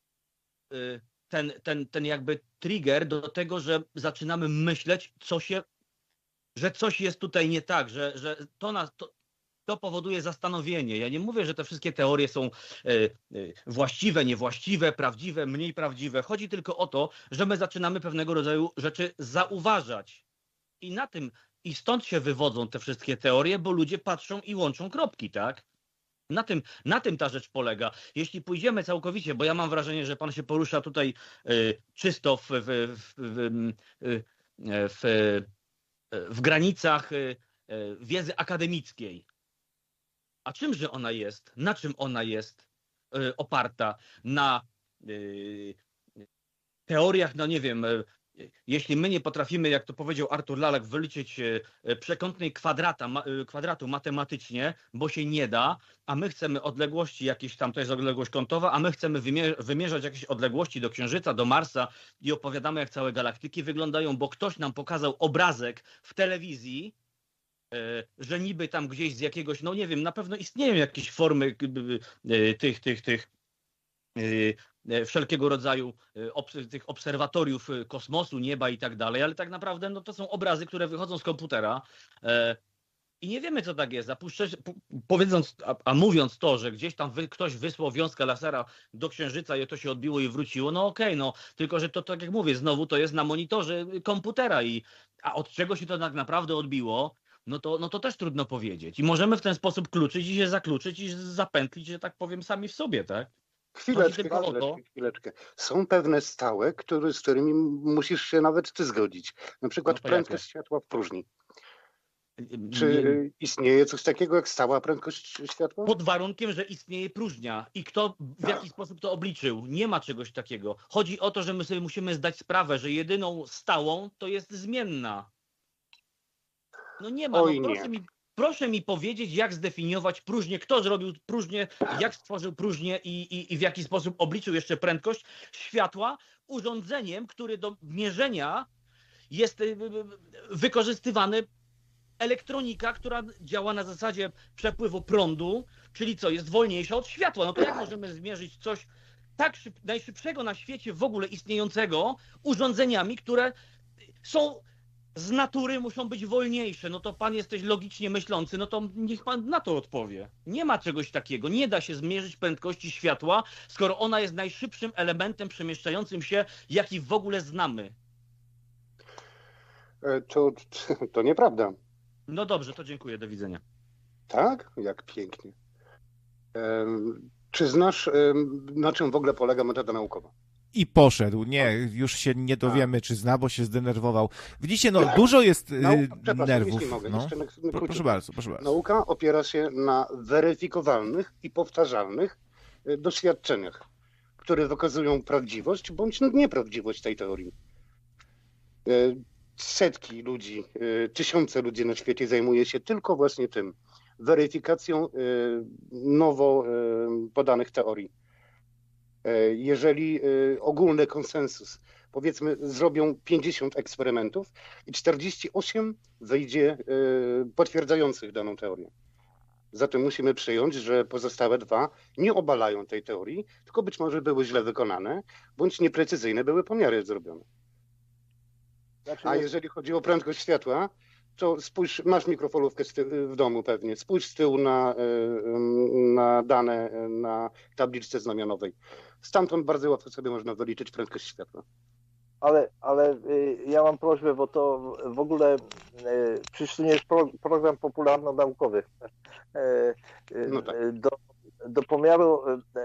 y, ten, ten, ten jakby trigger do tego, że zaczynamy myśleć, co się, że coś jest tutaj nie tak, że, że to nas, to, to powoduje zastanowienie. Ja nie mówię, że te wszystkie teorie są y, y, właściwe, niewłaściwe, prawdziwe, mniej prawdziwe. Chodzi tylko o to, że my zaczynamy pewnego rodzaju rzeczy zauważać. I na tym, i stąd się wywodzą te wszystkie teorie, bo ludzie patrzą i łączą kropki, tak? Na tym, na tym ta rzecz polega. Jeśli pójdziemy całkowicie, bo ja mam wrażenie, że pan się porusza tutaj y, czysto w, w, w, w, w, w, w granicach y, y, wiedzy akademickiej. A czymże ona jest? Na czym ona jest y, oparta? Na y, teoriach, no nie wiem, jeśli my nie potrafimy, jak to powiedział Artur Lalek, wyliczyć przekątnej kwadrata, kwadratu matematycznie, bo się nie da, a my chcemy odległości jakieś tam, to jest odległość kątowa, a my chcemy wymierzać jakieś odległości do Księżyca, do Marsa i opowiadamy, jak całe galaktyki wyglądają, bo ktoś nam pokazał obrazek w telewizji, że niby tam gdzieś z jakiegoś, no nie wiem, na pewno istnieją jakieś formy tych, tych, tych wszelkiego rodzaju tych obserwatoriów kosmosu, nieba i tak dalej, ale tak naprawdę no to są obrazy, które wychodzą z komputera i nie wiemy, co tak jest. A puszczać, powiedząc, a, a mówiąc to, że gdzieś tam wy, ktoś wysłał wiązkę lasera do Księżyca i to się odbiło i wróciło, no okej, okay, no tylko, że to tak jak mówię, znowu to jest na monitorze komputera i a od czego się to tak naprawdę odbiło, no to, no to też trudno powiedzieć. I możemy w ten sposób kluczyć i się zakluczyć i zapętlić, że tak powiem, sami w sobie, tak? Chwileczkę, chwileczkę, chwileczkę. Są pewne stałe, który, z którymi musisz się nawet ty zgodzić. Na przykład no prędkość jakie? światła w próżni. Czy nie... istnieje coś takiego jak stała prędkość światła? Pod warunkiem, że istnieje próżnia. I kto w jaki sposób to obliczył? Nie ma czegoś takiego. Chodzi o to, że my sobie musimy zdać sprawę, że jedyną stałą to jest zmienna. No nie ma. Oj, no proszę, nie. Mi, proszę mi powiedzieć, jak zdefiniować próżnię, kto zrobił próżnię, jak stworzył próżnię i, i, i w jaki sposób obliczył jeszcze prędkość światła urządzeniem, który do mierzenia jest wykorzystywany elektronika, która działa na zasadzie przepływu prądu, czyli co, jest wolniejsza od światła. No to jak możemy zmierzyć coś tak szyb, najszybszego na świecie w ogóle istniejącego urządzeniami, które są z natury, muszą być wolniejsze. No to pan jesteś logicznie myślący, no to niech pan na to odpowie. Nie ma czegoś takiego. Nie da się zmierzyć prędkości światła, skoro ona jest najszybszym elementem przemieszczającym się, jaki w ogóle znamy. To, to nieprawda. No dobrze, to dziękuję, do widzenia. Tak? Jak pięknie. Um, czy znasz, um, na czym w ogóle polega metoda naukowa? I poszedł. Nie, już się nie dowiemy, czy zna, bo się zdenerwował. Widzicie, no dużo jest Nauka, nerwów. Jeśli mogę, no. jeszcze na, na Pro, proszę bardzo, proszę bardzo. Nauka opiera się na weryfikowalnych i powtarzalnych doświadczeniach, które wykazują prawdziwość bądź nieprawdziwość tej teorii. Setki ludzi, tysiące ludzi na świecie zajmuje się tylko właśnie tym, weryfikacją nowo podanych teorii. Jeżeli ogólny konsensus, powiedzmy, zrobią pięćdziesiąt eksperymentów i czterdzieści osiem wyjdzie potwierdzających daną teorię. Zatem musimy przyjąć, że pozostałe dwa nie obalają tej teorii, tylko być może były źle wykonane, bądź nieprecyzyjne były pomiary zrobione. A jeżeli chodzi o prędkość światła, to spójrz, masz mikrofalówkę w domu pewnie, spójrz z tyłu na, na dane na tabliczce znamionowej. Stamtąd bardzo łatwo sobie można wyliczyć prędkość światła. Ale, ale ja mam prośbę, bo to w ogóle przecież to nie jest pro, program popularno-naukowy. No tak. Do, do pomiaru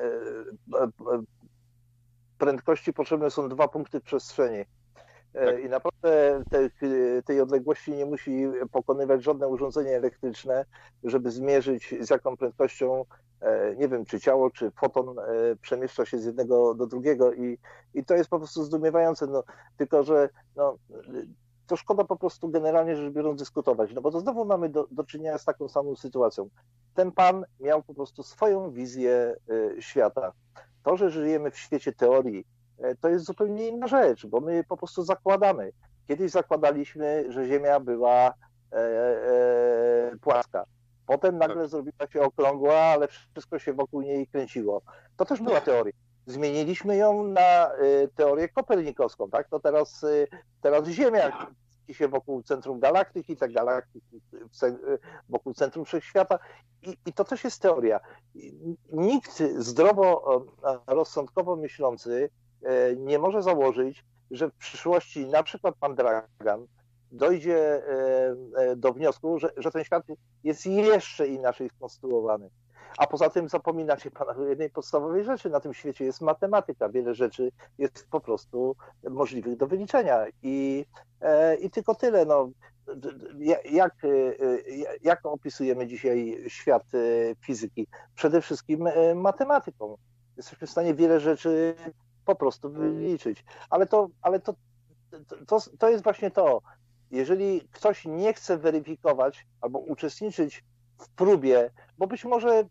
prędkości potrzebne są dwa punkty w przestrzeni. Tak. I naprawdę tej, tej odległości nie musi pokonywać żadne urządzenie elektryczne, żeby zmierzyć, z jaką prędkością, nie wiem, czy ciało, czy foton przemieszcza się z jednego do drugiego i, i to jest po prostu zdumiewające. No, tylko, że no, to szkoda po prostu generalnie rzecz biorąc dyskutować, no bo to znowu mamy do, do czynienia z taką samą sytuacją. Ten pan miał po prostu swoją wizję świata. To, że żyjemy w świecie teorii, to jest zupełnie inna rzecz, bo my po prostu zakładamy. Kiedyś zakładaliśmy, że Ziemia była e, e, płaska. Potem nagle zrobiła się okrągła, ale wszystko się wokół niej kręciło. To też była teoria. Zmieniliśmy ją na teorię kopernikowską, tak? To teraz, teraz Ziemia kręci się wokół centrum galaktyki, tak galaktyki wokół centrum wszechświata. I, I to też jest teoria. Nikt zdrowo, rozsądkowo myślący nie może założyć, że w przyszłości na przykład pan Dragan dojdzie do wniosku, że, że ten świat jest jeszcze inaczej skonstruowany. A poza tym zapominacie pan o jednej podstawowej rzeczy. Na tym świecie jest matematyka. Wiele rzeczy jest po prostu możliwych do wyliczenia. I, i tylko tyle. No, jak, jak opisujemy dzisiaj świat fizyki? Przede wszystkim matematyką. Jesteśmy w stanie wiele rzeczy po prostu wyliczyć. Ale to, ale to, to, to jest właśnie to. Jeżeli ktoś nie chce weryfikować albo uczestniczyć w próbie, bo być może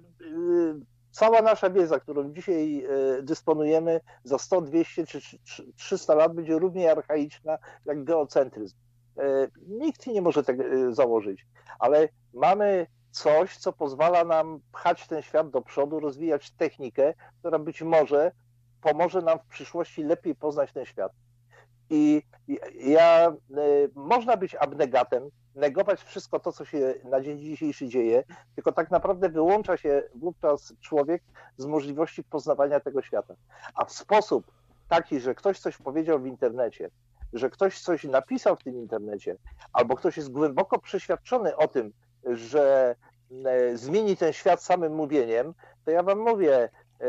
cała nasza wiedza, którą dzisiaj dysponujemy, za sto, dwieście czy trzysta lat będzie równie archaiczna jak geocentryzm. Nikt nie może tego założyć, ale mamy coś, co pozwala nam pchać ten świat do przodu, rozwijać technikę, która być może pomoże nam w przyszłości lepiej poznać ten świat. I ja, można być abnegatem, negować wszystko to, co się na dzień dzisiejszy dzieje, tylko tak naprawdę wyłącza się wówczas człowiek z możliwości poznawania tego świata. A w sposób taki, że ktoś coś powiedział w internecie, że ktoś coś napisał w tym internecie, albo ktoś jest głęboko przeświadczony o tym, że zmieni ten świat samym mówieniem, to ja wam mówię,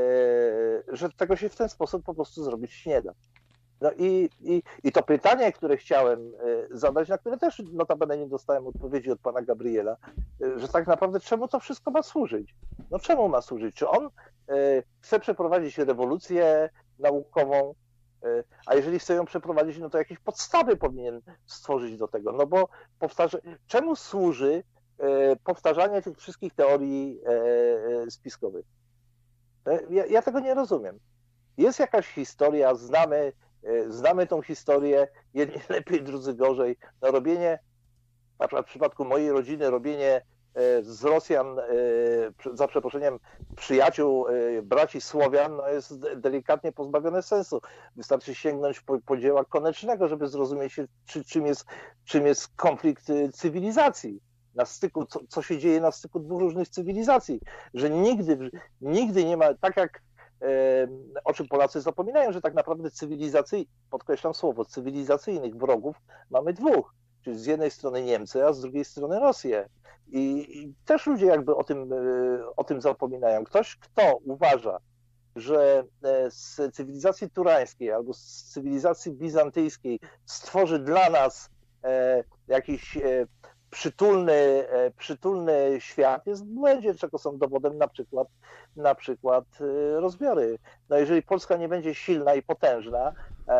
że tego się w ten sposób po prostu zrobić nie da. No i, i, i to pytanie, które chciałem zadać, na które też notabene nie dostałem odpowiedzi od pana Gabriela, że tak naprawdę czemu to wszystko ma służyć? No czemu ma służyć? Czy on chce przeprowadzić rewolucję naukową, a jeżeli chce ją przeprowadzić, no to jakieś podstawy powinien stworzyć do tego, no bo powtarza... czemu służy powtarzanie tych wszystkich teorii spiskowych? Ja, ja tego nie rozumiem. Jest jakaś historia, znamy, znamy tą historię, jedni lepiej, drudzy gorzej. No robienie, na przykład w przypadku mojej rodziny, robienie z Rosjan, za przeproszeniem, przyjaciół, braci Słowian, no jest delikatnie pozbawione sensu. Wystarczy sięgnąć po, po dzieła Konecznego, żeby zrozumieć, czy, czym, jest, czym jest konflikt cywilizacji. Na styku, co, co się dzieje na styku dwóch różnych cywilizacji. Że nigdy, nigdy nie ma, tak jak o czym Polacy zapominają, że tak naprawdę cywilizacyjnych, podkreślam słowo, cywilizacyjnych wrogów mamy dwóch. Czyli z jednej strony Niemcy, a z drugiej strony Rosję. I, i też ludzie jakby o tym, o tym zapominają. Ktoś, kto uważa, że z cywilizacji turańskiej albo z cywilizacji bizantyjskiej stworzy dla nas jakiś przytulny, przytulny świat, jest w błędzie, czego są dowodem na przykład, na przykład rozbiory. No jeżeli Polska nie będzie silna i potężna,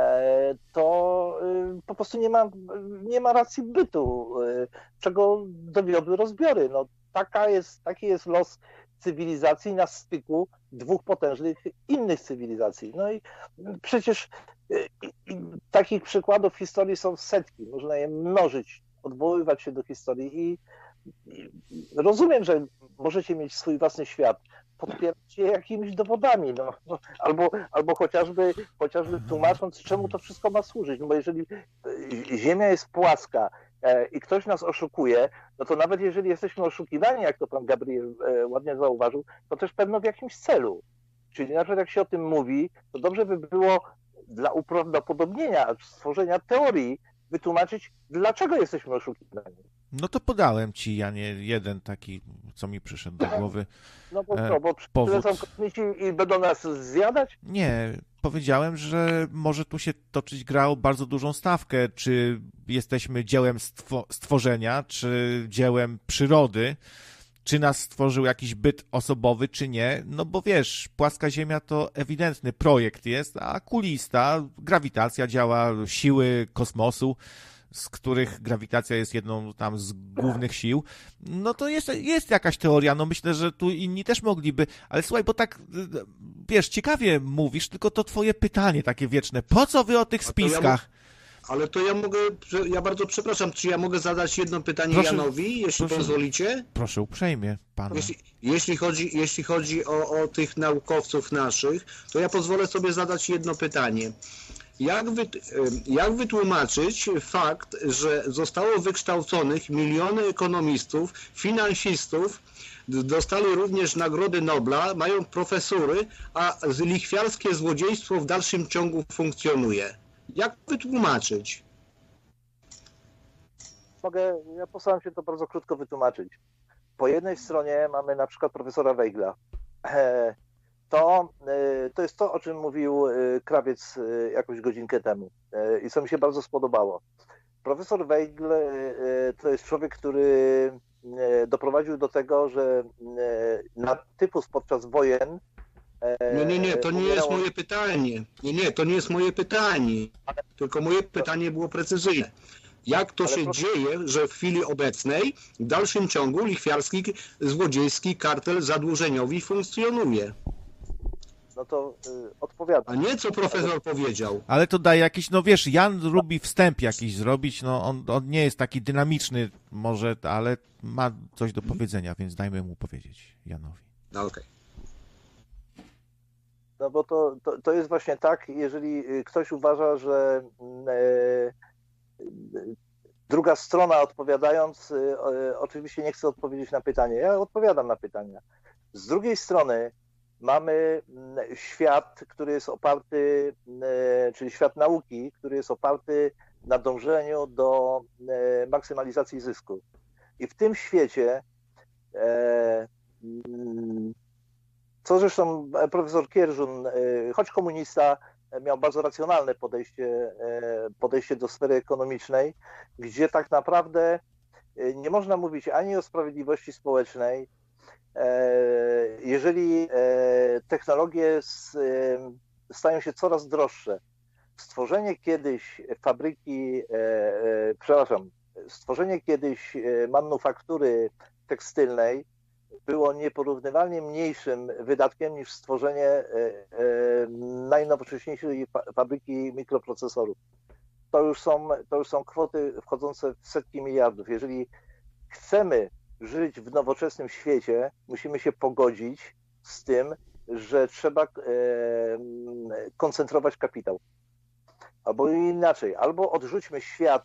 to po prostu nie ma, nie ma racji bytu, czego dowiodły rozbiory. No, taka jest, taki jest los cywilizacji na styku dwóch potężnych innych cywilizacji. No i przecież takich przykładów w historii są setki, można je mnożyć, odwoływać się do historii i, i rozumiem, że możecie mieć swój własny świat, podpierać je jakimiś dowodami, no, no, albo, albo chociażby, chociażby tłumacząc, czemu to wszystko ma służyć, no bo jeżeli Ziemia jest płaska e, i ktoś nas oszukuje, no to nawet jeżeli jesteśmy oszukiwani, jak to pan Gabriel e, ładnie zauważył, to też pewno w jakimś celu. Czyli na przykład jak się o tym mówi, to dobrze by było dla uprawdopodobnienia, stworzenia teorii, wytłumaczyć, dlaczego jesteśmy oszukiwani. No to podałem ci, Janie, jeden taki, co mi przyszedł do głowy. No bo co, bo przylecą kosmici i będą nas zjadać? Nie, powiedziałem, że może tu się toczyć gra o bardzo dużą stawkę, czy jesteśmy dziełem stwo- stworzenia, czy dziełem przyrody, czy nas stworzył jakiś byt osobowy, czy nie, no bo wiesz, płaska Ziemia to ewidentny projekt jest, a kulista, grawitacja działa, siły kosmosu, z których grawitacja jest jedną tam z głównych sił, no to jest, jest jakaś teoria, no myślę, że tu inni też mogliby, ale słuchaj, bo tak, wiesz, ciekawie mówisz, tylko to twoje pytanie takie wieczne, po co wy o tych spiskach? Ale to ja mogę, ja bardzo przepraszam, czy ja mogę zadać jedno pytanie proszę, Janowi, jeśli proszę, pozwolicie? Proszę uprzejmie, pana. Jeśli, jeśli chodzi, jeśli chodzi o, o tych naukowców naszych, to ja pozwolę sobie zadać jedno pytanie. Jak, wy, jak wytłumaczyć fakt, że zostało wykształconych miliony ekonomistów, finansistów, dostali również nagrody Nobla, mają profesury, a lichwiarskie złodziejstwo w dalszym ciągu funkcjonuje? Jak wytłumaczyć? Mogę, ja postaram się to bardzo krótko wytłumaczyć. Po jednej stronie mamy na przykład profesora Weigla. To, to jest to, o czym mówił Krawiec jakąś godzinkę temu i co mi się bardzo spodobało. Profesor Weigl to jest człowiek, który doprowadził do tego, że na tyfus podczas wojen Nie, nie, nie, to nie jest moje pytanie. Nie, nie, to nie jest moje pytanie. Tylko moje pytanie było precyzyjne. Jak to się dzieje, że w chwili obecnej w dalszym ciągu lichwiarski, złodziejski kartel zadłużeniowy funkcjonuje? No to y, odpowiadam. A nie co profesor powiedział. Ale to daje jakiś, no wiesz, Jan lubi wstęp jakiś zrobić, no on, on nie jest taki dynamiczny może, ale ma coś do powiedzenia, więc dajmy mu powiedzieć, Janowi. No okej. Okay. No bo to, to, to jest właśnie tak, jeżeli ktoś uważa, że e, druga strona odpowiadając, e, oczywiście nie chce odpowiedzieć na pytanie. Ja odpowiadam na pytania. Z drugiej strony mamy świat, który jest oparty, e, czyli świat nauki, który jest oparty na dążeniu do e, maksymalizacji zysku. I w tym świecie e, co zresztą profesor Kierzun, choć komunista, miał bardzo racjonalne podejście, podejście do sfery ekonomicznej, gdzie tak naprawdę nie można mówić ani o sprawiedliwości społecznej, jeżeli technologie stają się coraz droższe. Stworzenie kiedyś fabryki, przepraszam, stworzenie kiedyś manufaktury tekstylnej było nieporównywalnie mniejszym wydatkiem niż stworzenie najnowocześniejszej fabryki mikroprocesorów. To już są, to już są kwoty wchodzące w setki miliardów. Jeżeli chcemy żyć w nowoczesnym świecie, musimy się pogodzić z tym, że trzeba koncentrować kapitał. Albo inaczej, albo odrzućmy świat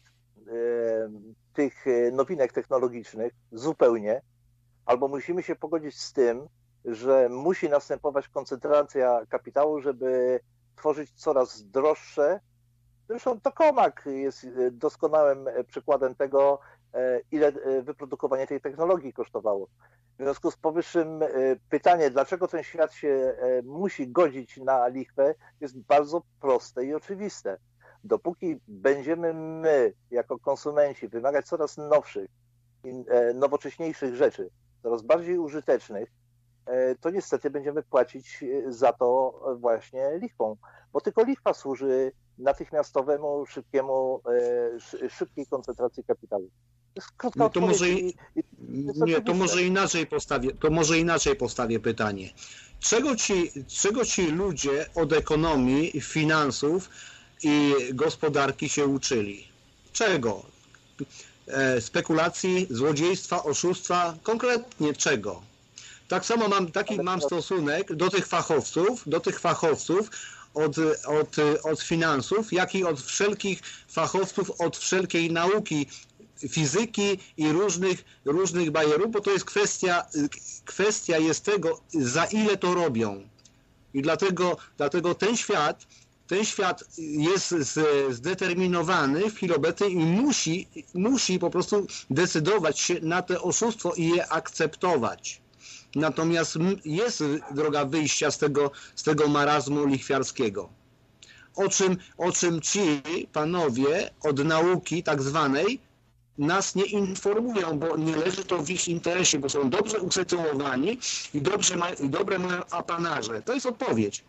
tych nowinek technologicznych zupełnie, albo musimy się pogodzić z tym, że musi następować koncentracja kapitału, żeby tworzyć coraz droższe. Zresztą tokamak jest doskonałym przykładem tego, ile wyprodukowanie tej technologii kosztowało. W związku z powyższym pytanie, dlaczego ten świat się musi godzić na lichwę, jest bardzo proste i oczywiste. Dopóki będziemy my, jako konsumenci, wymagać coraz nowszych, nowocześniejszych rzeczy, coraz bardziej użytecznych, to niestety będziemy płacić za to właśnie lichwą, bo tylko lichwa służy natychmiastowemu, szybkiemu, szybkiej koncentracji kapitału. No to może, i, nie, to może inaczej postawię, to może inaczej postawię pytanie. Czego ci, czego ci ludzie od ekonomii, finansów i gospodarki się uczyli? Czego? Spekulacji, złodziejstwa, oszustwa, konkretnie czego? Tak samo mam taki mam stosunek do tych fachowców, do tych fachowców od, od, od finansów, jak i od wszelkich fachowców, od wszelkiej nauki, fizyki i różnych, różnych bajerów, bo to jest kwestia, kwestia jest tego, za ile to robią. I dlatego, dlatego ten świat Ten świat jest zdeterminowany w chwili obecnej i musi, musi po prostu decydować się na to oszustwo i je akceptować. Natomiast jest droga wyjścia z tego, z tego marazmu lichwiarskiego. O czym, o czym ci panowie od nauki tak zwanej nas nie informują, bo nie leży to w ich interesie, bo są dobrze usytuowani i, dobrze ma, i dobre mają apanarze. To jest odpowiedź.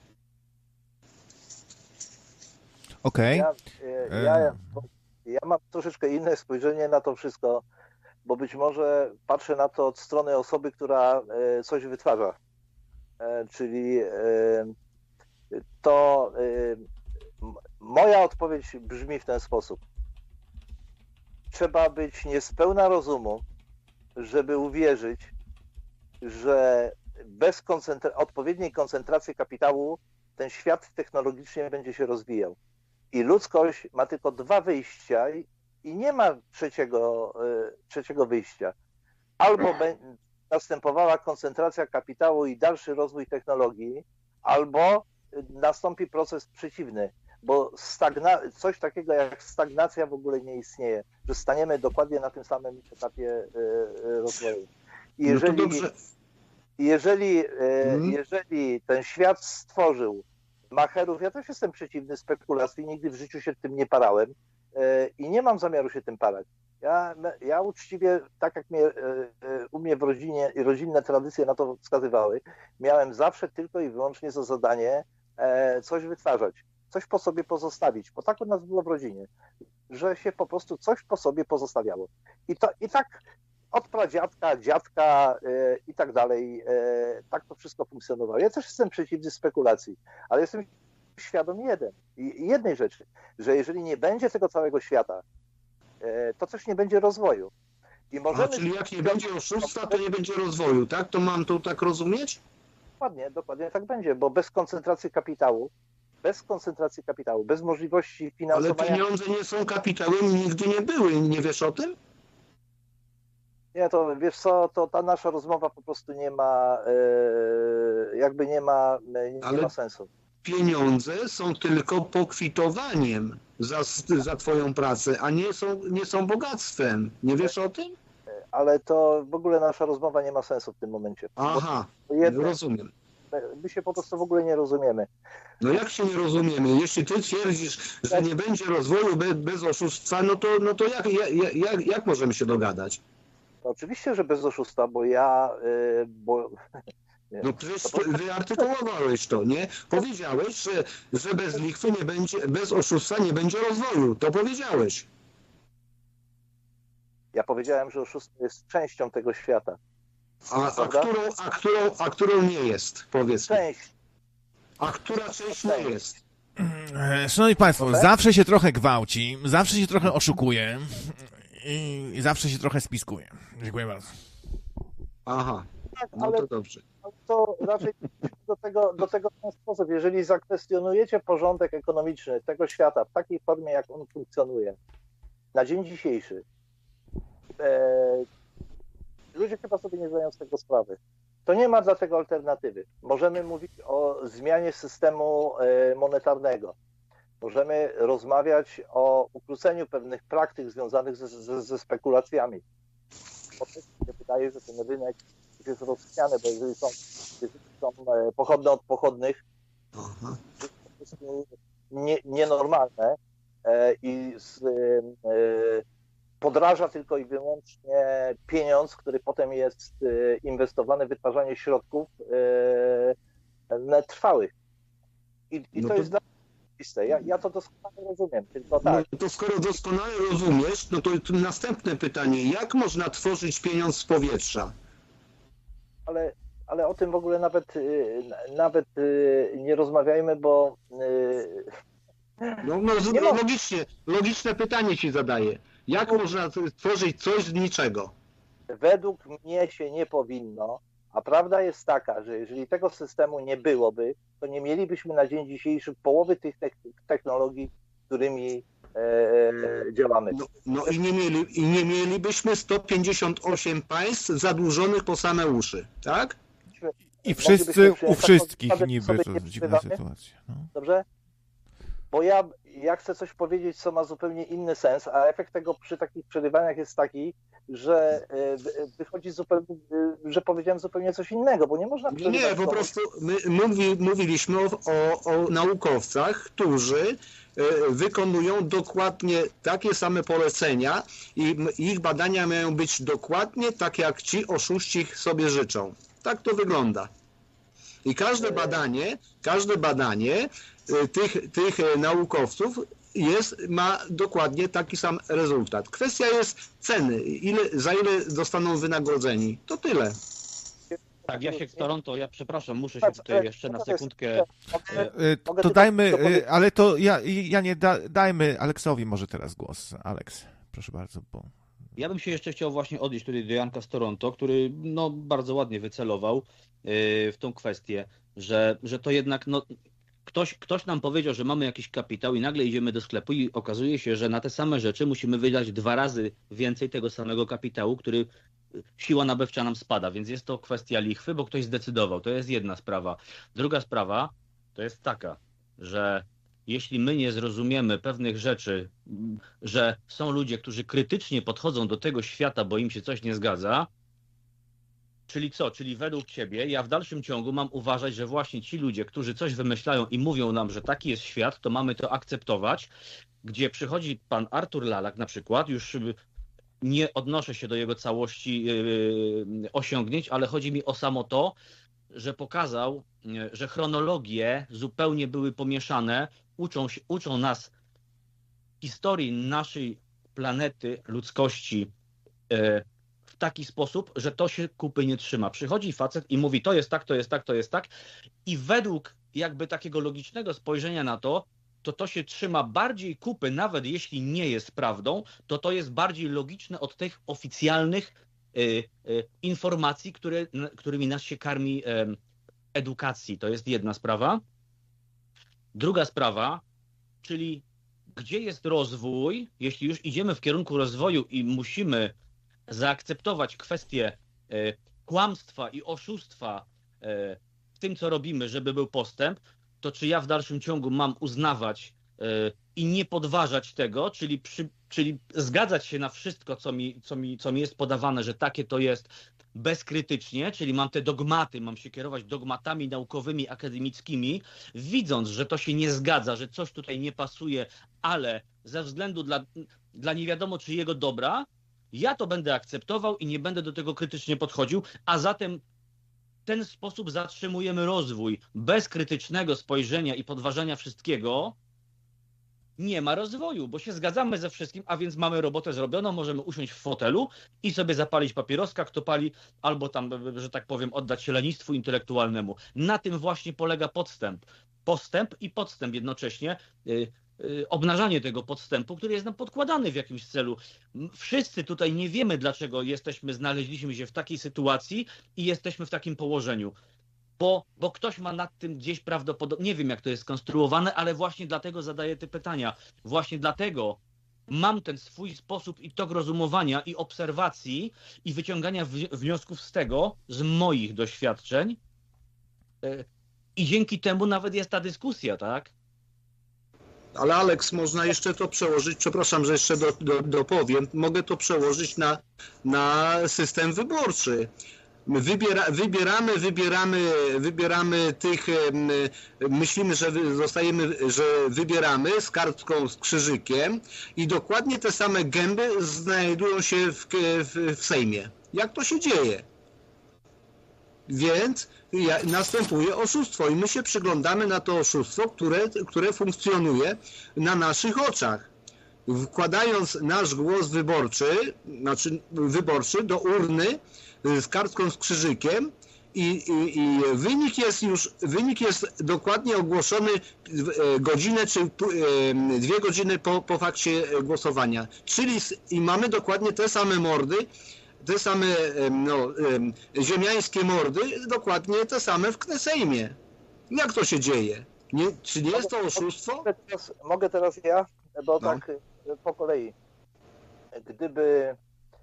Okej. Ja, ja, ja mam troszeczkę inne spojrzenie na to wszystko, bo być może patrzę na to od strony osoby, która coś wytwarza. Czyli to moja odpowiedź brzmi w ten sposób. Trzeba być niespełna rozumu, żeby uwierzyć, że bez koncentra- odpowiedniej koncentracji kapitału ten świat technologicznie będzie się rozwijał. I ludzkość ma tylko dwa wyjścia i nie ma trzeciego, trzeciego wyjścia. Albo następowała koncentracja kapitału i dalszy rozwój technologii, albo nastąpi proces przeciwny, bo stagna- coś takiego jak stagnacja w ogóle nie istnieje, że staniemy dokładnie na tym samym etapie rozwoju. I jeżeli, no to dobrze. jeżeli, hmm. jeżeli ten świat stworzył macherów, ja też jestem przeciwny spekulacji, nigdy w życiu się tym nie parałem i nie mam zamiaru się tym parać. Ja, ja uczciwie, tak jak mnie, u mnie w rodzinie i rodzinne tradycje na to wskazywały, miałem zawsze tylko i wyłącznie za zadanie coś wytwarzać, coś po sobie pozostawić, bo tak u nas było w rodzinie, że się po prostu coś po sobie pozostawiało. I, to, i tak od pradziadka, dziadka e, i tak dalej, e, tak to wszystko funkcjonowało. Ja też jestem przeciwny spekulacji, ale jestem świadom jeden, jednej rzeczy, że jeżeli nie będzie tego całego świata, e, to też nie będzie rozwoju. I możemy... A, czyli jak nie będzie oszustwa, to nie będzie rozwoju, tak? To mam to tak rozumieć? Dokładnie, dokładnie tak będzie, bo bez koncentracji kapitału, bez koncentracji kapitału, bez możliwości finansowania... Ale pieniądze nie są kapitałem i nigdy nie były, nie wiesz o tym? Nie, to wiesz co, to ta nasza rozmowa po prostu nie ma, e, jakby nie ma, nie Ale ma sensu. Pieniądze są tylko pokwitowaniem za, za twoją pracę, a nie są, nie są bogactwem. Nie wiesz o tym? Ale to w ogóle nasza rozmowa nie ma sensu w tym momencie. Aha, jedno, rozumiem. My się po prostu w ogóle nie rozumiemy. No jak się nie rozumiemy? Jeśli ty twierdzisz, że nie będzie rozwoju bez, bez oszustwa, no to, no to jak, jak, jak, jak możemy się dogadać? No oczywiście, że bez oszustwa, bo ja... Yy, bo... No przecież wyartykułowałeś to, nie? Powiedziałeś, że, że bez lichwy nie będzie, bez oszustwa nie będzie rozwoju. To powiedziałeś. Ja powiedziałem, że oszustwo jest częścią tego świata. A, a, którą, a, którą, a którą nie jest, powiedz mi. Część. A która część nie jest? Szanowni Państwo, okay. Zawsze się trochę gwałci, zawsze się trochę oszukuje i, i zawsze się trochę spiskuje. Dziękuję bardzo. Aha, no ale, to dobrze. Ale to raczej do tego, do tego w ten sposób. Jeżeli zakwestionujecie porządek ekonomiczny tego świata w takiej formie, jak on funkcjonuje na dzień dzisiejszy, e, ludzie chyba sobie nie zdają z tego sprawy. To nie ma dla tego alternatywy. Możemy mówić o zmianie systemu monetarnego. Możemy rozmawiać o ukróceniu pewnych praktyk związanych ze, ze, ze spekulacjami. Bo też mi się wydaje, że ten rynek jest rozchwiany, bo jeżeli są, jeżeli są pochodne od pochodnych, Aha. to jest po prostu nie, nienormalne i z, podraża tylko i wyłącznie pieniądz, który potem jest inwestowany w wytwarzanie środków trwałych. I, i no to to... jest dla mnie oczywiste. Ja, ja to doskonale rozumiem, tylko tak. No to skoro doskonale rozumiesz, no to następne pytanie. Jak można tworzyć pieniądz z powietrza? Ale, ale o tym w ogóle nawet, nawet nie rozmawiajmy, bo... No, no nie logicznie, logiczne pytanie ci zadaję. Jak można tworzyć coś z niczego? Według mnie się nie powinno, a prawda jest taka, że jeżeli tego systemu nie byłoby, to nie mielibyśmy na dzień dzisiejszy połowy tych technologii, którymi e, działamy. No, no i, nie mieli, i nie mielibyśmy sto pięćdziesiąt osiem państw zadłużonych po same uszy, tak? I wszyscy u wszystkich niby, to dziwna sytuacja. No. Dobrze? Bo ja, ja chcę coś powiedzieć, co ma zupełnie inny sens, a efekt tego przy takich przerywaniach jest taki, że wychodzi zupełnie, że powiedziałem zupełnie coś innego, bo nie można... Nie, po prostu my mówi, mówiliśmy o, o, o naukowcach, którzy wykonują dokładnie takie same polecenia i ich badania mają być dokładnie tak, jak ci oszuści sobie życzą. Tak to wygląda. I każde badanie, każde badanie tych, tych naukowców jest, ma dokładnie taki sam rezultat. Kwestia jest ceny, ile, za ile zostaną wynagrodzeni. To tyle. Tak, Jasiek z Toronto, ja przepraszam, muszę się tutaj jeszcze na sekundkę... To, to dajmy, ale to ja, ja nie da, dajmy Aleksowi może teraz głos. Aleks, proszę bardzo, bo... Ja bym się jeszcze chciał właśnie odnieść tutaj do Janka z Toronto, który no, bardzo ładnie wycelował w tą kwestię, że, że to jednak no, ktoś, ktoś nam powiedział, że mamy jakiś kapitał i nagle idziemy do sklepu i okazuje się, że na te same rzeczy musimy wydać dwa razy więcej tego samego kapitału, który siła nabywcza nam spada, więc jest to kwestia lichwy, bo ktoś zdecydował. To jest jedna sprawa. Druga sprawa to jest taka, że jeśli my nie zrozumiemy pewnych rzeczy, że są ludzie, którzy krytycznie podchodzą do tego świata, bo im się coś nie zgadza, czyli co? Czyli według ciebie ja w dalszym ciągu mam uważać, że właśnie ci ludzie, którzy coś wymyślają i mówią nam, że taki jest świat, to mamy to akceptować, gdzie przychodzi pan Artur Lalak na przykład, już nie odnoszę się do jego całości osiągnięć, ale chodzi mi o samo to, że pokazał, że chronologie zupełnie były pomieszane, uczą, się, uczą nas historii naszej planety, ludzkości w taki sposób, że to się kupy nie trzyma. Przychodzi facet i mówi, to jest tak, to jest tak, to jest tak i według jakby takiego logicznego spojrzenia na to, to to się trzyma bardziej kupy, nawet jeśli nie jest prawdą, to to jest bardziej logiczne od tych oficjalnych y, y, informacji, które, którymi nas się karmi y, edukacji. To jest jedna sprawa. Druga sprawa, czyli gdzie jest rozwój, jeśli już idziemy w kierunku rozwoju i musimy zaakceptować kwestię y, kłamstwa i oszustwa y, w tym, co robimy, żeby był postęp, to czy ja w dalszym ciągu mam uznawać y, i nie podważać tego, czyli, przy, czyli zgadzać się na wszystko, co mi, co, mi, co mi jest podawane, że takie to jest bezkrytycznie, czyli mam te dogmaty, mam się kierować dogmatami naukowymi, akademickimi, widząc, że to się nie zgadza, że coś tutaj nie pasuje, ale ze względu dla, dla nie wiadomo czyjego dobra, ja to będę akceptował i nie będę do tego krytycznie podchodził, a zatem w ten sposób zatrzymujemy rozwój. Bez krytycznego spojrzenia i podważania wszystkiego nie ma rozwoju, bo się zgadzamy ze wszystkim, a więc mamy robotę zrobioną, możemy usiąść w fotelu i sobie zapalić papieroska, kto pali, albo tam, że tak powiem, oddać się lenistwu intelektualnemu. Na tym właśnie polega podstęp. Postęp i podstęp jednocześnie. Yy, yy, obnażanie tego podstępu, który jest nam podkładany w jakimś celu. Wszyscy tutaj nie wiemy, dlaczego jesteśmy, znaleźliśmy się w takiej sytuacji i jesteśmy w takim położeniu. Bo, bo ktoś ma nad tym gdzieś prawdopodobnie, nie wiem jak to jest skonstruowane, ale właśnie dlatego zadaję te pytania. Właśnie dlatego mam ten swój sposób i tok rozumowania i obserwacji i wyciągania wniosków z tego, z moich doświadczeń. I dzięki temu nawet jest ta dyskusja, tak? Ale Aleks, można jeszcze to przełożyć, przepraszam, że jeszcze do, do, dopowiem, mogę to przełożyć na, na system wyborczy. My wybiera, wybieramy, wybieramy, wybieramy tych, myślimy, że zostajemy, że wybieramy z kartką z krzyżykiem i dokładnie te same gęby znajdują się w, w, w Sejmie. Jak to się dzieje? Więc następuje oszustwo i my się przyglądamy na to oszustwo, które, które funkcjonuje na naszych oczach. Wkładając nasz głos wyborczy, znaczy wyborczy do urny z kartką z krzyżykiem i, i, i wynik jest już, wynik jest dokładnie ogłoszony godzinę czy dwie godziny po, po fakcie głosowania. Czyli i mamy dokładnie te same mordy, te same no, ziemiańskie mordy, dokładnie te same w Sejmie. Jak to się dzieje? Nie, czy nie jest to oszustwo? Mogę teraz, mogę teraz ja, bo no. tak po kolei. Gdyby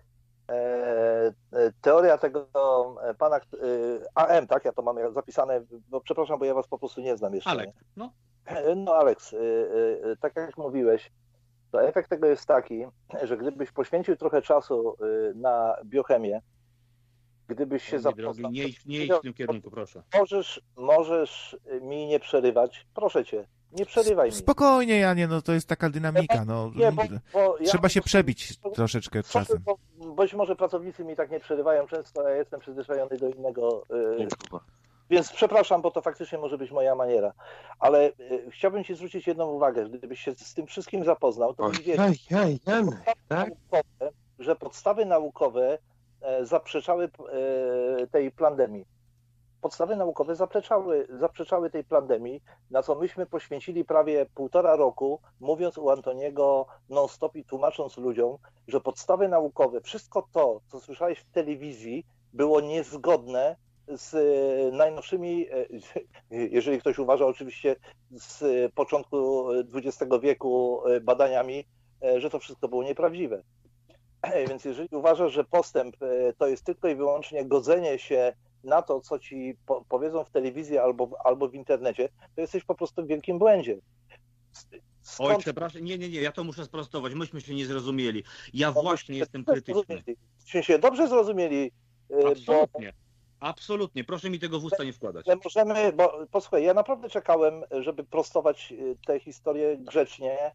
e, teoria tego pana e, A M, tak, ja to mam zapisane, bo przepraszam, bo ja was po prostu nie znam jeszcze. Aleks, no. No Aleks, e, e, tak jak mówiłeś, to efekt tego jest taki, że gdybyś poświęcił trochę czasu na biochemię, gdybyś się zapoznał... Nie idź, nie idź w tym kierunku, proszę. Możesz, możesz mi nie przerywać, proszę cię, nie przerywaj mi. Spokojnie, Janie, no to jest taka dynamika, no. Nie, bo, bo trzeba ja, się przebić bo, troszeczkę bo, czasem. Bo, być może pracownicy mi tak nie przerywają często, a ja jestem przyzwyczajony do innego... Yy, Więc przepraszam, bo to faktycznie może być moja maniera. Ale y, chciałbym ci zwrócić jedną uwagę. Gdybyś się z tym wszystkim zapoznał, to byś wiedział, tak? że podstawy naukowe e, zaprzeczały e, tej pandemii. Podstawy naukowe zaprzeczały, zaprzeczały tej pandemii, na co myśmy poświęcili prawie półtora roku, mówiąc u Antoniego non-stop i tłumacząc ludziom, że podstawy naukowe, wszystko to, co słyszałeś w telewizji, było niezgodne z najnowszymi, jeżeli ktoś uważa oczywiście z początku dwudziestego wieku badaniami, że to wszystko było nieprawdziwe. Więc jeżeli uważasz, że postęp to jest tylko i wyłącznie godzenie się na to, co ci po powiedzą w telewizji albo, albo w internecie, to jesteś po prostu w wielkim błędzie. Skąd... Oj, przepraszam, nie, nie, nie, ja to muszę sprostować, myśmy się nie zrozumieli. Ja no, właśnie jestem krytyczny. Myśmy się dobrze zrozumieli. Absolutnie. Bo... Absolutnie, proszę mi tego w usta nie wkładać. Ale możemy, bo posłuchaj, ja naprawdę czekałem, żeby prostować tę historię grzecznie,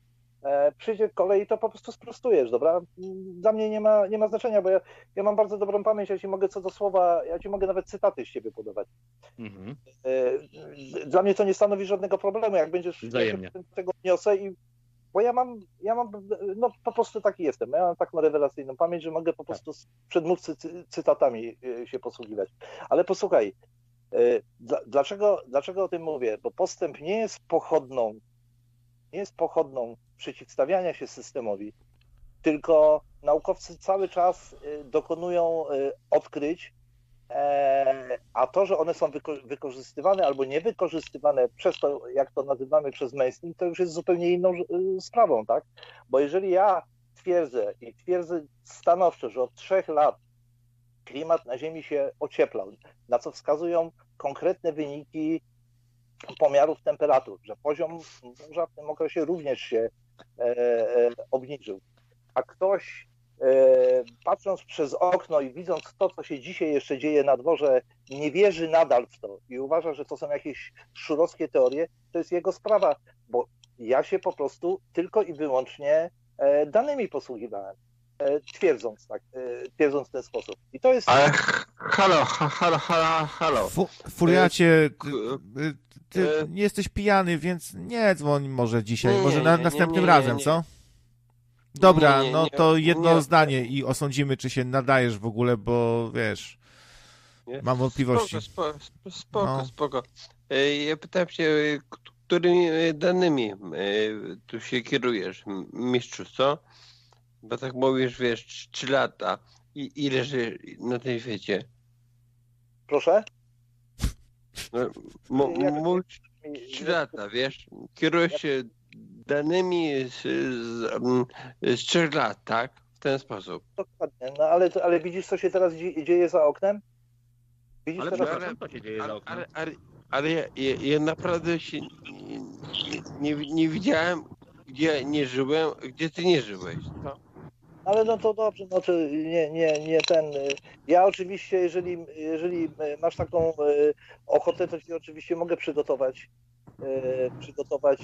e, przyjdzie kolej i to po prostu sprostujesz, dobra? Dla mnie nie ma, nie ma znaczenia, bo ja, ja mam bardzo dobrą pamięć, ja ci mogę co do słowa, ja ci mogę nawet cytaty z ciebie podawać. Mhm. E, dla mnie to nie stanowi żadnego problemu, jak będziesz... Wzajemnie. Ja się tego wniosę i bo ja mam, ja mam, no po prostu taki jestem, ja mam taką rewelacyjną pamięć, że mogę po prostu z przedmówcy cy, cytatami się posługiwać. Ale posłuchaj, dlaczego, dlaczego o tym mówię? Bo postęp nie jest pochodną, nie jest pochodną przeciwstawiania się systemowi, tylko naukowcy cały czas dokonują odkryć, a to, że one są wyko- wykorzystywane albo niewykorzystywane przez to, jak to nazywamy, przez mainstream, to już jest zupełnie inną sprawą, tak? Bo jeżeli ja twierdzę i twierdzę stanowczo, że od trzech lat klimat na Ziemi się ocieplał, na co wskazują konkretne wyniki pomiarów temperatur, że poziom morza w tym okresie również się e, e, obniżył, a ktoś patrząc przez okno i widząc to, co się dzisiaj jeszcze dzieje na dworze, nie wierzy nadal w to i uważa, że to są jakieś szurowskie teorie, to jest jego sprawa, bo ja się po prostu tylko i wyłącznie danymi posługiwałem, twierdząc tak, twierdząc w ten sposób. I to jest... Ale halo, halo, halo, halo. Fu, Furiacie, ty, ty nie jesteś pijany, więc nie dzwoń może dzisiaj, nie, może na, nie, następnym nie, nie, razem, nie. co? Dobra, Nie, nie, no nie, to jedno nie. zdanie i osądzimy, czy się nadajesz w ogóle, bo wiesz, Nie? mam wątpliwości. Spoko, spoko, spoko. No. spoko. E, Ja pytałem się, e, k- którymi e, danymi e, tu się kierujesz, m- mistrzu, co? Bo tak mówisz, wiesz, trz- trzy lata. I ile żyjesz na tym świecie? Proszę? No, mo- Jak- mówisz trzy lata, wiesz? Kierujesz się danymi z, z, m, z trzech lat, tak? W ten sposób. Dokładnie, no ale, ale widzisz, co się teraz dzie- dzieje za oknem? Widzisz Ale teraz... przepraszam, co się dzieje za Ale, oknem? ale, ale, ale ja, ja, ja naprawdę się nie, nie, nie, nie widziałem, gdzie nie żyłem, gdzie ty nie żyłeś. No. Ale no to dobrze, no to nie, nie, nie ten. Ja oczywiście, jeżeli, jeżeli masz taką ochotę, to ci oczywiście mogę przygotować, przygotować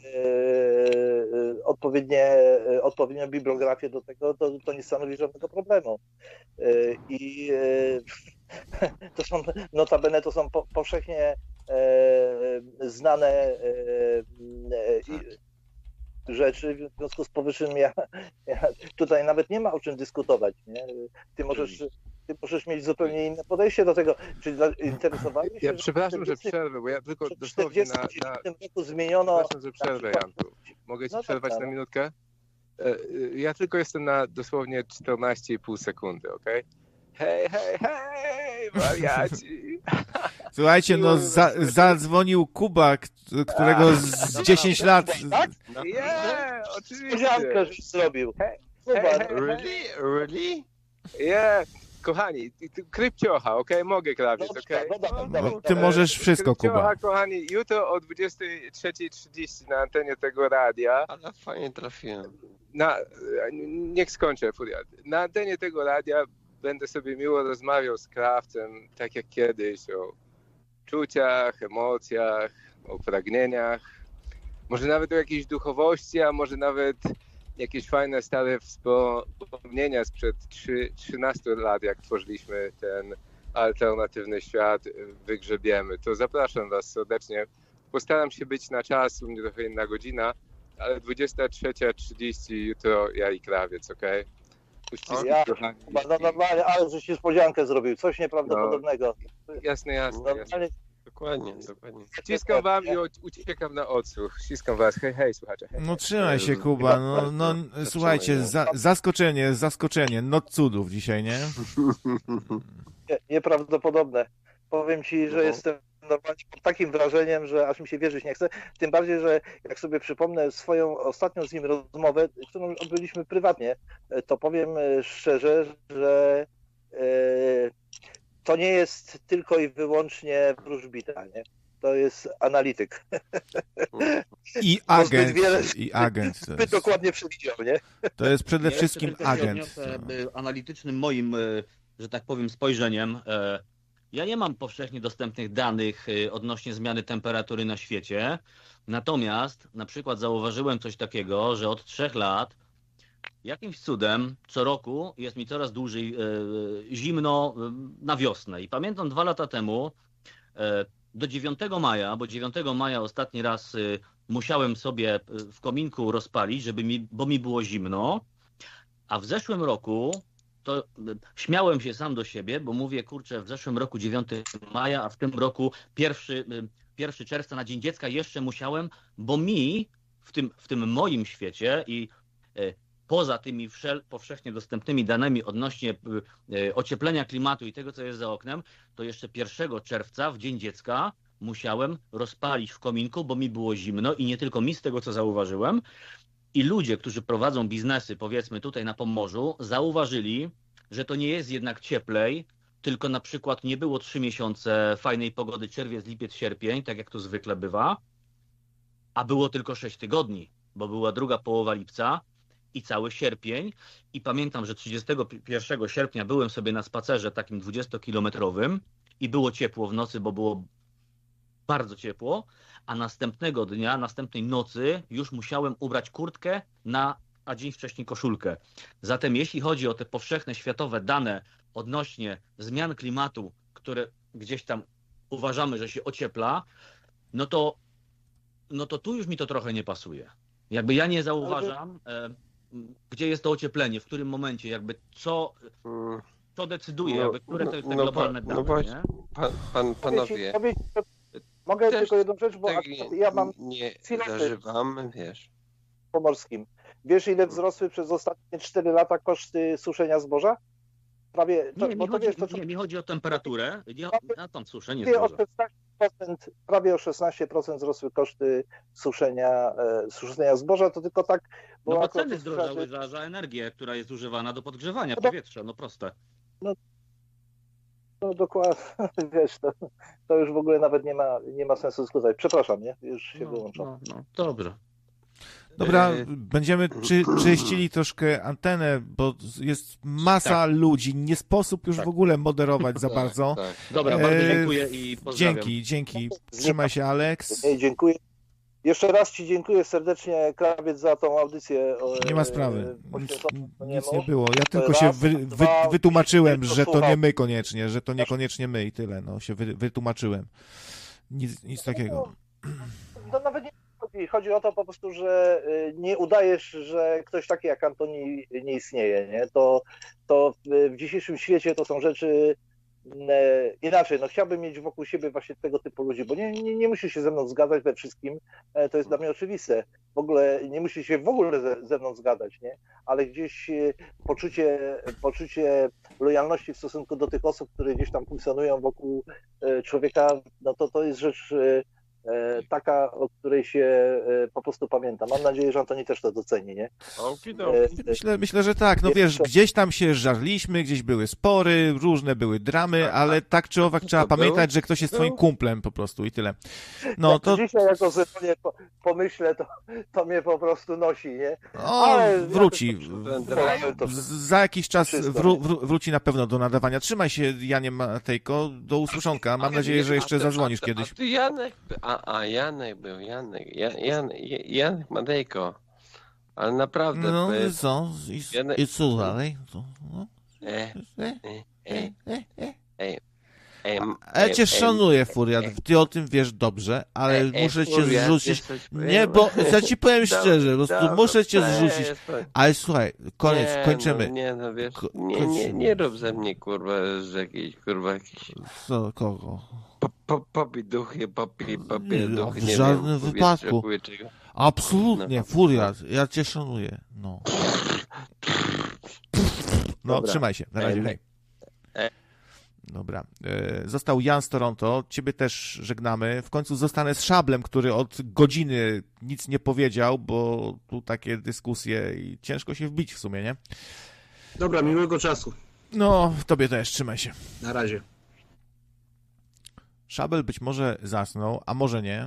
odpowiednie, odpowiednią bibliografię do tego, to, to nie stanowi żadnego problemu. I to są, notabene to są po, powszechnie znane rzeczy, w związku z powyższym ja, ja tutaj nawet nie ma o czym dyskutować. Nie? Ty możesz, ty możesz mieć zupełnie inne podejście do tego. Czy interesowałeś się? Ja przepraszam, że przerwę, bo ja tylko w dosłownie na... czterdziestym na... dziewiątym roku zmieniono... Przepraszam, że przerwę, Janku. Mogę ci No przerwać dobra, na no. minutkę? E, Ja tylko jestem na dosłownie czternaście i pół sekundy, okej? Hej, hej, hej, wariaci! Słuchajcie, no za, zadzwonił Kuba, k- którego z dziesięć lat... Tak? Nie, Niespodziankę, oczywiście! żeś zrobił. Hej, Kuba, hej, hej, Really? Really? Nie, kochani, ty- ty- krypciocha, okej? Mogę krawiec, no, okej? no, dawaj, No, dawaj, ty dawaj. możesz wszystko, Kuba. Krypciocha, kochani, jutro o dwudziestej trzeciej trzydzieści na antenie tego radia. Ale fajnie trafiłem. Na, niech skończę, Furiat. Na antenie tego radia będę sobie miło rozmawiał z krawcem, tak jak kiedyś, o czuciach, emocjach, o pragnieniach, może nawet o jakiejś duchowości, a może nawet jakieś fajne, stare wspomnienia sprzed trzynastu lat, jak tworzyliśmy ten alternatywny świat, wygrzebiemy. To zapraszam was serdecznie. Postaram się być na czas, u mnie trochę inna godzina, ale dwudziesta trzecia trzydzieści jutro ja i krawiec, okej? Uściski, Ja, kochani. Kuba, no normalnie, ale żeś niespodziankę zrobił, coś nieprawdopodobnego. Jasne, jasne, jasne. Normalnie, Dokładnie, dokładnie. Ściskam wam i o- uciekam na odsłuch. Ściskam was. Hej, hej, słuchacze. Hej. No trzymaj się, Kuba, no, no słuchajcie, za, zaskoczenie, zaskoczenie, noc cudów dzisiaj, nie? nie, nieprawdopodobne. Powiem ci, że No. jestem normalnie pod takim wrażeniem, że aż mi się wierzyć nie chce. Tym bardziej, że jak sobie przypomnę swoją ostatnią z nim rozmowę, którą odbyliśmy prywatnie, to powiem szczerze, że e, to nie jest tylko i wyłącznie wróżbita, nie? To jest analityk. I Bo zbyt agent, wiele- i agent. To Zbyt jest, dokładnie przewidział, nie? to jest przede Ja wszystkim jeszcze tylko się agent. odniosę, y, analitycznym moim, y, że tak powiem, spojrzeniem. y, ja nie mam powszechnie dostępnych danych y, odnośnie zmiany temperatury na świecie, natomiast na przykład zauważyłem coś takiego, że od trzech lat jakimś cudem co roku jest mi coraz dłużej y, zimno y, na wiosnę. I pamiętam dwa lata temu y, do dziewiątego maja, bo dziewiątego maja ostatni raz y, musiałem sobie w kominku rozpalić, żeby mi, bo mi było zimno, a w zeszłym roku to śmiałem się sam do siebie, bo mówię, kurczę, w zeszłym roku dziewiątego maja, a w tym roku pierwszego czerwca na Dzień Dziecka jeszcze musiałem, bo mi w tym, w tym moim świecie i poza tymi wszel, powszechnie dostępnymi danymi odnośnie ocieplenia klimatu i tego, co jest za oknem, to jeszcze pierwszego czerwca w Dzień Dziecka musiałem rozpalić w kominku, bo mi było zimno i nie tylko mi, z tego co zauważyłem. I ludzie, którzy prowadzą biznesy, powiedzmy tutaj na Pomorzu, zauważyli, że to nie jest jednak cieplej, tylko na przykład nie było trzy miesiące fajnej pogody, czerwiec, lipiec, sierpień, tak jak to zwykle bywa, a było tylko sześć tygodni, bo była druga połowa lipca i cały sierpień. I pamiętam, że trzydziestego pierwszego sierpnia byłem sobie na spacerze takim dwudziestokilometrowym i było ciepło w nocy, bo było bardzo ciepło, a następnego dnia, następnej nocy już musiałem ubrać kurtkę, na, a dzień wcześniej koszulkę. Zatem jeśli chodzi o te powszechne światowe dane odnośnie zmian klimatu, które gdzieś tam uważamy, że się ociepla, no to, no to tu już mi to trochę nie pasuje. Jakby ja nie zauważam, e, gdzie jest to ocieplenie, w którym momencie, jakby co, co decyduje, No, jakby, które to jest te no, globalne no, dane, no właśnie, nie? pan, pan, panowie, Powiedz- Mogę też tylko jedną rzecz, bo tak akurat ja mam nie siloty zażywam, wiesz. pomorskim. Wiesz, ile wzrosły przez ostatnie cztery lata koszty suszenia zboża? Prawie, to, Nie, bo mi to chodzi, wiesz, to co nie, mi chodzi o temperaturę, nie, a tam suszenie prawie o zboża. szesnaście procent, prawie o szesnaście procent wzrosły koszty suszenia, e, suszenia zboża, to tylko tak, bo, No bo akurat ceny to zdrożały słychać, za, za energię, która jest używana do podgrzewania No to- powietrza, no proste. no dokładnie, wiesz, to, to już w ogóle nawet nie ma, nie ma sensu dyskutować. Przepraszam, nie? Już się No, wyłączam. no, no, dobrze. Dobra, E, będziemy czy, czyścili troszkę antenę, bo jest masa Tak. ludzi, nie sposób już Tak. w ogóle moderować za Tak, bardzo. tak. Dobra, bardzo E, dziękuję i pozdrawiam. Dzięki, dzięki. Trzymaj się, Alex. Nie, dziękuję. Jeszcze raz Ci dziękuję serdecznie, Krawiec, za tą audycję. e, Nie ma sprawy. Nic, poświęconą nic niemu. nie było. Ja To tylko raz, się wy, wy, dwa, wytłumaczyłem, tylko że to nie słucham. my koniecznie, że to niekoniecznie my i tyle. No, się wy, wytłumaczyłem. Nic, nic takiego. To nawet nie chodzi. Chodzi o to po prostu, że y, nie udajesz, że ktoś taki jak Antoni nie istnieje. Nie? To, to w w dzisiejszym świecie to są rzeczy e, inaczej. No, chciałbym mieć wokół siebie właśnie tego typu ludzi, bo nie, nie, nie musisz się ze mną zgadzać we wszystkim. E, to jest dla mnie oczywiste. W ogóle nie musisz się w ogóle ze, ze mną zgadzać, nie? Ale gdzieś e, poczucie, poczucie lojalności w stosunku do tych osób, które gdzieś tam funkcjonują wokół e, człowieka, no to to jest rzecz e, e, taka, o której się e, po prostu pamięta. Mam nadzieję, że Antoni też to doceni, nie? Okidoki. E, Myślę, myślę, że tak. No wiesz, gdzieś tam się żarliśmy, gdzieś były spory, różne były dramy, ale tak czy owak trzeba To był- pamiętać, że ktoś jest był- twoim kumplem po prostu i tyle. No Jak to dzisiaj jako Zeronie po, pomyślę, to, to mnie po prostu nosi, nie? o, Ale wróci. Ale to- Z- Za jakiś czas Wszystko. wró, wró, wróci na pewno do nadawania. Trzymaj się, Janie Matejko. Do usłyszonka. Mam nadzieję, że jeszcze A ty- zadzwonisz a ty- kiedyś. A ty Janek, a, a Janek był, Janek, Jan, Jan, Janek Madejko. Ale naprawdę. No e, i co? I, Janek- i co dalej? Co? No. E, E, e, e, e, e. e, e, A ja cię e, szanuję, Furiat. Ty o tym wiesz dobrze, ale e, e, muszę cię Furiat, zrzucić. jesteś- Nie, bo ja ci powiem Dobra, szczerze, po prostu dobra, muszę cię to zrzucić. jest- Ale słuchaj, koniec, nie, kończymy. No, nie, no wiesz, Ko- nie, nie, kończymy. nie rób ze mnie kurwa, że jakiś kurwa jakiś Co, kogo? po, po, popi duchy, popi, popi Nie, duchy, w nie żadnym wiem, wypadku. powietrze, czego. Absolutnie, No. Furiat, ja cię szanuję. No. No, Dobra. trzymaj się. Na razie, Ej, hej. ej. Dobra. E, Został Jan z Toronto. Ciebie też żegnamy. W końcu zostanę z Szablem, który od godziny nic nie powiedział, bo tu takie dyskusje i ciężko się wbić w sumie, nie? Dobra, miłego czasu. No, tobie też, trzymaj się. Na razie. Szabel być może zasnął, a może nie.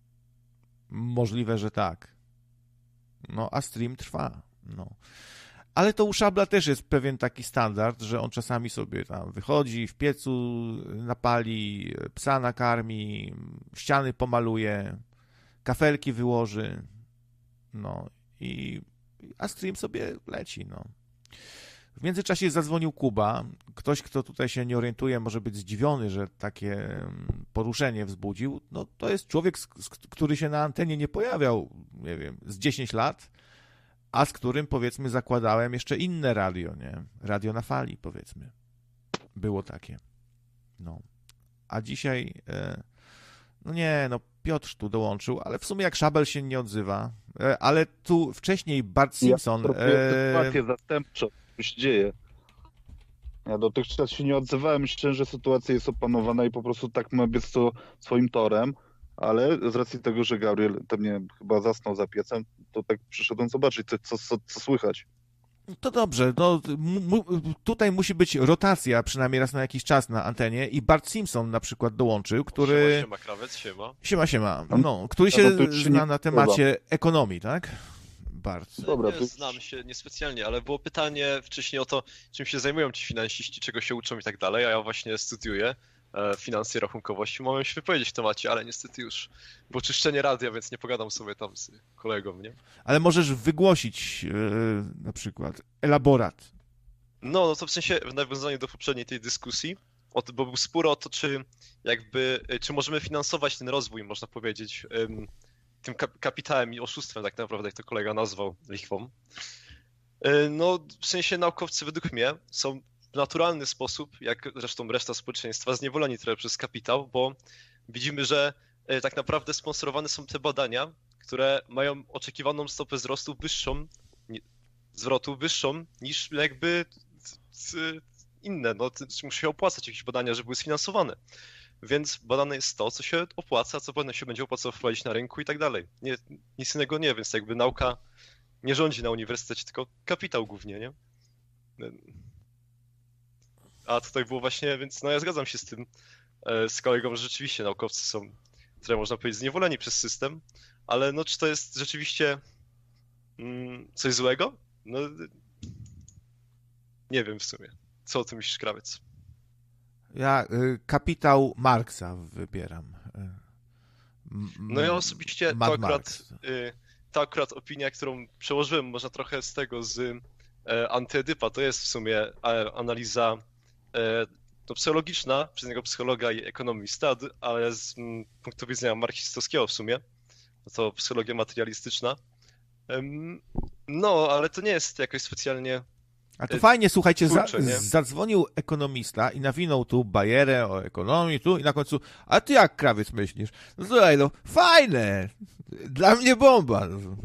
Możliwe, że tak. No, a stream trwa. No. Ale to u Szabla też jest pewien taki standard, że on czasami sobie tam wychodzi, w piecu napali, psa nakarmi, ściany pomaluje, kafelki wyłoży, no i a stream sobie leci, no. W międzyczasie zadzwonił Kuba. Ktoś, kto tutaj się nie orientuje, może być zdziwiony, że takie poruszenie wzbudził. No to jest człowiek, który się na antenie nie pojawiał, nie wiem, z dziesięć lat, a z którym, powiedzmy, zakładałem jeszcze inne radio, nie? Radio na fali, powiedzmy. Było takie. No. A dzisiaj, e, no nie, no Piotr tu dołączył, ale w sumie jak Szabel się nie odzywa, e, ale tu wcześniej Bart Simpson... Ja sytuację zastępczą, co się dzieje. Ja dotychczas się nie odzywałem, myślałem, że sytuacja jest opanowana i po prostu tak ma biec to swoim torem, ale z racji tego, że Gabriel tam mnie chyba zasnął za piecem, to tak przyszedłem zobaczyć, co, co, co, co słychać. To dobrze, no mu, tutaj musi być rotacja przynajmniej raz na jakiś czas na antenie i Bart Simpson na przykład dołączył, który... Siema, siema, krawiec, siema. Siema, siema, no, który się no zna na temacie ekonomii, tak? Bart. Dobra, nie znam się niespecjalnie, ale było pytanie wcześniej o to, czym się zajmują ci finansiści, czego się uczą i tak dalej, a ja właśnie studiuję e, finanse i rachunkowości. Mogłem się wypowiedzieć w temacie, ale niestety już było czyszczenie radia, więc nie pogadam sobie tam z kolegą, nie? Ale możesz wygłosić e, na przykład elaborat. No, no to w sensie w nawiązaniu do poprzedniej tej dyskusji, o to, bo był spór o to, czy jakby, czy możemy finansować ten rozwój, można powiedzieć, ym, tym kapitałem i oszustwem, tak naprawdę, jak to kolega nazwał, lichwą. No, w sensie naukowcy według mnie są w naturalny sposób, jak zresztą reszta społeczeństwa, zniewoleni trochę przez kapitał, bo widzimy, że tak naprawdę sponsorowane są te badania, które mają oczekiwaną stopę wzrostu wyższą, zwrotu wyższą niż jakby inne. No, musi się opłacać jakieś badania, żeby były sfinansowane. Więc badane jest to, co się opłaca, co pewnie się będzie opłacało wprowadzić na rynku i tak dalej. Nie, nic innego nie, więc jakby nauka nie rządzi na uniwersytecie, tylko kapitał głównie, nie? A tutaj było właśnie, więc no ja zgadzam się z tym, z kolegą, że rzeczywiście naukowcy są, które można powiedzieć, zniewoleni przez system, ale no czy to jest rzeczywiście mm, coś złego? No nie wiem w sumie. Co o tym myślisz, krawiec? Ja y, kapitał Marksa wybieram. M- no ja osobiście Mad to akurat, Marx. y, ta akurat opinia, którą przełożyłem można trochę z tego z y, Antyedypa, to jest w sumie y, analiza y, no, psychologiczna przez niego psychologa i ekonomista, ale z y, punktu widzenia marksistowskiego w sumie, to psychologia materialistyczna. Y, no, ale to nie jest jakoś specjalnie... A to fajnie, słuchajcie, Kurczę, za, zadzwonił ekonomista i nawinął tu bajerę o ekonomii, tu i na końcu, a ty jak, krawiec, myślisz? No słuchaj, no fajne, dla mnie bomba.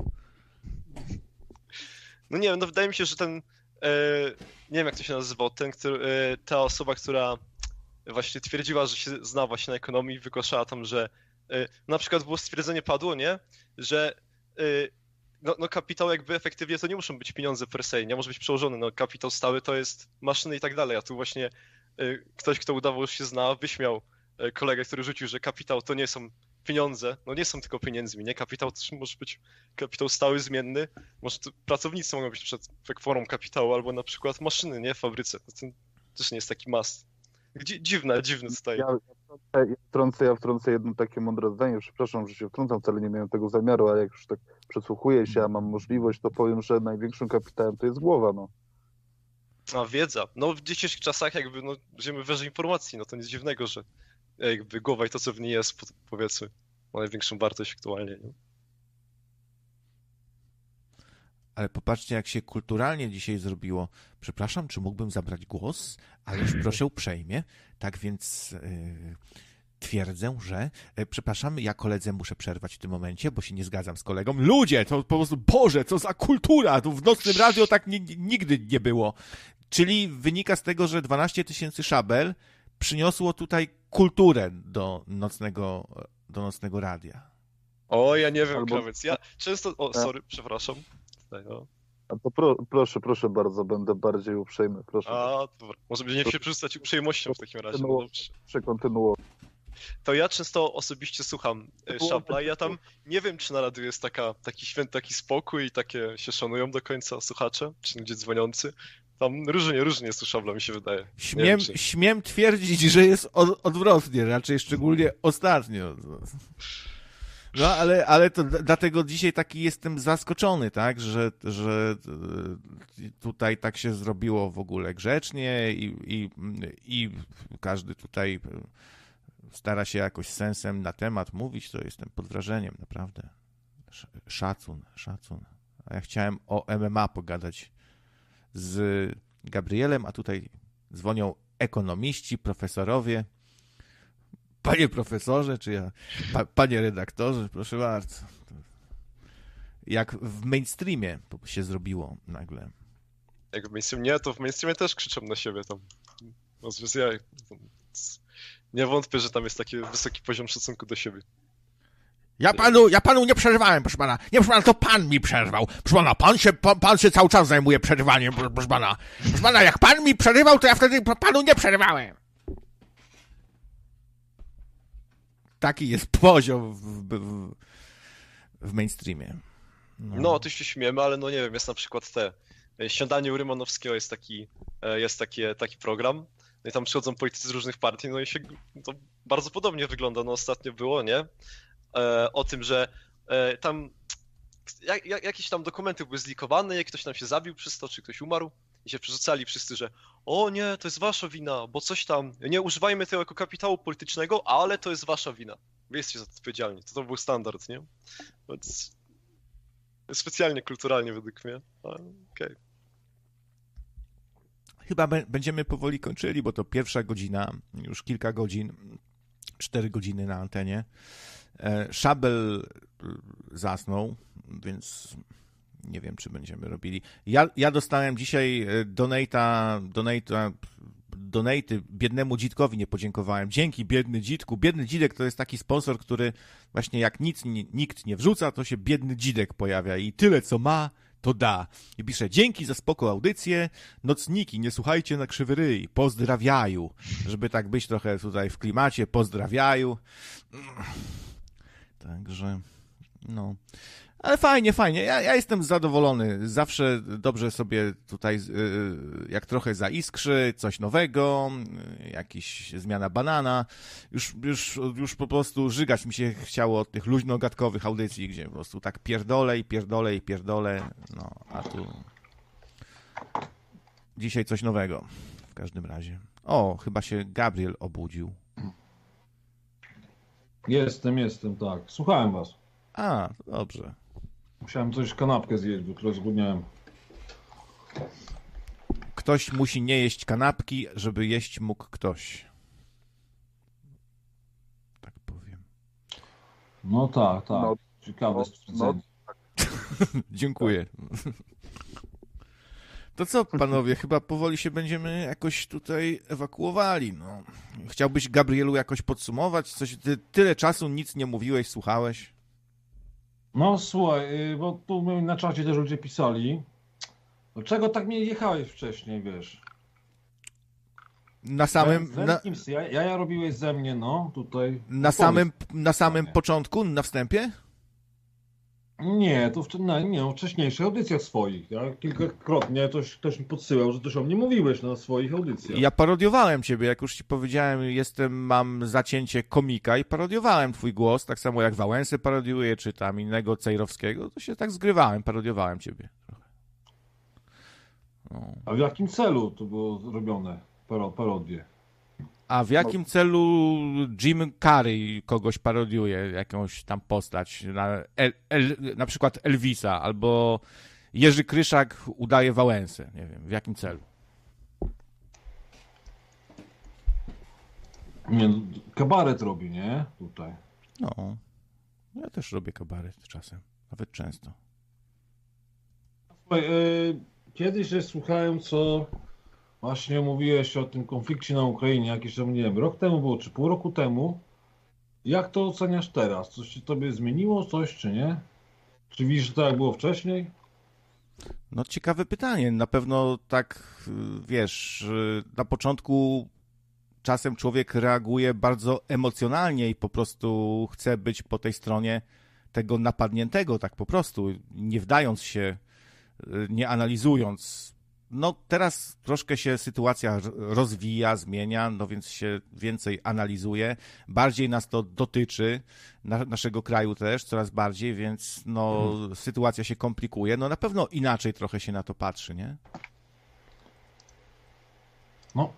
No nie wiem, no wydaje mi się, że ten, e, nie wiem jak to się nazywał, ten, który, e, ta osoba, która właśnie twierdziła, że się zna właśnie na ekonomii, wygłaszała tam, że e, na przykład było stwierdzenie padło, nie, że e, No, no kapitał jakby efektywnie to nie muszą być pieniądze per se, nie może być przełożony, no kapitał stały to jest maszyny i tak dalej, a tu właśnie y, ktoś, kto udawał, że się zna, wyśmiał y, kolegę, który rzucił, że kapitał to nie są pieniądze, no nie są tylko pieniędzmi, nie? Kapitał też może być kapitał stały, zmienny, może to pracownicy mogą być przed formą kapitału, albo na przykład maszyny, nie? W fabryce, to też nie jest taki must. Dzi- dziwne, dziwne tutaj. Ja, ja, wtrącę, ja wtrącę jedno takie mądre zdanie, przepraszam, że się wtrącam, wcale nie miałem tego zamiaru, ale jak już tak przesłuchuję się, a mam możliwość, to powiem, że największym kapitałem to jest głowa, no. A wiedza. No w dzisiejszych czasach jakby no, żyjemy w erze informacji, no to nic dziwnego, że jakby głowa i to, co w niej jest, powiedzmy, ma największą wartość aktualnie, nie? Ale popatrzcie, jak się kulturalnie dzisiaj zrobiło. Przepraszam, czy mógłbym zabrać głos? Ależ proszę uprzejmie. Tak więc yy, twierdzę, że... Yy, przepraszam, ja koledze muszę przerwać w tym momencie, bo się nie zgadzam z kolegą. Ludzie, to po prostu, Boże, co za kultura! Tu w nocnym radio tak ni- nigdy nie było. Czyli wynika z tego, że dwanaście tysięcy szabel przyniosło tutaj kulturę do nocnego, do nocnego radia. O, ja nie wiem, Albo... krawiec. Ja często... O, sorry, przepraszam. Tutaj, no. A to pro, proszę, proszę bardzo, będę bardziej uprzejmy, proszę. A, dobra. Może będzie nie się przerzucać uprzejmością w takim razie, no dobrze. Proszę kontynuować. to ja często osobiście słucham Szabla i ja tam nie wiem, czy na radiu jest taka, taki święty, taki spokój i takie się szanują do końca słuchacze, czy ludzie dzwoniący. Tam różnie, różnie jest u Szabla, mi się wydaje. Śmiem, wiem, czy... śmiem twierdzić, że jest od, odwrotnie, raczej szczególnie ostatnio. No, ale, ale to dlatego dzisiaj taki jestem zaskoczony, tak, że, że tutaj tak się zrobiło w ogóle grzecznie i, i, i każdy tutaj stara się jakoś sensem na temat mówić, to jestem pod wrażeniem, naprawdę. Szacun, szacun. A ja chciałem o M M A pogadać z Gabrielem, a tutaj dzwonią ekonomiści, profesorowie. Panie profesorze, czy ja... Pa, panie redaktorze, proszę bardzo. Jak w mainstreamie się zrobiło nagle. Jak w mainstreamie? Nie, to w mainstreamie też krzyczą na siebie tam. Ja nie wątpię, że tam jest taki wysoki poziom szacunku do siebie. Ja panu, ja panu nie przerwałem, proszę pana. Nie, proszę pana, to pan mi przerwał. Proszę pana, pan się, pan, pan się cały czas zajmuje przerywaniem, proszę pana. Proszę pana, jak pan mi przerywał, to ja wtedy panu nie przerwałem. Taki jest poziom w, w, w mainstreamie. No. no, to się śmiemy, ale no nie wiem, jest na przykład te Śniadanie u Rymanowskiego jest taki, jest taki, taki program. No i tam przychodzą politycy z różnych partii, no i się to bardzo podobnie wygląda. No ostatnio było, nie? E, o tym, że e, tam jak, jak, jakieś tam dokumenty były zlikowane, jak ktoś tam się zabił przez to, czy ktoś umarł i się przerzucali wszyscy, że o nie, to jest wasza wina, bo coś tam, nie używajmy tego jako kapitału politycznego, ale to jest wasza wina. Wy jesteście za to odpowiedzialni. To, to był standard, nie? Więc specjalnie kulturalnie według mnie. Okej. Okay. Chyba b- będziemy powoli kończyli, bo to pierwsza godzina, już kilka godzin, cztery godziny na antenie. E, Szabel zasnął, więc nie wiem, czy będziemy robili. Ja, ja dostałem dzisiaj donata, donata, donaty biednemu dzitkowi nie podziękowałem. Dzięki, biedny dzitku. Biedny dzidek to jest taki sponsor, który właśnie jak nic nie, nikt nie wrzuca, to się biedny dzidek pojawia i tyle, co ma, to da. I pisze, dzięki za spoko audycję, nocniki, nie słuchajcie na krzywy ryj, pozdrawiaju. Żeby tak być trochę tutaj w klimacie, pozdrawiaju. Także, no... Ale fajnie, fajnie. Ja, ja jestem zadowolony. Zawsze dobrze sobie tutaj, jak trochę zaiskrzy, coś nowego, jakaś zmiana banana. Już, już, już po prostu żygać mi się chciało od tych luźno-gadkowych audycji, gdzie po prostu tak pierdolę i pierdolę i pierdolę. No, a tu dzisiaj coś nowego w każdym razie. O, chyba się Gabriel obudził. Jestem, jestem, tak. Słuchałem was. A, dobrze. Musiałem coś, kanapkę zjeść, bo trochę zgłodniałem. Ktoś musi nie jeść kanapki, żeby jeść mógł ktoś. Tak powiem. No tak, tak. No, Ciekawe no, stwierdzenie. No, tak. Dziękuję. To co, panowie, chyba powoli się będziemy jakoś tutaj ewakuowali. No. Chciałbyś, Gabrielu, jakoś podsumować? Coś, ty tyle czasu nic nie mówiłeś, słuchałeś? No słuchaj, bo tu na czacie też ludzie pisali. Dlaczego tak nie jechałeś wcześniej, wiesz? Na samym... Na... Ja, ja, ja robiłeś ze mnie, no, tutaj. Na samym, na samym początku, na wstępie? Nie, to w, no, nie, w wcześniejszych audycjach swoich. Ja kilkakrotnie ktoś, ktoś mi podsyłał, że też o mnie mówiłeś na swoich audycjach. Ja parodiowałem ciebie, jak już ci powiedziałem, jestem, mam zacięcie komika i parodiowałem twój głos, tak samo jak Wałęsę parodiuję, czy tam innego Cejrowskiego, to się tak zgrywałem, parodiowałem ciebie trochę. No. A w jakim celu to było robione, parodie? A w jakim celu Jim Carrey kogoś parodiuje, jakąś tam postać, na, El, El, na przykład Elvisa, albo Jerzy Kryszak udaje Wałęsę, nie wiem, w jakim celu? Nie, kabaret robi, nie? Tutaj. No, ja też robię kabaret czasem, nawet często. Słuchaj, yy, kiedyś że słuchałem, co właśnie mówiłeś o tym konflikcie na Ukrainie, jakiś tam, nie wiem, rok temu było, czy pół roku temu. Jak to oceniasz teraz? Coś się tobie zmieniło, coś, czy nie? Czy widzisz, że tak jak było wcześniej? No ciekawe pytanie. Na pewno tak, wiesz, na początku czasem człowiek reaguje bardzo emocjonalnie i po prostu chce być po tej stronie tego napadniętego, tak po prostu, nie wdając się, nie analizując. No teraz troszkę się sytuacja rozwija, zmienia, no więc się więcej analizuje, bardziej nas to dotyczy, na, naszego kraju też coraz bardziej, więc no hmm. sytuacja się komplikuje, no na pewno inaczej trochę się na to patrzy, nie? No,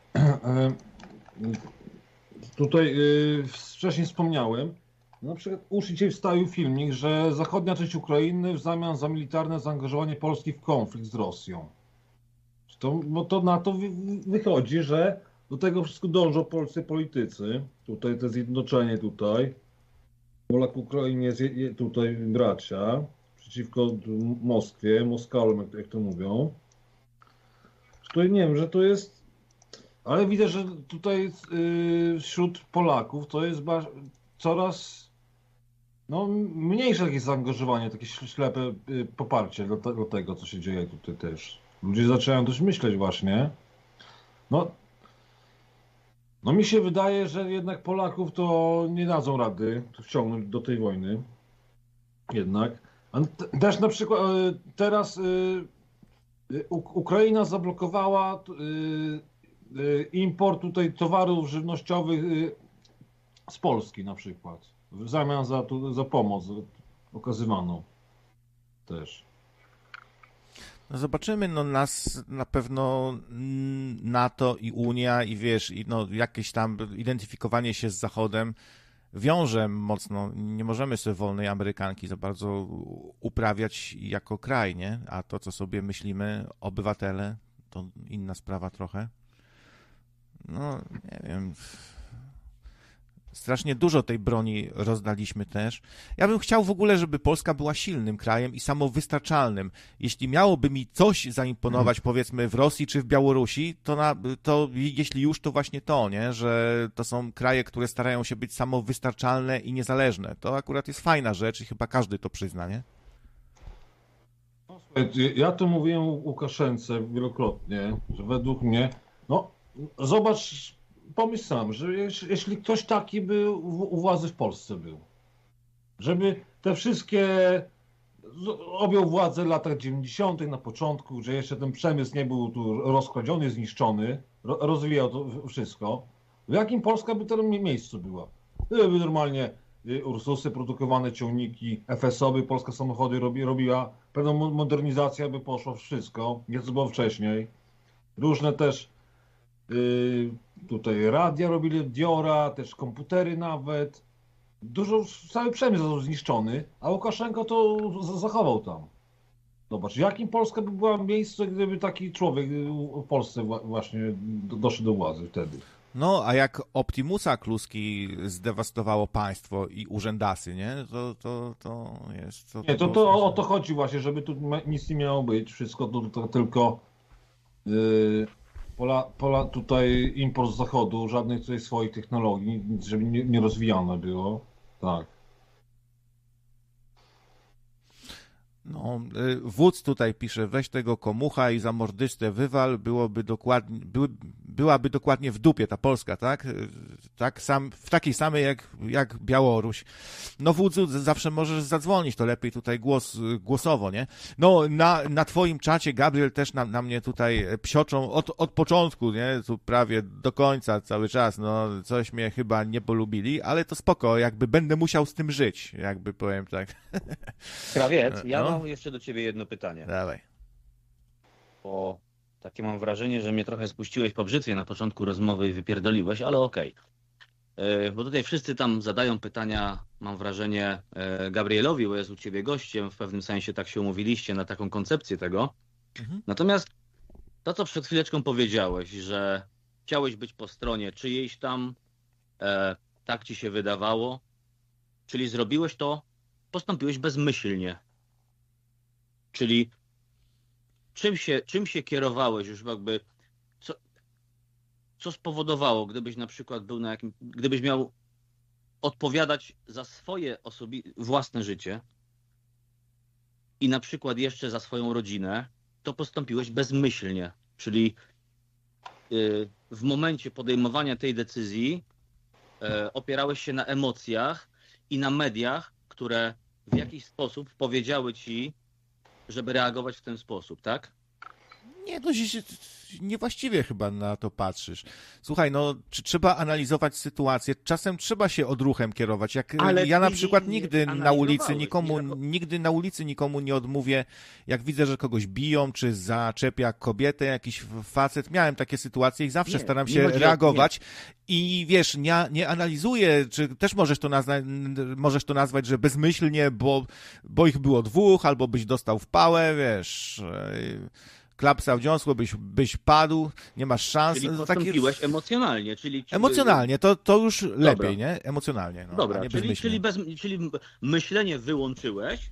tutaj wcześniej wspomniałem, na przykład u dzisiaj wstawił filmik, że zachodnia część Ukrainy w zamian za militarne zaangażowanie Polski w konflikt z Rosją. To, bo to na to wychodzi, że do tego wszystko dążą polscy politycy. Tutaj to zjednoczenie tutaj. Polak Ukrainie tutaj bracia przeciwko Moskwie, Moskalom, jak, jak to mówią. Tutaj nie wiem, że to jest... Ale widzę, że tutaj yy, wśród Polaków to jest coraz no, mniejsze takie zaangażowanie, takie ślepe yy, poparcie dla, dla tego, co się dzieje tutaj też. Ludzie zaczynają też myśleć właśnie. No, no mi się wydaje, że jednak Polaków to nie dadzą rady wciągnąć do tej wojny. Jednak. A też na przykład teraz yy, Ukraina zablokowała yy, import tutaj towarów żywnościowych yy, z Polski na przykład. W zamian za, za pomoc okazywaną też. No zobaczymy, no nas na pewno NATO i Unia i wiesz, i no jakieś tam identyfikowanie się z Zachodem wiąże mocno. Nie możemy sobie wolnej Amerykanki za bardzo uprawiać jako kraj, nie? A to, co sobie myślimy, obywatele, to inna sprawa trochę. No, nie wiem... Strasznie dużo tej broni rozdaliśmy też. Ja bym chciał w ogóle, żeby Polska była silnym krajem i samowystarczalnym. Jeśli miałoby mi coś zaimponować, hmm. powiedzmy, w Rosji czy w Białorusi, to, na, to jeśli już, to właśnie to, nie? Że to są kraje, które starają się być samowystarczalne i niezależne. To akurat jest fajna rzecz i chyba każdy to przyzna, nie? Ja to mówiłem Łukaszence wielokrotnie, że według mnie, no zobacz, pomyśl sam, że jeśli ktoś taki by u władzy w Polsce był, żeby te wszystkie, objął władzę w latach dziewięćdziesiątych na początku, że jeszcze ten przemysł nie był tu rozkradziony, zniszczony, rozwijał to wszystko, w jakim Polska by teraz miejscu była? Byłyby normalnie Ursusy, produkowane ciągniki, F S O by, polskie samochody robi, robiła, pewną modernizację by poszło wszystko, nie co było wcześniej. Różne też Yy, tutaj radia robili, Diora, też komputery nawet. Dużo, cały przemysł został zniszczony, a Łukaszenko to zachował tam. Zobacz, jakim Polska by była miejsce, gdyby taki człowiek w Polsce właśnie doszedł do władzy wtedy. No, a jak Optimusa Kluski zdewastowało państwo i urzędasy, nie? To, to, to jest... To, nie, to, to o, o to chodzi właśnie, żeby tu nic nie miało być, wszystko to, to tylko... Yy, Pola, pola tutaj import z zachodu, żadnych tutaj swoich technologii, żeby nie, nie rozwijane było. Tak. No, wódz tutaj pisze, weź tego komucha i za mordystę wywal, byłoby dokładnie, były, byłaby dokładnie w dupie ta Polska, tak? Tak sam, w takiej samej jak, jak Białoruś. No wódzu, zawsze możesz zadzwonić, to lepiej tutaj głos, głosowo, nie? No, na, na twoim czacie, Gabriel, też na, na mnie tutaj psioczą od, od początku, nie? Tu prawie do końca cały czas, no, coś mnie chyba nie polubili, ale to spoko, jakby będę musiał z tym żyć, jakby powiem tak. Krawiec, ja no. mam jeszcze do ciebie jedno pytanie. Dawaj. Bo takie mam wrażenie, że mnie trochę spuściłeś po brzytwie na początku rozmowy i wypierdoliłeś, ale okej. Okay. Bo tutaj wszyscy tam zadają pytania, mam wrażenie, Gabrielowi, bo jest u ciebie gościem, w pewnym sensie tak się umówiliście na taką koncepcję tego. Mhm. Natomiast to, co przed chwileczką powiedziałeś, że chciałeś być po stronie czyjejś tam, e, tak ci się wydawało, czyli zrobiłeś to, postąpiłeś bezmyślnie. Czyli czym się, czym się kierowałeś już jakby, co, co spowodowało, gdybyś na przykład był na jakim, gdybyś miał odpowiadać za swoje osobi- własne życie i na przykład jeszcze za swoją rodzinę, to postąpiłeś bezmyślnie. Czyli y, w momencie podejmowania tej decyzji y, opierałeś się na emocjach i na mediach, które w jakiś sposób powiedziały ci, żeby reagować w ten sposób, tak? Nie, no niewłaściwie chyba na to patrzysz. Słuchaj, no, czy trzeba analizować sytuację? Czasem trzeba się odruchem kierować. Jak Ale ja na ty przykład nie nigdy na analizowałeś, ulicy nikomu, nie? nigdy na ulicy nikomu nie odmówię, jak widzę, że kogoś biją, czy zaczepia kobietę, jakiś facet. Miałem takie sytuacje i zawsze Nie, staram nie się chodzi o- reagować. I wiesz, nie, nie analizuję, czy też możesz to, nazwać, możesz to nazwać, że bezmyślnie, bo, bo ich było dwóch, albo byś dostał w pałę, wiesz, klapsa w dziąsło, byś, byś padł, nie masz szans. Czyli No, postąpiłeś takie... emocjonalnie, czyli... Emocjonalnie, to, to już lepiej, Dobra. nie? Emocjonalnie, no, a Dobra, nie czyli, bezmyślnie. czyli, bez, czyli myślenie wyłączyłeś,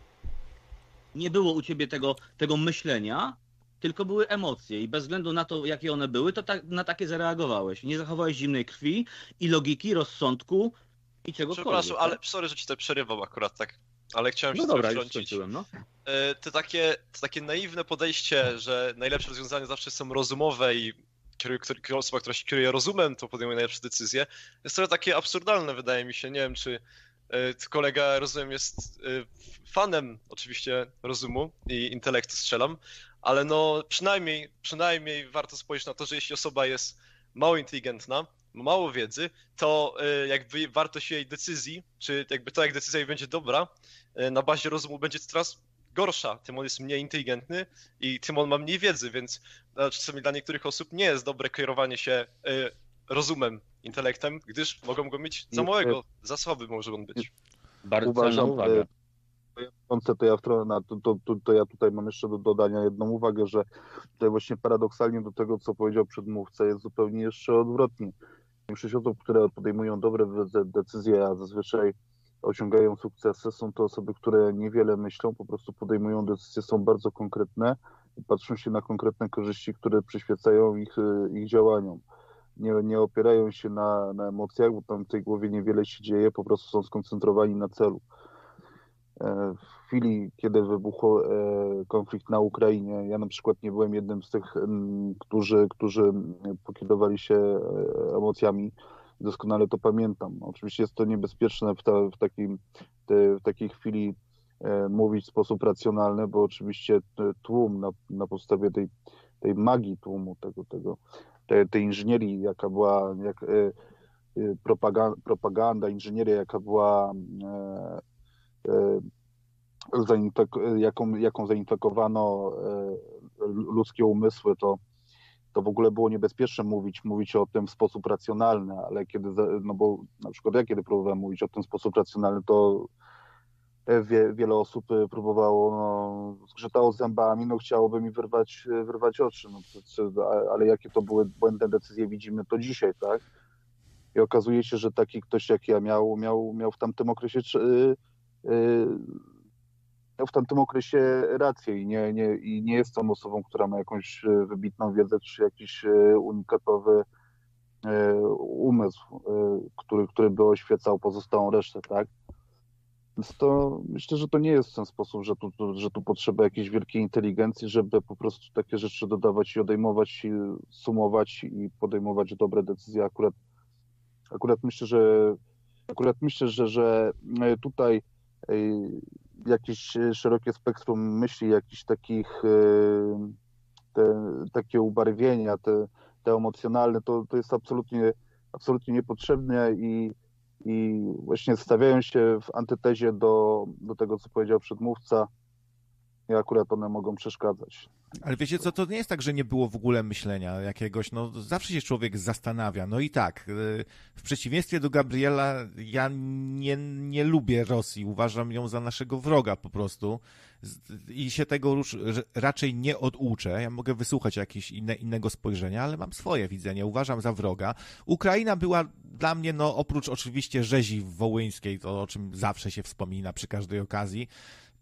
nie było u ciebie tego, tego myślenia, tylko były emocje i bez względu na to, jakie one były, to tak, na takie zareagowałeś. Nie zachowałeś zimnej krwi i logiki, rozsądku i czegokolwiek. Przepraszam, ale tak? sorry, że ci tutaj przerywam akurat tak, ale chciałem się No trochę dobra, już wtrącić. skończyłem, no. E, To takie, to takie naiwne podejście, że najlepsze rozwiązania zawsze są rozumowe i kieruje, który, osoba, która się kieruje rozumem, to podejmuje najlepsze decyzje, jest trochę takie absurdalne, wydaje mi się. Nie wiem, czy e, kolega, rozumiem, jest e, fanem oczywiście rozumu i intelektu, strzelam, ale no przynajmniej, przynajmniej warto spojrzeć na to, że jeśli osoba jest mało inteligentna, ma mało wiedzy, to e, jakby wartość jej decyzji, czy jakby to, jak decyzja jej będzie dobra, e, na bazie rozumu będzie coraz gorsza, tym on jest mniej inteligentny i tym on ma mniej wiedzy, więc e, czasami dla niektórych osób nie jest dobre kierowanie się e, rozumem, intelektem, gdyż mogą go mieć za małego, za słaby może on być. Bardzo Uważam, e, to ja, w tro- na- to, to, to, to ja tutaj mam jeszcze do dodania jedną uwagę, że tutaj właśnie paradoksalnie do tego, co powiedział przedmówca, jest zupełnie jeszcze odwrotnie. Większość osób, które podejmują dobre de- decyzje, a zazwyczaj osiągają sukcesy, są to osoby, które niewiele myślą, po prostu podejmują decyzje, są bardzo konkretne i patrzą się na konkretne korzyści, które przyświecają ich, ich działaniom. Nie, nie opierają się na, na emocjach, bo tam w tej głowie niewiele się dzieje, po prostu są skoncentrowani na celu. W chwili, kiedy wybuchł konflikt na Ukrainie, ja na przykład nie byłem jednym z tych, którzy, którzy pokierowali się emocjami. Doskonale to pamiętam. Oczywiście jest to niebezpieczne w, ta, w, takim, te, w takiej chwili e, mówić w sposób racjonalny, bo oczywiście tłum na, na podstawie tej, tej magii tłumu, tego, tego, tej, tej inżynierii, jaka była, jak, e, e, propaganda, propaganda, inżynieria, jaka była, e, e, zainfek- jaką, jaką zainfekowano e, ludzkie umysły, to to w ogóle było niebezpieczne mówić, mówić o tym w sposób racjonalny, ale kiedy, no bo na przykład ja kiedy próbowałem mówić o tym w sposób racjonalny, to wie, wiele osób próbowało, no, zgrzytało zębami, no chciałoby mi wyrwać, wyrwać oczy, no, ale jakie to były błędne decyzje, widzimy to dzisiaj, tak? I okazuje się, że taki ktoś jak ja miał, miał, miał w tamtym okresie yy, yy, miał w tamtym okresie rację i nie, nie, i nie jestem osobą, która ma jakąś wybitną wiedzę, czy jakiś unikatowy umysł, który, który by oświecał pozostałą resztę, tak? Więc to myślę, że to nie jest w ten sposób, że tu, że tu potrzeba jakiejś wielkiej inteligencji, żeby po prostu takie rzeczy dodawać i odejmować, i sumować i podejmować dobre decyzje. Akurat, akurat myślę, że akurat myślę, że, że tutaj jakieś szerokie spektrum myśli, jakichś takich te, takie ubarwienia, te, te emocjonalne, to, to jest absolutnie, absolutnie niepotrzebne i, i właśnie stawiają się w antytezie do, do tego, co powiedział przedmówca i akurat one mogą przeszkadzać. Ale wiecie co, to nie jest tak, że nie było w ogóle myślenia jakiegoś, no zawsze się człowiek zastanawia. No i tak, w przeciwieństwie do Gabriela, ja nie, nie lubię Rosji, uważam ją za naszego wroga po prostu i się tego raczej nie oduczę. Ja mogę wysłuchać jakiegoś inne, innego spojrzenia, ale mam swoje widzenie, uważam za wroga. Ukraina była dla mnie, no oprócz oczywiście rzezi wołyńskiej, to o czym zawsze się wspomina przy każdej okazji,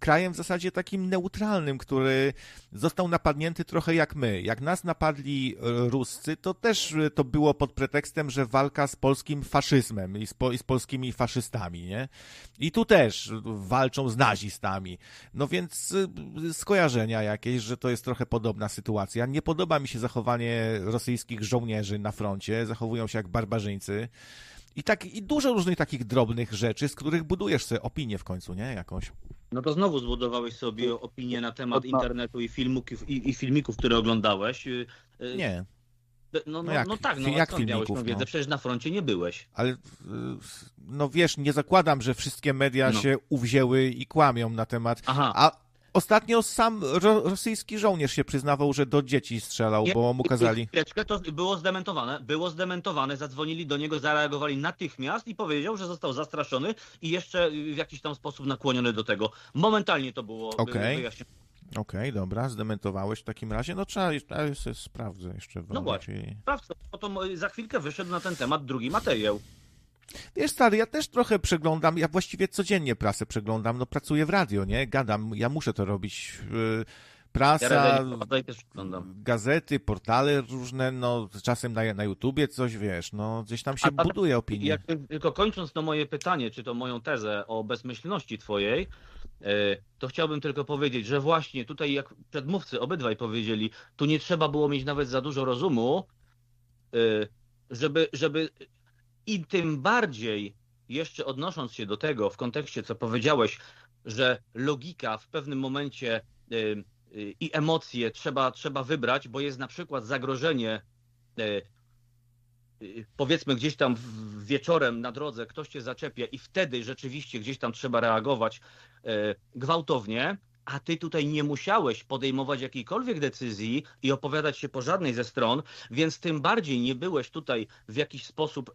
krajem w zasadzie takim neutralnym, który został napadnięty trochę jak my. Jak nas napadli Ruscy, to też to było pod pretekstem, że walka z polskim faszyzmem i z, po, i z polskimi faszystami, nie? I tu też walczą z nazistami. No więc skojarzenia jakieś, że to jest trochę podobna sytuacja. Nie podoba mi się zachowanie rosyjskich żołnierzy na froncie, zachowują się jak barbarzyńcy. I tak, i dużo różnych takich drobnych rzeczy, z których budujesz sobie opinię w końcu, nie? Jakąś. No to znowu zbudowałeś sobie opinię na temat internetu i filmików, i, i filmików, które oglądałeś. Nie. No, no, No jak, no tak, no jak a skąd miałeś tą filmików, wiedzę? no? Przecież na froncie nie byłeś. Ale, no wiesz, nie zakładam, że wszystkie media No. się uwzięły i kłamią na temat. Aha. A ostatnio sam ro, rosyjski żołnierz się przyznawał, że do dzieci strzelał, bo mu kazali. Chwileczkę, to było zdementowane, było zdementowane, zadzwonili do niego, zareagowali natychmiast i powiedział, że został zastraszony i jeszcze w jakiś tam sposób nakłoniony do tego. Momentalnie to było Okej. wyjaśnione. Okej, okay, dobra, zdementowałeś w takim razie. No trzeba, ja sobie sprawdzę jeszcze. No właśnie, sprawdź, potem za chwilkę wyszedł na ten temat drugi materiał. Wiesz, stary, ja też trochę przeglądam, ja właściwie codziennie prasę przeglądam, no pracuję w radio, nie? Gadam, ja muszę to robić. Prasa, ja też gazety, portale różne, no czasem na, na YouTubie coś, wiesz, no gdzieś tam się a, buduje opinia. Jak, tylko kończąc to moje pytanie, czy to moją tezę o bezmyślności twojej, to chciałbym tylko powiedzieć, że właśnie tutaj, jak przedmówcy obydwaj powiedzieli, tu nie trzeba było mieć nawet za dużo rozumu, żeby, żeby i tym bardziej, jeszcze odnosząc się do tego w kontekście, co powiedziałeś, że logika w pewnym momencie i emocje trzeba, trzeba wybrać, bo jest na przykład zagrożenie, powiedzmy gdzieś tam wieczorem na drodze ktoś cię zaczepia i wtedy rzeczywiście gdzieś tam trzeba reagować gwałtownie, a ty tutaj nie musiałeś podejmować jakiejkolwiek decyzji i opowiadać się po żadnej ze stron, więc tym bardziej nie byłeś tutaj w jakiś sposób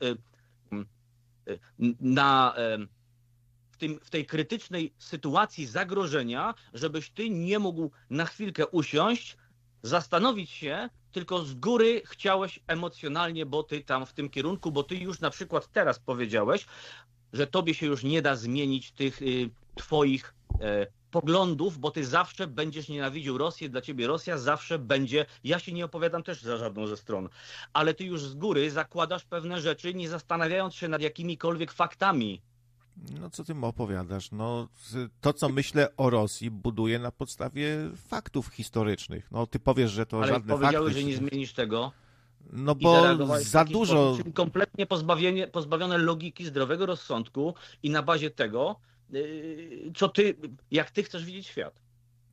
na... W, tym, w tej krytycznej sytuacji zagrożenia, żebyś ty nie mógł na chwilkę usiąść, zastanowić się, tylko z góry chciałeś emocjonalnie, bo ty tam w tym kierunku, bo ty już na przykład teraz powiedziałeś, że tobie się już nie da zmienić tych y, twoich y, poglądów, bo ty zawsze będziesz nienawidził Rosję, dla ciebie Rosja zawsze będzie, ja się nie opowiadam też za żadną ze stron, ale ty już z góry zakładasz pewne rzeczy, nie zastanawiając się nad jakimikolwiek faktami. No co ty mu opowiadasz? No to, co myślę o Rosji, buduję na podstawie faktów historycznych. No ty powiesz, że to ale żadne fakty... Ale powiedziałeś, że nie zmienisz tego. No bo za dużo... Sposób, czyli kompletnie pozbawienie, pozbawione logiki, zdrowego rozsądku i na bazie tego, co ty, jak ty chcesz widzieć świat.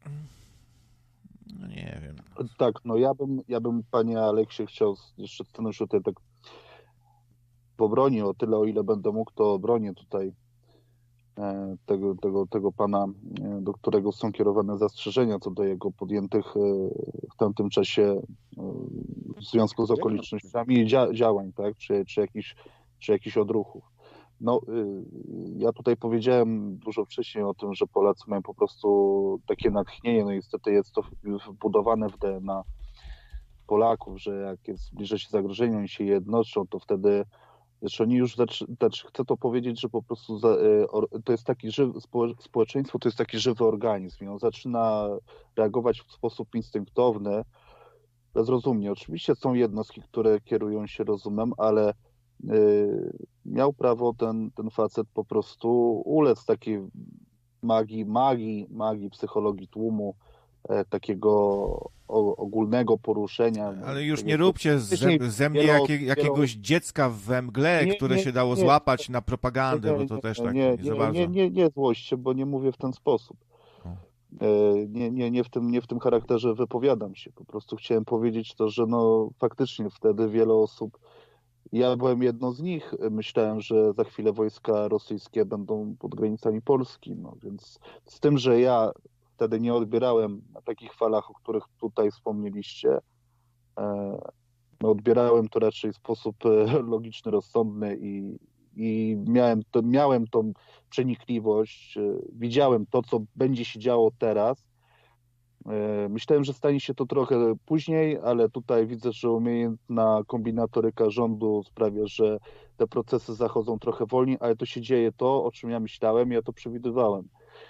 No nie wiem. Tak, no ja bym, ja bym panie Aleksie chciał jeszcze stanąć tutaj tak pobronię o tyle, o ile będę mógł, to bronię tutaj tego, tego, tego pana, do którego są kierowane zastrzeżenia co do jego podjętych w tamtym czasie w związku z okolicznościami dzia działań, tak? czy, czy, jakichś, czy jakichś odruchów. No, ja tutaj powiedziałem dużo wcześniej o tym, że Polacy mają po prostu takie natchnienie, no niestety jest to wbudowane w D N A Polaków, że jak jest, zbliża się zagrożenie, oni się jednoczą, to wtedy Zresztą oni już, znaczy chcę to powiedzieć, że po prostu za, to jest taki żywy, społeczeństwo to jest taki żywy organizm i on zaczyna reagować w sposób instynktowny, bezrozumnie. Oczywiście są jednostki, które kierują się rozumem, ale y, miał prawo ten, ten facet po prostu ulec takiej magii, magii, magii psychologii tłumu, takiego ogólnego poruszenia. Ale już nie róbcie ze, ze mnie wielo, jakie, jakiegoś wielo... dziecka we mgle, nie, które nie, się dało nie, złapać na propagandę, nie, bo to też tak nie, nie, nie za bardzo. Nie, nie, nie złość się, bo nie mówię w ten sposób. Nie, nie, nie, w tym, nie w tym charakterze wypowiadam się. Po prostu chciałem powiedzieć to, że no faktycznie wtedy wiele osób, ja byłem jedną z nich, myślałem, że za chwilę wojska rosyjskie będą pod granicami Polski, no więc z tym, że ja wtedy nie odbierałem na takich falach, o których tutaj wspomnieliście. No, odbierałem to raczej w sposób logiczny, rozsądny i, i miałem, to, miałem tą przenikliwość. Widziałem to, co będzie się działo teraz. Myślałem, że stanie się to trochę później, ale tutaj widzę, że umiejętna kombinatoryka rządu sprawia, że te procesy zachodzą trochę wolniej, ale to się dzieje to, o czym ja myślałem, ja to przewidywałem.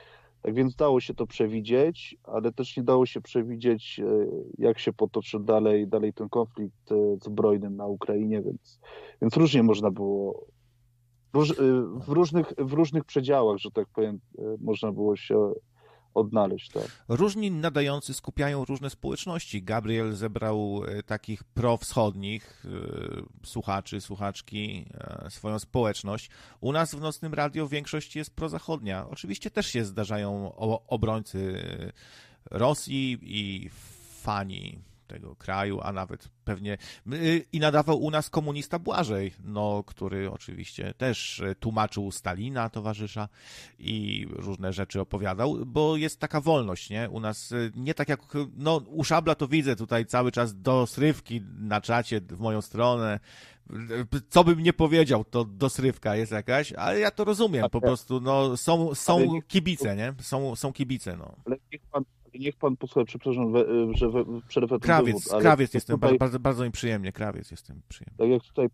Tak więc dało się to przewidzieć, ale też nie dało się przewidzieć, jak się potoczy dalej, dalej ten konflikt zbrojny na Ukrainie, więc, więc różnie można było, róż, w, różnych, w różnych przedziałach, że tak powiem, można było się odnaleźć. Tak. Różni nadający skupiają różne społeczności. Gabriel zebrał takich pro-wschodnich słuchaczy, słuchaczki, swoją społeczność. U nas w Nocnym Radio większość jest prozachodnia. Oczywiście też się zdarzają obrońcy Rosji i fani tego kraju, a nawet pewnie i nadawał u nas komunista Błażej, no, który oczywiście też tłumaczył Stalina, towarzysza, i różne rzeczy opowiadał, bo jest taka wolność, nie? U nas nie tak jak, no, u Szabla to widzę tutaj cały czas dosrywki na czacie w moją stronę. Co bym nie powiedział, to dosrywka jest jakaś, ale ja to rozumiem, po prostu, no, są, są kibice, nie? Są, są kibice, no. Ale niech pan Niech pan posłucha, przepraszam, że przerwę ten krawiec, wywód, ale krawiec jestem, tutaj, bardzo, bardzo mi przyjemnie, krawiec jestem przyjemnie. Tak jak tutaj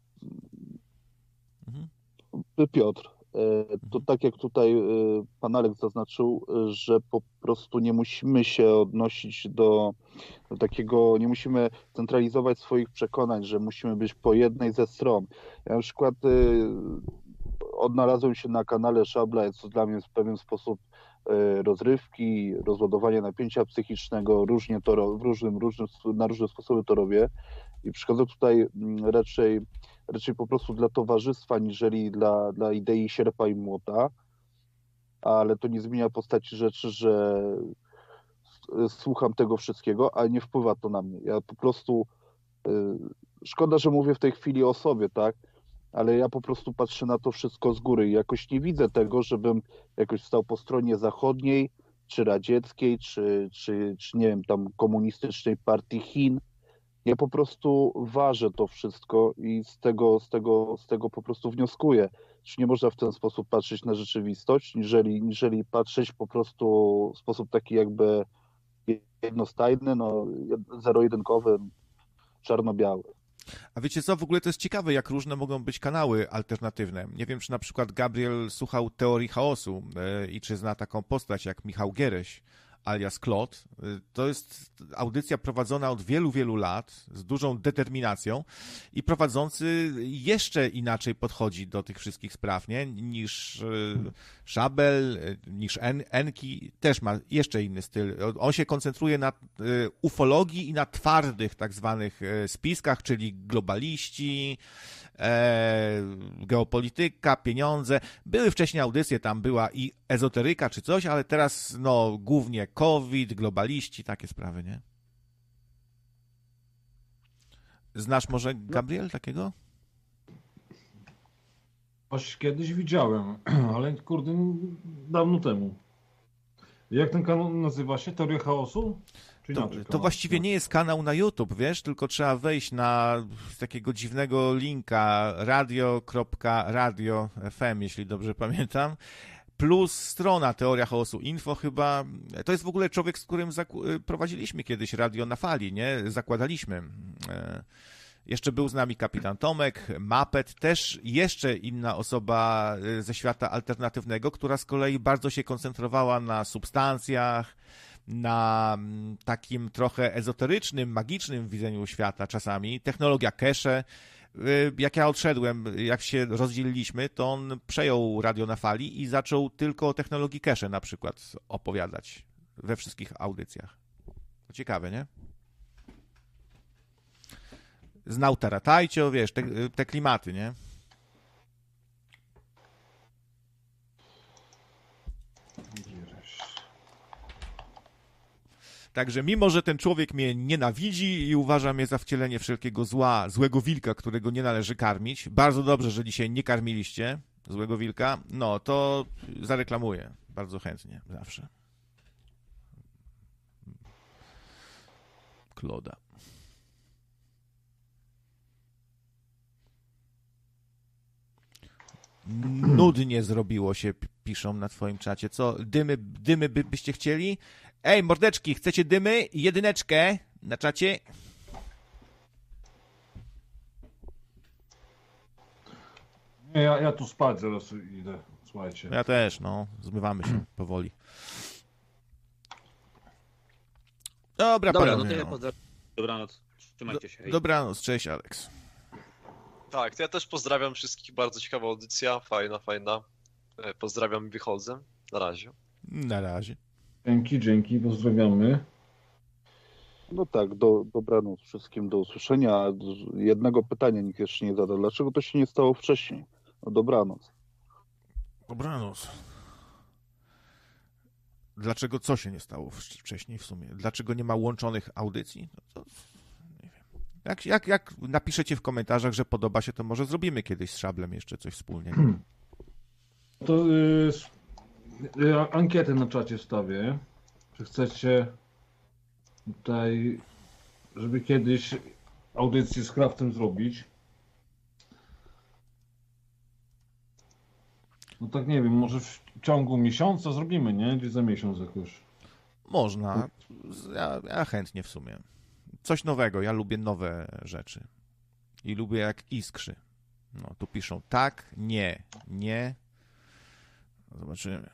mhm. Piotr, to tak jak tutaj pan Aleks zaznaczył, że po prostu nie musimy się odnosić do, do takiego, nie musimy centralizować swoich przekonań, że musimy być po jednej ze stron. Ja na przykład odnalazłem się na kanale Szabla, co dla mnie w pewien sposób rozrywki, rozładowania napięcia psychicznego, różnie to, w różnym, różnym, na różne sposoby to robię i przychodzę tutaj raczej, raczej po prostu dla towarzystwa, niżeli dla, dla idei sierpa i młota, ale to nie zmienia postaci rzeczy, że słucham tego wszystkiego, a nie wpływa to na mnie. Ja po prostu, szkoda, że mówię w tej chwili o sobie, tak? Ale ja po prostu patrzę na to wszystko z góry i jakoś nie widzę tego, żebym jakoś stał po stronie zachodniej, czy radzieckiej, czy, czy, czy nie wiem, tam komunistycznej partii Chin. Ja po prostu ważę to wszystko i z tego, z tego, z tego po prostu wnioskuję. Czy nie można w ten sposób patrzeć na rzeczywistość, niżeli, niżeli patrzeć po prostu w sposób taki jakby jednostajny, no zero-jedynkowy, czarno-biały. A wiecie co, w ogóle to jest ciekawe, jak różne mogą być kanały alternatywne. Nie wiem, czy na przykład Gabriel słuchał Teorii Chaosu yy, i czy zna taką postać jak Michał Giereś, alias Klot. Yy, to jest audycja prowadzona od wielu, wielu lat, z dużą determinacją i prowadzący jeszcze inaczej podchodzi do tych wszystkich spraw, nie? Niż yy, Szabel, yy, niż en, Enki, też ma jeszcze inny styl. On się koncentruje na yy, ufologii i na twardych tak zwanych yy, spiskach, czyli globaliści, e, geopolityka, pieniądze. Były wcześniej audycje, tam była i ezoteryka czy coś, ale teraz no głównie COVID, globaliści, takie sprawy, nie? Znasz może, Gabriel, takiego? Coś kiedyś widziałem, ale kurde, dawno temu. Jak ten kanał nazywa się? Teoria Chaosu? Czy To, to właściwie nie jest kanał na YouTube, wiesz, tylko trzeba wejść na takiego dziwnego linka radio kropka radio kropka f m, jeśli dobrze pamiętam, plus strona Teoria Chaosu Info chyba. To jest w ogóle człowiek, z którym prowadziliśmy kiedyś radio na fali, nie? Zakładaliśmy. Jeszcze był z nami kapitan Tomek, Mapet, też jeszcze inna osoba ze świata alternatywnego, która z kolei bardzo się koncentrowała na substancjach, na takim trochę ezoterycznym, magicznym widzeniu świata czasami. Technologia cache. Jak ja odszedłem, jak się rozdzieliliśmy, to on przejął radio na fali i zaczął tylko o technologii cache na przykład opowiadać we wszystkich audycjach. To ciekawe, nie? Znał Taratajcio, wiesz, te, te klimaty, nie? Także mimo, że ten człowiek mnie nienawidzi i uważa mnie za wcielenie wszelkiego zła, złego wilka, którego nie należy karmić, bardzo dobrze, że dzisiaj nie karmiliście złego wilka, no to zareklamuję bardzo chętnie, zawsze. Kloda. Nudnie zrobiło się, piszą na twoim czacie. Co, dymy, dymy by, byście chcieli? Ej, mordeczki, chcecie dymy? Jedyneczkę na czacie. Nie, ja, ja tu spać zaraz idę, słuchajcie. Ja też, no, zmywamy się powoli. Dobra, Dobra, panowie, no to ja no. pozdrawiam. Dobranoc. Trzymajcie się. Hej. Dobranoc, cześć Aleks. Tak, to ja też pozdrawiam wszystkich, bardzo ciekawa audycja, fajna, fajna. E, Pozdrawiam i wychodzę. Na razie. Na razie. Dzięki, dzięki, pozdrawiamy. No tak, do, dobranoc wszystkim, do usłyszenia. Jednego pytania nikt jeszcze nie zadał. Dlaczego to się nie stało wcześniej? No dobranoc. Dobranoc. Dlaczego co się nie stało wcześniej w sumie? Dlaczego nie ma łączonych audycji? No to nie wiem. Jak, jak, jak napiszecie w komentarzach, że podoba się, to może zrobimy kiedyś z Szablem jeszcze coś wspólnie. To y, y, ankietę na czacie wstawię. Czy chcecie tutaj, żeby kiedyś audycję z Kraftem zrobić? No tak nie wiem, może w ciągu miesiąca zrobimy, nie? Gdzieś za miesiąc jakoś. Można. Ja, ja chętnie w sumie. Coś nowego. Ja lubię nowe rzeczy. I lubię jak iskrzy. No, tu piszą tak, nie, nie. Zobaczymy.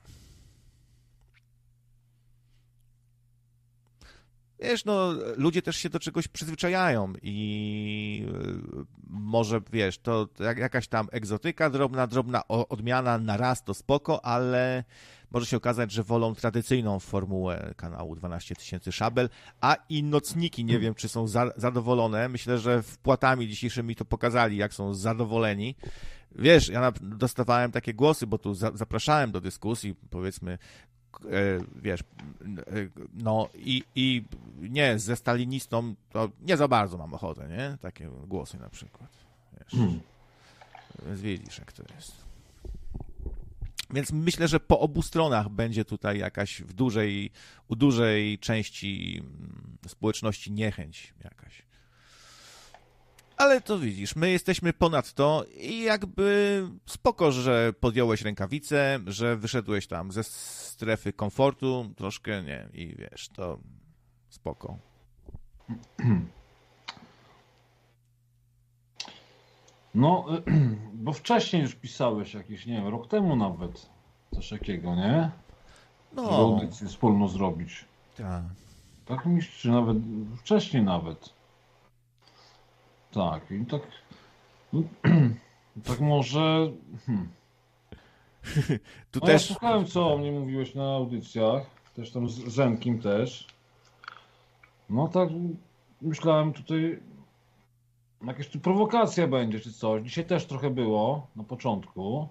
Wiesz, no, ludzie też się do czegoś przyzwyczajają i może, wiesz, to jak, jakaś tam egzotyka drobna, drobna odmiana na raz to spoko, ale może się okazać, że wolą tradycyjną formułę kanału dwanaście tysięcy Szabel, a i nocniki, nie wiem, czy są za, zadowolone. Myślę, że wpłatami dzisiejszymi to pokazali, jak są zadowoleni. Wiesz, ja dostawałem takie głosy, bo tu za, zapraszałem do dyskusji, powiedzmy, wiesz, no i, i nie, ze stalinistą to nie za bardzo mam ochotę, nie? Takie głosy na przykład, wiesz. Hmm. Więc widzisz, jak to jest. Więc myślę, że po obu stronach będzie tutaj jakaś w dużej, u dużej części społeczności niechęć jakaś. Ale to widzisz, my jesteśmy ponad to i jakby spoko, że podjąłeś rękawice, że wyszedłeś tam ze strefy komfortu troszkę, nie, i wiesz, to spoko. No, bo wcześniej już pisałeś jakiś, nie wiem, rok temu nawet coś takiego, nie? No. Żeby audycję wspólno zrobić. Tak. Tak mi się, czy nawet wcześniej nawet. Tak, i tak, no, tak może, hmm. Tu no też... Ja słuchałem, co o mnie mówiłeś na audycjach, też tam z Zenkim też. No tak, myślałem tutaj, jakaś tu prowokacja będzie, czy coś. Dzisiaj też trochę było, na początku.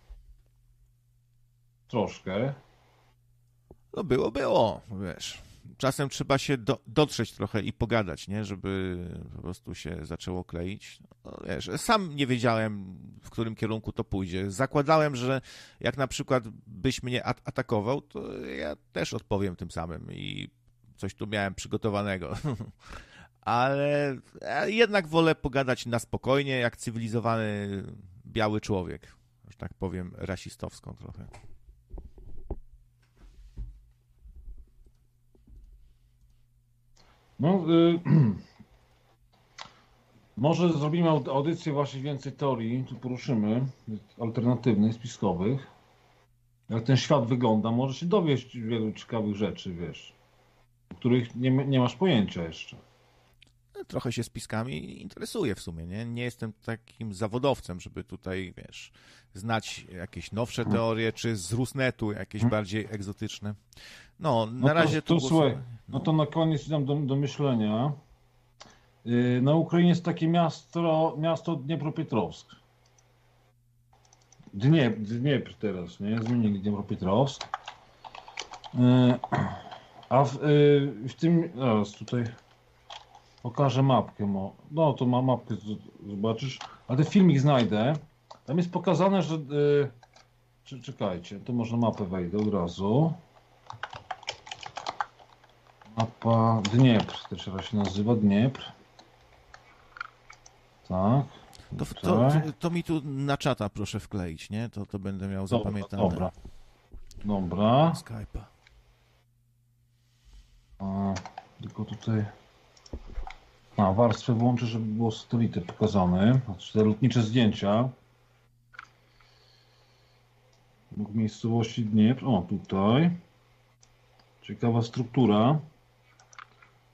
Troszkę. No było, było, wiesz. Czasem trzeba się do, dotrzeć trochę i pogadać, nie? Żeby po prostu się zaczęło kleić. No, wiesz, sam nie wiedziałem, w którym kierunku to pójdzie. Zakładałem, że jak na przykład byś mnie at- atakował, to ja też odpowiem tym samym i coś tu miałem przygotowanego. Ale ja jednak wolę pogadać na spokojnie, jak cywilizowany biały człowiek. Że tak powiem, rasistowską trochę. No, y, może zrobimy audycję właśnie więcej teorii, tu poruszymy, alternatywnych, spiskowych. Jak ten świat wygląda, może się dowieść wielu ciekawych rzeczy, wiesz, o których nie, nie masz pojęcia jeszcze. Trochę się spiskami interesuję w sumie, nie? Nie jestem takim zawodowcem, żeby tutaj, wiesz, znać jakieś nowsze teorie, czy z Rusnetu jakieś bardziej egzotyczne. No, na no to, razie to, tu słuchaj, no. no to na koniec dam do, do myślenia. Yy, na Ukrainie jest takie miasto, miasto Dniepropietrowsk. Dniep, Dniepr teraz, nie? Zmienili Dniepropietrowsk. Yy, a w, yy, w tym, zaraz tutaj pokażę mapkę. Mo. No to ma mapkę, zobaczysz. A ten filmik znajdę. Tam jest pokazane, że... Yy, czekajcie, to może mapę wejdę od razu. Mapa Dniepr, też raz się nazywa Dniepr. Tak. To, to, to mi tu na czata proszę wkleić, nie? To, to będę miał Dobra, zapamiętane. Dobra. Dobra. Skype'a. A, tylko tutaj... A, warstwę włączę, żeby było satelity pokazane. Znaczy te lotnicze zdjęcia. Obok miejscowości Dniepr. O, tutaj. Ciekawa struktura.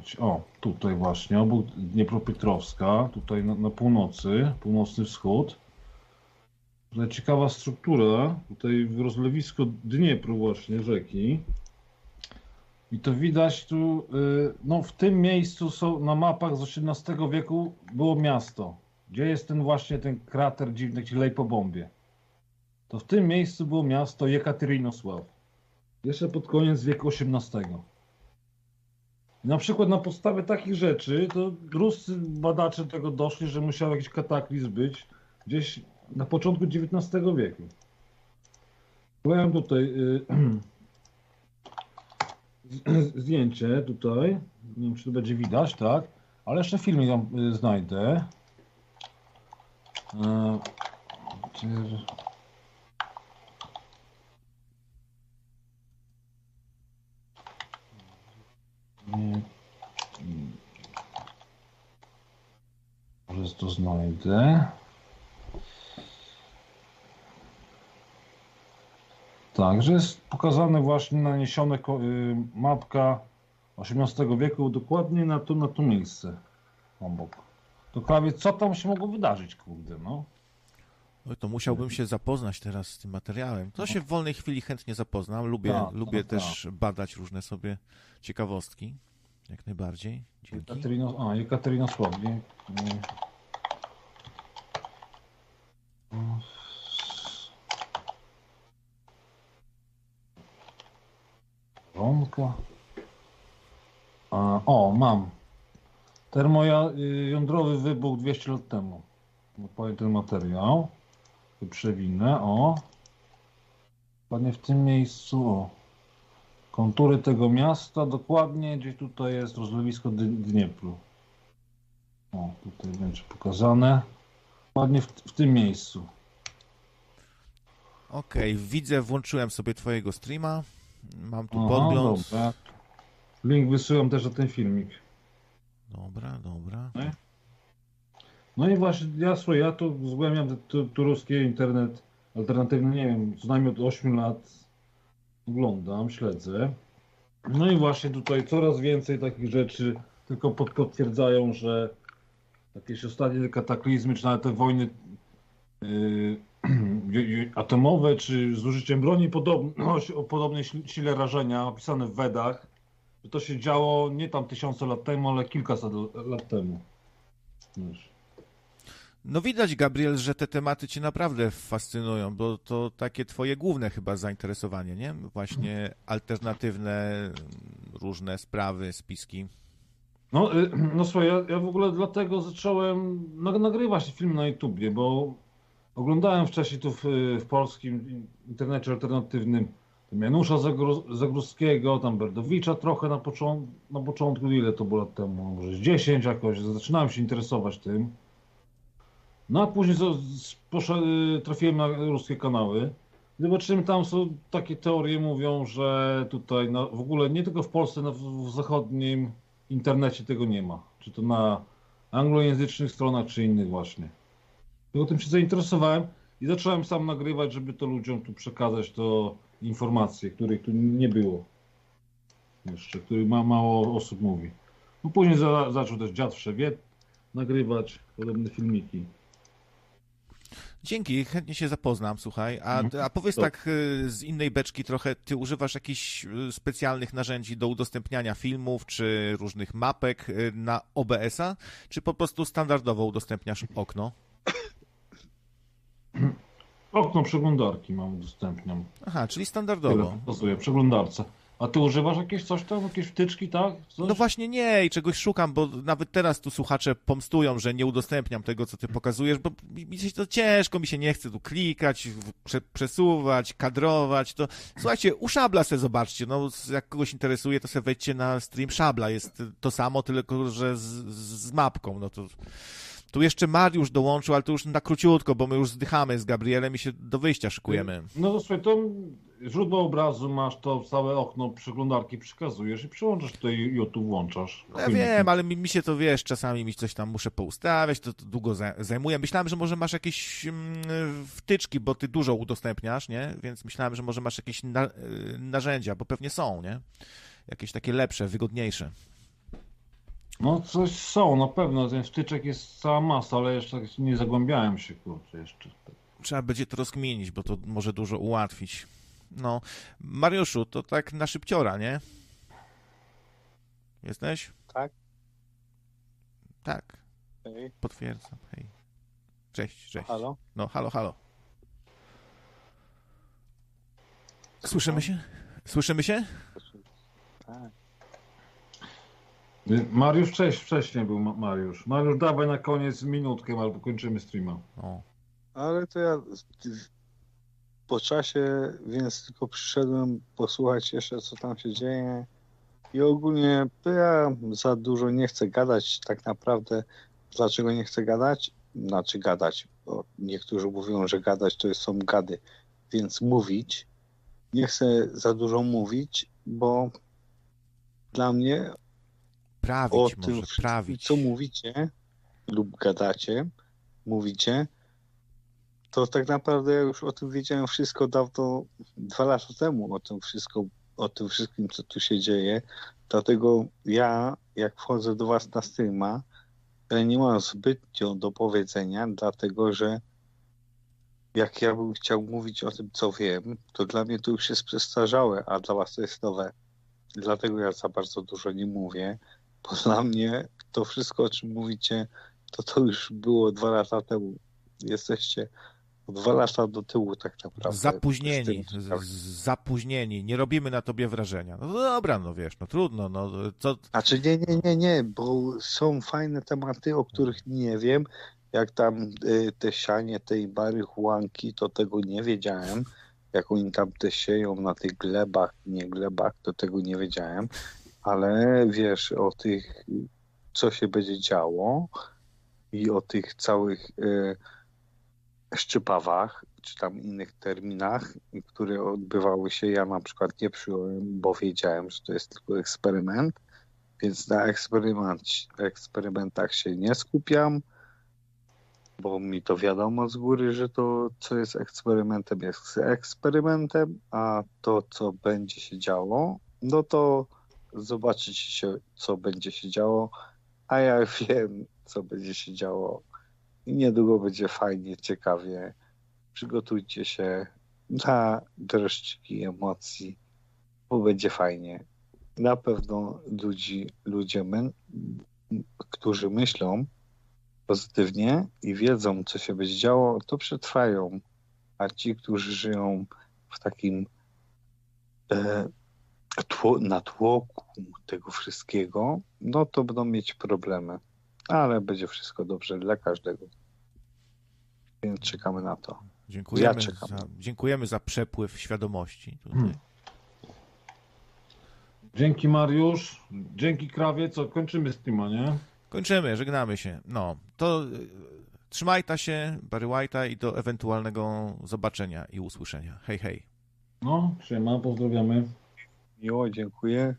być? O, tutaj właśnie, obok Dniepropietrowska, tutaj na, na północy, północny wschód. Tutaj ciekawa struktura, tutaj rozlewisko Dniepru właśnie, rzeki. I to widać tu, no w tym miejscu są na mapach z osiemnastego wieku było miasto. Gdzie jest ten właśnie ten krater dziwny, gdzie lej po bombie. To w tym miejscu było miasto Jekaterynosław. Jeszcze pod koniec wieku osiemnastego. I na przykład na podstawie takich rzeczy, to ruscy badacze tego doszli, że musiał jakiś kataklizm być gdzieś na początku dziewiętnastego wieku. Byłem tutaj y, zdjęcie tutaj, nie wiem czy to będzie widać, tak, ale jeszcze filmik tam y, znajdę. Y, czy... Nie. Może to znajdę. Tak, że jest pokazane właśnie naniesione mapka osiemnastego wieku dokładnie na to, na to miejsce obok. To prawie co tam się mogło wydarzyć, kurde, no. Oj, to musiałbym się zapoznać teraz z tym materiałem. To się w wolnej chwili chętnie zapoznam. Lubię, tak, lubię tak, też tak. badać różne sobie ciekawostki. Jak najbardziej. Dzięki. Jekaterynos, a, Jekaterynosław. Nie, nie. Ronka. A, o, mam. Termojądrowy wybuch dwieście lat temu. Powiem ten materiał. Tu przewinę, o. Dokładnie w tym miejscu, o. Kontury tego miasta, dokładnie gdzieś tutaj jest rozlewisko Dniepru. O, tutaj będzie pokazane. Dokładnie w, w tym miejscu. Okej, okay, widzę, włączyłem sobie twojego streama. Mam tu Aha, podgląd. Dobra. Link wysyłam też na ten filmik. Dobra, dobra. No i, no i właśnie, ja słuchaj, ja tu zgłębiam tu, tu ruski internet alternatywny, nie wiem, co najmniej od ośmiu lat oglądam, śledzę. No i właśnie tutaj coraz więcej takich rzeczy tylko pod, potwierdzają, że jakieś ostatnie kataklizmy, czy nawet te wojny yy, atomowe, czy z użyciem broni podobno, o podobnej sile rażenia opisane w Wedach, że to się działo nie tam tysiące lat temu, ale kilkaset lat temu. Wiesz. No widać, Gabriel, że te tematy cię naprawdę fascynują, bo to takie twoje główne chyba zainteresowanie, nie? Właśnie alternatywne różne sprawy, spiski. No, no słuchaj, ja, ja w ogóle dlatego zacząłem nagrywać film na YouTubie, bo oglądałem wcześniej tu w, w polskim internecie alternatywnym Janusza Zagórskiego, tam Berdowicza trochę na, począ na początku, ile to było lat temu, może dziesięć jakoś, zaczynałem się interesować tym. No a później trafiłem na ruskie kanały. Zobaczyłem, tam są takie teorie, mówią, że tutaj na, w ogóle nie tylko w Polsce, na, w zachodnim internecie tego nie ma. Czy to na anglojęzycznych stronach, czy innych właśnie. I tym się zainteresowałem i zacząłem sam nagrywać, żeby to ludziom tu przekazać to informacje, których tu nie było jeszcze, których ma, mało osób mówi. No później za, zaczął też Dziad Wszewiet nagrywać podobne filmiki. Dzięki, chętnie się zapoznam, słuchaj. A, a powiedz tak z innej beczki trochę, ty używasz jakichś specjalnych narzędzi do udostępniania filmów, czy różnych mapek na O B S-a, czy po prostu standardowo udostępniasz okno? Okno przeglądarki mam, udostępniam. Aha, czyli standardowo. Pokazuję, przeglądarce. A ty używasz jakieś coś tam, jakieś wtyczki, tak? Coś? No właśnie nie i czegoś szukam, bo nawet teraz tu słuchacze pomstują, że nie udostępniam tego, co ty pokazujesz, bo mi się to ciężko, mi się nie chce tu klikać, prze, przesuwać, kadrować, to słuchajcie, u Szabla se zobaczcie, no jak kogoś interesuje, to se wejdźcie na stream Szabla, jest to samo, tylko że z, z mapką, no to... Tu jeszcze Mariusz dołączył, ale to już na króciutko, bo my już zdychamy z Gabrielem i się do wyjścia szykujemy. No to słuchaj, to źródło obrazu masz, to całe okno przeglądarki przekazujesz i przyłączasz tutaj YouTube, włączasz. Ja wiem, ale mi, mi się to, wiesz, czasami mi coś tam muszę poustawiać, to, to długo zajmuje. Myślałem, że może masz jakieś mm, wtyczki, bo ty dużo udostępniasz, nie? Więc myślałem, że może masz jakieś na, narzędzia, bo pewnie są, nie? Jakieś takie lepsze, wygodniejsze. No coś są, na pewno. Ten wtyczek jest cała masa, ale jeszcze tak nie zagłębiałem się, kurczę, jeszcze. Trzeba będzie to rozkminić, bo to może dużo ułatwić. No, Mariuszu, to tak na szybciora, nie? Jesteś? Tak. Tak. Hej. Potwierdzam. Hej. Cześć, cześć. Halo? No, halo, halo. Słyszymy się? Słyszymy się? Tak. Mariusz cześć, wcześniej był Ma- Mariusz. Mariusz, dawaj na koniec minutkę, albo kończymy streama. O. Ale to ja po czasie, więc tylko przyszedłem posłuchać jeszcze, co tam się dzieje. I ogólnie to ja za dużo nie chcę gadać tak naprawdę. Dlaczego nie chcę gadać? Znaczy gadać, bo niektórzy mówią, że gadać to są gady. Więc mówić. Nie chcę za dużo mówić, bo dla mnie prawić o może, tym wszystkim, prawić. co mówicie lub gadacie, mówicie, to tak naprawdę ja już o tym wiedziałem wszystko dawno, dwa lata temu, o tym wszystko, o tym wszystkim, co tu się dzieje. Dlatego ja, jak wchodzę do was na streama, ja nie mam zbytnio do powiedzenia, dlatego że jak ja bym chciał mówić o tym, co wiem, to dla mnie to już jest przestarzałe, a dla was to jest nowe. Dlatego ja za bardzo dużo nie mówię, bo dla mnie to wszystko, o czym mówicie, to to już było dwa lata temu. Jesteście dwa lata do tyłu tak naprawdę. Zapóźnieni, Z tym, z, z- zapóźnieni, nie robimy na tobie wrażenia. No dobra, no wiesz, no trudno, no co... Znaczy nie, nie, nie, nie, bo są fajne tematy, o których nie wiem. Jak tam y, te sianie tej marihuanki, to tego nie wiedziałem. Jak oni tam te sieją na tych glebach, nie glebach, to tego nie wiedziałem. Ale wiesz, o tych, co się będzie działo i o tych całych y, szczypawach, czy tam innych terminach, które odbywały się, ja na przykład nie przyjąłem, bo wiedziałem, że to jest tylko eksperyment, więc na eksperyment, eksperymentach się nie skupiam, bo mi to wiadomo z góry, że to, co jest eksperymentem, jest eksperymentem, a to, co będzie się działo, no to zobaczycie się, co będzie się działo, a ja wiem, co będzie się działo i niedługo będzie fajnie, ciekawie. Przygotujcie się na dreszczyki emocji, bo będzie fajnie. Na pewno ludzi, ludzie, my, którzy myślą pozytywnie i wiedzą, co się będzie działo, to przetrwają. A ci, którzy żyją w takim e, tło, natłoku tego wszystkiego, no to będą mieć problemy. Ale będzie wszystko dobrze dla każdego. Więc czekamy na to. Dziękujemy, Ja czekam. za, dziękujemy za przepływ świadomości tutaj. Hmm. Dzięki Mariusz, dzięki Krawie, co kończymy streama, nie? Kończymy, żegnamy się. No, to y, trzymaj ta się, Barry White'a i do ewentualnego zobaczenia i usłyszenia. Hej, hej. No, siema, pozdrawiamy. Miło, dziękuję.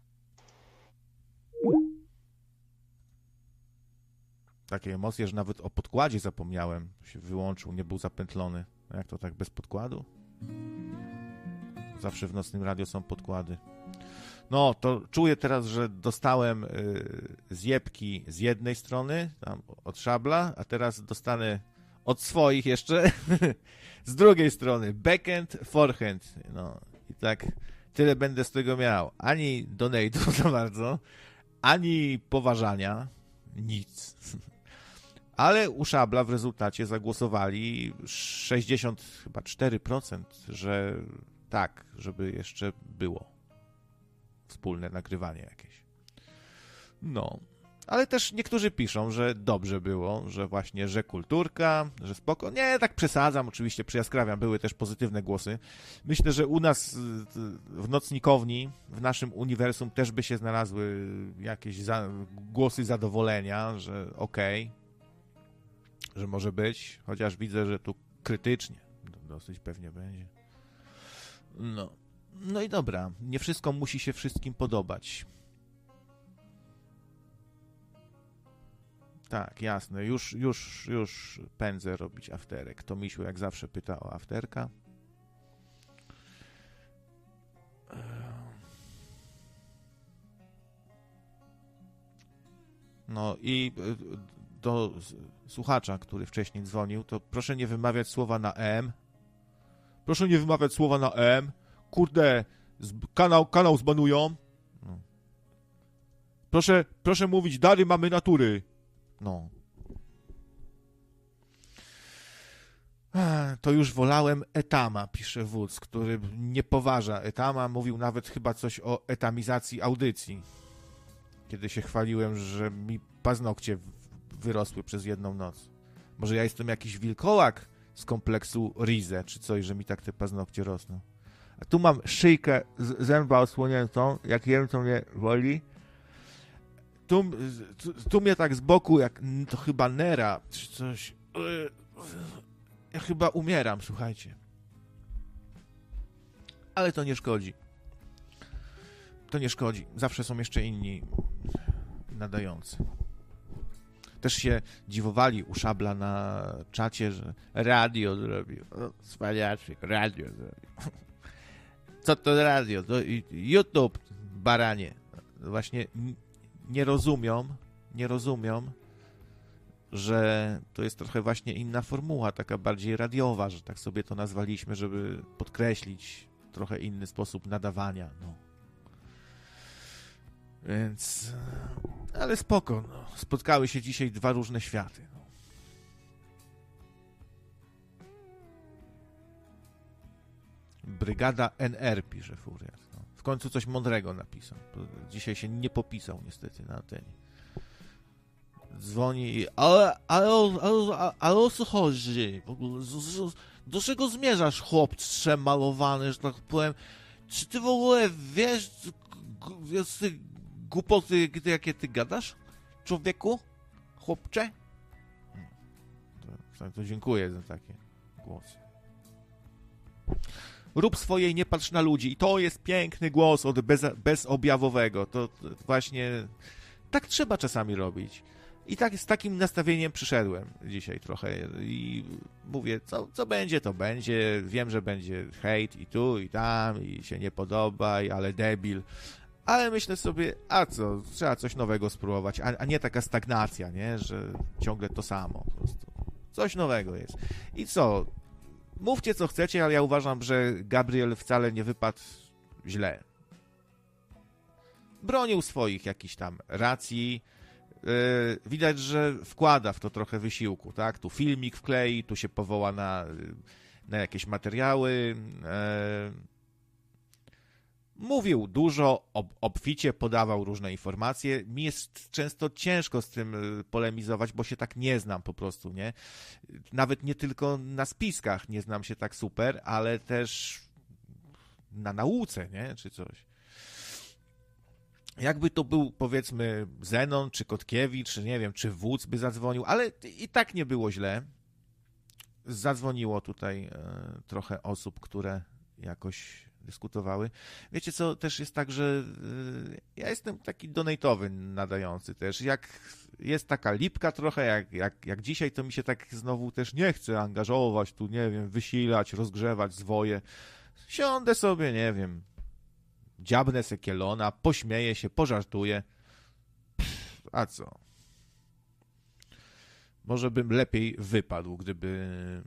Takie emocje, że nawet o podkładzie zapomniałem. Się wyłączył, nie był zapętlony. Jak to tak bez podkładu? Zawsze w Nocnym Radio są podkłady. No, to czuję teraz, że dostałem y, zjebki z jednej strony, tam od Szabla, a teraz dostanę od swoich jeszcze z drugiej strony. Backhand, forehand. No i tak tyle będę z tego miał. Ani donate'u za bardzo, ani poważania. Nic. Ale u Szabla w rezultacie zagłosowali sześćdziesiąt chyba cztery procent, że tak, żeby jeszcze było wspólne nagrywanie jakieś. No, ale też niektórzy piszą, że dobrze było, że właśnie, że kulturka, że spoko. Nie, tak przesadzam, oczywiście przyjaskrawiam, były też pozytywne głosy. Myślę, że u nas w Nocnikowni, w naszym uniwersum też by się znalazły jakieś za, głosy zadowolenia, że okej, okay, że może być, chociaż widzę, że tu krytycznie dosyć pewnie będzie. No. No i dobra, nie wszystko musi się wszystkim podobać. Tak, jasne, już, już, już pędzę robić afterek. To Misiu jak zawsze pyta o afterka. No i do słuchacza, który wcześniej dzwonił, to proszę nie wymawiać słowa na M. Proszę nie wymawiać słowa na M. Kurde, kanał, kanał zbanują. No. Proszę, proszę mówić, dary mamy natury. No. To już wolałem Etama, pisze Wódz, który nie poważa Etama. Mówił nawet chyba coś o etamizacji audycji. Kiedy się chwaliłem, że mi paznokcie wyrosły przez jedną noc. Może ja jestem jakiś wilkołak z kompleksu Rize, czy coś, że mi tak te paznokcie rosną. A tu mam szyjkę z zęba osłoniętą, jak jem, to mnie woli. Tu, tu, tu mnie tak z boku, jak to chyba nera, czy coś. Ja chyba umieram, słuchajcie. Ale to nie szkodzi. To nie szkodzi. Zawsze są jeszcze inni nadający. Też się dziwowali u Szabla na czacie, że radio zrobił. O, cwaniaczek, radio zrobił. Co to radio? To YouTube, baranie. Właśnie nie rozumią, nie rozumią, że to jest trochę właśnie inna formuła, taka bardziej radiowa, że tak sobie to nazwaliśmy, żeby podkreślić trochę inny sposób nadawania. No. Więc... Ale spoko, no. Spotkały się dzisiaj dwa różne światy. No. Brygada N R, pisze Furiat. No. W końcu coś mądrego napisał. Dzisiaj się nie popisał niestety na antenie. Dzwoni i... Ale, ale, ale, ale o co chodzi? W ogóle, do czego zmierzasz, chłopcze malowany, że tak powiem? Czy ty w ogóle wiesz, wiesz ty głupoty, jakie ty gadasz? Człowieku? Chłopcze? To, to dziękuję za takie głosy. Rób swoje i nie patrz na ludzi. I to jest piękny głos od bez, bezobjawowego. To, to właśnie tak trzeba czasami robić. I tak z takim nastawieniem przyszedłem dzisiaj trochę i mówię, co, co będzie, to będzie. Wiem, że będzie hejt i tu, i tam, i się nie podoba, i ale debil. Ale myślę sobie, a co, trzeba coś nowego spróbować, a, a nie taka stagnacja, nie, że ciągle to samo po prostu. Coś nowego jest. I co? Mówcie, co chcecie, ale ja uważam, że Gabriel wcale nie wypadł źle. Bronił swoich jakichś tam racji. Yy, widać, że wkłada w to trochę wysiłku, tak? Tu filmik wklei, tu się powoła na, na jakieś materiały. Yy, mówił dużo, ob, obficie podawał różne informacje. Mi jest często ciężko z tym polemizować, bo się tak nie znam po prostu, nie? Nawet nie tylko na spiskach nie znam się tak super, ale też na nauce, nie? Czy coś. Jakby to był, powiedzmy, Zenon, czy Kotkiewicz, czy nie wiem, czy Wódz by zadzwonił, ale i tak nie było źle. Zadzwoniło tutaj e, trochę osób, które jakoś dyskutowały. Wiecie co, też jest tak, że y, ja jestem taki donatowy nadający też. Jak jest taka lipka trochę, jak, jak, jak dzisiaj, to mi się tak znowu też nie chce angażować, tu nie wiem, wysilać, rozgrzewać zwoje. Siądę sobie, nie wiem, dziabnę se kielona, pośmieję się, pożartuję. Pff, a co? Może bym lepiej wypadł, gdyby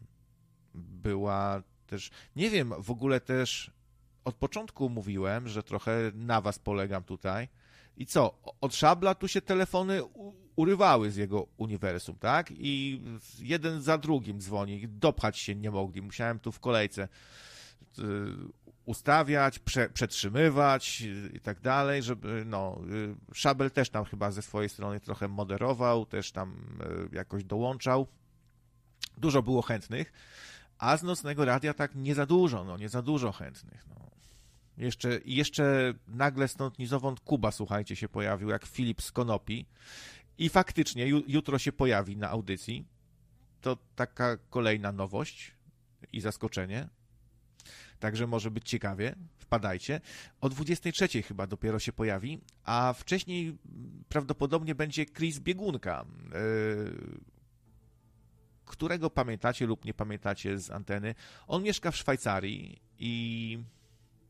była też... Nie wiem, w ogóle też od początku mówiłem, że trochę na was polegam tutaj. I co? Od Szabla tu się telefony urywały z jego uniwersum, tak? I jeden za drugim dzwoni. Dopchać się nie mogli. Musiałem tu w kolejce ustawiać, prze, przetrzymywać i tak dalej, żeby, no, Szabel też tam chyba ze swojej strony trochę moderował, też tam jakoś dołączał. Dużo było chętnych, a z Nocnego Radia tak nie za dużo, no, nie za dużo chętnych, no. Jeszcze, jeszcze nagle stąd ni zowąd Kuba, słuchajcie, się pojawił, jak Filip z Konopi i faktycznie ju, jutro się pojawi na audycji. To taka kolejna nowość i zaskoczenie. Także może być ciekawie, wpadajcie. O dwudziestej trzeciej chyba dopiero się pojawi, a wcześniej prawdopodobnie będzie Chris Biegunka, yy, którego pamiętacie lub nie pamiętacie z anteny. On mieszka w Szwajcarii i...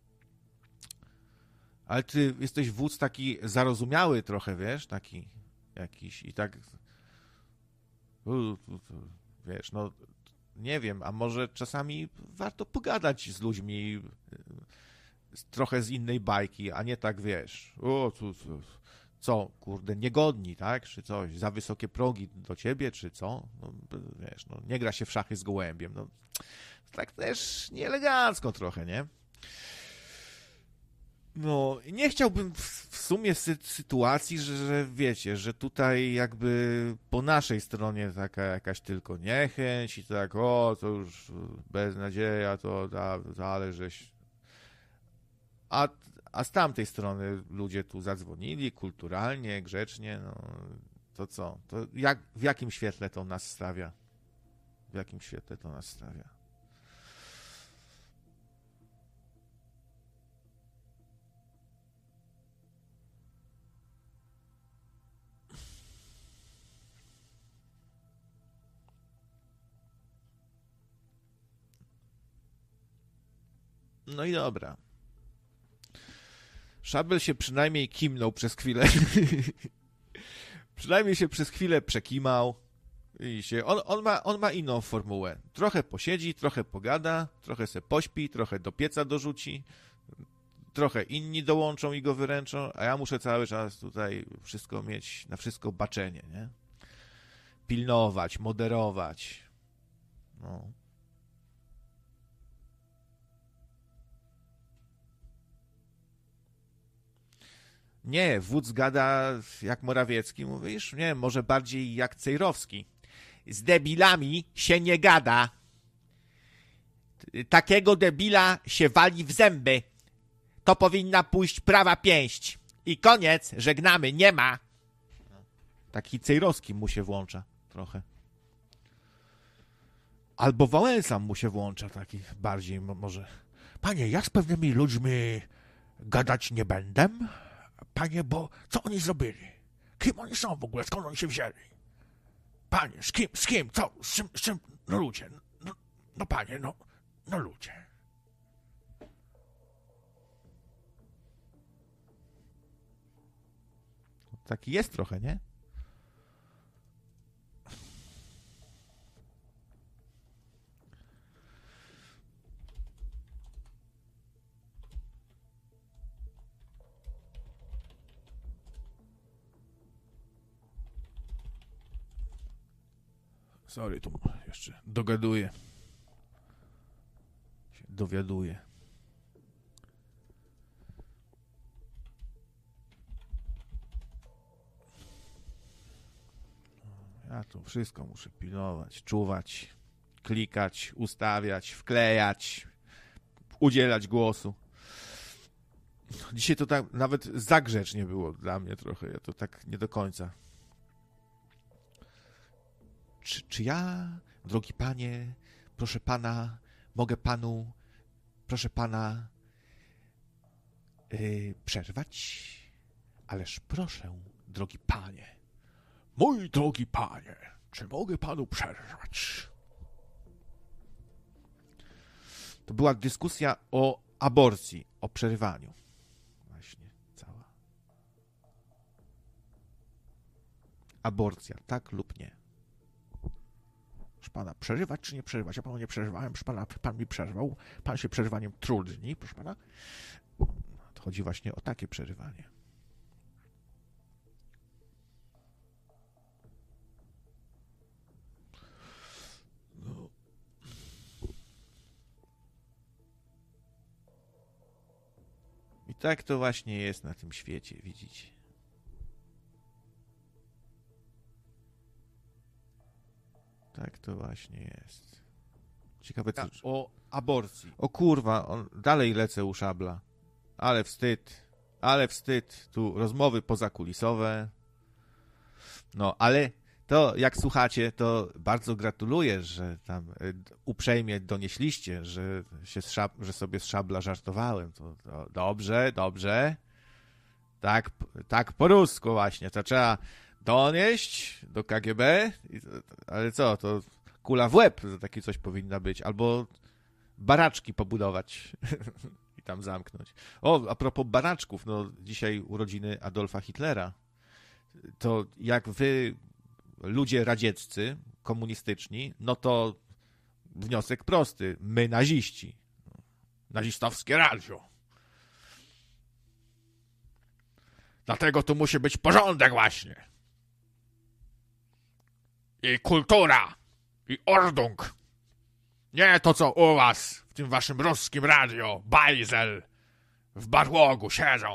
Ale ty jesteś wódz taki zarozumiały trochę, wiesz, taki jakiś i tak u, u, u, wiesz, no nie wiem, a może czasami warto pogadać z ludźmi trochę z innej bajki, a nie tak, wiesz, o, tu, tu, co, kurde, niegodni, tak, czy coś, za wysokie progi do ciebie, czy co, no, wiesz, no, nie gra się w szachy z gołębiem, no, tak też nieelegancko trochę, nie? No, nie chciałbym w sumie sy- sytuacji, że, że wiecie, że tutaj jakby po naszej stronie taka jakaś tylko niechęć i tak, o, to już beznadzieja, to dalej, żeś... A, a z tamtej strony ludzie tu zadzwonili kulturalnie, grzecznie, no to co? To jak, w jakim świetle to nas stawia? W jakim świetle to nas stawia? No i dobra. Szabel się przynajmniej kimnął przez chwilę. Przynajmniej się przez chwilę przekimał. I się, on, on, ma, on ma inną formułę. Trochę posiedzi, trochę pogada, trochę se pośpi, trochę do pieca dorzuci, trochę inni dołączą i go wyręczą, a ja muszę cały czas tutaj wszystko mieć, na wszystko baczenie, nie? Pilnować, moderować. No. Nie, wódz gada jak Morawiecki, mówisz? Nie, może bardziej jak Cejrowski. Z debilami się nie gada. Takiego debila się wali w zęby. To powinna pójść prawa pięść. I koniec, żegnamy, nie ma. Taki Cejrowski mu się włącza trochę. Albo Wałęsa mu się włącza taki bardziej może. Panie, ja z pewnymi ludźmi gadać nie będę. Panie, bo co oni zrobili? Kim oni są w ogóle? Skąd oni się wzięli? Panie, z kim? Z kim? Co? Z czym? Z czym? No ludzie. No, no panie, no, no ludzie. Taki jest trochę, nie? Sorry, tu jeszcze dogaduję. Się dowiaduję. Ja tu wszystko muszę pilnować, czuwać, klikać, ustawiać, wklejać, udzielać głosu. Dzisiaj to tak nawet za grzecznie było dla mnie trochę. Ja to tak nie do końca. Czy, czy ja, drogi panie, proszę pana, mogę panu, proszę pana, yy, przerwać? Ależ proszę, drogi panie, mój drogi panie, czy mogę panu przerwać? To była dyskusja o aborcji, o przerywaniu. Właśnie cała. Aborcja, tak lub nie. Proszę pana, przerywać czy nie przerywać? Ja panu nie przerywałem, proszę pana, pan mi przerwał. Pan się przerywaniem trudni, proszę pana. To chodzi właśnie o takie przerywanie. No. I tak to właśnie jest na tym świecie, widzicie. Tak to właśnie jest. Ciekawe co... O aborcji. O kurwa, on... dalej lecę u Szabla. Ale wstyd. Ale wstyd. Tu rozmowy pozakulisowe. No, ale to jak słuchacie, to bardzo gratuluję, że tam uprzejmie donieśliście, że, się z szab... że sobie z Szabla żartowałem. To, to dobrze, dobrze. Tak, tak po rusku właśnie. To trzeba donieść do K G B, ale co, to kula w łeb, to takie coś powinna być, albo baraczki pobudować i tam zamknąć. O, a propos baraczków, no dzisiaj urodziny Adolfa Hitlera. to jak wy, ludzie radzieccy, komunistyczni, no to wniosek prosty. My naziści. Nazistowskie radio. Dlatego tu musi być porządek właśnie. I kultura. I ordnung. Nie to, co u was, w tym waszym ruskim radio, bajzel, w barłogu siedzą.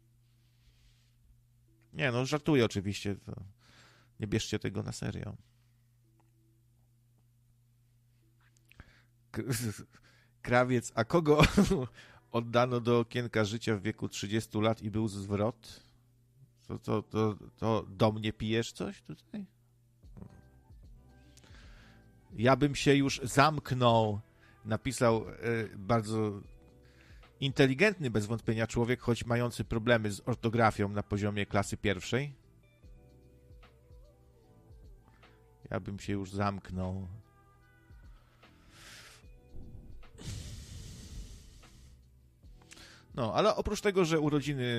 Nie, no żartuję oczywiście. To nie bierzcie tego na serio. Krawiec, a kogo oddano do okienka życia w wieku trzydziestu lat i był zwrot? To, to, to, to do mnie pijesz coś tutaj? Ja bym się już zamknął, napisał y, bardzo inteligentny bez wątpienia człowiek, choć mający problemy z ortografią na poziomie klasy pierwszej. Ja bym się już zamknął. No, ale oprócz tego, że urodziny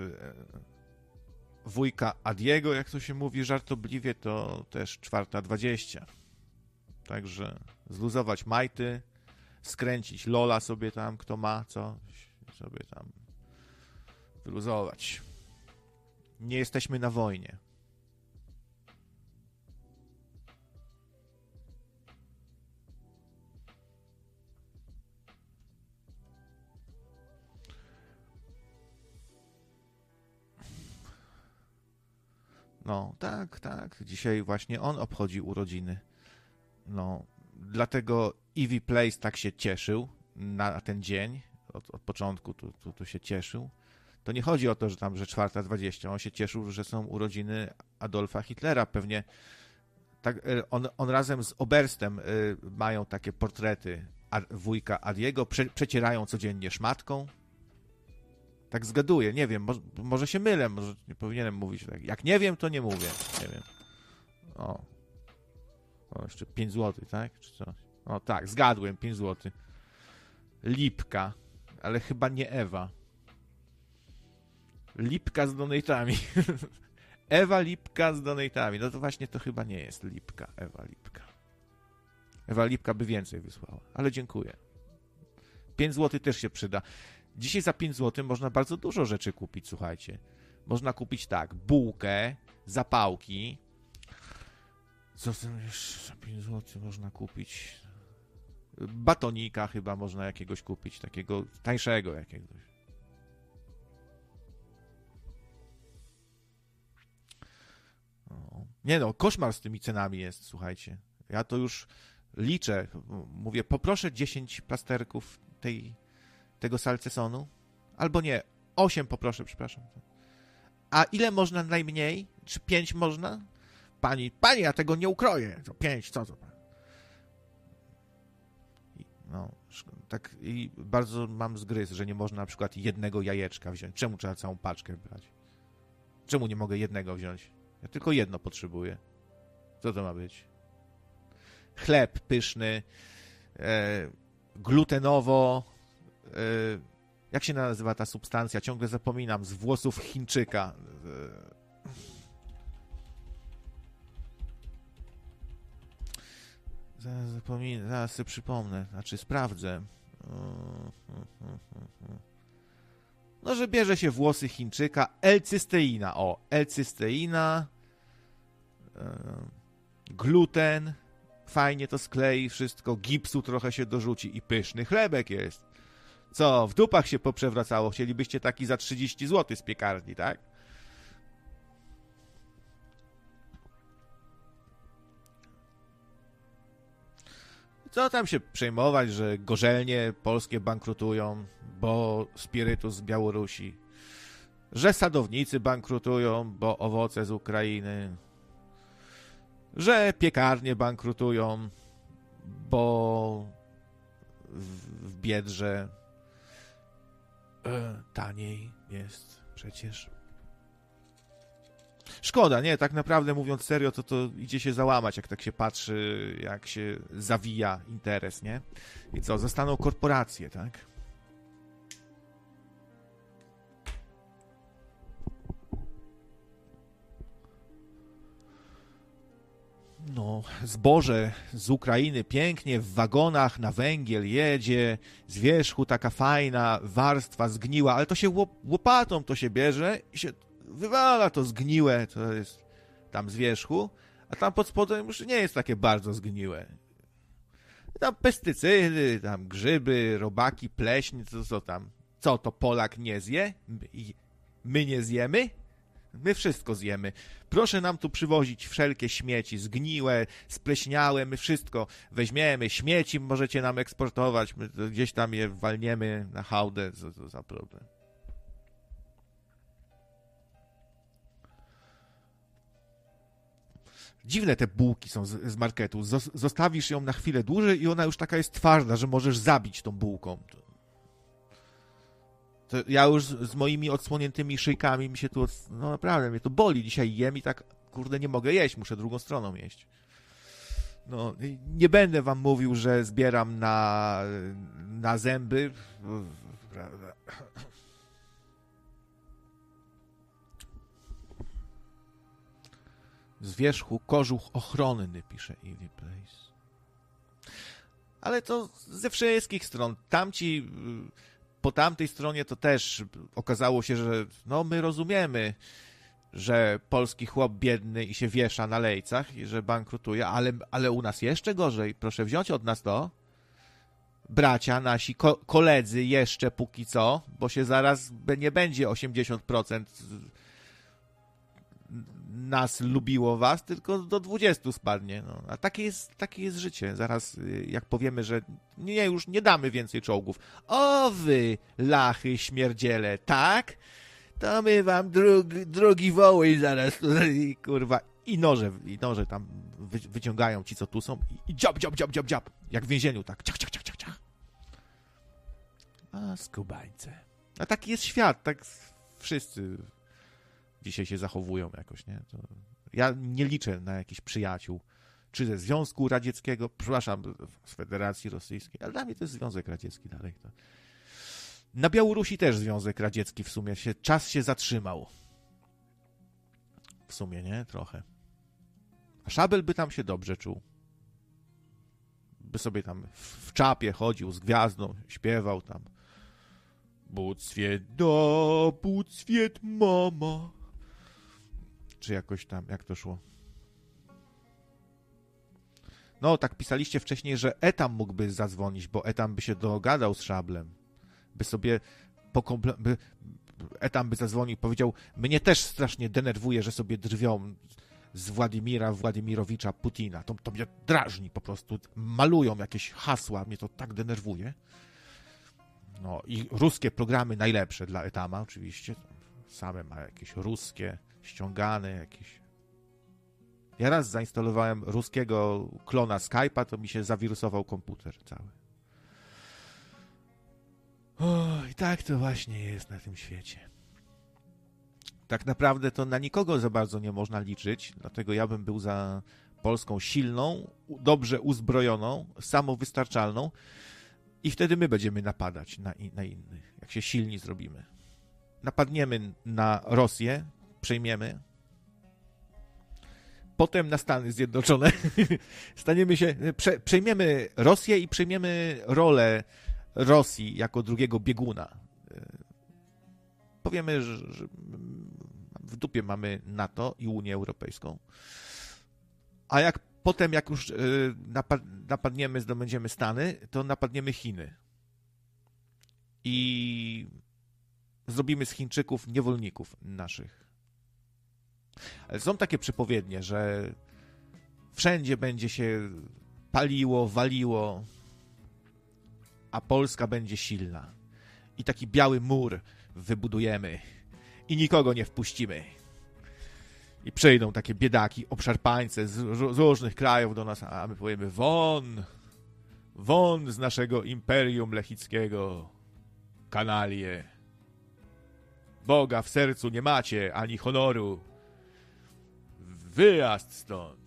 wujka Adiego, jak to się mówi żartobliwie, to też czwarta dwadzieścia. Także zluzować majty, skręcić lola sobie tam, kto ma, co sobie tam wyluzować. Nie jesteśmy na wojnie. No, tak, tak. Dzisiaj właśnie on obchodzi urodziny. No, dlatego Ivy Place tak się cieszył na ten dzień. Od, od początku tu, tu, tu się cieszył. To nie chodzi o to, że tam, że czwarta dwadzieścia. On się cieszył, że są urodziny Adolfa Hitlera. Pewnie tak, on, on razem z Oberstem y, mają takie portrety wujka Adiego. Prze, przecierają codziennie szmatką. Tak zgaduję, nie wiem, może, może się mylę, może nie powinienem mówić tak. Jak nie wiem, to nie mówię, nie wiem. O, o jeszcze pięć złotych, tak? Czy coś? O tak, zgadłem, pięć złotych. Lipka, ale chyba nie Ewa. Lipka z donatami. Ewa Lipka z donatami. No to właśnie to chyba nie jest Lipka, Ewa Lipka. Ewa Lipka by więcej wysłała, ale dziękuję. pięć złotych też się przyda. Dzisiaj za pięć złotych można bardzo dużo rzeczy kupić, słuchajcie. Można kupić tak, bułkę, zapałki. Co tam jeszcze za pięć złotych można kupić? Batonika chyba można jakiegoś kupić, takiego tańszego jakiegoś. No. Nie no, koszmar z tymi cenami jest, słuchajcie. Ja to już liczę. Mówię, poproszę dziesięć plasterków tej... tego salcesonu? Albo nie, osiem poproszę, przepraszam. A ile można najmniej? Czy pięć można? Pani, pani, ja tego nie ukroję. To pięć, co to? No, tak i bardzo mam zgryz, że nie można na przykład jednego jajeczka wziąć. Czemu trzeba całą paczkę brać? Czemu nie mogę jednego wziąć? Ja tylko jedno potrzebuję. Co to ma być? Chleb pyszny, e, glutenowo, jak się nazywa ta substancja? Ciągle zapominam. Z włosów Chińczyka. Zaraz zapominam. Zaraz sobie przypomnę. Znaczy sprawdzę. No, że bierze się włosy Chińczyka. L-cysteina. O, L-cysteina. Gluten. Fajnie to sklei wszystko. Gipsu trochę się dorzuci i pyszny chlebek jest. Co, w dupach się poprzewracało? Chcielibyście taki za trzydzieści złotych z piekarni, tak? Co tam się przejmować, że gorzelnie polskie bankrutują, bo spirytus z Białorusi, że sadownicy bankrutują, bo owoce z Ukrainy, że piekarnie bankrutują, bo w, w Biedrze e, taniej jest przecież. Szkoda, nie, tak naprawdę mówiąc serio, to to idzie się załamać, jak tak się patrzy, jak się zawija interes, nie? I co, zostaną korporacje, tak? No, zboże z Ukrainy pięknie w wagonach na węgiel jedzie, z wierzchu taka fajna warstwa zgniła, ale to się łop- łopatą to się bierze i się wywala to zgniłe, to jest tam z wierzchu, a tam pod spodem już nie jest takie bardzo zgniłe. Tam pestycydy, tam grzyby, robaki, pleśń, co, co tam? Co, to Polak nie zje? My, my nie zjemy? My wszystko zjemy. Proszę nam tu przywozić wszelkie śmieci, zgniłe, spleśniałe, my wszystko weźmiemy. Śmieci możecie nam eksportować, my gdzieś tam je walniemy na hałdę, co to za problem. Dziwne te bułki są z, z marketu. Zostawisz ją na chwilę dłużej i ona już taka jest twarda, że możesz zabić tą bułką. To ja już z moimi odsłoniętymi szyjkami mi się tu, no naprawdę, mnie to boli. Dzisiaj jem i tak, kurde, nie mogę jeść, muszę drugą stroną jeść. No, nie będę wam mówił, że zbieram na, na zęby. Prawda. Z wierzchu kożuch ochronny, pisze Evie Place. Ale to ze wszystkich stron. Tamci, po tamtej stronie to też okazało się, że no my rozumiemy, że polski chłop biedny i się wiesza na lejcach i że bankrutuje, ale, ale u nas jeszcze gorzej. Proszę wziąć od nas to. Bracia, nasi ko- koledzy jeszcze póki co, bo się zaraz nie będzie osiemdziesiąt procent nas lubiło was, tylko do dwudziestu spadnie. No. A takie jest, takie jest życie. Zaraz jak powiemy, że nie, już nie damy więcej czołgów. O wy, lachy, śmierdziele, tak? To my wam drogi, drogi woły zaraz tutaj, kurwa. I noże, i noże tam wy, wyciągają ci, co tu są i, i dziab, dziab, dziab, dziab, dziab. Jak w więzieniu, tak. Ciach, ciach, ciach, ciach, ciach. A skubańce. A taki jest świat, tak wszyscy dzisiaj się zachowują jakoś, nie? To ja nie liczę na jakichś przyjaciół, czy ze Związku Radzieckiego, przepraszam, z Federacji Rosyjskiej, ale dla mnie to jest Związek Radziecki dalej. To. Na Białorusi też Związek Radziecki w sumie się, czas się zatrzymał. W sumie, nie? Trochę. A Szabel by tam się dobrze czuł. By sobie tam w czapie chodził z gwiazdą, śpiewał tam. Bucwiet da, bucwiet mama. Czy jakoś tam, jak to szło? No, tak pisaliście wcześniej, że Etam mógłby zadzwonić, bo Etam by się dogadał z Szablem. By sobie pokomple... by... Etam by zadzwonił i powiedział, mnie też strasznie denerwuje, że sobie drwią z Władimira Władimirowicza Putina. To, to mnie drażni po prostu. Malują jakieś hasła, mnie to tak denerwuje. No i ruskie programy najlepsze dla Etama oczywiście. Same ma jakieś ruskie, ściągane jakieś. Ja raz zainstalowałem ruskiego klona Skype'a, to mi się zawirusował komputer cały. O, i tak to właśnie jest na tym świecie. Tak naprawdę to na nikogo za bardzo nie można liczyć, dlatego ja bym był za Polską silną, dobrze uzbrojoną, samowystarczalną i wtedy my będziemy napadać na, in, na innych, jak się silni zrobimy. Napadniemy na Rosję, przejmiemy, potem na Stany Zjednoczone, staniemy się, prze, przejmiemy Rosję i przejmiemy rolę Rosji jako drugiego bieguna. Powiemy, że, że w dupie mamy NATO i Unię Europejską, a jak potem, jak już napadniemy, zdobędziemy Stany, to napadniemy Chiny i zrobimy z Chińczyków niewolników naszych. Ale są takie przepowiednie, że wszędzie będzie się paliło, waliło, a Polska będzie silna. I taki biały mur wybudujemy i nikogo nie wpuścimy. I przyjdą takie biedaki, obszarpańce z, z różnych krajów do nas, a my powiemy won, won z naszego imperium lechickiego, kanalie. Boga w sercu nie macie, ani honoru. Wyjazd stąd.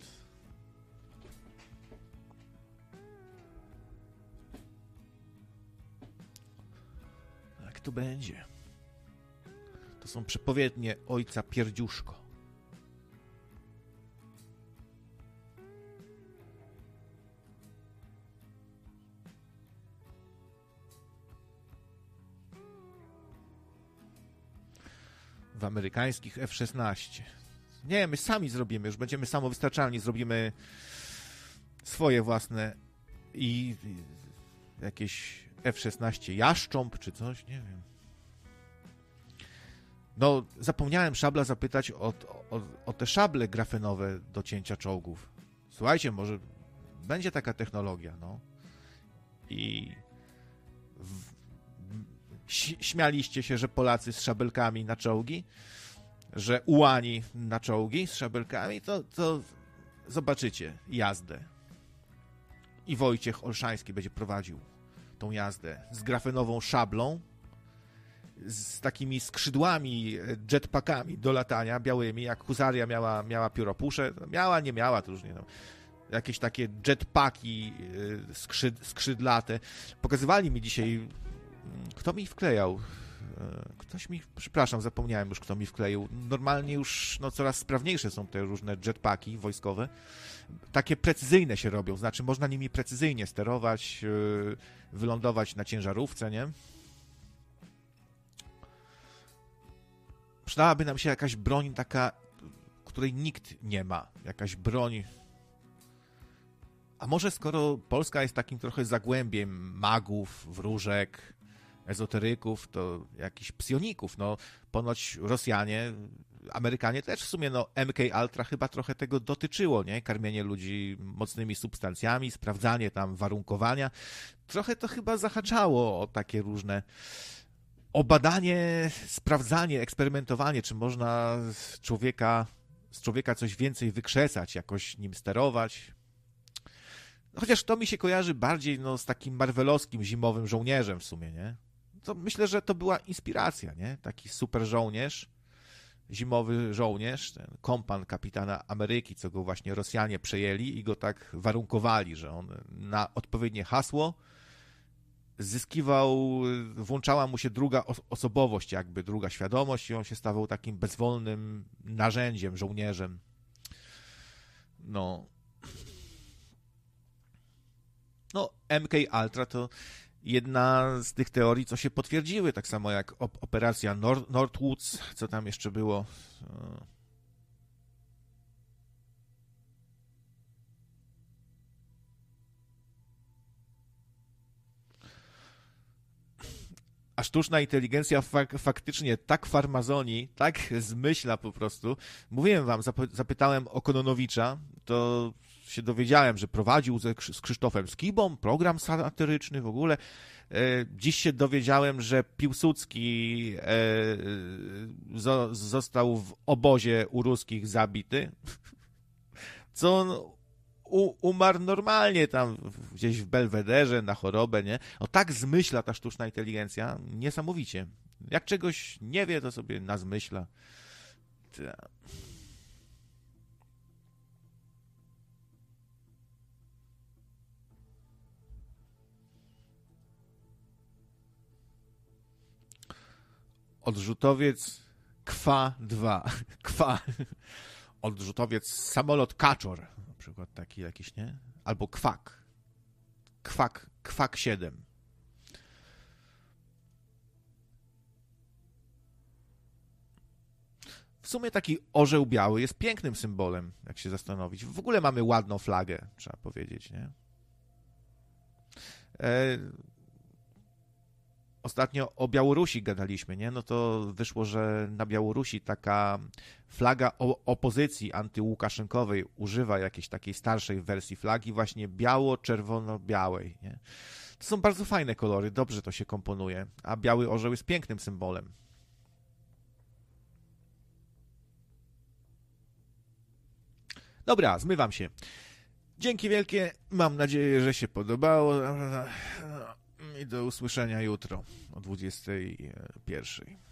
Tak to będzie. To są przepowiednie ojca Pierdziuszko. w amerykańskich F szesnaście. Nie, my sami zrobimy, już będziemy samowystarczalni, zrobimy swoje własne i, i jakieś F szesnaście Jaszcząb czy coś, nie wiem. No, zapomniałem Szabla zapytać o, o, o te szable grafenowe do cięcia czołgów. Słuchajcie, może będzie taka technologia, no. I w, śmialiście się, że Polacy z szabelkami na czołgi, że ułani na czołgi z szabelkami, to, to zobaczycie jazdę. I Wojciech Olszański będzie prowadził tą jazdę z grafenową szablą, z takimi skrzydłami, jetpackami do latania białymi, jak husaria miała, miała pióropusze. Miała, nie miała, to już nie wiem. Jakieś takie jetpacki skrzyd, skrzydlate. Pokazywali mi dzisiaj, kto mi wklejał. Ktoś mi, przepraszam, zapomniałem już, kto mi wkleił. Normalnie już no, coraz sprawniejsze są te różne jetpacki wojskowe. Takie precyzyjne się robią, znaczy można nimi precyzyjnie sterować, wylądować na ciężarówce, nie? Przydałaby nam się jakaś broń taka, której nikt nie ma. Jakaś broń. A może skoro Polska jest takim trochę zagłębiem magów, wróżek, ezoteryków, to jakichś psioników. No, ponoć Rosjanie, Amerykanie też w sumie, no, M K Ultra chyba trochę tego dotyczyło, nie? Karmienie ludzi mocnymi substancjami, sprawdzanie tam warunkowania. Trochę to chyba zahaczało o takie różne o badanie, sprawdzanie, eksperymentowanie, czy można z człowieka, z człowieka coś więcej wykrzesać, jakoś nim sterować. No, chociaż to mi się kojarzy bardziej no, z takim marvelowskim zimowym żołnierzem w sumie, nie? To myślę, że to była inspiracja, nie? Taki super żołnierz, zimowy żołnierz, ten kompan kapitana Ameryki, co go właśnie Rosjanie przejęli i go tak warunkowali, że on na odpowiednie hasło zyskiwał, włączała mu się druga osobowość, jakby druga świadomość i on się stawał takim bezwolnym narzędziem, żołnierzem. No. No, M K Ultra to jedna z tych teorii, co się potwierdziły, tak samo jak op- operacja Nord- Northwoods, co tam jeszcze było. A sztuczna inteligencja fak- faktycznie tak farmazoni, tak zmyśla po prostu. Mówiłem wam, zap- zapytałem o Kononowicza, to się dowiedziałem, że prowadził ze, z Krzysztofem Skibą program satyryczny w ogóle. E, dziś się dowiedziałem, że Piłsudski e, zo, został w obozie u ruskich zabity. Co on u, umarł normalnie tam gdzieś w Belwederze na chorobę, nie? O tak zmyśla ta sztuczna inteligencja. Niesamowicie. Jak czegoś nie wie, to sobie nazmyśla. Ta. Odrzutowiec Kwa dwa. Kwa. Odrzutowiec samolot Kaczor. Na przykład taki jakiś, nie? Albo Kwak. Kwak, Kwak siedem. W sumie taki orzeł biały jest pięknym symbolem, jak się zastanowić. W ogóle mamy ładną flagę, trzeba powiedzieć, nie? E... Ostatnio o Białorusi gadaliśmy, nie? No to wyszło, że na Białorusi taka flaga opozycji antyłukaszenkowej używa jakiejś takiej starszej wersji flagi, właśnie biało-czerwono-białej, nie? To są bardzo fajne kolory, dobrze to się komponuje, a biały orzeł jest pięknym symbolem. Dobra, zmywam się. Dzięki wielkie, mam nadzieję, że się podobało. I do usłyszenia jutro o dwudziestej pierwszej.